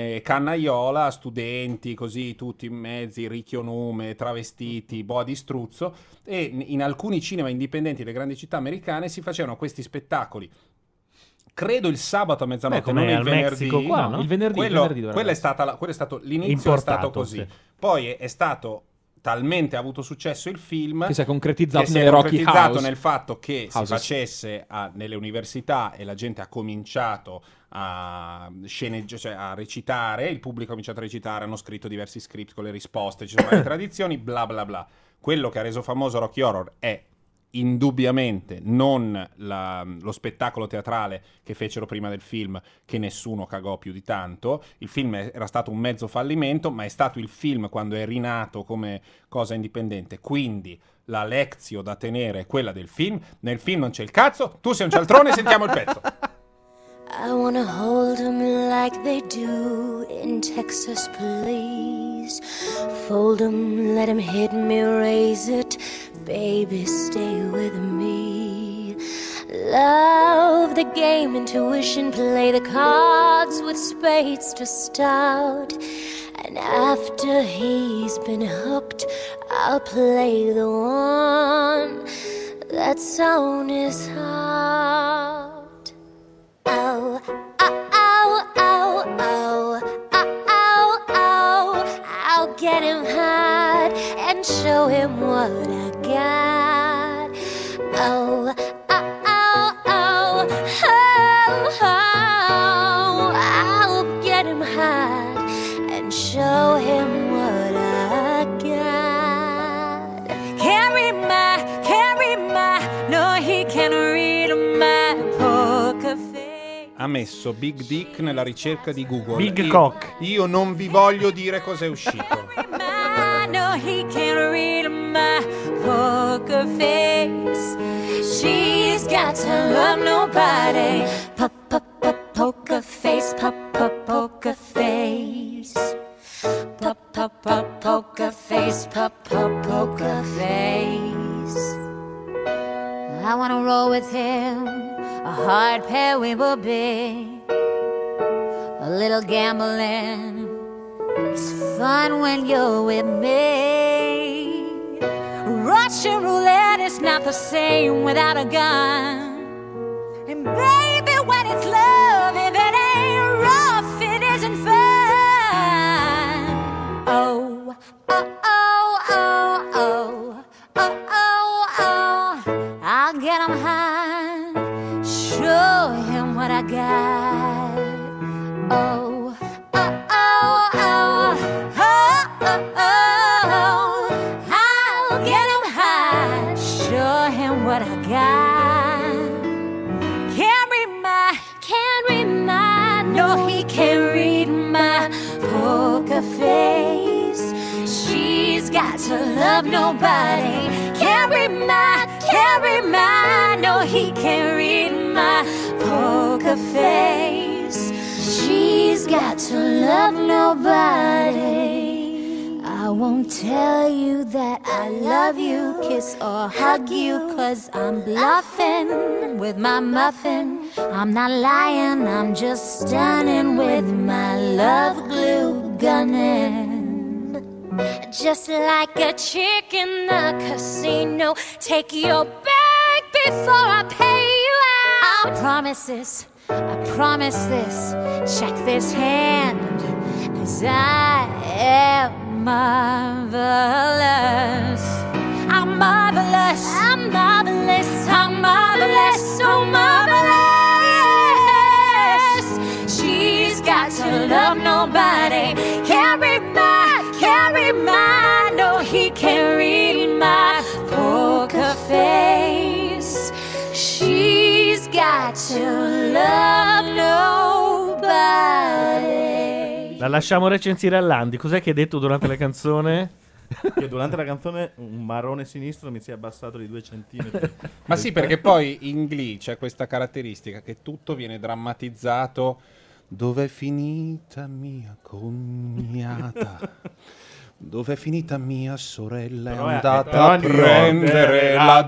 cannaiola, studenti, così, tutti in mezzi, ricchionume, travestiti, boa di struzzo, e in alcuni cinema indipendenti delle grandi città americane si facevano questi spettacoli. Credo il sabato a mezzanotte, come non il al venerdì. Messico qua, no? Il venerdì Quello dovrebbe è essere. quello è stato l'inizio, è stato Importato, così. sì. Poi è stato talmente ha avuto successo il film Che si è concretizzato che si è nelle Rocky concretizzato House. nel fatto che si Houses. facesse nelle università e la gente ha cominciato a cioè a recitare, il pubblico ha cominciato a recitare, hanno scritto diversi script con le risposte, ci sono varie tradizioni, bla bla bla. Quello che ha reso famoso Rocky Horror è indubbiamente non lo spettacolo teatrale che fecero prima del film, che nessuno cagò più di tanto. Il film era stato un mezzo fallimento, ma è stato il film quando è rinato come cosa indipendente, quindi la lezione da tenere è quella del film. Nel film non c'è il cazzo, tu sei un cialtrone, sentiamo il pezzo. I wanna hold 'em like they do in Texas, please. Fold 'em, let 'em hit me, raise it. Baby, stay with me. Love the game, intuition, play the cards with spades to start. And after he's been hooked, I'll play the one that's on his heart. Oh, oh, oh, oh, oh, oh, oh, oh. I'll get him hard and show him what I got. Oh, oh, oh, oh, oh, oh. I'll get him hard and show him what I got. Carry my, no, he can read my poker face. Ha messo Big Dick nella ricerca di Google. Big Io- Cock. Io non vi voglio dire cos'è uscito. No, he can't read my poker face. She's got to love nobody. Poker face, poker face. Poker face, poker face. I wanna roll with him. A hard pair we will be. A little gambling. It's fun when you're with me. Russian roulette is not the same without a gun. And baby, when it's love, if it ain't rough, it isn't fun. Oh, oh, oh, oh, oh, oh, oh, oh. I'll get him high, show him what I got. Oh, oh, oh, oh, oh, oh, oh. I'll get him high, show him what I got. Can't read my, no, he can't read my poker face. She's got to love nobody. Can't read my, no, he can't read my poker face. She's got to love nobody. I won't tell you that I love you, kiss or hug you, 'cause I'm bluffing with my muffin. I'm not lying, I'm just stunning with my love glue gunning. Just like a chick in the casino, take your bag before I pay you out. I promise this, check this hand, 'cause I am marvelous. I'm marvelous, I'm marvelous, I'm marvelous, so marvelous. She's got to love nobody. Can't read my, no, he can't read my poker face. She's got to love nobody. La lasciamo recensire a Landi. Cos'è che hai detto durante la canzone? Che durante la canzone un marrone sinistro mi si è abbassato di 2 centimetri. Ma sì, perché poi in Glee c'è questa caratteristica che tutto viene drammatizzato. Dov'è finita mia cognata? Dov'è finita mia sorella? È Però andata però a a New York, prendere la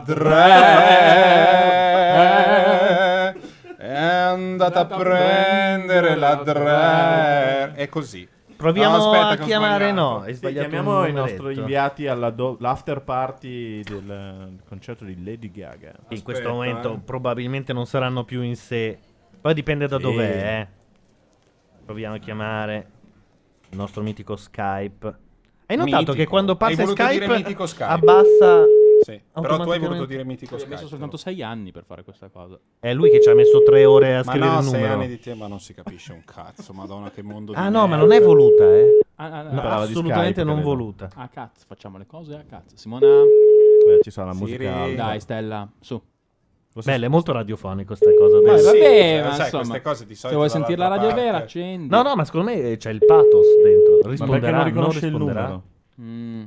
Dre. È andata a prendere la Dre. È così. Proviamo No, aspetta a che ho chiamare. sbagliato. No, hai Sì, sbagliato. chiamiamo un i nostri numeretto. inviati all'after party del concerto di Lady Gaga. In questo Aspetta, momento probabilmente non saranno più in sé. Poi dipende da Sì. dov'è. Proviamo a chiamare il nostro mitico Skype. Hai notato Mitico. che quando Hai parte voluto dire Skype mitico Skype. abbassa. Sì, però tu hai voluto automaticamente. dire mitico Ci ho messo Skype. soltanto 6 anni per fare questa cosa. È lui che ci ha messo 3 ore a Ma scrivere no, il 6 numero. anni di te, ma non si capisce un cazzo. Madonna, che mondo di Ah no, ma merda. non è voluta, eh. No, parlava di assolutamente Skype, non credo. voluta. A cazzo, facciamo le cose a cazzo. Simona, Ci sarà la musica. Siri. dai Stella, su. Bello, è molto radiofonico sta cosa. Vai, adesso. sì, vabbè, ma sai, insomma, queste cose di se solito vuoi sentire la dall'altra radio vera, parte. accendi. No, no, ma secondo me c'è il pathos dentro. Ma Risponderà, perché non riconosce il risponderà. numero? Mm.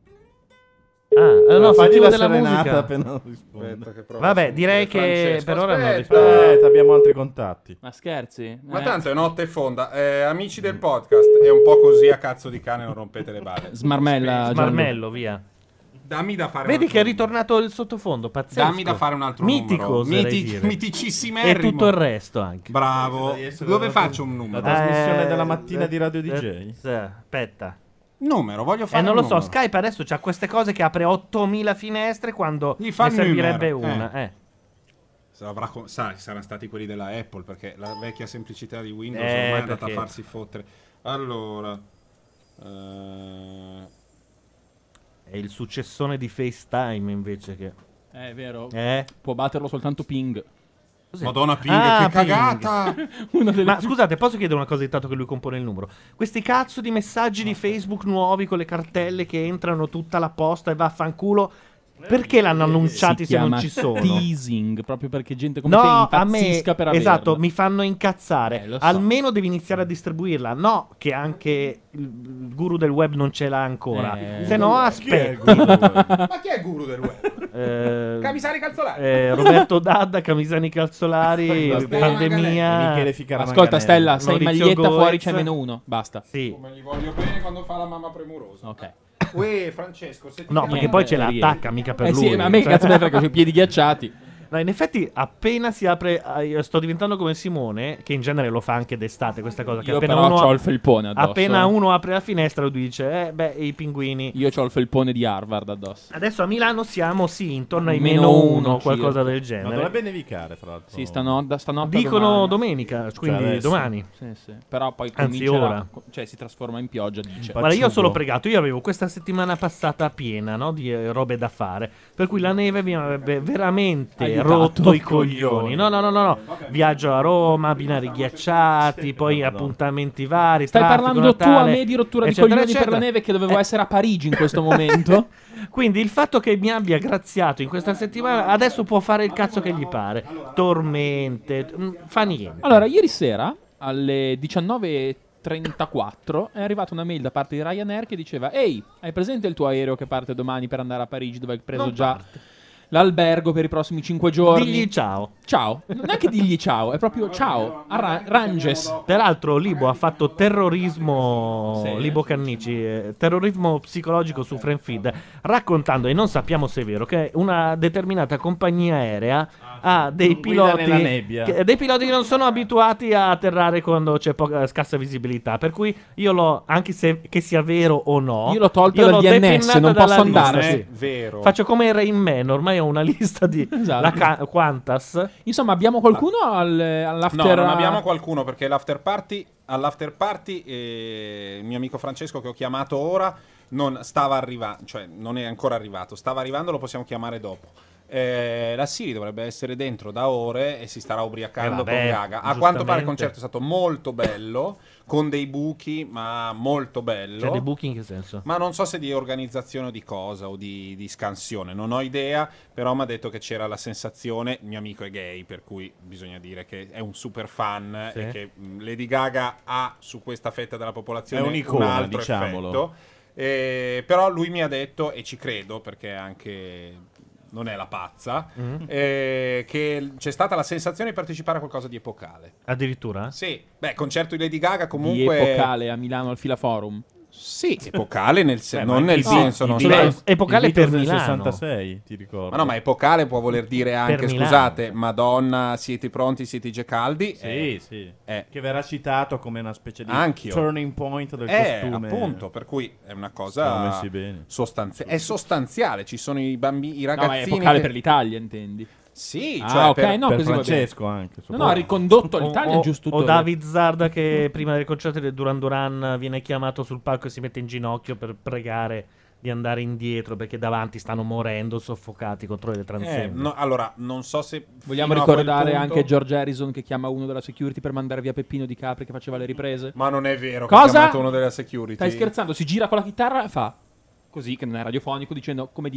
No, fagli sentivo la della serenata musica. appena risponde. Aspetta che provo a Vabbè, sentire direi che Francesco. per ora non Aspetta. risponde. Abbiamo altri contatti. Ma scherzi? Ma tanto è notte e fonda. Amici del podcast, è un po' così a cazzo di cane, non rompete le balle. Smarmella, Gianlu. Smarmello, via. Dammi da fare Vedi un che è altro ritornato il sottofondo, pazzesco. Dammi da fare un altro Mitico, numero. oserei dire. Miticissimo. E tutto il resto anche. Bravo. Dove faccio un La numero? trasmissione della mattina di Radio DJ? Aspetta. Numero, voglio fare non un lo so, numero. Skype adesso c'ha queste cose che apre 8000 finestre quando Gli fa ne il servirebbe numero, una. Sai, saranno stati quelli della Apple, perché la vecchia semplicità di Windows Eh, ormai è andata perché- a farsi fottere. Allora, È il successone di FaceTime invece che... È vero. Eh? Può batterlo soltanto Ping. Cos'è? Madonna Ping, Ah, che cagata! Una delle Ma scusate, posso chiedere una cosa intanto che lui compone il numero? Questi cazzo di messaggi di Facebook nuovi con le cartelle che entrano tutta la posta e vaffanculo, perché l'hanno annunciati si se non chiama ci sono? teasing, proprio perché gente come te No, a me impazzisca per averla. esatto, mi fanno incazzare. Lo so. Almeno devi iniziare a distribuirla. No, che anche il guru del web non ce l'ha ancora. Se no, aspetti. Ma chi è il guru del web? Camisari calzolari. Roberto Dadda, Camisani Calzolari, pandemia. Michele Ficaramanganelli. Ascolta Stella, sei Maurizio maglietta Goetz. fuori c'è -1. Basta. Sì. Come gli voglio bene quando fa la mamma premurosa. Ok. Uè, Francesco, se ti No, chiamo- perché poi ce la riesco. attacca mica per lui. Sì, ma a me che cazzo me ne frega, ho i piedi ghiacciati. No, in effetti, appena si apre, io sto diventando come Simone, che in genere lo fa anche d'estate. Questa cosa che Io appena però uno, c'ho il felpone addosso. appena uno apre la finestra, lui dice: i pinguini. Io c'ho il felpone di Harvard addosso. Adesso a Milano siamo, sì, intorno ai Meno uno qualcosa circa. del Ma genere. dovrebbe nevicare, fra l'altro. Sì, stanotte Dicono domani. domenica, quindi adesso. domani. Sì, sì. Però poi Anzi, comincerà, ora. cioè si trasforma in pioggia, dice. Guarda, io ho solo Pacciugo. pregato. Io avevo questa settimana passata piena, no, di robe da fare. Per cui la neve mi avrebbe veramente Aiutato. rotto i coglioni. No. Viaggio a Roma, binari ghiacciati, poi Madonna. appuntamenti vari. Stai traffico, parlando tu a Natale, me di rottura di eccetera, coglioni per la eccetera. neve che dovevo essere a Parigi in questo momento? Quindi il fatto che mi abbia graziato in questa settimana, adesso può fare il cazzo che gli pare. Tormente, fa niente. Allora, ieri sera alle 19:34 è arrivata una mail da parte di Ryanair che diceva: ehi, hai presente il tuo aereo che parte domani per andare a Parigi dove hai preso Non già parte. l'albergo per i prossimi 5 giorni? Digli ciao. Ciao. Non è che digli ciao, è proprio ciao. Ranges. Peraltro Libo ha fatto terrorismo, Sì. Libo Cannici, terrorismo psicologico su Friendfeed, raccontando, e non sappiamo se è vero, che una determinata compagnia aerea ha dei Guida piloti, nella nebbia. dei piloti che non sono abituati a atterrare quando c'è scarsa visibilità, per cui io l'ho, anche se che sia vero o no, Io l'ho tolta dal l'ho DNS, depennata non dalla posso lista. andarci. È vero. Faccio come Rain Man, ormai ho una lista di Esatto. la Qantas. Insomma, abbiamo qualcuno all'after? No, non abbiamo qualcuno perché all'after party il mio amico Francesco che ho chiamato ora non stava arrivando, cioè non è ancora arrivato, stava arrivando, lo possiamo chiamare dopo. La Siri dovrebbe essere dentro da ore e si starà ubriacando vabbè, con Gaga. A quanto pare il giustamente. concerto è stato molto bello, con dei buchi, ma molto bello. Cioè dei buchi in che senso? Ma non so se di organizzazione o di cosa o di scansione, non ho idea, però mi ha detto che c'era la sensazione, il mio amico è gay, per cui bisogna dire che è un super fan Sì. e che Lady Gaga ha su questa fetta della popolazione È un'icona, un altro diciamolo. effetto. Però lui mi ha detto, e ci credo perché anche non è la pazza, che c'è stata la sensazione di partecipare a qualcosa di epocale. Addirittura? Sì, beh, concerto di Lady Gaga Di comunque... epocale a Milano al Fila Forum. Sì, epocale nel Ma non nel i senso, non Beatles- sta- epocale i Beatles per del Milano. 66, ti ricordo. Ma no, ma epocale può voler dire anche, Milano. scusate, Madonna, siete pronti, siete già caldi? Sì. Eh. Che verrà citato come una specie di Anch'io. turning point del costume. appunto, per cui è una Siamo cosa messi bene. è sostanziale, ci sono i bambini, i No, ma è ragazzini epocale che- per l'Italia, intendi? Sì, Ah, cioè ok, per- no, Per così va bene. Francesco anche. No, ha ricondotto l'Italia giusto o tutto. David Zarda che prima del concerto del Duran Duran viene chiamato sul palco e si mette in ginocchio per pregare di andare indietro perché davanti stanno morendo soffocati contro le transenne. no, allora, non so se Vogliamo fino a quel ricordare punto- anche George Harrison che chiama uno della security per mandare via Peppino Di Capri che faceva le riprese? Ma non è vero che Cosa? ha chiamato uno della security. Stai scherzando? Si gira con la chitarra e fa così, che non è radiofonico, dicendo, come dire,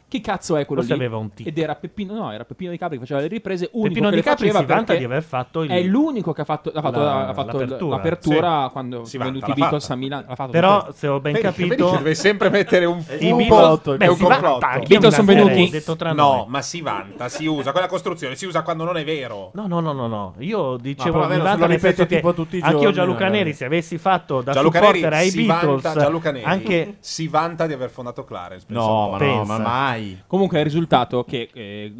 chi cazzo è quello Forse lì? aveva un tic. Ed era Peppino, no, era Peppino Di Capri che faceva le riprese, unico Peppino che Di le Capri faceva si vanta perché di aver fatto è l'unico che ha fatto l'apertura. l'apertura quando Si sono vanta, venuti i l'ha Beatles fatta. a Milano. L'ha fatto Però, tutto. se ho ben Vedi, capito, ci deve sempre mettere un i complotto. Beatles, È un si vanta, complotto. anche I Beatles sono una serie, venuti- detto tra No, noi. ma si vanta, si usa. Quella costruzione si usa quando non è vero. No. Io dicevo, però è vero, mi vanta se lo nel senso ripeto che tipo tutti i anch'io giorni, Gianluca magari. Neri, se avessi fatto da Gianluca supporter Neri ai si Beatles, vanta, Gianluca Neri anche si vanta di aver fondato Clarence. pensa No, un po'. ma pensa. mai. Comunque è il risultato che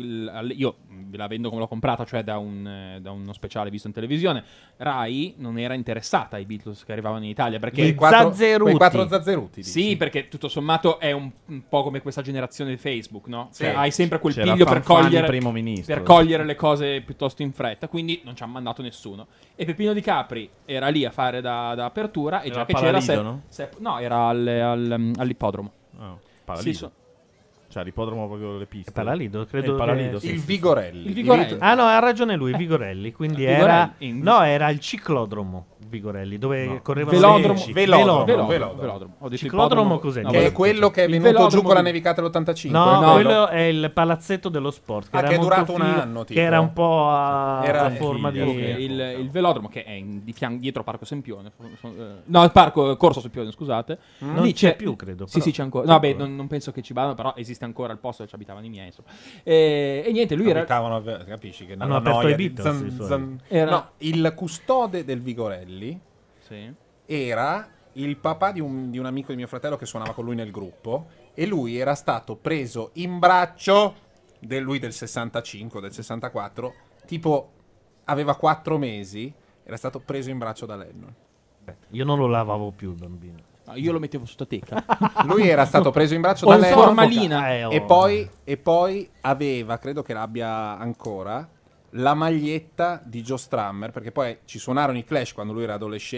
io ve la vendo come l'ho comprata, cioè da uno speciale visto in televisione. Rai non era interessata ai Beatles che arrivavano in Italia perché Quei quattro Zazzeruti. quei quattro zazzeruti. dici? sì, perché tutto sommato è un po' come questa generazione di Facebook, no? Sì. Cioè, hai sempre quel C'era piglio per Fanfani cogliere, primo ministro. per cogliere le cose piuttosto in fretta, quindi non ci ha mandato nessuno. E Peppino Di Capri era lì a fare da apertura e Era già a che c'era Palalido, no? no, era all'ippodromo. Oh, Sì, Palalido. Cioè, l'ippodromo proprio le piste. Palalido, credo Il Palalido, che- sì, Il sì. Vigorelli. Il Vigorelli. Ah no, ha ragione lui, Vigorelli, quindi Vigorelli, era in- no, era il ciclodromo Vigorelli, dove No. correvano Velodromo. le Velodromo. Velodromo. Ho detto Ciclodromo ippodromo. cos'è? No, Che è volevo- quello che è il venuto giù velodromo con la di- nevicata l'85. No, No, quello è il palazzetto dello sport, che Ah, era che è molto durato un figo, anno, tipo. che era un po' a, Era- a forma di Comunque, il velodromo che è di fianco dietro Parco Sempione, no, il parco Corso Sempione, scusate. Non Lì c'è più, credo, Sì, però. sì, c'è ancora. No, beh, non penso che ci vadano, però esiste ancora il posto dove ci abitavano i miei. Insomma. E niente, lui era. Abitavano, capisci che Hanno nella aperto noia i di Beatles, i suoi. Era- No, il custode del Vigorelli Sì. era il papà di un amico di mio fratello che suonava con lui nel gruppo e lui era stato preso in braccio lui del 65 o del 64, tipo aveva 4 mesi, era stato preso in braccio da Lennon. Io non lo lavavo più il bambino. No, io lo mettevo sotto teca. Lui era stato preso in braccio O da in Lennon formalina. e poi aveva, credo che l'abbia ancora, la maglietta di Joe Strummer, perché poi ci suonarono i Clash quando lui era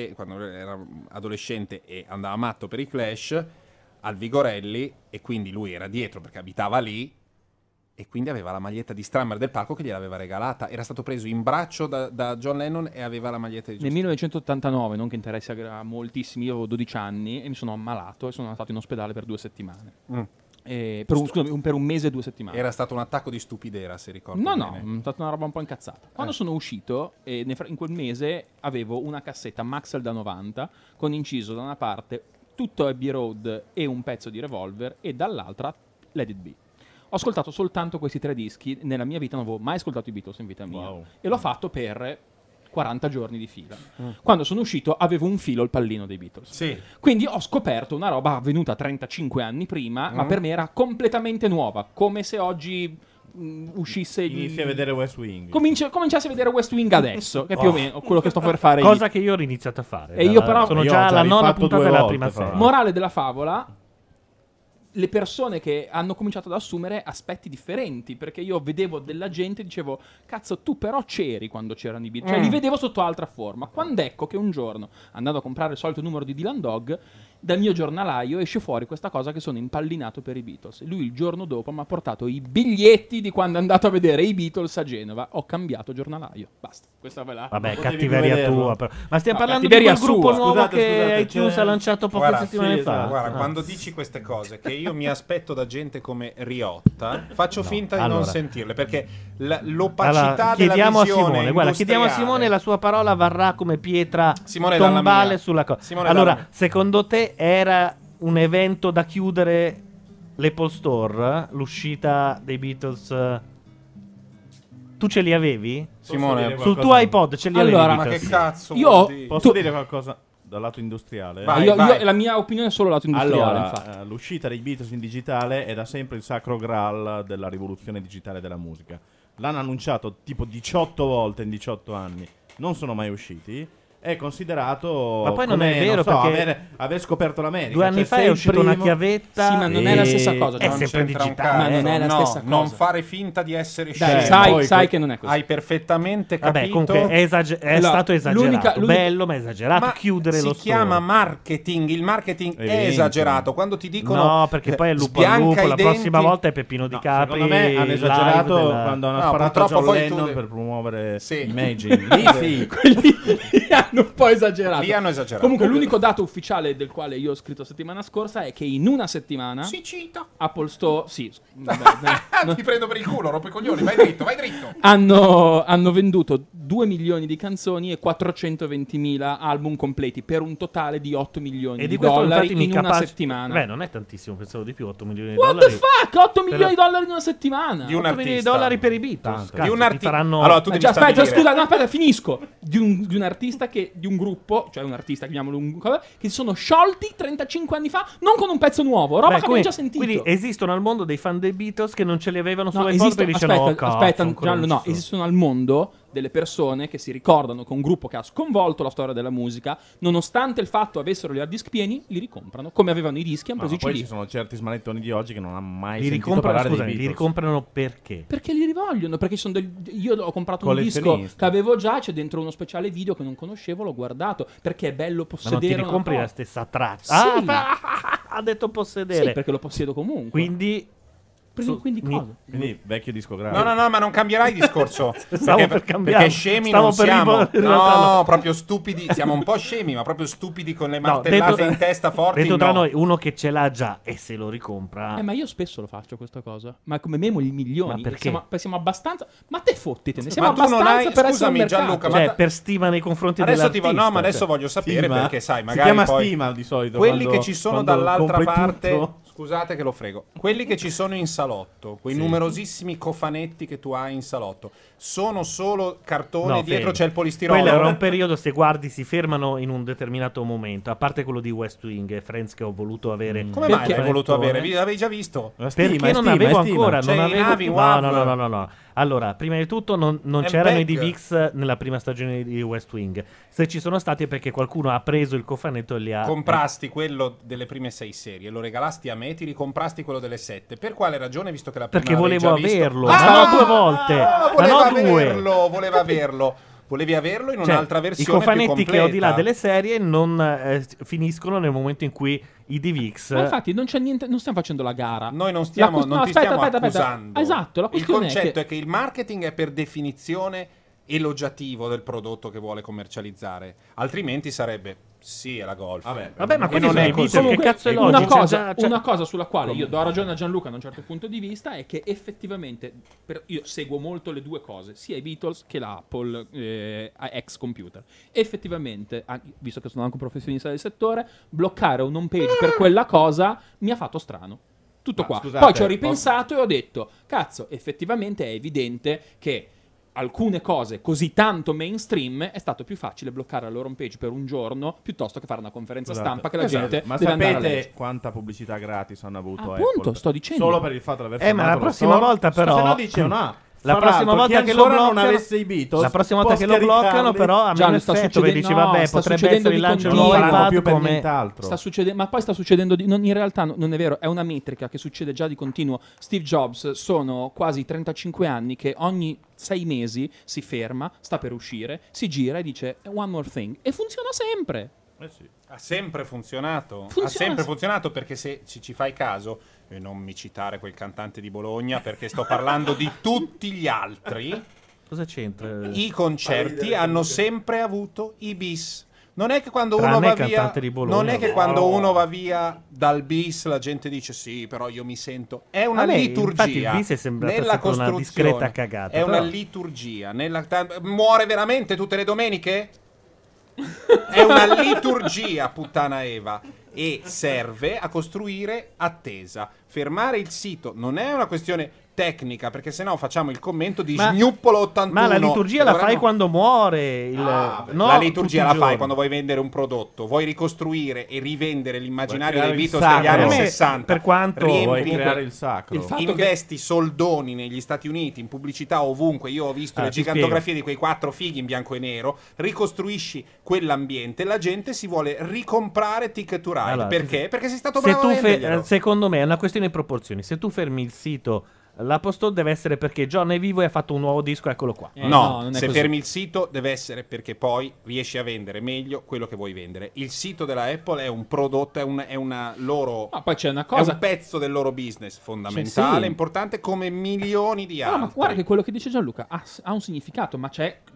adolescente e andava matto per i Clash al Vigorelli, e quindi lui era dietro perché abitava lì e quindi aveva la maglietta di Strummer del palco che gliel'aveva regalata. Era stato preso in braccio da John Lennon e aveva la maglietta di Joe Nel 1989, non che interessi a moltissimi, io avevo 12 anni e mi sono ammalato e sono stato in ospedale per 2 settimane. Mm. Scusami, per un mese e 2 settimane. Era stato un attacco di stupidera, se ricordo No, bene. è stata una roba un po' incazzata. Quando sono uscito, in quel mese avevo una cassetta Maxell da 90 con inciso da una parte tutto Abbey Road e un pezzo di Revolver e dall'altra Let It Be. Ho ascoltato soltanto questi 3 dischi, nella mia vita non avevo mai ascoltato i Beatles in vita mia. Wow. E l'ho fatto per 40 giorni di fila. Quando sono uscito avevo un filo il pallino dei Beatles. Sì. Quindi ho scoperto una roba avvenuta 35 anni prima, ma per me era completamente nuova, come se oggi uscisse Inizi a vedere West Wing. cominciassi a vedere West Wing adesso, che è più o meno quello che sto per fare Cosa io. che io ho iniziato a fare. E io però- sono Io già ho già alla nona rifatto puntata 2 della volte, prima fra serie. Morale della favola: le persone che hanno cominciato ad assumere aspetti differenti, perché io vedevo della gente e dicevo cazzo, tu però c'eri quando c'erano i Beatles, cioè li vedevo sotto altra forma. Quando ecco che un giorno, andando a comprare il solito numero di Dylan Dog, dal mio giornalaio esce fuori questa cosa che sono impallinato per i Beatles. Lui il giorno dopo mi ha portato i biglietti di quando è andato a vedere i Beatles a Genova. Ho cambiato giornalaio, basta. Questa ve la Vabbè, Potevi cattiveria vederlo. tua. Però. Ma stiamo No, parlando di cattiveria quel gruppo sua. nuovo Scusate, che scusate, iTunes c'è- ha lanciato poche Guarda, settimane sì, fa. esatto. Guarda, Ah. quando dici queste cose che io mi aspetto da gente come Riotta, faccio finta di non allora. sentirle, perché l'opacità Allora, della chiediamo a visione Simone, guarda, chiediamo a industriale- Simone, la sua parola varrà come pietra Simone dalla tombale mia. sulla cosa. Simone Allora, dalla mia. secondo te era un evento da chiudere l'Apple Store, l'uscita dei Beatles? Tu ce li avevi? Simone, dire Sul qualcosa? tuo iPod ce li Allora, avevi? ma Beatles? che cazzo Io- vuol dire? Posso dire qualcosa dal lato industriale? Vai. io, la mia opinione è solo lato industriale, Allora, infatti. l'uscita dei Beatles in digitale è da sempre il sacro graal della rivoluzione digitale della musica. L'hanno annunciato tipo 18 volte in 18 anni, non sono mai usciti. È considerato Ma poi non come, è vero, so, perché aver scoperto l'America. 2 anni Cioè, fa sei è il uscita una primo- chiavetta. Sì, ma non è la stessa cosa. È Non sempre c'entra un digitale. cazzo. Ma non è la No, stessa non cosa. fare finta di essere Dai, scemo. sai che non è così. Hai perfettamente Vabbè, capito. comunque è Allora, stato esagerato. l'unica- Bello, ma esagerato. Ma chiudere si lo chiama store. marketing. Il marketing è Eventi. esagerato. Quando ti dicono No, perché poi è lupo al sbianca lupo. i La denti- prossima volta è Peppino Di No, Capri. secondo me hanno live esagerato della- quando hanno No, sparato purtroppo John poi tu Lennon devi- per promuovere Sì. Imagine. Lì sì. Quelli hanno hanno un po' esagerato. Lì hanno esagerato. Comunque, l'unico dato ufficiale del quale io ho scritto settimana scorsa è che in una settimana Si cita. Apple Store, sì, Ti prendo per il culo, rompo i coglioni, vai dritto, vai dritto. hanno venduto 2 milioni di canzoni e 420.000 album completi per un totale di 8 milioni E di di questo dollari infatti in mica una settimana. Beh, non è tantissimo, pensavo di più, 8 milioni di What dollari. the fuck? 8 milioni di dollari in una settimana? Di un 8 milioni di artista. dollari per i Beatles. Cazzo, Di un ti artista. faranno... Allora, tu devi Aspetta, stabilire. scusa, no, aspetta, finisco. Di un artista di un gruppo, cioè un artista, chiamiamolo che si sono sciolti 35 anni fa, non con un pezzo nuovo, roba Beh, che abbiamo già sentito. Quindi esistono al mondo dei fan dei Beatles che non ce li avevano No, sull'iPod e dicono "Oh, cazzo, aspetta, ancora Gianlu, non no, ci sono". esistono al mondo delle persone che si ricordano che un gruppo che ha sconvolto la storia della musica, nonostante il fatto avessero gli hard disk pieni, li ricomprano, come avevano i dischi, hanno Ma preso i poi CD. ci sono certi smanettoni di oggi che non hanno mai Li sentito ricomprano, parlare scusami, dei li Beatles. ricomprano perché? Perché li rivogliono? Perché io ho comprato un disco Collezionisti. che avevo già, c'è dentro uno speciale video che non conoscevo, l'ho guardato, perché è bello Ma non possedere ti una ricompri cosa. la stessa traccia. Sì. Ha detto possedere. Sì, perché lo possiedo comunque. Quindi Quindi cosa? Quindi vecchio discografico. No, ma non cambierai il discorso. Stavo per cambiare. Perché scemi Stavo non per siamo. in realtà No, no. proprio stupidi. Siamo un po' scemi, ma proprio stupidi con le No, martellate detto- in testa forti. detto tra no. noi, uno che ce l'ha già e se lo ricompra. Ma io spesso lo faccio questa cosa. Ma come Memo i milioni. Ma perché? Siamo abbastanza. Ma te fottitene. Siamo Ma tu non abbastanza hai- per essere un scusami, mercato. Gianluca, Cioè, ma- per stima nei confronti Adesso ti dell'artista. no, ma adesso cioè. voglio sapere Stima? perché sai, Si magari chiama poi stima di solito. quelli quando- che ci sono quando dall'altra compri parte, tutto. scusate che lo frego. Quelli che ci sono in salotto, quei numerosissimi cofanetti che tu hai in salotto, sono solo cartone, No, dietro fermi. c'è il polistirolo. Quello era un periodo, se guardi, si fermano in un determinato momento. A parte quello di West Wing e Friends che ho voluto avere. Come mai Perché- l'hai voluto avere? L'avevi già visto? Perché non avevo ancora, C'è non in avevo. Navi, No, WAV. no, no, no, no, no. Allora, prima di tutto non È c'erano i back. DVX nella prima stagione di West Wing. Se ci sono stati è perché qualcuno ha preso il cofanetto e li ha. Comprasti quello delle prime 6 serie, lo regalasti a me, ti ricomprasti quello delle 7. Per quale ragione, visto che la prima Perché l'avevi volevo già visto? averlo, ma non 2 volte, ma voleva no 2. averlo, voleva averlo. Volevi averlo in Cioè, un'altra i versione più cofanetti completa. che ho di là delle serie non finiscono nel momento in cui i DVX. Ma infatti non c'è niente, non stiamo facendo la gara. Noi non stiamo, non ti stiamo accusando. Esatto, la Il questione concetto è che il marketing è per definizione elogiativo del prodotto che vuole commercializzare, altrimenti sarebbe sì, è la Golf. Vabbè, ma E quelli non sono è i così. Beatles, che cazzo è una logico? cosa, Cioè, una cosa sulla quale io do ragione a Gianluca da un certo punto di vista è che effettivamente io seguo molto le due cose, sia i Beatles che l'Apple ex computer. Effettivamente, visto che sono anche un professionista del settore, bloccare un home page per quella cosa mi ha fatto strano. Tutto qua. scusate, Poi ci ho ripensato e ho detto, cazzo, effettivamente è evidente che alcune cose così tanto mainstream è stato più facile bloccare la loro home page per un giorno piuttosto che fare una conferenza Scusate. stampa che la Esatto. gente Ma deve andare a sapete leggere. quanta pubblicità gratis hanno avuto Appunto, Apple? sto dicendo. Solo per il fatto di aver ma la fermato lo prossima store? volta però- Se no dicevano, La fra prossima l'altro, volta chi che lo ancora non bloccano, avesse i Beatles la prossima volta può che lo bloccano, scaricarli. però a Già, meno sta effetto, che succedendo- dici no, vabbè, sta potrebbe succedendo essere il di lancio di un continuo. nuovo Non faranno iPad più per come nient'altro. Sta succedendo, ma poi sta succedendo in realtà non è vero, è una metrica che succede già di continuo. Steve Jobs sono quasi 35 anni che ogni 6 mesi si ferma, sta per uscire, si gira e dice one more thing e funziona sempre. Ha sempre funzionato. Funziona. Ha sempre funzionato perché se ci fai caso, e non mi citare quel cantante di Bologna perché sto parlando di tutti gli altri, Cosa c'entra? i concerti hanno sempre avuto i bis. Non è che quando Tranne uno va il cantante via, di Bologna. non è che quando uno va via dal bis la gente dice sì, però io mi sento. È una A me, liturgia. infatti, il bis è sembrata nella sempre una costruzione. discreta cagata, È una però. liturgia. Muore veramente tutte le domeniche? È una liturgia, puttana Eva. E serve a costruire attesa. Fermare il sito non è una questione tecnica, perché sennò facciamo il commento di Ma- Sgnuppolo 81. Ma la liturgia la fai Dovremmo- quando muore. No, la liturgia tutti i la fai giorni. quando vuoi vendere un prodotto, vuoi ricostruire e rivendere l'immaginario Vuoi dei creare il Beatles degli sacro. anni A me, 60. per quanto Riempi- Vuoi comunque, creare il sacro. il fatto investi soldoni negli Stati Uniti, in pubblicità ovunque. Io ho visto le ti gigantografie di quei 4 fighi in bianco e nero. Ricostruisci quell'ambiente, la gente si vuole ricomprare Ticket to Ride. Allora, perché? Perché sei stato Se bravo a tu venderglielo. secondo me è una questione di proporzioni. Se tu fermi il sito, l'Apple Store deve essere perché John è vivo e ha fatto un nuovo disco, eccolo qua. No, non è se così. fermi il sito deve essere perché poi riesci a vendere meglio quello che vuoi vendere. Il sito della Apple è un prodotto, è una loro... Ma poi c'è una È cosa. un pezzo del loro business fondamentale, Sì. importante come milioni di No, altri. ma guarda che quello che dice Gianluca ha un significato, ma c'è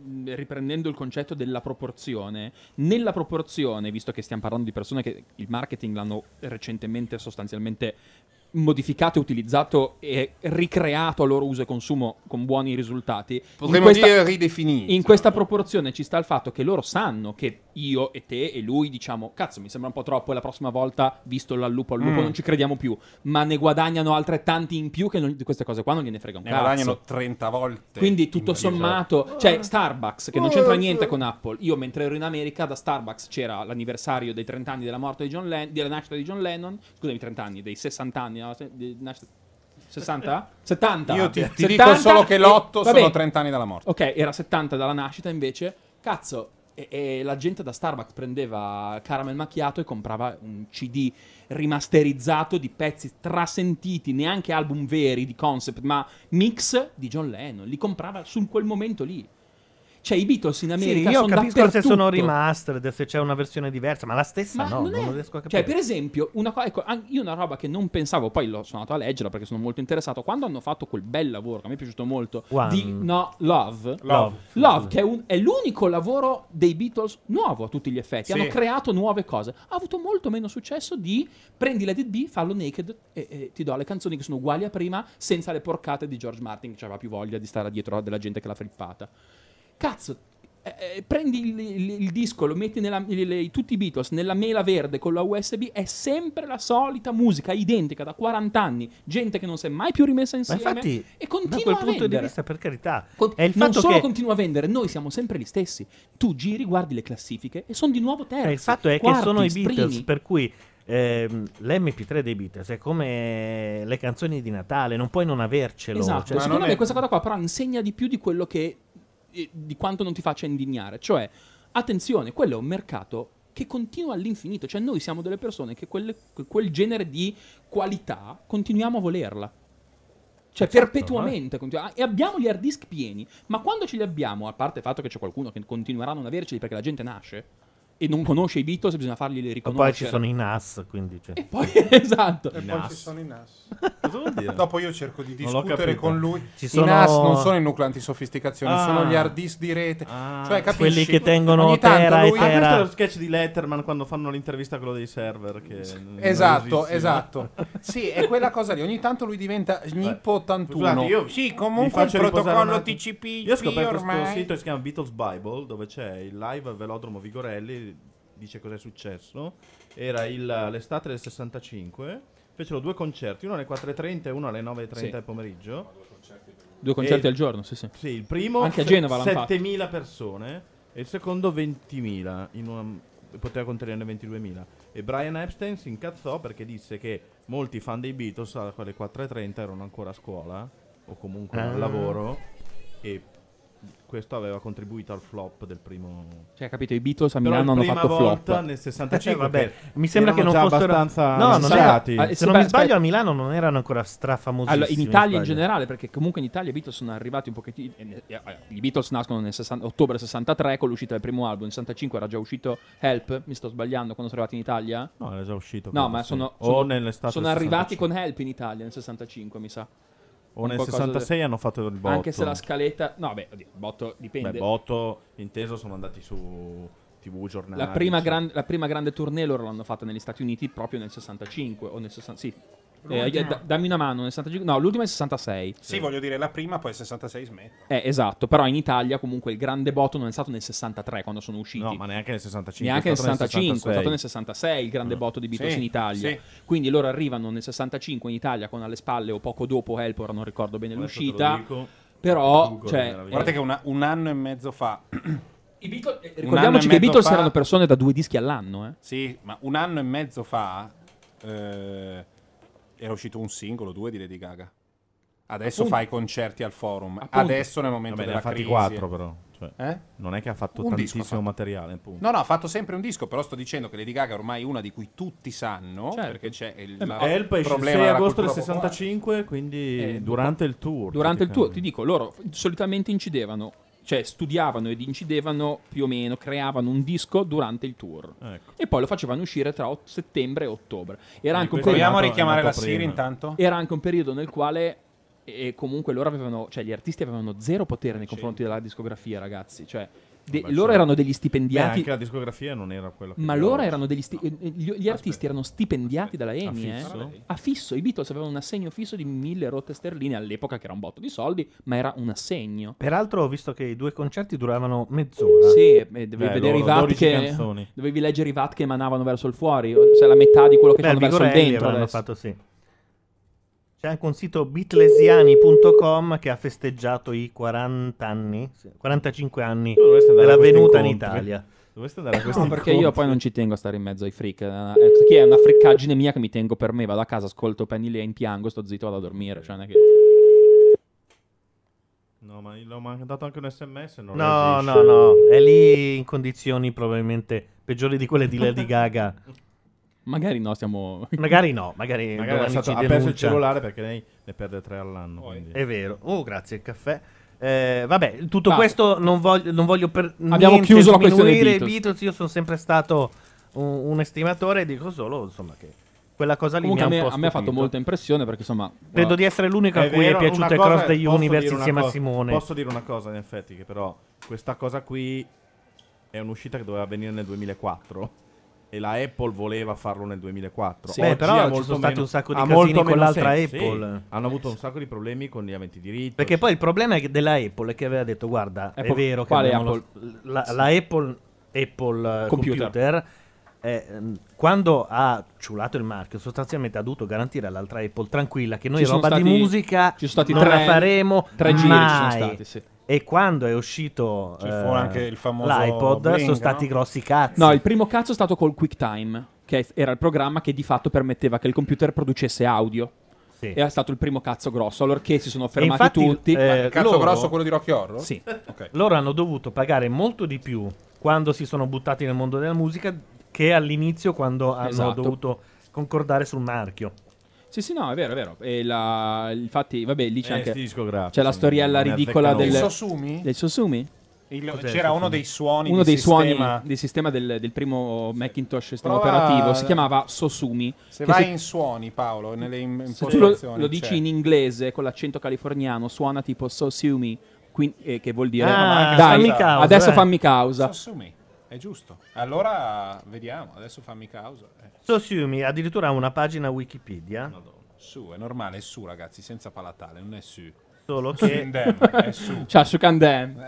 riprendendo il concetto della proporzione, nella proporzione, visto che stiamo parlando di persone che il marketing l'hanno recentemente sostanzialmente modificato, utilizzato e ricreato a loro uso e consumo con buoni risultati, Potremmo dire ridefinito. in questa proporzione ci sta il fatto che loro sanno che io e te e lui diciamo cazzo mi sembra un po' troppo e la prossima volta visto al lupo non ci crediamo più, ma ne guadagnano altrettanti in più che di queste cose qua non gliene frega un Ne cazzo. guadagnano 30 volte. Quindi tutto sommato, cioè Starbucks, che non c'entra niente con Apple. Io mentre ero in America, da Starbucks c'era l'anniversario dei 30 anni della morte di della nascita di John Lennon, scusami, 30 anni, dei 60 anni, no? Di nascita- 60? 70? Io ti 70, dico solo che l'8 vabbè. sono 30 anni dalla morte. Ok, era 70 dalla nascita invece. Cazzo, e la gente da Starbucks prendeva caramel macchiato e comprava un CD rimasterizzato di pezzi trasentiti, neanche album veri di concept, ma mix di John Lennon. Li comprava su quel momento lì. Cioè i Beatles in America io sono capisco se dappertutto. sono remastered, se c'è una versione diversa, ma la stessa Ma no, non non è- riesco a capire. Cioè, per esempio, ecco, io una roba che non pensavo, poi sono andato a leggerla perché sono molto interessato. Quando hanno fatto quel bel lavoro, che a me è piaciuto molto, Love, che è l'unico lavoro dei Beatles nuovo a tutti gli effetti. Sì. Hanno creato nuove cose. Ha avuto molto meno successo di prendi Let It Be, fallo naked e ti do le canzoni che sono uguali a prima, senza le porcate di George Martin, che aveva più voglia di stare dietro della gente che l'ha frippata. Cazzo. Prendi il disco, lo metti tutti i Beatles nella mela verde con la USB, è sempre la solita musica identica da 40 anni, gente che non si è mai più rimessa Ma insieme infatti, e da continua quel a punto vendere. di vista, per carità, Con- è il non fatto solo che continua a vendere, noi siamo sempre gli stessi. Tu giri, guardi le classifiche e sono di nuovo terzi. il fatto è quarti, che sono i Beatles, primi. per cui l'MP3 dei Beatles è come le canzoni di Natale, non puoi non avercelo. Esatto, Cioè, secondo me questa cosa qua però insegna di più di quello che di quanto non ti faccia indignare. Cioè, attenzione, quello è un mercato che continua all'infinito. Cioè, noi siamo delle persone che quel genere di qualità continuiamo a volerla. Cioè, perpetuamente. E abbiamo gli hard disk pieni. Ma quando ce li abbiamo, a parte il fatto che c'è qualcuno che continuerà a non averceli perché la gente nasce e non conosce i Beatles, bisogna farglieli ma riconoscere. poi ci sono i NAS, quindi cioè. E poi, esatto. E poi ci sono i NAS. Cosa vuol dire? Dopo io cerco di Non l'ho discutere capito. con lui. Ci I sono- NAS non sono i nuclei antisofisticazione, Ah. sono gli hard disk di rete. Cioè, capisci? Quelli che tengono Ogni tanto tera e lui- tera. Questo è lo sketch di Letterman quando fanno l'intervista a quello dei server. Che Esatto, esatto. Sì, è quella cosa lì. Ogni tanto lui diventa Gnippo 81. Scusate, io Sì, vi comunque il faccio riposare protocollo un attimo. TCP Io ho scoperto questo ormai. sito che si chiama Beatles Bible, dove c'è il live al Velodromo Vigorelli, dice cos'è successo. Era l'estate del 65, fecero due concerti, uno alle 4:30 e uno alle 9:30 Sì. del pomeriggio. 2 concerti E- al giorno, sì, sì. Sì, il primo Anche a Genova l'hanno fatto. 7.000 persone e il secondo 20.000, poteva contenerne 22.000. E Brian Epstein si incazzò perché disse che molti fan dei Beatles alle 4:30 erano ancora a scuola o comunque al lavoro e questo aveva contribuito al flop del primo. Cioè, capito, i Beatles a Però Milano hanno prima fatto volta flop. nel 65 vabbè, che mi sembra che non erano già fossero abbastanza No, non iniziati. era- se non mi sbaglio a Milano non erano ancora strafamosissimi. Allora, in Italia in generale, perché comunque in Italia i Beatles sono arrivati un pochettino. I Beatles nascono nel ottobre 63 con l'uscita del primo album. Nel 65 era già uscito Help. Mi sto sbagliando quando sono arrivati in Italia? No, era già uscito. No, credo, ma sì. sono o nell'estate sono del arrivati 65. con Help in Italia nel 65, mi sa. O nel 66 hanno fatto il botto. Anche se la scaletta. No, beh, oddio, botto dipende. Beh, botto inteso sono andati su TV, giornali. La prima, eccetera. la prima grande tournée loro l'hanno fatta negli Stati Uniti proprio nel 65 o nel 60. Sì. L'ultima. Dammi una mano, nel 65. No, l'ultima è il 66. Sì, voglio dire, la prima, poi il 66 smette. Esatto, però in Italia comunque il grande botto non è stato nel 63 quando sono usciti. No, ma neanche nel 65. Neanche è nel stato 65, è stato nel 66 il grande botto di Beatles Sì, in Italia. sì. Quindi loro arrivano nel 65 in Italia con alle spalle o poco dopo Help, ora non ricordo bene Adesso te l'uscita. lo dico. Però, Google, cioè, meraviglioso. Guardate che un anno e mezzo fa. i Beatles- anno ricordiamoci e che i mezzo Beatles fa- erano persone da 2 dischi all'anno, Sì, ma un anno e mezzo fa era uscito un singolo, 2 di Lady Gaga. Adesso Appunto. fa i concerti al forum. Appunto. Adesso nel momento Vabbè, ne ha della fatti crisi. 4 però. Cioè, Eh? non è che ha fatto Un disco tantissimo ha fatto. materiale, appunto. No, no, ha fatto sempre un disco, però sto dicendo che Lady Gaga è ormai una di cui tutti sanno, Certo. perché c'è il Help esce il problema 6 della agosto del cultura popolare. 65, quindi durante il tour. Durante il tour, ti praticamente. dico, loro solitamente incidevano, cioè studiavano ed incidevano più o meno, creavano un disco durante il tour. Ecco. E poi lo facevano uscire tra settembre e ottobre. Era anche un questo periodo Vogliamo nato- è richiamare nato la Siri prima. intanto? Era anche un periodo nel quale e comunque loro avevano, cioè gli artisti avevano zero potere nei confronti della discografia, ragazzi. Cioè, loro erano degli stipendiati. Anche la discografia non era quello che Ma di loro oggi. erano gli artisti erano stipendiati dalla EMI, fisso? A fisso. I Beatles avevano un assegno fisso di 1.000 rotte sterline all'epoca, che era un botto di soldi, ma era un assegno. Peraltro ho visto che i 2 concerti duravano mezz'ora. Sì, dovevi vedere i loro, VAT 12 che canzoni. dovevi leggere i VAT che emanavano verso il fuori, cioè la metà di quello che Beh, fanno verso il Vigorelli dentro avranno adesso. fatto sì. C'è anche un sito beatlesiani.com che ha festeggiato i 40 anni, 45 anni Tu dovresti andare della a questi venuta in incontri. Italia. Dovresti andare a questi No, perché incontri. io poi non ci tengo a stare in mezzo ai freak. Che è una friccaggine mia che mi tengo per me. Vado a casa, ascolto Penny Lane, piango, sto zitto, vado a dormire. Cioè, non è che... No, ma l'ho mandato anche un sms. Non No, reagisce. no, è lì in condizioni probabilmente peggiori di quelle di Lady Gaga. Magari no, stiamo... Magari no, magari Magari domani ci ha perso il denuncia. cellulare perché lei ne perde 3 all'anno. quindi. È vero. Oh, grazie, il caffè. Vabbè, tutto Basta. questo non voglio per Abbiamo niente chiuso la questione sminuire i Beatles. Beatles. Io sono sempre stato un estimatore e dico solo, insomma, che quella cosa lì Comunque mi ha un po' a me ha fatto stupito. molta impressione perché insomma... Credo di essere l'unico a È cui è vero, piaciuto una Across cosa- the posso Universe dire una insieme a cosa- Simone. Posso dire una cosa, in effetti, che però questa cosa qui è un'uscita che doveva avvenire nel 2004 e la Apple voleva farlo nel 2004. Sì. Beh, Oggi però ha ci molto sono stati meno- un sacco di ha casini molto con meno l'altra senso, sì. Apple. Hanno avuto un sacco di problemi con gli eventi diritto. Perché poi il problema è che della Apple è che aveva detto, guarda, è Apple- vero che quale abbiamo Apple? la Apple Computer. Computer quando ha ciulato il marchio sostanzialmente ha dovuto garantire all'altra Apple tranquilla che noi Ci sono roba di stati- musica ci sono stati non la tre- faremo tre giri ci mai. sono stati, sì. E quando è uscito Ci fu anche il famoso l'iPod Blink, sono stati no? grossi cazzi. No, il primo cazzo è stato col QuickTime, che era il programma che di fatto permetteva che il computer producesse audio. Sì. Era stato il primo cazzo grosso, allora che si sono E fermati infatti, tutti. Il cazzo loro- grosso quello di Rocky Horror? Sì. Ok. loro hanno dovuto pagare molto di più quando si sono buttati nel mondo della musica che all'inizio quando hanno Esatto. dovuto concordare sul marchio. Sì, no, è vero, è vero. E infatti, vabbè, lì c'è anche sti discografici, c'è la storiella non ne ridicola azzeccano del uno. Sosumi? del Sosumi. C'era uno dei suoni Uno di dei suoni sistema. del sistema del primo Macintosh sistema Prova- operativo si chiamava Sosumi. Se che vai in suoni, Paolo, nelle se tu lo impostazioni dici c'è. in inglese con l'accento californiano, suona tipo Sosumi, che vuol dire Ah, dai, fammi causa, adesso eh. fammi causa. Sosumi, è giusto. Allora vediamo, adesso fammi causa. Sosumi addirittura ha una pagina Wikipedia, Su, è normale, è su ragazzi, senza palatale, non è su. solo che Indem, è su. Cioè, su Candem.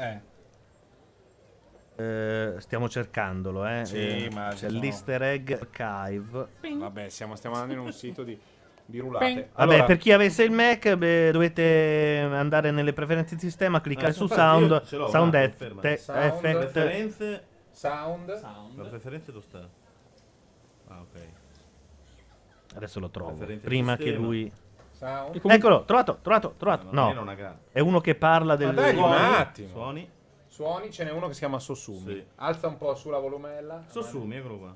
stiamo cercandolo, Sì, ma c'è ci sono- l'easter egg archive. Vabbè, stiamo andando in un sito di rulate. Vabbè, Allora, per chi avesse il Mac, dovete andare nelle preferenze di sistema, cliccare su infatti Sound, io ce l'ho, Sound un attimo, ferma. Sound, Effect. Preferenze. sound. La preferenza dove sta? Ah, ok. Adesso lo trovo. Preferenze Prima che sistema. lui. Sound. Eccolo, trovato. Non è No, una gara. è uno che parla del. Ma dai, un attimo. Suoni. Suoni, ce n'è uno che si chiama Sosumi. Sì. Alza un po' sulla volumella. Sosumi, eccolo qua.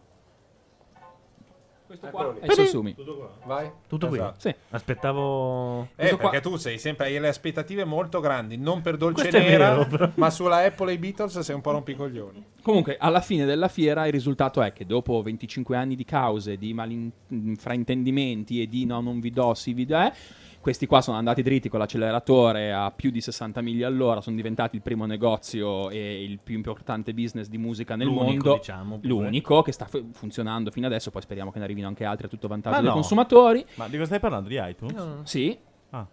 Questo Eccolo qua lì. è Sosumi. Tutto qua. Vai. Tutto qui. Esatto. Sì. Aspettavo. Questo qua- Perché tu sei sempre hai le aspettative molto grandi, non per Dolce Questo è Nera, vero, però. ma sulla Apple e i Beatles sei un po' rompicoglioni. Comunque, alla fine della fiera il risultato è che dopo 25 anni di cause, di fraintendimenti e di no, non vi do, sì vi do, questi qua sono andati dritti con l'acceleratore a più di 60 miglia all'ora, sono diventati il primo negozio e il più importante business di musica nel L'unico, mondo. diciamo, pure. L'unico che sta funzionando fino adesso, poi speriamo che ne arrivino anche altri a tutto vantaggio Ma dei no. consumatori. Ma di cosa stai parlando? Di iTunes? Sì. Ah.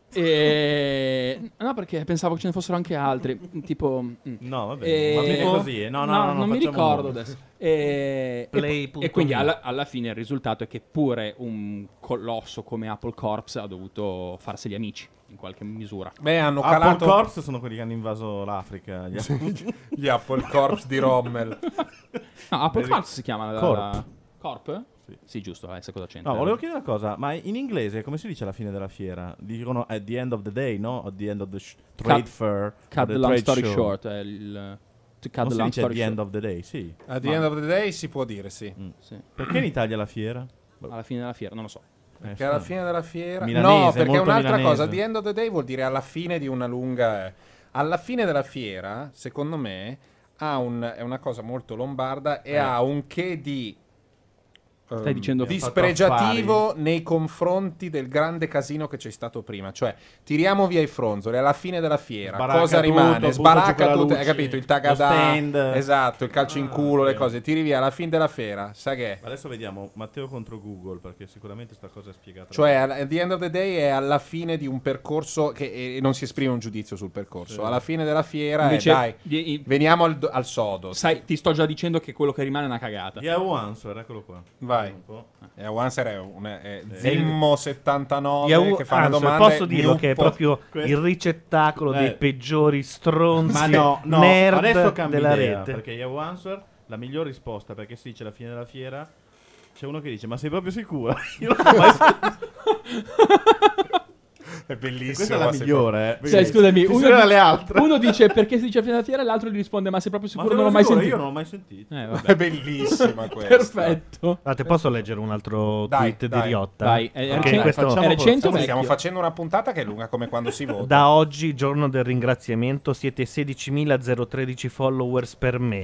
No, perché pensavo che ce ne fossero anche altri, tipo... No, vabbè. E- Va bene così. No, non mi facciamo ricordo nomi. adesso. E Play.me. quindi alla fine il risultato è che pure un colosso come Apple Corps ha dovuto farseli amici in qualche misura. Beh, hanno Apple calato Corps sono quelli che hanno invaso l'Africa. gli Apple Corps di Rommel. No, Apple Vedi? Corps si chiama Corp. Corp? Sì, giusto, sai cosa c'entra. No, volevo chiedere una cosa, ma in inglese come si dice alla fine della fiera? Dicono at the end of the day, no? At the end of the trade fair. Cut or the the long trade story show. short. È il, to cut Non the si long dice at story the end short. of the day, sì. At the end of the day si può dire sì. Sì. Perché in Italia la fiera? Alla fine della fiera, non lo so. Perché alla fine della fiera... Milanese, no, perché molto un'altra milanese. cosa, at the end of the day vuol dire alla fine di una lunga... Alla fine della fiera, secondo me, è una cosa molto lombarda e ha un che di Stai dicendo che dispregiativo nei confronti del grande casino che c'è stato prima. Cioè, tiriamo via i fronzoli alla fine della fiera. Sbaracca cosa tutto, rimane? buttaci Sbaracca quella tutto, luce, hai capito? Il lo tagadà, stand. esatto, il calcio in culo, le cose. Tiri via alla fine della fiera. Sai che è? Adesso vediamo Matteo contro Google, perché sicuramente sta cosa è spiegata. Cioè, at the end of the day è alla fine di un percorso che non si esprime un giudizio sul percorso. Sì. Alla fine della fiera Invece, è dai, veniamo al sodo. Sai, ti sto già dicendo che quello che rimane è una cagata. Yahoo Answer, eccolo qua. Vai. Un po'. Answer è Zimmo79 Yahoo che fa una Answer, domanda. posso dirlo che è proprio il ricettacolo dei peggiori stronzi Ma no, nerd adesso cambia della idea, rete. perché Yahoo Answer, la miglior risposta, perché si dice alla fine della fiera, c'è uno che dice, ma sei proprio sicura? Io non ho mai È bellissimo. Questa è la migliore, Cioè, scusami, le altre. uno dice perché si dice a fine della fiera, l'altro gli risponde ma sei proprio Ma sicuro? sei Non l'ho mai sicuro? sentito. Io non l'ho mai sentito. Vabbè. È bellissima questa. Perfetto. Te posso leggere un altro Dai, tweet dai. di Riotta? Vai, è Perché recente- questo- è recente o Stiamo vecchio? facendo una puntata che è lunga come quando si vota. Da oggi, giorno del ringraziamento, siete 16.013 followers per me,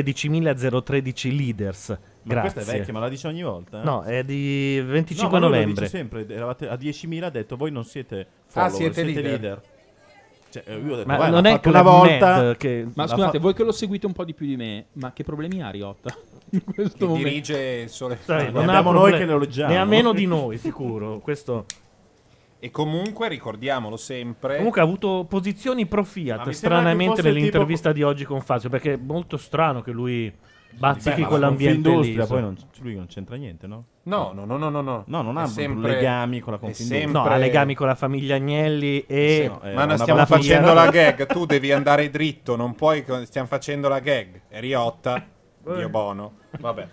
16.013 leaders. Ma Grazie. questa è vecchia, ma la dice ogni volta? No, è di 25 no, ma lui lo novembre. dice sempre, eravate a 10.000, ha detto voi non siete Ah, follower, siete leader. Cioè, io ho detto, Ma "Vai, non l'ha è fatto una Club volta. Med che... Ma l'ha scusate, fa- voi che lo seguite un po' di più di me, ma che problemi ha Riotta? In questo Che momento. dirige il sole. Sai, ne non ha abbiamo noi problemi. che lo leggiamo. Ne ha meno di noi, sicuro. Questo... E comunque ricordiamolo sempre. Comunque ha avuto posizioni pro Ma Fiat, mi sembra che stranamente fosse nell'intervista di oggi con Fazio, perché è molto strano che lui bazzichi ma quell'ambiente lì. Confindustria, poi lui non c'entra niente, no? No. No, non È ha sempre- legami con la è Confindustria. sempre- No, ha legami con la famiglia Agnelli e... no, Ma una noi stiamo la facendo figlia- la gag, tu devi andare dritto, non puoi. Stiamo facendo la gag. È Riotta, Dio bono. Vabbè.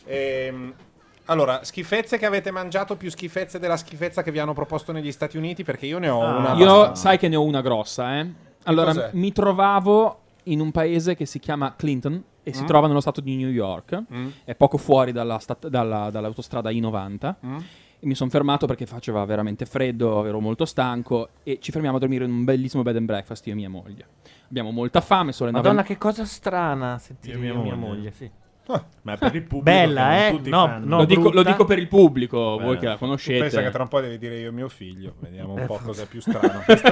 Allora, schifezze che avete mangiato più schifezze della schifezza che vi hanno proposto negli Stati Uniti, perché io ne ho una. Io abbastanza. sai che ne ho una grossa, eh. Allora, cos'è? mi trovavo in un paese che si chiama Clinton e si trova nello stato di New York. È poco fuori dall'autostrada I-90. E mi sono fermato perché faceva veramente freddo, ero molto stanco e ci fermiamo a dormire in un bellissimo bed and breakfast io e mia moglie. Abbiamo molta fame, solo le Madonna, 9. che cosa strana sentire Io e mia mia moglie, sì. Ma è per il pubblico. Bella, che non eh? tutti No, fanno. no. Lo dico brutta. per il pubblico, voi che la conoscete. Pensa che tra un po' devi dire io e mio figlio. Vediamo un po' cos'è più strano. Questo-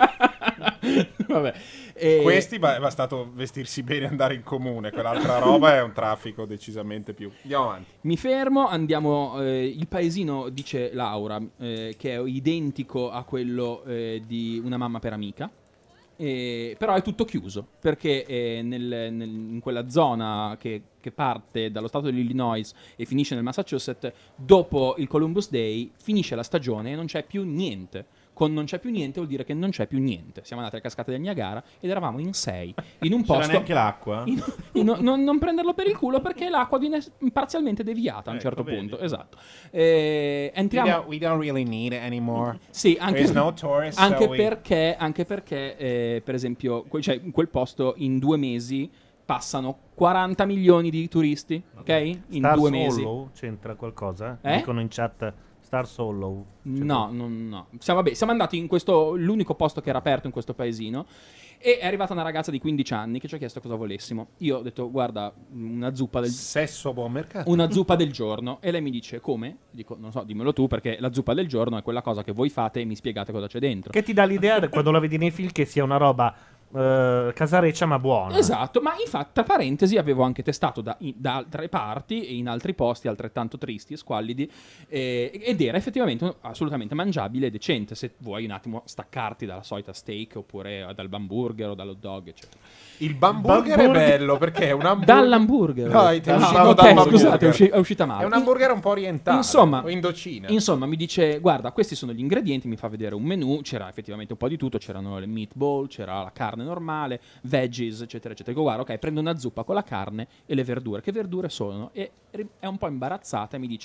Vabbè. Questi è bastato vestirsi bene e andare in comune. Quell'altra roba è un traffico decisamente più. Andiamo avanti. Mi fermo, andiamo. Il paesino, dice Laura, che è identico a quello di Una mamma per amica. Però è tutto chiuso perché in quella zona che parte dallo stato dell'Illinois e finisce nel Massachusetts, dopo il Columbus Day finisce la stagione e non c'è più niente. Con non c'è più niente vuol dire che non c'è più niente. Siamo andati alle cascate del Niagara ed eravamo in 6 in un C'era posto. neanche l'acqua? Non prenderlo per il culo perché l'acqua viene parzialmente deviata a un Ecco, certo vedi. punto. Esatto. Entriamo. We don't really need it anymore. Sì, anche, There's no tourists, anche so we- perché, per esempio, in quel posto in 2 mesi passano 40 milioni di turisti, ok? In Star 2 mesi. Hollow c'entra qualcosa? Eh? Dicono in chat Star Hollow. No. Siamo andati in l'unico posto che era aperto in questo paesino e è arrivata una ragazza di 15 anni che ci ha chiesto cosa volessimo. Io ho detto, guarda, una zuppa del Sesso a buon mercato. una zuppa del giorno. E lei mi dice, come? Dico, non so, dimmelo tu, perché la zuppa del giorno è quella cosa che voi fate e mi spiegate cosa c'è dentro. Che ti dà l'idea, quando la vedi nei film, che sia una roba casareccia ma buona. Esatto, ma infatti, tra parentesi, avevo anche testato da altre parti e in altri posti altrettanto tristi e squallidi ed era effettivamente assolutamente mangiabile e decente se vuoi un attimo staccarti dalla solita steak oppure dal hamburger o dall'hot dog, eccetera. Il bamburger è bello perché è un hamburger. Dall'hamburger. No, ti è uscito ok, dall'hamburger. scusate, è uscita male. È un hamburger un po' orientale. Insomma, o indocina. Insomma, mi dice, guarda, questi sono gli ingredienti, mi fa vedere un menù, c'era effettivamente un po' di tutto, c'erano le meatball, c'era la carne normale, veggies, eccetera, eccetera. Dico, guarda, ok, prendo una zuppa con la carne e le verdure. Che verdure sono? E è un po' imbarazzata e mi dice,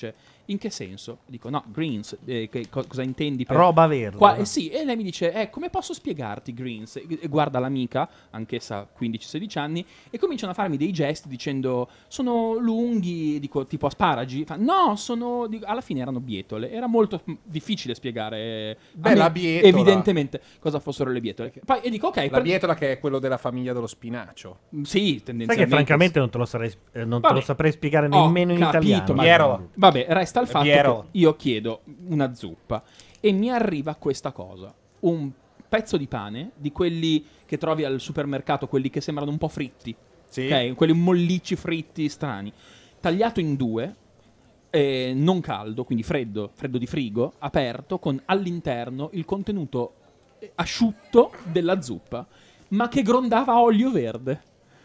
in che senso? Dico no, greens, cosa intendi per Roba verde. sì, e lei mi dice come posso spiegarti greens? E guarda l'amica, anch'essa 15-16 anni, e cominciano a farmi dei gesti dicendo sono lunghi, dico tipo asparagi. No, alla fine erano bietole. Era molto difficile spiegare a me, la bietola. evidentemente cosa fossero le bietole. Poi, e dico ok, La bietola che è quello della famiglia dello spinacio. sì, Sai tendenzialmente che francamente non te lo Vabbè, saprei spiegare ho nemmeno in capito, italiano. ma- Piero. Vabbè, resta il fatto Piero. che io chiedo una zuppa e mi arriva questa cosa, un pezzo di pane di quelli che trovi al supermercato, quelli che sembrano un po' fritti, Sì. ok? Quelli mollicci fritti strani, tagliato in due, non caldo, quindi freddo di frigo, aperto, con all'interno il contenuto asciutto della zuppa, ma che grondava olio verde.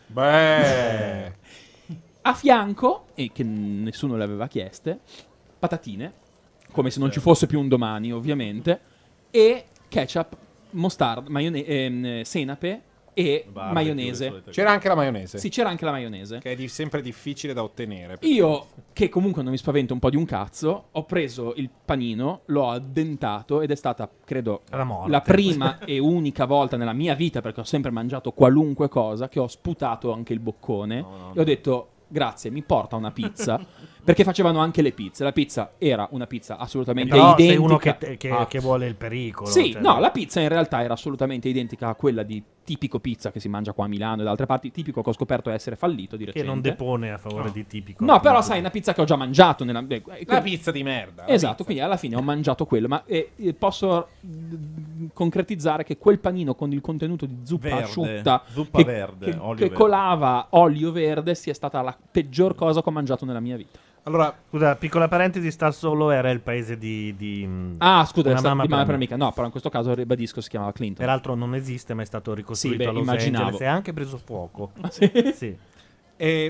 Beh. A fianco, e che nessuno le aveva chieste, patatine, come se non ci fosse più un domani, ovviamente, e ketchup, mostarda, senape e Barbe, maionese. le solite C'era anche la maionese. Sì, c'era anche la maionese. Che è sempre difficile da ottenere. Io, che comunque non mi spavento un po' di un cazzo, ho preso il panino, l'ho addentato ed è stata, credo, La morte. la prima e unica volta nella mia vita, perché ho sempre mangiato qualunque cosa, che ho sputato anche il boccone e ho detto grazie, mi porta una pizza. Perché facevano anche le pizze. La pizza era una pizza assolutamente Però identica. sei uno che vuole il pericolo. Sì, cioè- no, la pizza in realtà era assolutamente identica a quella di tipico pizza che si mangia qua a Milano e da altre parti, tipico che ho scoperto essere fallito di Che recente. non depone a favore di tipico. No, però sai, una pizza che ho già mangiato La pizza di merda. la Esatto, pizza. quindi alla fine ho mangiato quello, ma posso concretizzare che quel panino con il contenuto di zuppa Verde, asciutta zuppa che, verde, che- olio che verde. colava olio verde sia stata la peggior cosa che ho mangiato nella mia vita. Allora, Scusa, piccola parentesi, Star Solo era il paese di Ah, scusa, una di mamma per amica. amica. No, però in questo caso ribadisco si chiamava Clinton. Peraltro non esiste, ma è stato ricostruito Sì, a beh, Los immaginavo. Angeles e ha anche preso fuoco. Sì. Sì. E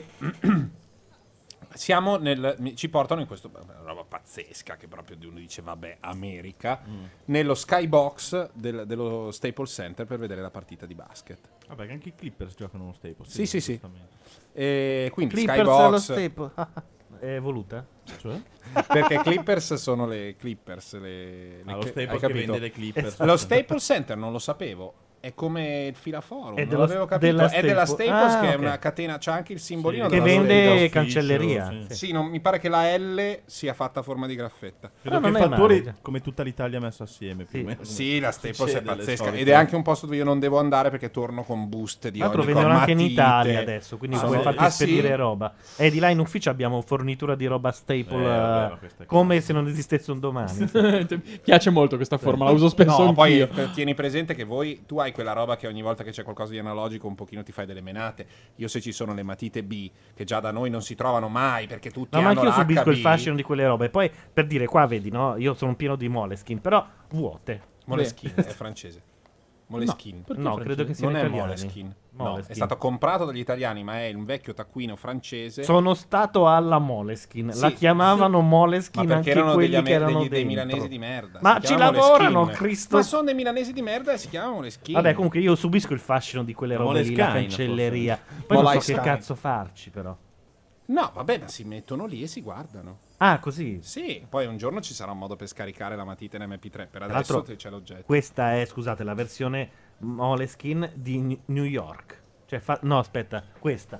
siamo ci portano in questa roba pazzesca che proprio uno dice vabbè America nello skybox dello Staples Center per vedere la partita di basket. Vabbè, che anche i Clippers giocano uno Staples. Sì, sì, sì. giustamente. E quindi Clippers allo skybox Staple. È voluta? Cioè? perché Clippers sono le Clippers Ah, lo hai Staples che capito? vende le Clippers. Lo Staples Center non lo sapevo. È come il Filaforum, È non dello- l'avevo capito. della È della Staples. Staples Ah, che è ok. una catena, c'ha anche il simbolino Che della vende Staples. cancelleria. Sì. Sì, non, mi pare che la L sia fatta a forma di graffetta. Credo non che è i fattori, male. come tutta l'Italia messa assieme, più Sì. o meno. Sì, la Staples è Succede le pazzesca solite- ed è anche un posto dove io non devo andare perché torno con buste di Tra l'altro ogni vendono anche in matite. Italia adesso, quindi Ah, puoi sì? farti Ah, sì? spedire roba. E di là in ufficio abbiamo fornitura di roba Staple vabbè, ma questa è come se non esistesse un domani. Mi piace molto questa forma, la uso spesso No, poi anch'io. tieni presente che tu hai quella roba che ogni volta che c'è qualcosa di analogico un pochino ti fai delle menate. Io se ci sono le matite B, che già da noi non si trovano mai perché tutti No, ma hanno anch'io la subisco il HB. fascino di quelle robe. Poi, per dire, qua vedi, no? Io sono pieno di Moleskine, però vuote. Moleskine, è francese. Moleskine. Perché No, francese? credo che siano Non è italiani. Moleskine. No, Moleskine. è stato comprato dagli italiani, ma è un vecchio taccuino francese. Sono stato alla Moleskine. Sì, la chiamavano ma Moleskine perché anche erano quelli che erano dei dentro. milanesi di merda. Ma Si ci chiama lavorano, Moleskine. Cristo. Ma sono dei milanesi di merda e si chiamano Moleskine. Vabbè, comunque io subisco il fascino di quelle La robe lì, la Moleskine, cancelleria. Poi non so che Moleskine. cazzo farci, però. No, vabbè, ma si mettono lì e si guardano. Ah, così. Sì, poi un giorno ci sarà un modo per scaricare la matita in MP3. Per Tra adesso l'altro, c'è l'oggetto. Questa è, scusate, la versione Moleskine di New York. Cioè, no, aspetta, questa.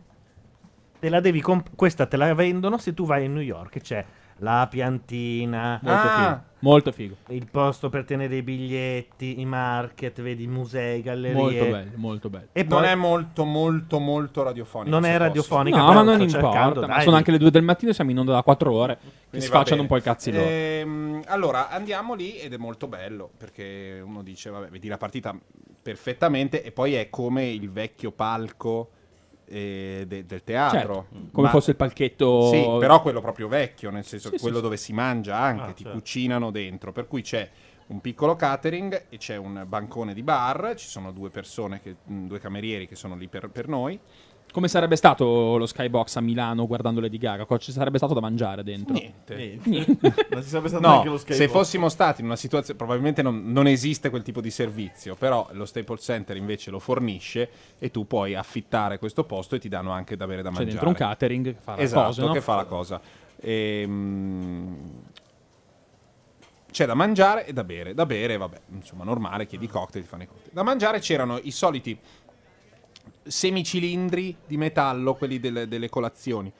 Te la devi questa te la vendono se tu vai a New York. C'è la piantina, Molto Ah! figo. Molto figo. il posto per tenere i biglietti, i market, vedi, musei, gallerie. Molto bello, molto bello. E Non poi è molto, molto, molto radiofonico. non è se posso. radiofonica. No, però ma non sto importa. cercando, Ma dai. sono anche le 2 del mattino, siamo in onda da 4 ore. Che Quindi si va facciano bene. un po' i cazzi loro. Allora, andiamo lì ed è molto bello perché uno dice, vabbè, vedi la partita perfettamente e poi è come il vecchio palco del teatro. Certo, come Ma- fosse il palchetto. Sì, però quello proprio vecchio, nel senso Sì, quello sì, dove si mangia anche, ti certo. cucinano dentro, per cui c'è un piccolo catering e c'è un bancone di bar, ci sono due persone, due camerieri che sono lì per noi. Come sarebbe stato lo Skybox a Milano guardando Lady Gaga? Cosa ci sarebbe stato da mangiare dentro? Niente. Non si sarebbe stato neanche lo No, Skybox. se fossimo stati in una situazione, probabilmente non esiste quel tipo di servizio, però lo Staples Center invece lo fornisce e tu puoi affittare questo posto e ti danno anche da bere da C'è mangiare. dentro un catering che fa la Esatto, cosa, no? che fa la cosa. C'è da mangiare e da bere. Da bere, vabbè, insomma, normale, chiedi cocktail, ti fanno i cocktail. Da mangiare c'erano i soliti semicilindri di metallo, quelli delle colazioni.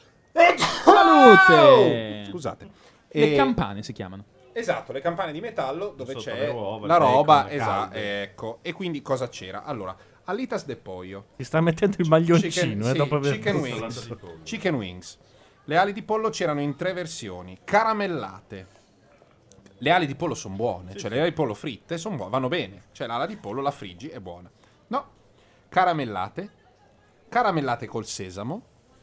Salute! Scusate. Le campane si chiamano. Esatto, le campane di metallo dove Sotto c'è le uova, la il bacon, roba, le esatto, calde. ecco. E quindi cosa c'era? Allora, alitas de pollo, Ti sta mettendo il maglioncino sì, dopo aver chicken wings. Chicken wings. Le ali di pollo c'erano in 3 versioni, caramellate. Le ali di pollo sono buone, cioè le ali di pollo fritte sono buone, vanno bene. Cioè l'ala di pollo la friggi, è buona. No, caramellate col sesamo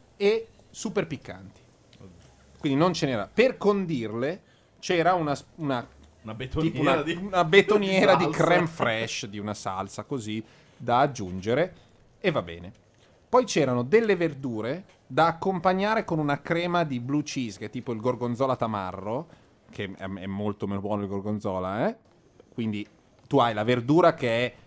e super piccanti. Quindi non ce n'era. Per condirle c'era una betoniera tipo di- una betoniera di salsa. crème fraîche, di una salsa così da aggiungere e va bene. Poi c'erano delle verdure da accompagnare con una crema di blue cheese, che è tipo il gorgonzola tamarro, che è molto meno buono il gorgonzola, eh? Quindi tu hai la verdura che è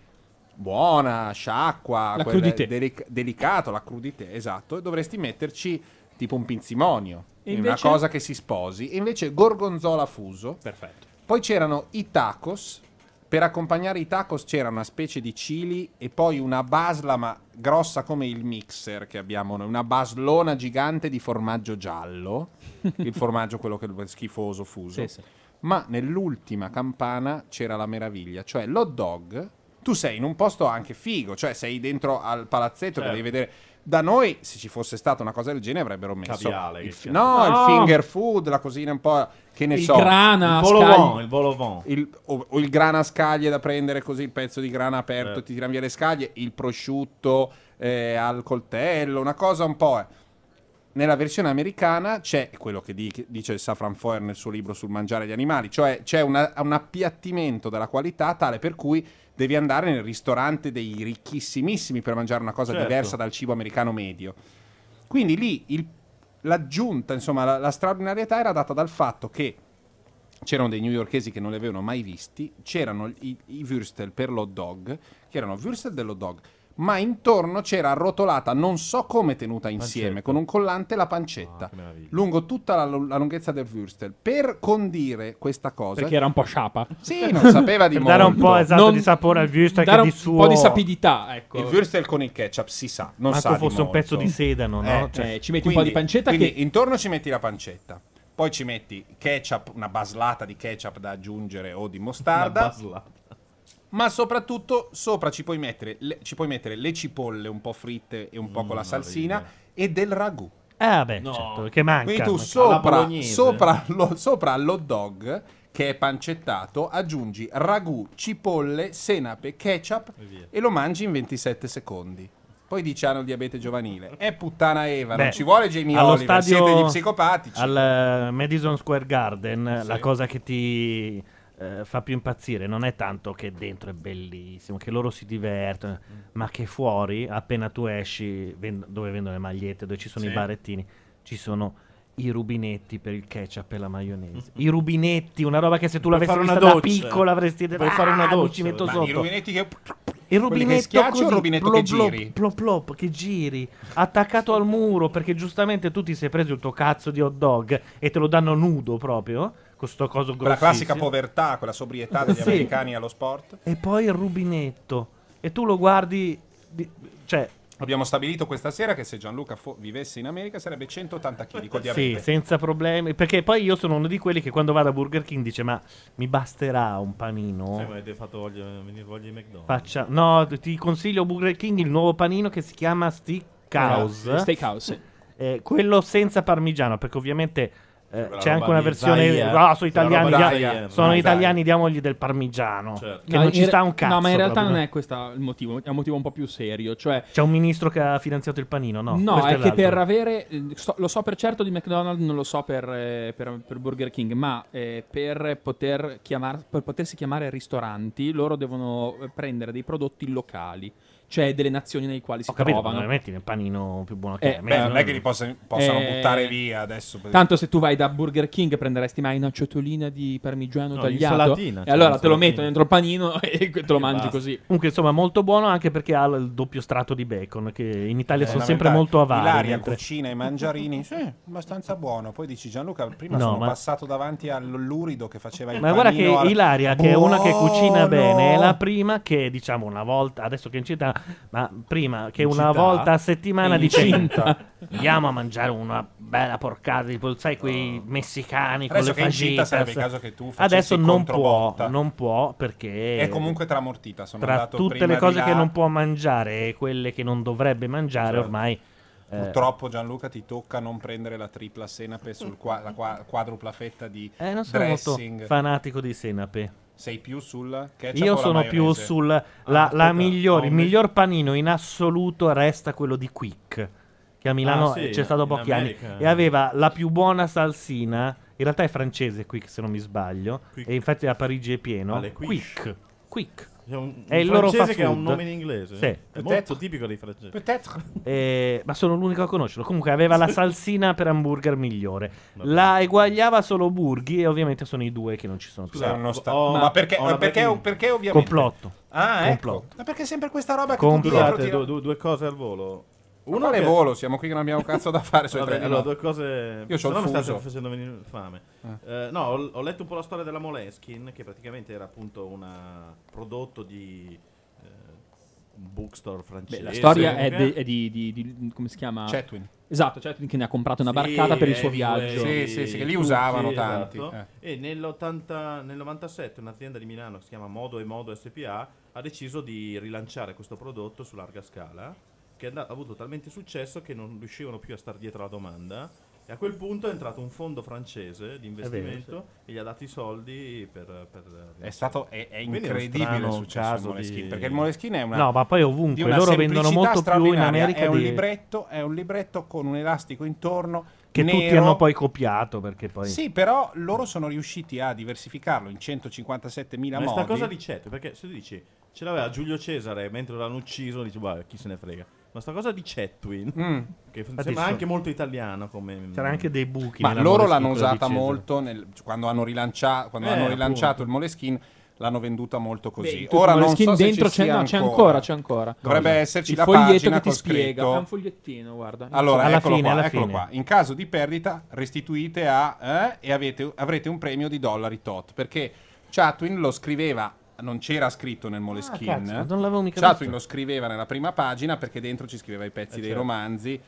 buona, sciacqua, La quella crudité. delicato, la crudité, esatto, e dovresti metterci tipo un pinzimonio, E una invece? cosa che si sposi, e invece gorgonzola fuso. Perfetto. Poi c'erano i tacos. Per accompagnare i tacos c'era una specie di chili e poi una basla, ma grossa come il mixer che abbiamo noi, una baslona gigante di formaggio giallo, il formaggio quello che è schifoso fuso. Sì, sì. Ma nell'ultima campana c'era la meraviglia, cioè l'hot dog. Tu sei in un posto anche figo, cioè sei dentro al palazzetto che Certo. devi vedere. Da noi, se ci fosse stata una cosa del genere, avrebbero messo Caviale, il, che fi- cazzo. no, il No. finger food, la cosina un po', che ne Il so, grana, Il volovon, scagli- il volovon. o il grana a scaglie da prendere così, il pezzo di grana aperto, Certo. ti tirano via le scaglie, il prosciutto al coltello, una cosa un po'. Nella versione americana c'è quello che dice il Safran Foer nel suo libro sul mangiare gli animali, cioè c'è un appiattimento della qualità tale per cui devi andare nel ristorante dei ricchissimissimi per mangiare una cosa Certo. diversa dal cibo americano medio. Quindi lì l'aggiunta, insomma, la straordinarietà era data dal fatto che c'erano dei newyorkesi che non li avevano mai visti, c'erano i würstel per l'hot dog, che erano würstel dell'hot dog, ma intorno c'era arrotolata, non so come tenuta insieme, Pancetta. con un collante la pancetta, Ah, che meraviglia. lungo tutta la lunghezza del würstel. Per condire questa cosa... Perché era un po' sciapa. Sì, non sapeva di Per molto. dare un po' esatto Non- di sapore al würstel che Dare di un suo po' di sapidità, ecco. Il würstel con il ketchup si sa, non sa manco di fosse un molto. pezzo di sedano, no? Cioè, ci metti un po' di pancetta quindi che- intorno ci metti la pancetta. Poi ci metti ketchup, una baslata di ketchup da aggiungere o di Una mostarda. baslata. Ma soprattutto sopra ci puoi mettere le cipolle un po' fritte e un po' con la salsina e del ragù. Vabbè, No. certo, che manca. Quindi tu manca. Alla bolognese. sopra all'hot dog che è pancettato aggiungi ragù, cipolle, senape, ketchup via. e lo mangi in 27 secondi. Poi dici hanno il diabete giovanile. È puttana Eva, Beh, non ci vuole Jamie allo Oliver, stadio- siete gli psicopatici. Al Madison Square Garden la cosa che ti fa più impazzire non è tanto che dentro è bellissimo, che loro si divertono, ma che fuori, appena tu esci dove vendono le magliette, dove ci sono Sì. i barettini, ci sono i rubinetti per il ketchup e la maionese. I rubinetti, una roba che se tu Puoi l'avessi fare vista una da doccia. piccolo avresti detto Puoi fare una non doccia, ci metto Ma sotto. i rubinetti che... Il quelli che rubinetto schiacci o così, il rubinetto plop, che plop, giri? plop, plop, che giri, attaccato al muro, perché giustamente tu ti sei preso il tuo cazzo di hot dog e te lo danno nudo proprio, con sto coso grossissimo. Quella classica povertà, quella sobrietà degli Sì. americani allo sport. E poi il rubinetto. E tu lo guardi, cioè, Abbiamo stabilito questa sera che se Gianluca vivesse in America sarebbe 180 kg col sì, diabete. senza problemi. Perché poi io sono uno di quelli che quando vado a Burger King dice, ma mi basterà un panino? Sì, ma avete fatto venire voglia di McDonald's. No, ti consiglio Burger King il nuovo panino che si chiama Steakhouse. Steakhouse, sì. Quello senza parmigiano, perché ovviamente Quella c'è anche roba una di versione. Zaia. No, sono Quella italiani, roba di dia- Zaia. sono Zaia. italiani, diamogli del parmigiano. Certo. Che non ci sta un cazzo. No, ma in realtà proprio. non è questo il motivo, è un motivo un po' più serio. Cioè, C'è un ministro che ha finanziato il panino, no? no, questo è che l'altro. per avere, lo so per certo di McDonald's, non lo so per Burger King, ma per potersi chiamare ristoranti, loro devono prendere dei prodotti locali. c'è delle nazioni nei quali si Ho capito, ma trovano. non le metti nel panino più buono che è. Beh, non è che li possano buttare Eh, via adesso. Tanto se tu vai da Burger King prenderesti mai una ciotolina di parmigiano No, tagliato l'insalatina, e cioè, allora te lo l'insalatina. mettono dentro il panino e te lo mangi basta. così. Comunque, insomma, molto buono anche perché ha il doppio strato di bacon, che in Italia sono sempre fondamentale. molto avari. Ilaria mentre- cucina i mangiarini, sì, abbastanza buono. Poi dici Gianluca, prima No, sono ma- passato davanti all'urido che faceva il Ma guarda che panino Ilaria, che è una che cucina Buono! bene, è la prima che, diciamo, una volta, adesso che è incinta, ma prima che In una città? volta a settimana È dice incinta. andiamo a mangiare una bella porcata, tipo, sai, quei messicani con Adesso le che è incinta fajitas. sarebbe il caso che tu facessi Adesso controbotta. non può perché È comunque tramortita. Sono tra andato tutte prima le cose di là. che non può mangiare e quelle che non dovrebbe mangiare Certo. ormai Purtroppo Gianluca ti tocca non prendere la tripla senape sul quadrupla fetta di non sono molto dressing. fanatico di senape. Sei più sul ketchup Io o la sono più maionese? sul la aspetta, migliore, il ho un- miglior panino in assoluto resta quello di Quick, che a Milano sì, c'è stato in pochi anni America. e aveva la più buona salsina. In realtà è francese Quick, se non mi sbaglio, Quick. e infatti a Parigi è pieno. Vale, Quick. Quick. C'è un È il loro francese fast che ha un food. nome in inglese. Sì. È molto tipico dei francesi. Peut-être. Ma sono l'unico a conoscerlo. Comunque aveva la salsina per hamburger migliore. Vabbè. La eguagliava solo Burghi e ovviamente sono i due che non ci sono più. Scusa, uno sta- ho- ma perché, ho una perché, breaking- perché ovviamente Complotto. Ah, ecco. Complotto. Ma perché sempre questa roba che tu Complotto. dietro Scusate, tira- due cose al volo. Uno Uno è che- volo, siamo qui che non abbiamo cazzo da fare sui Vabbè, treni. allora, no. due cose. Io c'ho Se no il mi state fuso. facendo venire fame. No, ho letto un po' la storia della Moleskine, che praticamente era appunto un prodotto di un bookstore francese. La storia è, comunque. di come si chiama? Chatwin. Esatto, Chatwin che ne ha comprato una Sì, barcata per il suo Hemingway, viaggio. Sì, che li tutti, usavano tanti. esatto. E nel 97 un'azienda di Milano che si chiama Modo e Modo SPA ha deciso di rilanciare questo prodotto su larga scala, che ha avuto talmente successo che non riuscivano più a star dietro alla domanda. E a quel punto è entrato un fondo francese di investimento e gli ha dato i soldi per È Quindi è uno incredibile il strano successo caso del Moleskine, di- perché il Moleskine è una No, ma poi di ovunque una loro vendono semplicità molto più in straordinaria. America È un di- libretto con un elastico intorno che nero. tutti hanno poi copiato perché poi Sì, però loro sono riusciti a diversificarlo in 157.000 Ma è modi. sta cosa di Chetwin, perché se tu dici ce l'aveva Giulio Cesare mentre l'hanno ucciso, dici chi se ne frega. Ma sta cosa di Chetwin, che sembra so- anche molto italiano come... c'era anche dei buchi Ma nella loro Moleskine, l'hanno quella di usata Cesare. molto quando hanno rilanciato appunto. il Moleskine, l'hanno venduta molto così. Beh, Ora non Moleskine so se dentro ci sia c'è ancora. ancora. Dovrebbe esserci il la foglietto pagina che ti con spiega. scritto- È un fogliettino, guarda. Allora, Alla eccolo fine, qua, alla eccolo fine. qua. In caso di perdita, restituite e avrete un premio di dollari tot. Perché Chatwin lo scriveva, non c'era scritto nel Moleskine. cazzo, non l'avevo mica Chatwin visto. lo scriveva nella prima pagina perché dentro ci scriveva i pezzi dei certo. romanzi.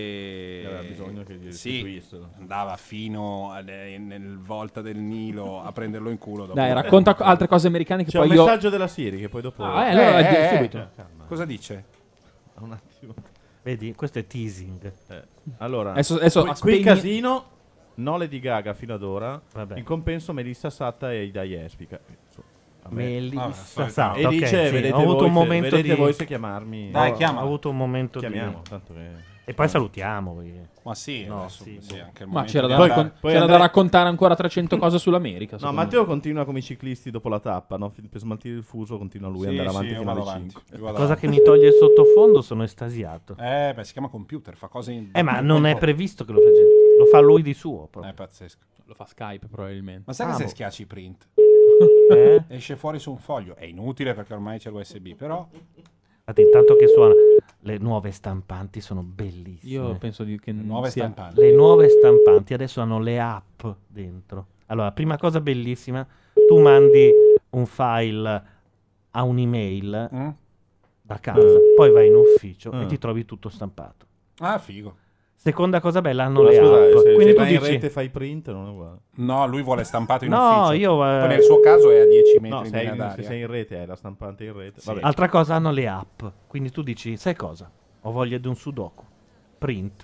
E Aveva bisogno che gli sì, restituissero. andava fino nel volta del Nilo a prenderlo in culo. dopo Dai, un po'. racconta altre cose americane che C'è poi un io... messaggio della Siri che poi dopo... Ah, allora dì subito. Cosa dice? Un attimo. Vedi, questo è teasing. Allora, Adesso qui spegni- casino, no Lady Gaga fino ad ora, Vabbè. in compenso Melissa Satta e Ida Jespica. Melissa solitamente. Satta, E ok, dice, sì, vedete, ho avuto voi, un momento vedete di voi se chiamarmi... Dai, ho chiama. avuto un momento Chiamiamo, di tanto che... e poi salutiamo perché- Ma sì, No, adesso, sì, sì, anche il Ma momento c'era, di da, andare- poi c'era da andare- raccontare ancora 300 cose sull'America. No, secondo Matteo continua come i ciclisti dopo la tappa, no? Per smaltire il fuso continua lui Sì, ad andare sì, avanti io fino vado alle avanti. 5. Io vado cosa avanti. che mi toglie il sottofondo, sono estasiato. Beh, si chiama computer, fa cose in... Ma non è previsto che lo faccia, lo fa lui di suo È proprio. pazzesco. me. Lo fa Skype probabilmente. Ma sai che Ah, se boh. schiacci print Eh? esce fuori su un foglio? È inutile perché ormai c'è l'USB, però Infatti, intanto che suona, le nuove stampanti sono bellissime. Io penso che non nuove sia... stampanti. Le nuove stampanti adesso hanno le app dentro. Allora, prima cosa bellissima, tu mandi un file a un'email Mm? da casa, poi vai in ufficio e ti trovi tutto stampato. Ah, figo. Seconda cosa bella, hanno Ma le scusa, app. se Quindi tu vai in dici rete e fai print non è uguale. No, lui vuole stampato in No, ufficio. io, Poi nel suo caso è a 10 metri No, di se linea d'aria. sei in rete, hai la stampante in rete. Sì. Vabbè. altra cosa, hanno le app. Quindi tu dici, sai cosa? Ho voglia di un sudoku. Print.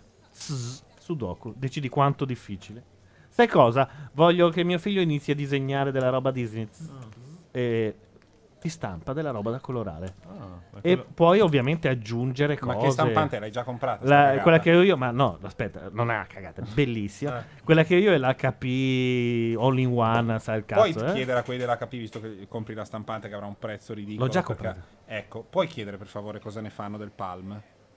Sudoku. Decidi quanto difficile. Sai cosa? Voglio che mio figlio inizi a disegnare della roba Disney. E ti stampa della roba da colorare. ma E quello- puoi ovviamente aggiungere cose. Ma che stampante l'hai già comprata? sta cagata? Quella che ho io, ma no, aspetta, non è una cagata, è bellissima. Quella che ho io è l'HP All in One, sai il Puoi cazzo, chiedere a quelli dell'HP, visto che compri la stampante che avrà un prezzo ridicolo. L'ho già perché- comprata. Ecco, puoi chiedere per favore cosa ne fanno del Palm?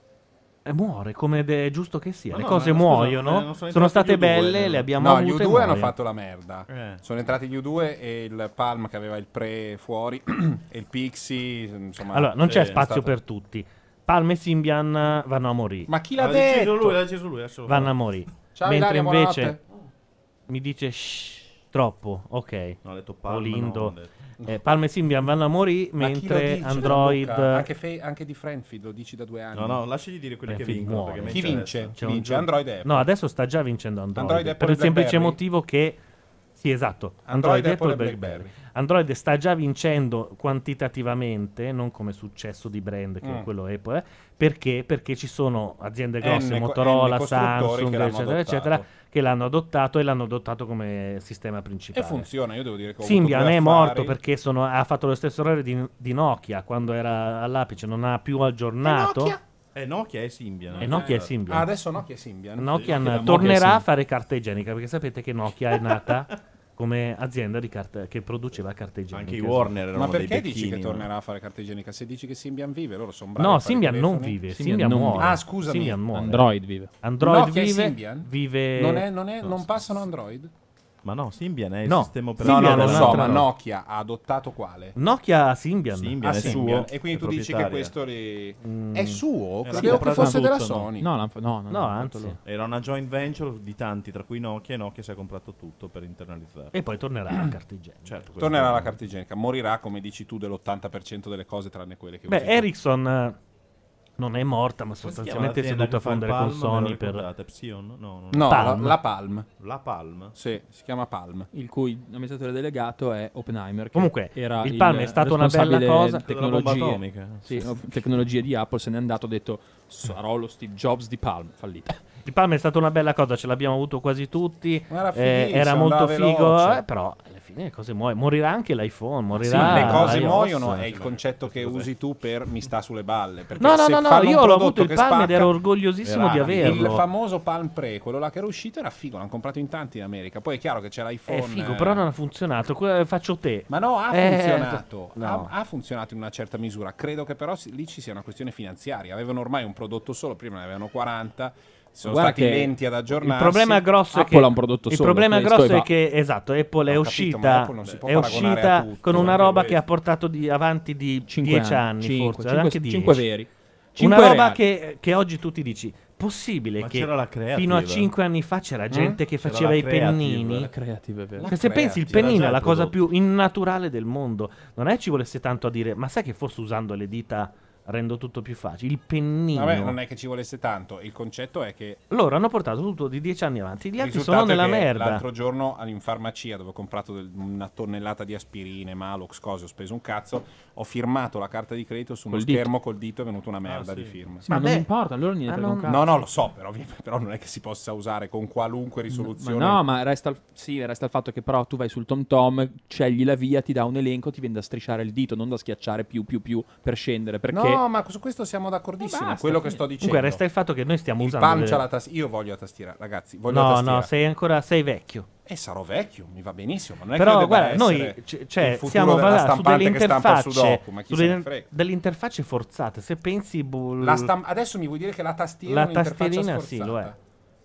E muore come è giusto che sia. Ma Le no, cose ma scusa, muoiono, non sono sono entrati state gli U2, belle, le abbiamo No, gli avute. U2 e hanno muoiono. fatto la merda. Sono entrati gli U2 e il Palm che aveva il pre fuori e il Pixie, insomma. Allora, non c'è è spazio stato- per tutti. Palm e Symbian vanno a morire. Ma chi l'ha L'ha deciso detto? lui, l'ha deciso lui, adesso lo Vanno fa. a morire. Ciao, Mentre Ilaria, invece buonanotte. mi dice shh, troppo, ok. No, ha detto Palm, Olindo. no, ha detto- Palm e Symbian vanno a morire, Ma chi lo mentre dice, Android. Luca? Anche di Friendfield lo dici da 2 anni. No, no, lasciagli dire quelli che Friendfield vincono. muore. perché Chi invece vince? adesso- C'è un Vince gioco- Android e Apple. No, adesso sta già vincendo Android. Android, Apple per il e semplice BlackBerry? motivo che. Sì, esatto. Android, Android, Apple Apple e e BlackBerry. BlackBerry. Android sta già vincendo quantitativamente, non come successo di brand che è quello Apple, perché? Perché ci sono aziende grosse, N Motorola, costruttori Samsung, che l'hanno eccetera, adottato. eccetera, che l'hanno adottato e l'hanno adottato come sistema E principale. funziona, io devo dire che ho Symbian avuto è due morto affari. perché ha fatto lo stesso errore di Nokia quando era all'apice, non ha più aggiornato. Nokia è Symbian. E Nokia è Symbian. Ah, adesso Nokia e Symbian. Nokia Nokia tornerà sì. a fare carta igienica perché sapete che Nokia è nata come azienda di carta che produceva carta igienica. Anche i Warner erano Ma dei perché dici che becchini, no? tornerà a fare carta igienica? Se dici che Symbian vive, loro sono bravi. No, a fare i Symbian non telefoni. vive, Symbian Symbian non muore. vive. Ah, scusami. Symbian muore. Android vive. Android Nokia e vive, Symbian? vive Non passano Android? Ma no, Symbian è il No. sistema No, operativo. Symbian no, è lo so, un'altra ma roba. Nokia ha adottato quale? Nokia Symbian. Symbian Ah, è Symbian. suo. E quindi è tu dici che proprietaria. questo è suo? la Credevo che comprata fosse della tutto, no? Sony. No, No, l'hanno anzi. fatto loro. Era una joint venture di tanti, tra cui Nokia, e Nokia si è comprato tutto per internalizzare. E poi tornerà la carta igienica. Certo, questo Tornerà è- la carta igienica, morirà come dici tu dell'80% delle cose tranne quelle che Beh, usi tu. Ericsson non è morta, ma Come si chiama sostanzialmente si è l'azienda dovuta che fa il fondere con Palm? Me lo Sony per ricordate? Psion? No, non- No, Palm. la Palm. La Palm? Sì, si chiama Palm. Il cui amministratore delegato è Oppenheimer. Che Comunque, era il Palm è stata una bella responsabile cosa. Della bomba tecnologie, atomica. sì, tecnologie di Apple. Se n'è andato, ha detto sarò lo Steve Jobs di Palm. Fallito. il Palm è stata una bella cosa, ce l'abbiamo avuto quasi tutti. Ma era fighissimo, era molto andava figo, veloce. però alla fine le cose muoiono. Morirà anche l'iPhone, Sì, morirà le cose iOS. muoiono è il concetto che usi tu per mi sta sulle balle. Perché No, no, se no, no, fanno un io l'ho prodotto avuto il che Palm ed spacca- ero orgogliosissimo di Era averlo. Il famoso Palm Pre, quello là che era uscito, era figo, l'hanno comprato in tanti in America. Poi è chiaro che c'è l'iPhone. È figo, però non ha funzionato. Faccio te. Ma no, ha funzionato. no. Ha funzionato in una certa misura. Credo che però lì ci sia una questione finanziaria. Avevano ormai un prodotto solo, prima ne avevano 40. Sono Guarda stati che lenti ad Il aggiornarsi. problema grosso è Apple che ha un prodotto il solo, problema questo grosso e è va. che esatto, Apple è Ho capito, ma uscita, Apple non si può è paragonare uscita a tutto, con una anche roba questo. che ha portato avanti di 10 anni, forse, anche 10. 5 veri. Una 5 roba reali. che oggi tu ti dici, possibile Ma che c'era la creative. fino a 5 anni fa c'era gente che C'era faceva la i creative. pennini? La creative, è vero. La Che se pensi il c'era pennino già è la il cosa prodotto. più innaturale del mondo. Non è ci volesse tanto a dire, ma sai che forse usando le dita rendo tutto più facile? Il pennino. Vabbè, non è che ci volesse tanto. Il concetto è che Loro hanno portato tutto di 10 anni avanti, gli il altri risultato sono è nella che merda. l'altro giorno in farmacia dove ho comprato una tonnellata di aspirine, Malox, cose, ho speso un cazzo. Ho firmato la carta di credito su uno Col dito. schermo col dito, è venuta una merda sì. di firma. Sì, ma Vabbè. non importa, loro niente frega un non- cazzo. No, no, lo so, però non è che si possa usare con qualunque Ma risoluzione. no, ma resta il fatto che però tu vai sul TomTom, scegli la via, ti dà un elenco, ti viene da strisciare il dito, non da schiacciare più per scendere, perché No, ma su questo siamo d'accordissimo. Ma basta, quello che fine. sto dicendo. Comunque resta il fatto che noi stiamo il usando Palm delle- c'ha la tastiera. Io voglio la tastiera, ragazzi. Voglio la No, tastiera. no, sei vecchio. E sarò vecchio, mi va benissimo. Ma non è Però che io debba guarda, noi essere cioè, il futuro siamo della basati su delle stampante che stampa il interfacce, Sudoku, ma chi se ne frega. delle interfacce forzate. Se pensi Adesso mi vuoi dire che la tastiera La è un'interfaccia tastierina, sforzata? sì, lo è.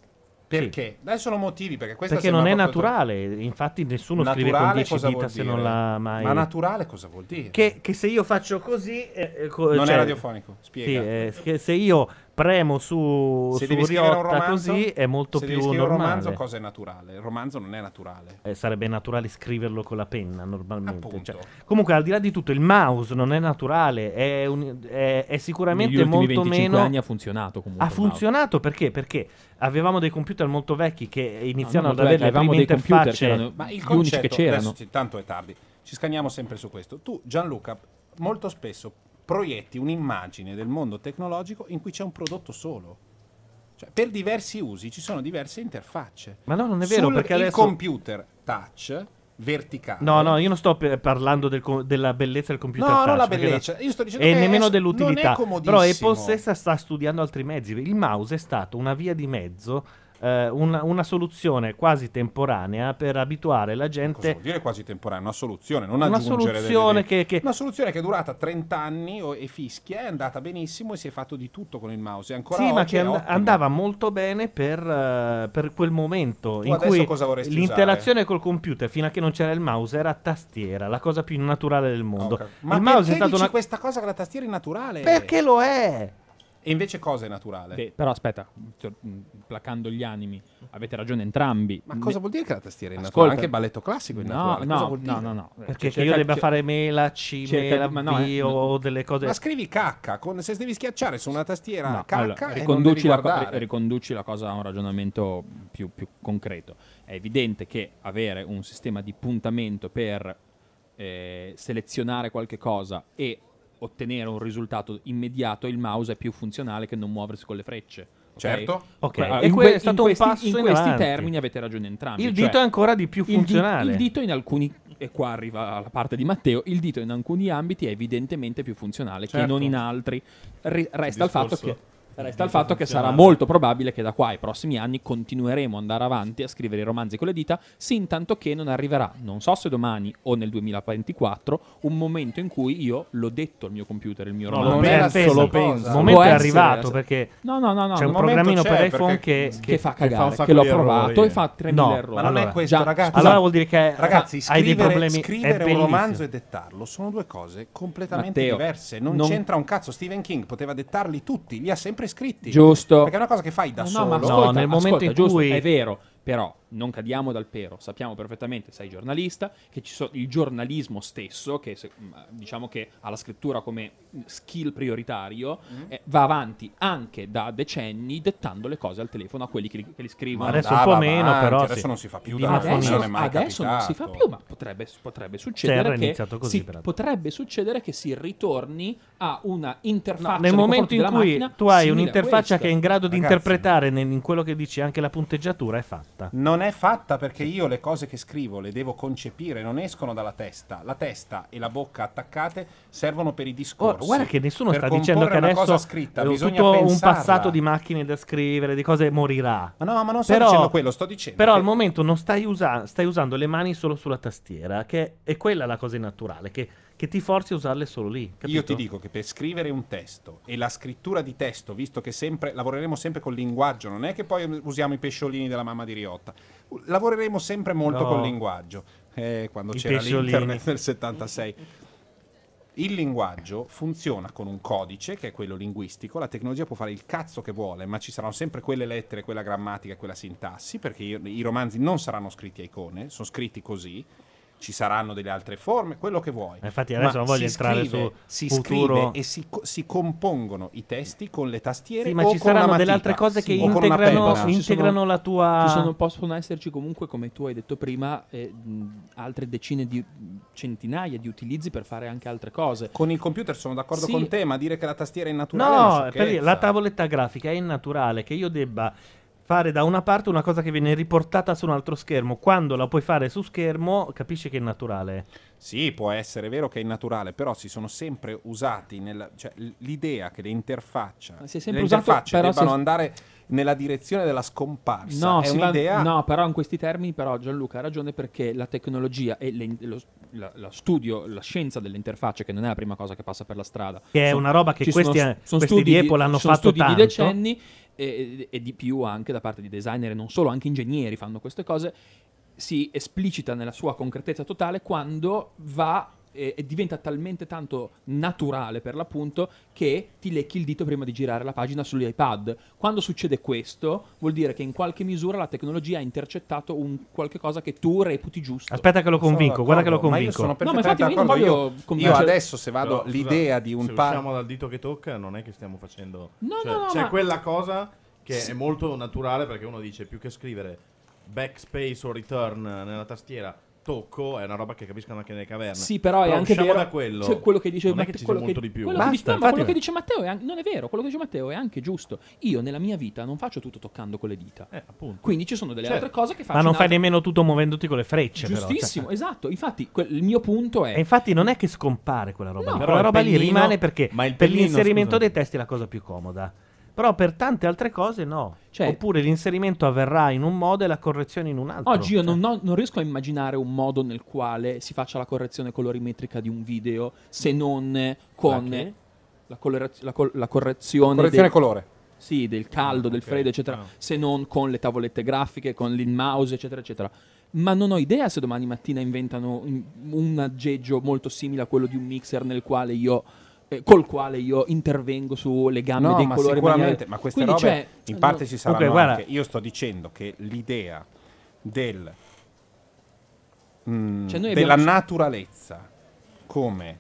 Perché? Dai, sono motivi, perché questa perché non è sembra proprio- naturale. Infatti nessuno scrive con Naturale 10 cosa dita vuol se dire? non l'ha mai. Ma naturale cosa vuol dire? Che se io faccio così Non cioè, è radiofonico, spiega. Sì, che se io premo su Se devi scrivere un Riotta romanzo, così è molto se più devi scrivere normale. un romanzo, cosa è naturale? Il romanzo non è naturale. Sarebbe naturale scriverlo con la penna normalmente. Appunto. Cioè, comunque, al di là di tutto, il mouse non è naturale, è sicuramente negli ultimi molto 25 meno. anni ha funzionato comunque. Ha il mouse. funzionato perché? Perché avevamo dei computer molto vecchi che iniziano No, ad molto avere le vecchi, prime avevamo dei computer interfacce. che erano Ma il gli concetto, unici che c'erano. adesso tanto è tardi, ci scanniamo sempre su questo. Tu, Gianluca, molto spesso proietti un'immagine del mondo tecnologico in cui c'è un prodotto solo. Cioè, per diversi usi ci sono diverse interfacce. Ma no, non è vero, perché il adesso computer touch verticale. No, io non sto parlando della bellezza del computer No, touch. non la perché bellezza. Io sto dicendo e che nemmeno non dell'utilità. è comodissimo. Però Apple stessa sta studiando altri mezzi. Il mouse è stato una via di mezzo, una soluzione quasi temporanea per abituare la Cosa gente. vuol dire quasi temporanea? Una soluzione, non Una aggiungere soluzione delle- che- Una soluzione che è durata 30 anni e fischia, è andata benissimo e si è fatto di tutto con il mouse. E ancora Sì, ma oggi che è ottimo. andava molto bene per quel momento Tu in adesso cui cosa vorresti l'interazione col computer, fino a che non c'era il mouse, era a tastiera, la cosa più naturale del mondo. Ok. Ma il mouse è perché stato dici una. questa cosa che la tastiera è naturale? Perché lo è? E invece cosa è naturale? Beh, però aspetta, placando gli animi, avete ragione entrambi. Ma cosa vuol dire che la tastiera è Ascolta. naturale? Anche il balletto classico è No, naturale. Cosa no, vuol dire? no. Perché Cerca- che io debba cer- fare mela C, cerca mela di- ma no, V o delle cose. Ma scrivi cacca, se devi schiacciare su una tastiera No, cacca allora, e non devi riconduci, guardare. riconduci la cosa a un ragionamento più concreto. È evidente che avere un sistema di puntamento per selezionare qualche cosa e ottenere un risultato immediato, il mouse è più funzionale che non muoversi con le frecce. Ok? Certo. Ok, Allora, e è stato un passo in in questi avanti. termini avete ragione entrambi. Il cioè, dito è ancora di più funzionale. Il dito in alcuni, e qua arriva la parte di Matteo, il dito in alcuni ambiti è evidentemente più funzionale che Certo. non in altri. Resta il fatto che Resta sarà molto probabile che da qua ai prossimi anni continueremo ad andare avanti a scrivere i romanzi con le dita, sin tanto che non arriverà, non so se domani o nel 2024, un momento in cui io l'ho detto al mio computer, il mio No, romanzo. lo è la penso, stessa lo cosa. penso. Il momento Può è essere- arrivato perché No, c'è un Il momento programmino per c'è, iPhone perché- che fa un cagare, sacco che l'ho di provato errori. e fa 3000 No, errori. Ma non è Allora, questo, già- ragazzi. allora vuol dire che Ragazzi, hai dei problemi. scrivere è un bellissimo. romanzo e dettarlo sono due cose completamente Matteo, diverse. Non, non- c'entra un cazzo. Stephen King poteva dettarli tutti, li ha sempre scritti. Giusto. Perché è una cosa che fai da No, solo. ma No, ascolta, nel momento in giusto, cui- è vero, però non cadiamo dal pero. Sappiamo perfettamente, sei giornalista, che il giornalismo stesso, che diciamo che ha la scrittura come skill prioritario, va avanti anche da decenni dettando le cose al telefono a quelli che li scrivono. Ma adesso un po' meno, avanti, però adesso sì. non si fa più Di da mafonia. noi, non è mai Adesso non si fa capitato. più, ma potrebbe succedere Serra è che iniziato così, peraltro. potrebbe succedere che si ritorni a una interfaccia Nel nei momento in confronti cui della macchina tu hai simile a un'interfaccia questa. che è in grado di Ragazzi. interpretare in quello che dici anche la punteggiatura, è fatta. Non è fatta perché io le cose che scrivo le devo concepire, non escono dalla testa. La testa e la bocca attaccate servono per i discorsi. Guarda che nessuno Per sta dicendo che comporre una adesso cosa scritta, bisogna tutto un pensarla. passato di macchine da scrivere, di cose morirà. Ma no, ma non sto Però- dicendo quello, sto dicendo Però che- al momento non stai usando le mani solo sulla tastiera, che è quella la cosa naturale, che ti forzi a usarle solo lì. Capito? Io ti dico che per scrivere un testo e la scrittura di testo, visto che lavoreremo sempre col linguaggio, non è che poi usiamo i pesciolini della mamma di Riotta, lavoreremo sempre molto No. col linguaggio. Quando I c'era pesciolini. l'internet nel 76. Il linguaggio funziona con un codice, che è quello linguistico. La tecnologia può fare il cazzo che vuole, ma ci saranno sempre quelle lettere, quella grammatica e quella sintassi, perché i romanzi non saranno scritti a icone, sono scritti così. Ci saranno delle altre forme, quello che vuoi. Infatti adesso Ma non voglio si entrare scrive- su si futuro. scrive e si compongono i testi con le tastiere Sì, ma o ci con una saranno delle matita, altre cose che o con una integrano, penna. integrano la tua. Possono esserci comunque, come tu hai detto prima, altre decine di centinaia di utilizzi per fare anche altre cose. Con il computer sono d'accordo Sì. con te, ma dire che la tastiera è naturale è una No, sciocchezza. per dire, la tavoletta grafica è innaturale che io debba fare da una parte una cosa che viene riportata su un altro schermo. Quando la puoi fare su schermo, capisci che è naturale. Sì, può essere vero che è innaturale, però si sono sempre usati cioè, l'idea che le Si è interfacce sempre usato, però debbano si è- andare nella direzione della scomparsa. No, è si va- un'idea no, però in questi termini però Gianluca ha ragione, perché la tecnologia e lo studio, la scienza delle interfacce, che non è la prima cosa che passa per la strada. Che è una roba che ci questi studi di Apple hanno ci sono fatto studi tanto. di decenni e di più anche da parte di designer e non solo, anche ingegneri fanno queste cose. Si esplicita nella sua concretezza totale quando va e diventa talmente tanto naturale, per l'appunto, che ti lecchi il dito prima di girare la pagina sull'iPad. Quando succede questo, vuol dire che in qualche misura la tecnologia ha intercettato un qualche cosa che tu reputi giusto. Aspetta che lo convinco, Sono guarda che lo d'accordo, ma io convinco. sono No, ma perfettamente infatti io non d'accordo. voglio Io convincere- adesso se vado Però, scusa, l'idea di un se par usciamo dal dito che tocca, non è che stiamo facendo. No, cioè, no, no, c'è ma- quella cosa che è molto naturale, perché uno dice più che scrivere backspace o return nella tastiera, tocco è una roba che capiscono anche nelle caverne. Sì, però è anche usciamo vero. da quello. Cioè, quello che dice non è che ci sia molto di più. Quello, che dice, no, ma infatti- quello che dice Matteo non è vero. Quello che dice Matteo è anche giusto. Io nella mia vita non faccio tutto toccando con le dita. Appunto. Quindi ci sono delle Certo. altre cose che faccio. Ma non in fai altre- nemmeno tutto muovendoti con le frecce. però, cioè. Giustissimo, esatto. Infatti, il mio punto è. E infatti non è che scompare quella roba No, lì. però Quella il roba lì pennino- rimane perché ma il per pennino, l'inserimento scusa. dei testi è la cosa più comoda. Però per tante altre cose no. Cioè- Oppure l'inserimento avverrà in un modo e la correzione in un altro. Oggi io Cioè, non riesco a immaginare un modo nel quale si faccia la correzione colorimetrica di un video se non con La che? la correzione Correzione del, colore. sì, del caldo, del ok. freddo, eccetera, Ah. se non con le tavolette grafiche, con il mouse, eccetera, eccetera. Ma non ho idea se domani mattina inventano un aggeggio molto simile a quello di un mixer col quale io intervengo sulle gambe No, dei ma colori. in sicuramente, maniera- ma queste Quindi, robe cioè, in parte ci saranno Comunque, guarda- anche. Io sto dicendo che l'idea Cioè, noi della abbiamo- naturalezza come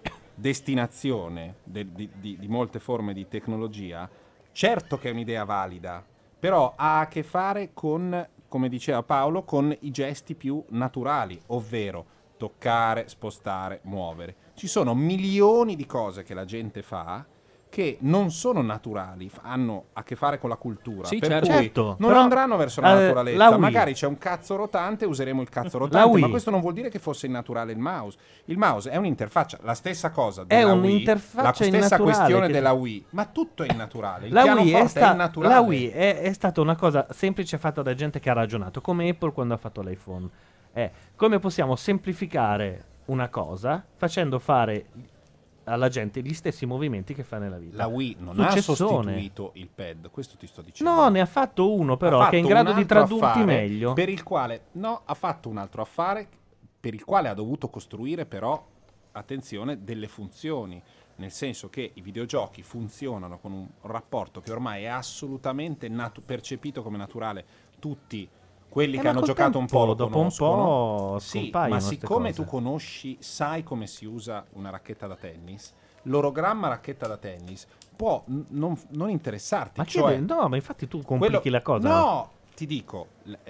destinazione di molte forme di tecnologia, certo che è un'idea valida, però ha a che fare con, come diceva Paolo, con i gesti più naturali, ovvero toccare, spostare, muovere. Ci sono milioni di cose che la gente fa che non sono naturali, hanno a che fare con la cultura, Sì, per certo. cui Certo, non però, andranno verso la naturalezza. la Wii- Magari c'è un cazzo rotante, useremo il cazzo La rotante, Wii- ma questo non vuol dire che fosse innaturale il mouse. Il mouse è un'interfaccia, la stessa cosa È della Wii, un'interfaccia la stessa innaturale questione che- della Wii, ma tutto è innaturale. Il La Wii, pianoforte è innaturale. la Wii è stata una cosa semplice fatta da gente che ha ragionato, come Apple quando ha fatto l'iPhone. Come possiamo semplificare una cosa facendo fare alla gente gli stessi movimenti che fa nella vita. La Wii non ha Successone. sostituito il pad, questo ti sto dicendo. No, ne ha fatto uno però Ha che è in fatto grado un di altro tradurti affare meglio. Per il quale, no, ha fatto un altro affare per il quale ha dovuto costruire però, attenzione, delle funzioni. Nel senso che i videogiochi funzionano con un rapporto che ormai è assolutamente percepito come naturale. Tutti quelli che ma hanno col giocato un po' tempo, lo dopo un conoscono. po' Sì, scompaiono ma ste siccome cose. tu conosci, sai come si usa una racchetta da tennis, l'orogramma racchetta da tennis può non interessarti. Ma cioè, no, ma infatti tu complichi la cosa. No, ti dico,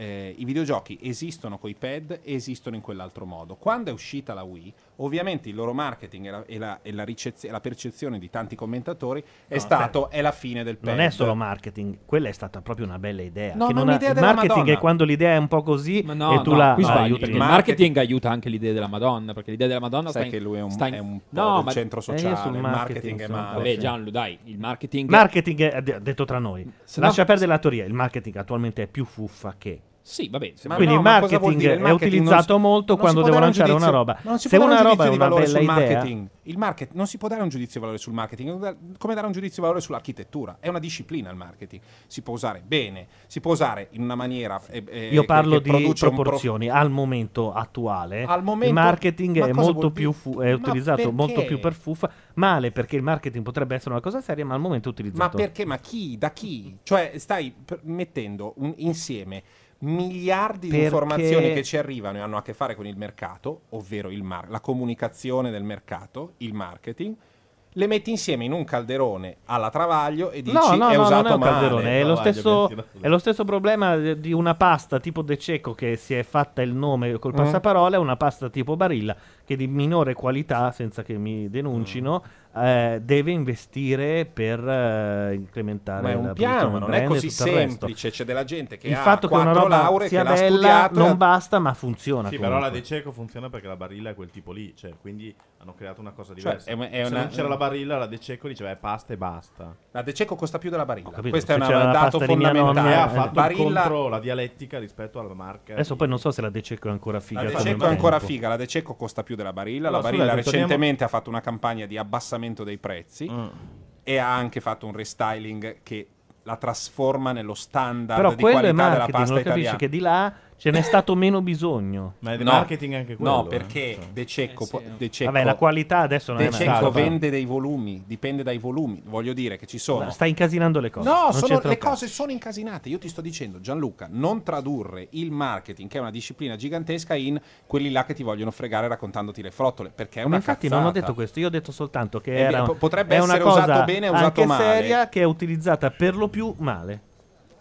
i videogiochi esistono coi pad e esistono in quell'altro modo. Quando è uscita la Wii, ovviamente il loro marketing e la percezione di tanti commentatori è è la fine del pad. Non è solo marketing, quella è stata proprio una bella idea. No, che ma non ha- un'idea il della marketing Madonna. è quando l'idea è un po' così Ma no, e tu no, la qui sbagli, aiuti. perché il marketing- marketing aiuta anche l'idea della Madonna, perché l'idea della Madonna Sai sta che lui è un, sta è un po' no, del ma centro io sociale, sul il marketing è sono male. vabbè, sì. Gianlu, dai, il marketing Marketing è, detto tra noi, Se no- lascia perdere la teoria, il marketing attualmente è più fuffa che... Sì, vabbè, Ma Quindi no, il ma cosa vuol marketing dire? Il è marketing utilizzato non si- molto non quando si può devo dare un lanciare una giudizio- roba. non si Se può dare una un roba è giudizio di una valore bella sul idea, marketing. Non si può dare un giudizio di valore sul marketing, come dare un giudizio di valore sull'architettura. È una disciplina il marketing. Si può usare bene, si può usare in una maniera. io parlo che di produce un proporzioni. Al momento attuale, Al momento- il marketing ma è cosa molto vuol dire? più è Ma utilizzato perché? molto più per fuffa. Male perché il marketing potrebbe essere una cosa seria, ma al momento è Ma utilizzato. perché? Ma chi? Da chi? Cioè, stai mettendo insieme miliardi di Perché- informazioni che ci arrivano e hanno a che fare con il mercato, ovvero la comunicazione del mercato, il marketing, le metti insieme in un calderone alla Travaglio e dici No, è non usato è un male. calderone, è lo Travaglio, stesso, abbiamo tirato è lo stesso problema di una pasta tipo De Cecco che si è fatta il nome col Mm. passaparola, e una pasta tipo Barilla che di minore qualità, senza che mi denuncino, deve investire per incrementare Ma è la un produzione piano, del non è brand e così tutto il resto. semplice. C'è della gente che Il ha fatto che una 4 roba lauree, sia che l'ha bella studiato. non basta, ma funziona. Sì, però la comunque. De Cecco funziona perché la Barilla è quel tipo lì, cioè, quindi hanno creato una cosa Cioè, diversa. è Se una- non c'era la Barilla, la De Cecco diceva è pasta e basta. La De Cecco costa più della Barilla. Ho capito, Questo è se un c'era la dato pasta di mia nonna, fondamentale. E ha fatto Barilla, contro la dialettica rispetto alla marca. Adesso poi non so se la De Cecco è ancora figa. la De come Cecco è ancora tempo. figa, la De Cecco costa più della Barilla. Allora, La Barilla scusate, recentemente ha fatto una campagna di abbassamento dei prezzi Mm. e ha anche fatto un restyling che la trasforma nello standard Però di quello è qualità della marketing, pasta non capisci italiana. che di là ce n'è stato meno bisogno. Ma è di No, marketing anche quello. No, perché De Cecco, sì. De Cecco, Vabbè, la qualità adesso non De è Cecco una vende dei volumi, dipende dai volumi. Voglio dire che ci sono. Stai incasinando le cose. No, Non sono- c'entra le un cazzo. cose sono incasinate. Io ti sto dicendo, Gianluca, non tradurre il marketing, che è una disciplina gigantesca, in quelli là che ti vogliono fregare raccontandoti le frottole. Perché è Ma una infatti cazzata. non ho detto questo, io ho detto soltanto che È era vero, potrebbe è una essere cosa usato bene e usato anche male. seria che è utilizzata per lo più male.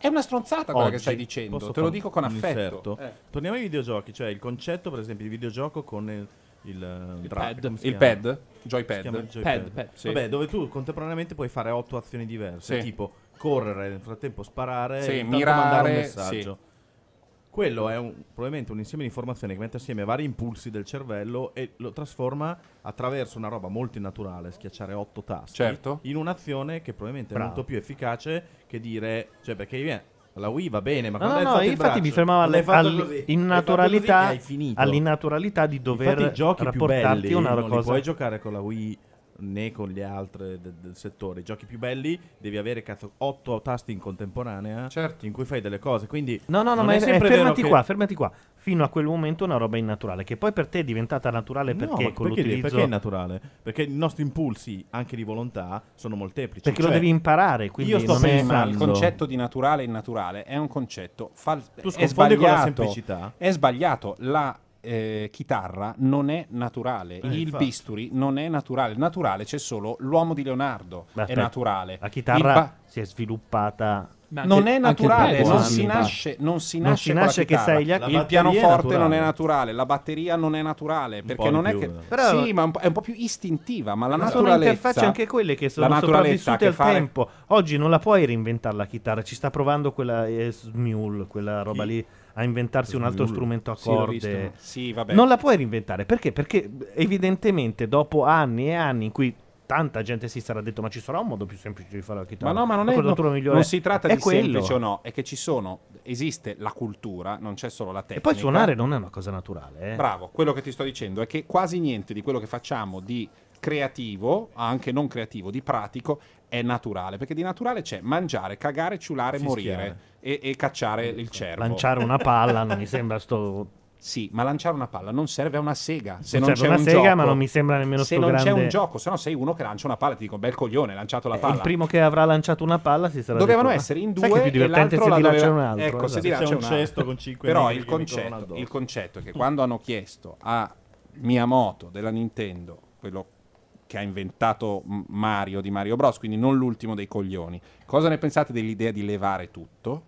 È una stronzata quella che Oggi, stai dicendo, posso te lo fare dico con un affetto. inserto? Torniamo ai videogiochi, cioè il concetto, per esempio, di videogioco con il pad. come si Il chiama? pad? Joypad? Si chiama il joypad. Pad. Sì. Vabbè, dove tu contemporaneamente puoi fare 8 azioni diverse, Sì. tipo correre, nel frattempo sparare Sì, e intanto mirare, mandare un messaggio. sì. Quello è probabilmente un insieme di informazioni che mette assieme vari impulsi del cervello e lo trasforma attraverso una roba molto innaturale, schiacciare 8 tasti, Certo. in un'azione che probabilmente Bravo. è molto più efficace che dire, cioè perché la Wii va bene, ma No, quando no, hai no, fatto il infatti mi braccio, fermavo quando hai fatto così, hai fatto innaturalità, così e hai finito. all'innaturalità di dover Infatti i giochi più rapportarti belli a una non li cosa. puoi giocare con la Wii né con gli altri del settore. I giochi più belli devi avere 8 tasti in contemporanea Certo. in cui fai delle cose. Quindi No, non ma è sempre vero fermati che- qua, fermati qua. Fino a quel momento una roba innaturale, che poi per te è diventata naturale No, perché ma con perché, l'utilizzo... perché è naturale? Perché i nostri impulsi, anche di volontà, sono molteplici. Perché Cioè, lo devi imparare, quindi io sto non è... pensando- Il concetto di naturale e innaturale è un concetto Tu è sconfondi con la sbagliato. semplicità. È sbagliato. La chitarra non è naturale, il infatti. bisturi non è naturale. Naturale c'è solo l'uomo di Leonardo. Beh, è aspetta, naturale. La Il chitarra ba- si è sviluppata... Ma non anche- è anche il naturale, pad, non sì, si sì. nasce, non si Non nasce si con la nasce che chitarra. sai gli accordi. Il batteria è pianoforte naturale. non è naturale, la batteria non è naturale, perché po' non di è più, che però. sì, ma è un po' più istintiva, ma la Ma sono naturalezza interfacce anche quelle che sono la naturalezza sopravvissute che al fare- tempo. Oggi non la puoi reinventare la chitarra, ci sta provando quella Smule, quella roba lì, a inventarsi un altro Smule? strumento a Sì, l'ho corde. visto. Sì, vabbè. Non la puoi reinventare perché? Perché evidentemente dopo anni e anni in cui tanta gente si sarà detto ma ci sarà un modo più semplice di fare la chitarra. Ma no, ma non, La è, cordatura no- migliore non si tratta è di quello. semplice o no, è che esiste la cultura, non c'è solo la E tecnica. poi suonare non è una cosa naturale, eh. Bravo, quello che ti sto dicendo è che quasi niente di quello che facciamo di creativo, anche non creativo, di pratico, è naturale, perché di naturale c'è mangiare, cagare, ciulare, Fischiare. morire e cacciare il cervo. Lanciare una palla non mi sembra sto... Sì, ma lanciare una palla non serve a una sega. Se Non non serve c'è una un sega, gioco, ma non mi sembra nemmeno se sto non c'è grande- un gioco, se no sei uno che lancia una palla e ti dico bel coglione, hai lanciato la palla. Il primo che avrà lanciato una palla si sarà Dovevano detto, essere in sai due che è più e divertente l'altro se la ti lancia doveva... un altro. Ecco, se esatto. ti lancia c'è un un altro. cesto con 5 Però neri il che mi trovano addosso. il concetto è che quando hanno chiesto a Miyamoto della Nintendo, quello che ha inventato Mario di Mario Bros, quindi non l'ultimo dei coglioni, cosa ne pensate dell'idea di levare tutto?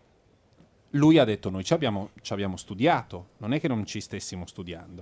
Lui ha detto noi ci abbiamo studiato, non è che non ci stessimo studiando.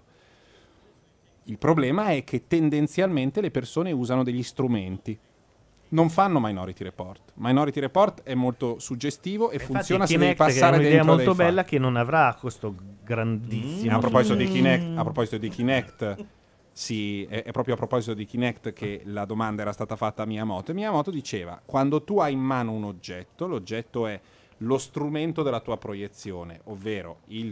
Il problema è che tendenzialmente le persone usano degli strumenti. Non fanno Minority Report. Minority Report è molto suggestivo e Infatti funziona il se devi Kinect, che è passare un'idea dentro molto dei bella file. che non avrà questo grandissimo... A proposito di Kinect, sì, è proprio a proposito di Kinect che la domanda era stata fatta a Miyamoto. E Miyamoto diceva, quando tu hai in mano un oggetto, l'oggetto è lo strumento della tua proiezione, ovvero il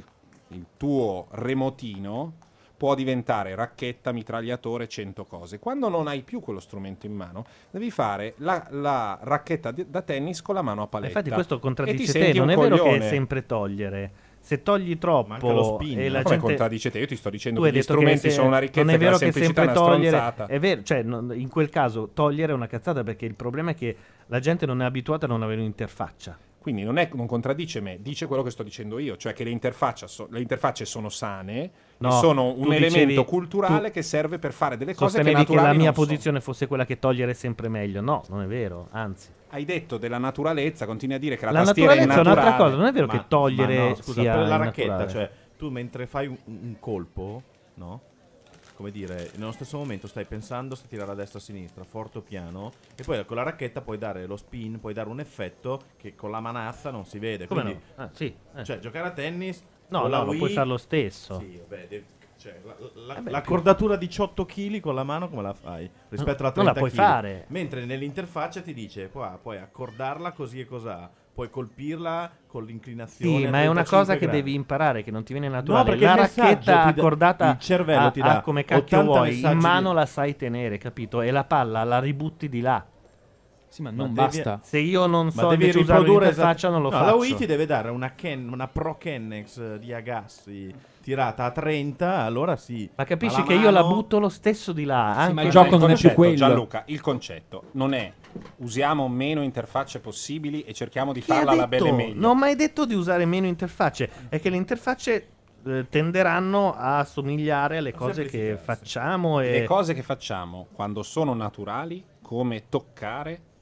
tuo remotino può diventare racchetta, mitragliatore, 100 cose. Quando non hai più quello strumento in mano, devi fare la racchetta da tennis con la mano a paletta. Infatti questo E ti contraddice te, senti non un è vero che è coglione. sempre togliere. Se togli Manca troppo lo spin. e la Come gente... contraddice te? Io ti sto dicendo Tu che hai gli detto che strumenti sono una ricchezza, non è che la vero che semplicità è sempre una togliere stronzata. è vero, cioè in quel caso togliere è una cazzata perché il problema è che la gente non è abituata a non avere un'interfaccia. Quindi non contraddice me, dice quello che sto dicendo io, cioè che le interfacce sono sane No, e sono tu un dicevi- elemento culturale tu che serve per fare delle cose che Sostenevi che la naturali mia non sono. posizione fosse quella che togliere è sempre meglio. No, non è vero, anzi. Hai detto della naturalezza, continui a dire che la La tastiera è naturalezza è un'altra naturale. cosa, non è vero che togliere ma no, scusa, sia per la racchetta, innaturale. cioè tu mentre fai un colpo, no? Come dire, nello stesso momento stai pensando se tirare a destra o a sinistra, forte o piano, e poi con la racchetta puoi dare lo spin, puoi dare un effetto che con la manazza non si vede. Come Quindi, no? Ah, sì. cioè, giocare a tennis No, con la no, lo Wii- puoi fare lo stesso. Sì, vabbè, cioè, beh, la cordatura 18 kg con la mano come la fai? Rispetto alla 30 non la puoi kg? fare. Mentre nell'interfaccia ti dice puoi accordarla così e cosà, puoi colpirla con l'inclinazione. Sì, a ma è una 35 cosa che gradi. devi imparare, che non ti viene No, naturale. perché la il messaggio racchetta ti dà- accordata il cervello ti dà come cacchio 80 vuoi, in messaggi mano di- la sai tenere, capito? E la palla la ributti di là. Sì, ma non devi- basta. Se io non Ma so devi invece usare riprodurre l'interfaccia non lo no, faccio. la Wii ti deve dare una Pro Kennex di Agassi tirata a 30, allora sì. Ma capisci la che io la mano- butto lo stesso di là. Sì, Anche ma il gioco non è più quello. Gianluca, il concetto non è usiamo meno interfacce possibili e cerchiamo di Chi ha farla alla detto? belle meglio. Non ho mai detto di usare meno interfacce. È che le interfacce tenderanno a somigliare alle cose che semplificarsi. facciamo. Le E cose che facciamo quando sono naturali, come toccare,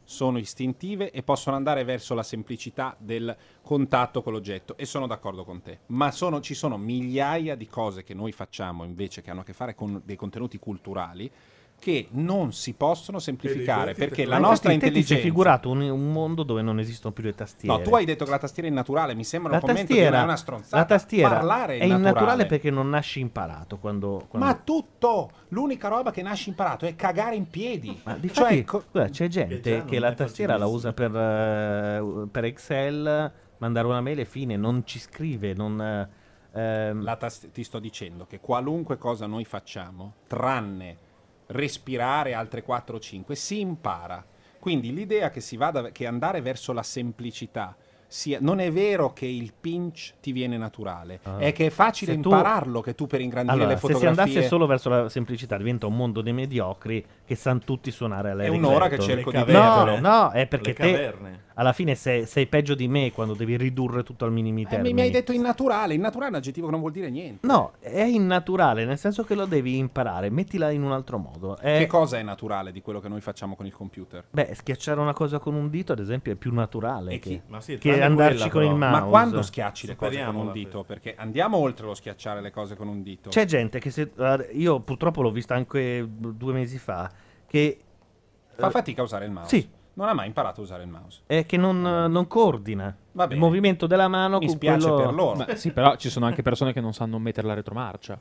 sono istintive e possono andare verso la semplicità del contatto con l'oggetto, e sono d'accordo con te, ma ci sono migliaia di cose che noi facciamo invece che hanno a che fare con dei contenuti culturali che non si possono semplificare perché la nostra Te ti sei intelligenza. figurato un mondo dove non esistono più le tastiere. No, tu hai detto che la tastiera è innaturale, mi sembra un La commento tastiera, di una stronzata. la tastiera Parlare è innaturale perché non nasci imparato quando... Ma tutto! L'unica roba che nasci imparato è cagare in piedi. Ma difatti, Cioè, guarda, c'è gente che la tastiera la usa per Excel, mandare una mail e fine, non ci scrive, non... ti sto dicendo che qualunque cosa noi facciamo, tranne respirare altre 4 o 5, si impara. Quindi l'idea che andare verso la semplicità non è vero che il pinch ti viene naturale, è che è facile Se tu- impararlo, che tu per ingrandire Allora, le se si fotografie andasse solo verso la semplicità diventa un mondo dei mediocri che sanno tutti suonare all'Eric È un'ora che Clapton. cerco di No, dirtelo. no, è perché Le te caverne. alla fine sei peggio di me quando devi ridurre tutto al minimi termini. mi hai detto innaturale. Innaturale è un aggettivo che non vuol dire niente. No, è innaturale, nel senso che lo devi imparare, mettila in un altro modo. Che cosa è naturale di quello che noi facciamo con il computer? Beh, schiacciare una cosa con un dito, ad esempio, è più naturale E chi? Ma sì, che tranne andarci quella, con però. il mouse. Ma quando schiacci le cose con Superiamola, un dito? Perché andiamo oltre lo schiacciare le cose con un dito. C'è gente che io purtroppo l'ho vista anche 2 mesi fa, che Fa fatica a usare il mouse. sì. Non ha mai imparato a usare il mouse. è che non coordina Va il bene. movimento della mano Mi con spiace quello... per loro. Beh, sì, però ci sono anche persone che non sanno mettere la retromarcia.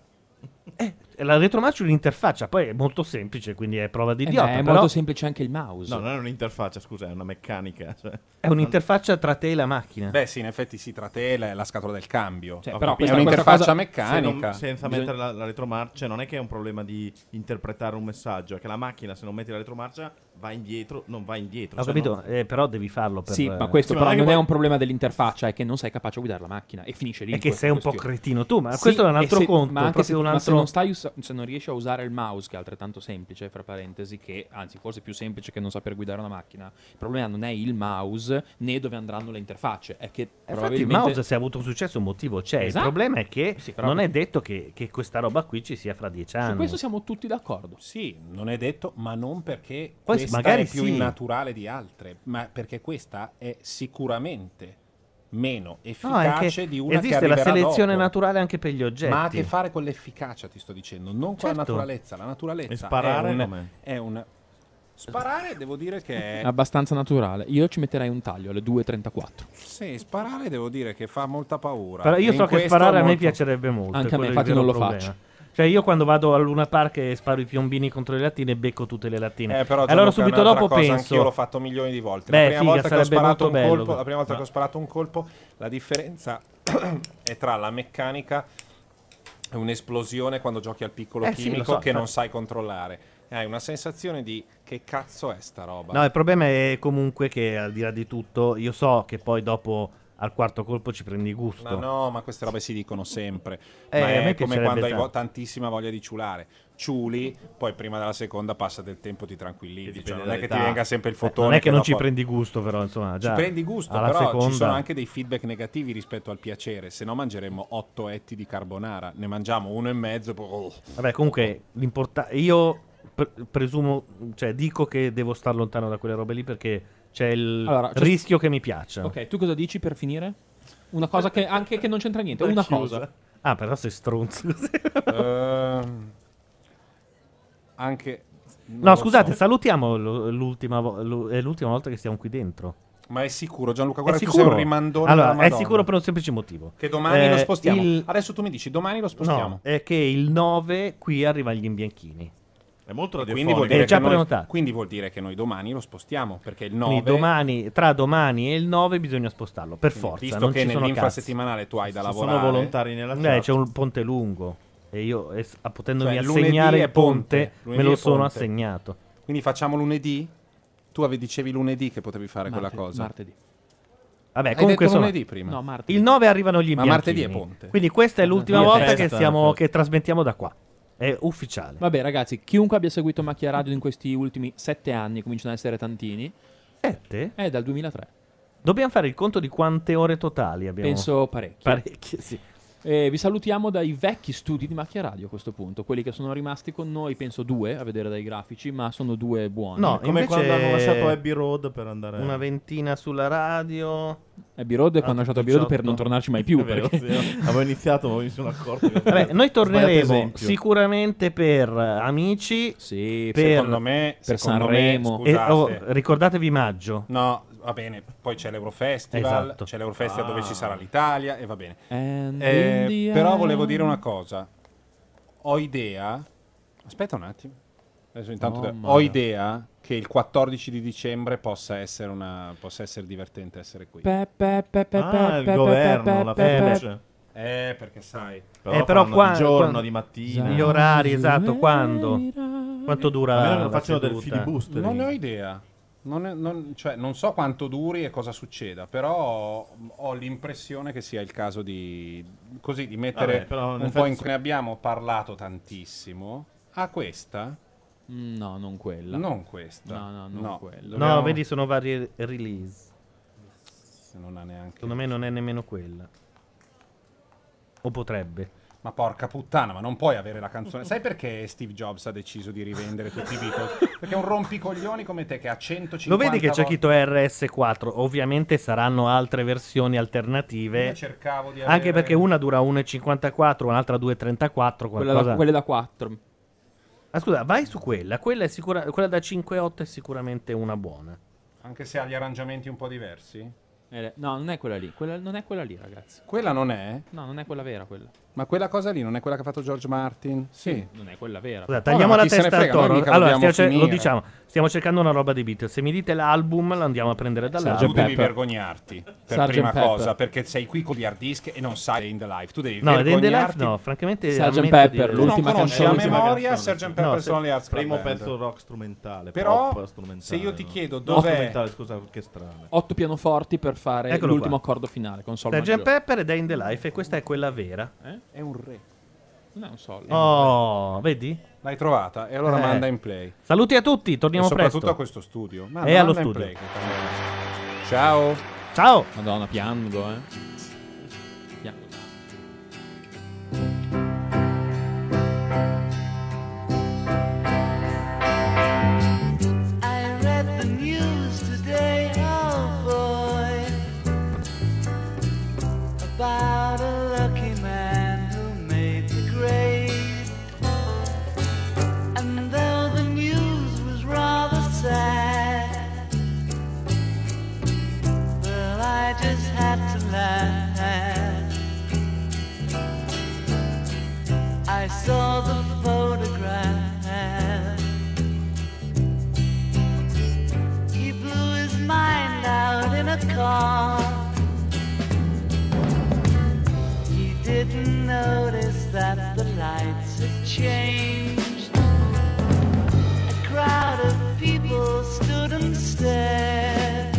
La retromarcia è un'interfaccia, poi è molto semplice, quindi è prova di idiota, È però molto semplice anche il mouse. No, non è un'interfaccia, scusa, è una meccanica. Cioè. è un'interfaccia tra te e la macchina. Beh, sì, in effetti si tratta è la scatola del cambio. Cioè, Ho però capito. è questa un'interfaccia cosa- meccanica. Senza mettere la retromarcia, non è che è un problema di interpretare un messaggio, è che la macchina, se non metti la retromarcia, va indietro, non va indietro. Ho cioè capito, non- però devi farlo per... Sì, ma questo Sì, ma però non è non che è poi- un problema dell'interfaccia, è che non sei capace a guidare la macchina e finisce lì. è in che questa sei un po' questione. cretino tu, ma Sì, questo è un e altro conto, ma anche proprio se, un ma se altro... non stai se non riesci a usare il mouse, che è altrettanto semplice, fra parentesi, che anzi forse più semplice che non saper guidare una macchina, il problema non è il mouse né dove andranno le interfacce, è che Infatti il probabilmente mouse, se ha avuto successo, un motivo c'è. Esatto. Il problema è che Sì, però- non è detto che questa roba qui ci sia fra 10 anni. su questo siamo tutti d'accordo. Sì, non è detto, ma non perché Poi questa magari è più sì. innaturale di altre, ma perché questa è sicuramente meno No, è efficace che di una che esiste la arriverà selezione dopo. naturale anche per gli oggetti. Ma ha a che fare con l'efficacia, ti sto dicendo, non con la Certo. naturalezza. La naturalezza E sparare è com'è? è un sparare, devo dire che È abbastanza naturale. Io ci metterei un taglio alle 2:34. sì, sparare devo dire che fa molta paura. Però io In so che questo sparare a me molto- piacerebbe molto. Anche è a me, quello il infatti vero non lo problema. faccio. Cioè io quando vado al Luna Park e sparo i piombini contro le lattine becco tutte le lattine. Però allora Gianluca, subito un'altra dopo cosa, penso... anch'io l'ho fatto milioni di volte. Beh, La prima figa, volta che ho sarebbe sparato molto un bello. colpo, la prima volta che ho sparato un colpo, la differenza è tra la meccanica e un'esplosione quando giochi al piccolo Sì, lo chimico so, che non sai controllare. Hai una sensazione di che cazzo è sta roba? No, il problema è comunque che al di là di tutto, io so che poi dopo al quarto colpo ci prendi gusto. Ma no, ma queste robe si dicono sempre. A Ma me è come piacerebbe quando hai tanto. tantissima voglia di ciulare. Ciuli, poi prima della seconda passa del tempo, ti tranquillizzi. Che Cioè, dipende non è che ti dall'età. venga sempre il fotone. non è che non dopo- ci prendi gusto, però insomma, già Ci prendi gusto, alla però seconda... ci sono anche dei feedback negativi rispetto al piacere. Se no mangeremmo 8 etti di carbonara. Ne mangiamo 1,5 e poi... oh. Vabbè, comunque io presumo, cioè dico che devo star lontano da quelle robe lì perché c'è il Allora, rischio che mi piaccia. Ok, tu cosa dici per finire? Una cosa che anche che non c'entra niente, una cosa. Ah, però sei stronzo. Anche... non No, lo scusate, so. salutiamo è l'ultima volta che stiamo qui dentro. Ma è sicuro, Gianluca? Guarda, È tu sicuro? sei un rimandone Allora, della è Madonna. sicuro per un semplice motivo. Che domani lo spostiamo. il- Adesso tu mi dici, domani lo spostiamo. No, è che il 9 qui arriva gli imbianchini. È molto Quindi radiofonico. vuol, dire È già che noi, prenotato. quindi vuol dire che noi domani lo spostiamo, perché il 9... Quindi domani, tra domani e il 9 bisogna spostarlo, per quindi, forza. visto non che ci sono cazzi. nell'infrasettimanale tu hai da Se lavorare... sono volontari nella chat. C'è un ponte lungo e io, potendomi Cioè, lunedì assegnare è il ponte, ponte, me lunedì lo è sono ponte. assegnato. Quindi facciamo lunedì? Tu dicevi lunedì che potevi fare quella cosa. Martedì. Vabbè, Hai comunque detto insomma, lunedì prima. No, martedì. il 9 arrivano gli Ma imbianchini. martedì è ponte. Quindi questa è l'ultima Sì, è volta festa, che trasmettiamo da qua. È ufficiale. Vabbè, ragazzi, chiunque abbia seguito Macchia Radio in questi ultimi 7 anni, cominciano ad essere tantini, 7? è dal 2003. Dobbiamo fare il conto di quante ore totali abbiamo. Penso parecchie. Parecchie, sì. E vi salutiamo dai vecchi studi di Macchia Radio a questo punto, quelli che sono rimasti con noi, penso 2 a vedere dai grafici, ma sono 2 buoni. No, Come invece quando hanno lasciato Abbey Road per andare una ventina sulla radio. Abbey Road è quando hanno lasciato Abbey Road per non tornarci mai più. È vero, perché- sì. Avevo iniziato, ma mi sono accorto che Vabbè, noi ho sbagliato torneremo esempio. sicuramente per Amici. Sì, per Secondo me, per secondo Sanremo. me, scusate. Ricordatevi maggio. No, va bene, poi c'è l'Eurofestival, Esatto. c'è l'Eurofestival dove ci sarà l'Italia e va bene. And in the Però end- volevo dire una cosa. Ho idea. Aspetta un attimo. Adesso intanto Oh, ho madonna. idea che il 14 di dicembre possa essere divertente essere qui. il governo, la fece. Perché sai. Però faranno qua- di giorno, qua- di mattina. Gli orari, esatto, quando? Quanto dura A meno che non la facciano del seduta? filibustering. Non ne ho idea. Non so quanto duri e cosa succeda, però ho l'impressione che sia il caso di mettere Vabbè, però in un po' in effetti- ne abbiamo parlato tantissimo. Ah, questa? No, non quella. Non questa. No, non quella. No, Dobbiamo- vedi, sono varie release. Non ha neanche. Secondo me non è nemmeno quella. O potrebbe. Ma porca puttana, ma non puoi avere la canzone. Sai perché Steve Jobs ha deciso di rivendere tutti i Beatles? Perché è un rompicoglioni come te che ha 150 Lo vedi che c'è volte- scritto RS4? Ovviamente saranno altre versioni alternative. Io cercavo di Anche avere- perché una dura 1,54, un'altra 2,34. Qualcosa... Quelle da 4. Ah, scusa, vai su quella. Quella da 5,8 è sicuramente una buona. Anche se ha gli arrangiamenti un po' diversi? No, non è quella lì. Non è quella lì, ragazzi. Quella non è? No, non è quella vera quella. Ma quella cosa lì non è quella che ha fatto George Martin? Sì. Non è quella vera. Scusa, tagliamo ma la chi se ne testa al frega, noi toro. mica Allora, dobbiamo lo finire. diciamo, stiamo cercando una roba di Beatles. Se mi dite l'album, lo andiamo a prendere Tu dall'album. devi vergognarti per Sgt. prima Pepper. cosa, perché sei qui con gli hard disk e non sai In the Life. Tu devi No, Day in the Life vergognarti. no, francamente Sgt. ammetto Pepper, di- Tu non l'ultima conosci a canzone. memoria canzone. Sgt. Pepper No, Lonely Hearts Club Primo Band. pezzo rock strumentale. Però, pop strumentale, se io ti no? chiedo No, dov'è strumentale, scusa, che strano. 8 pianoforti per fare Eccolo l'ultimo qua. accordo finale con sol Sgt. maggiore. Pepper e Day in the Life, e questa è quella vera. è un re. Non è un sol. Oh, vedi? L'hai trovata e allora Eh. manda in play. Saluti a tutti, torniamo e soprattutto presto. a questo studio. E allo manda in studio. play. Ciao. Ciao. Madonna, piango, Piango. I read the news today, oh boy, about a lucky man who made the grade. And though the news was rather sad, well, I just had to laugh. I saw the photograph. He blew his mind out in a car. He didn't notice that the lights had changed. A crowd of people stood and stared.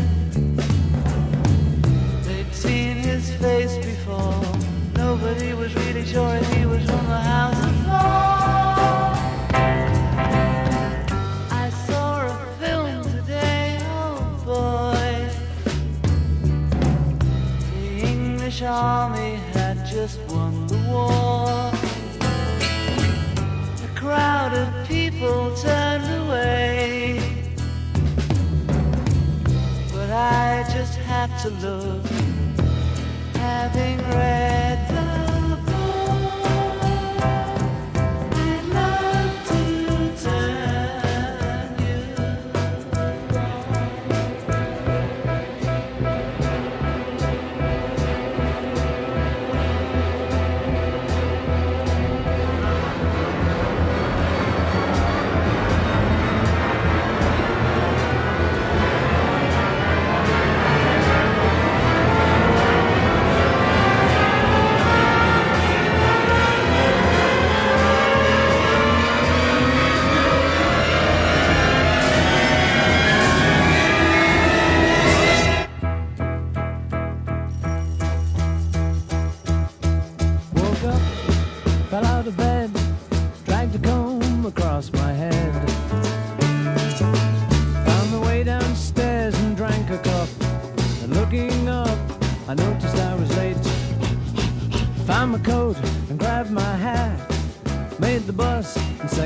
They'd seen his face before. Nobody was really sure if he was from the House of Lords. I saw a film today, oh boy. The English army had just won the war. A crowd of people turned away, but I just had to look, having read the book. I'd love to turn you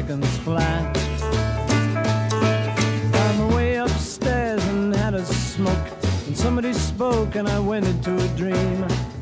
seconds flat. Found my way upstairs and had a smoke, and somebody spoke and I went into a dream.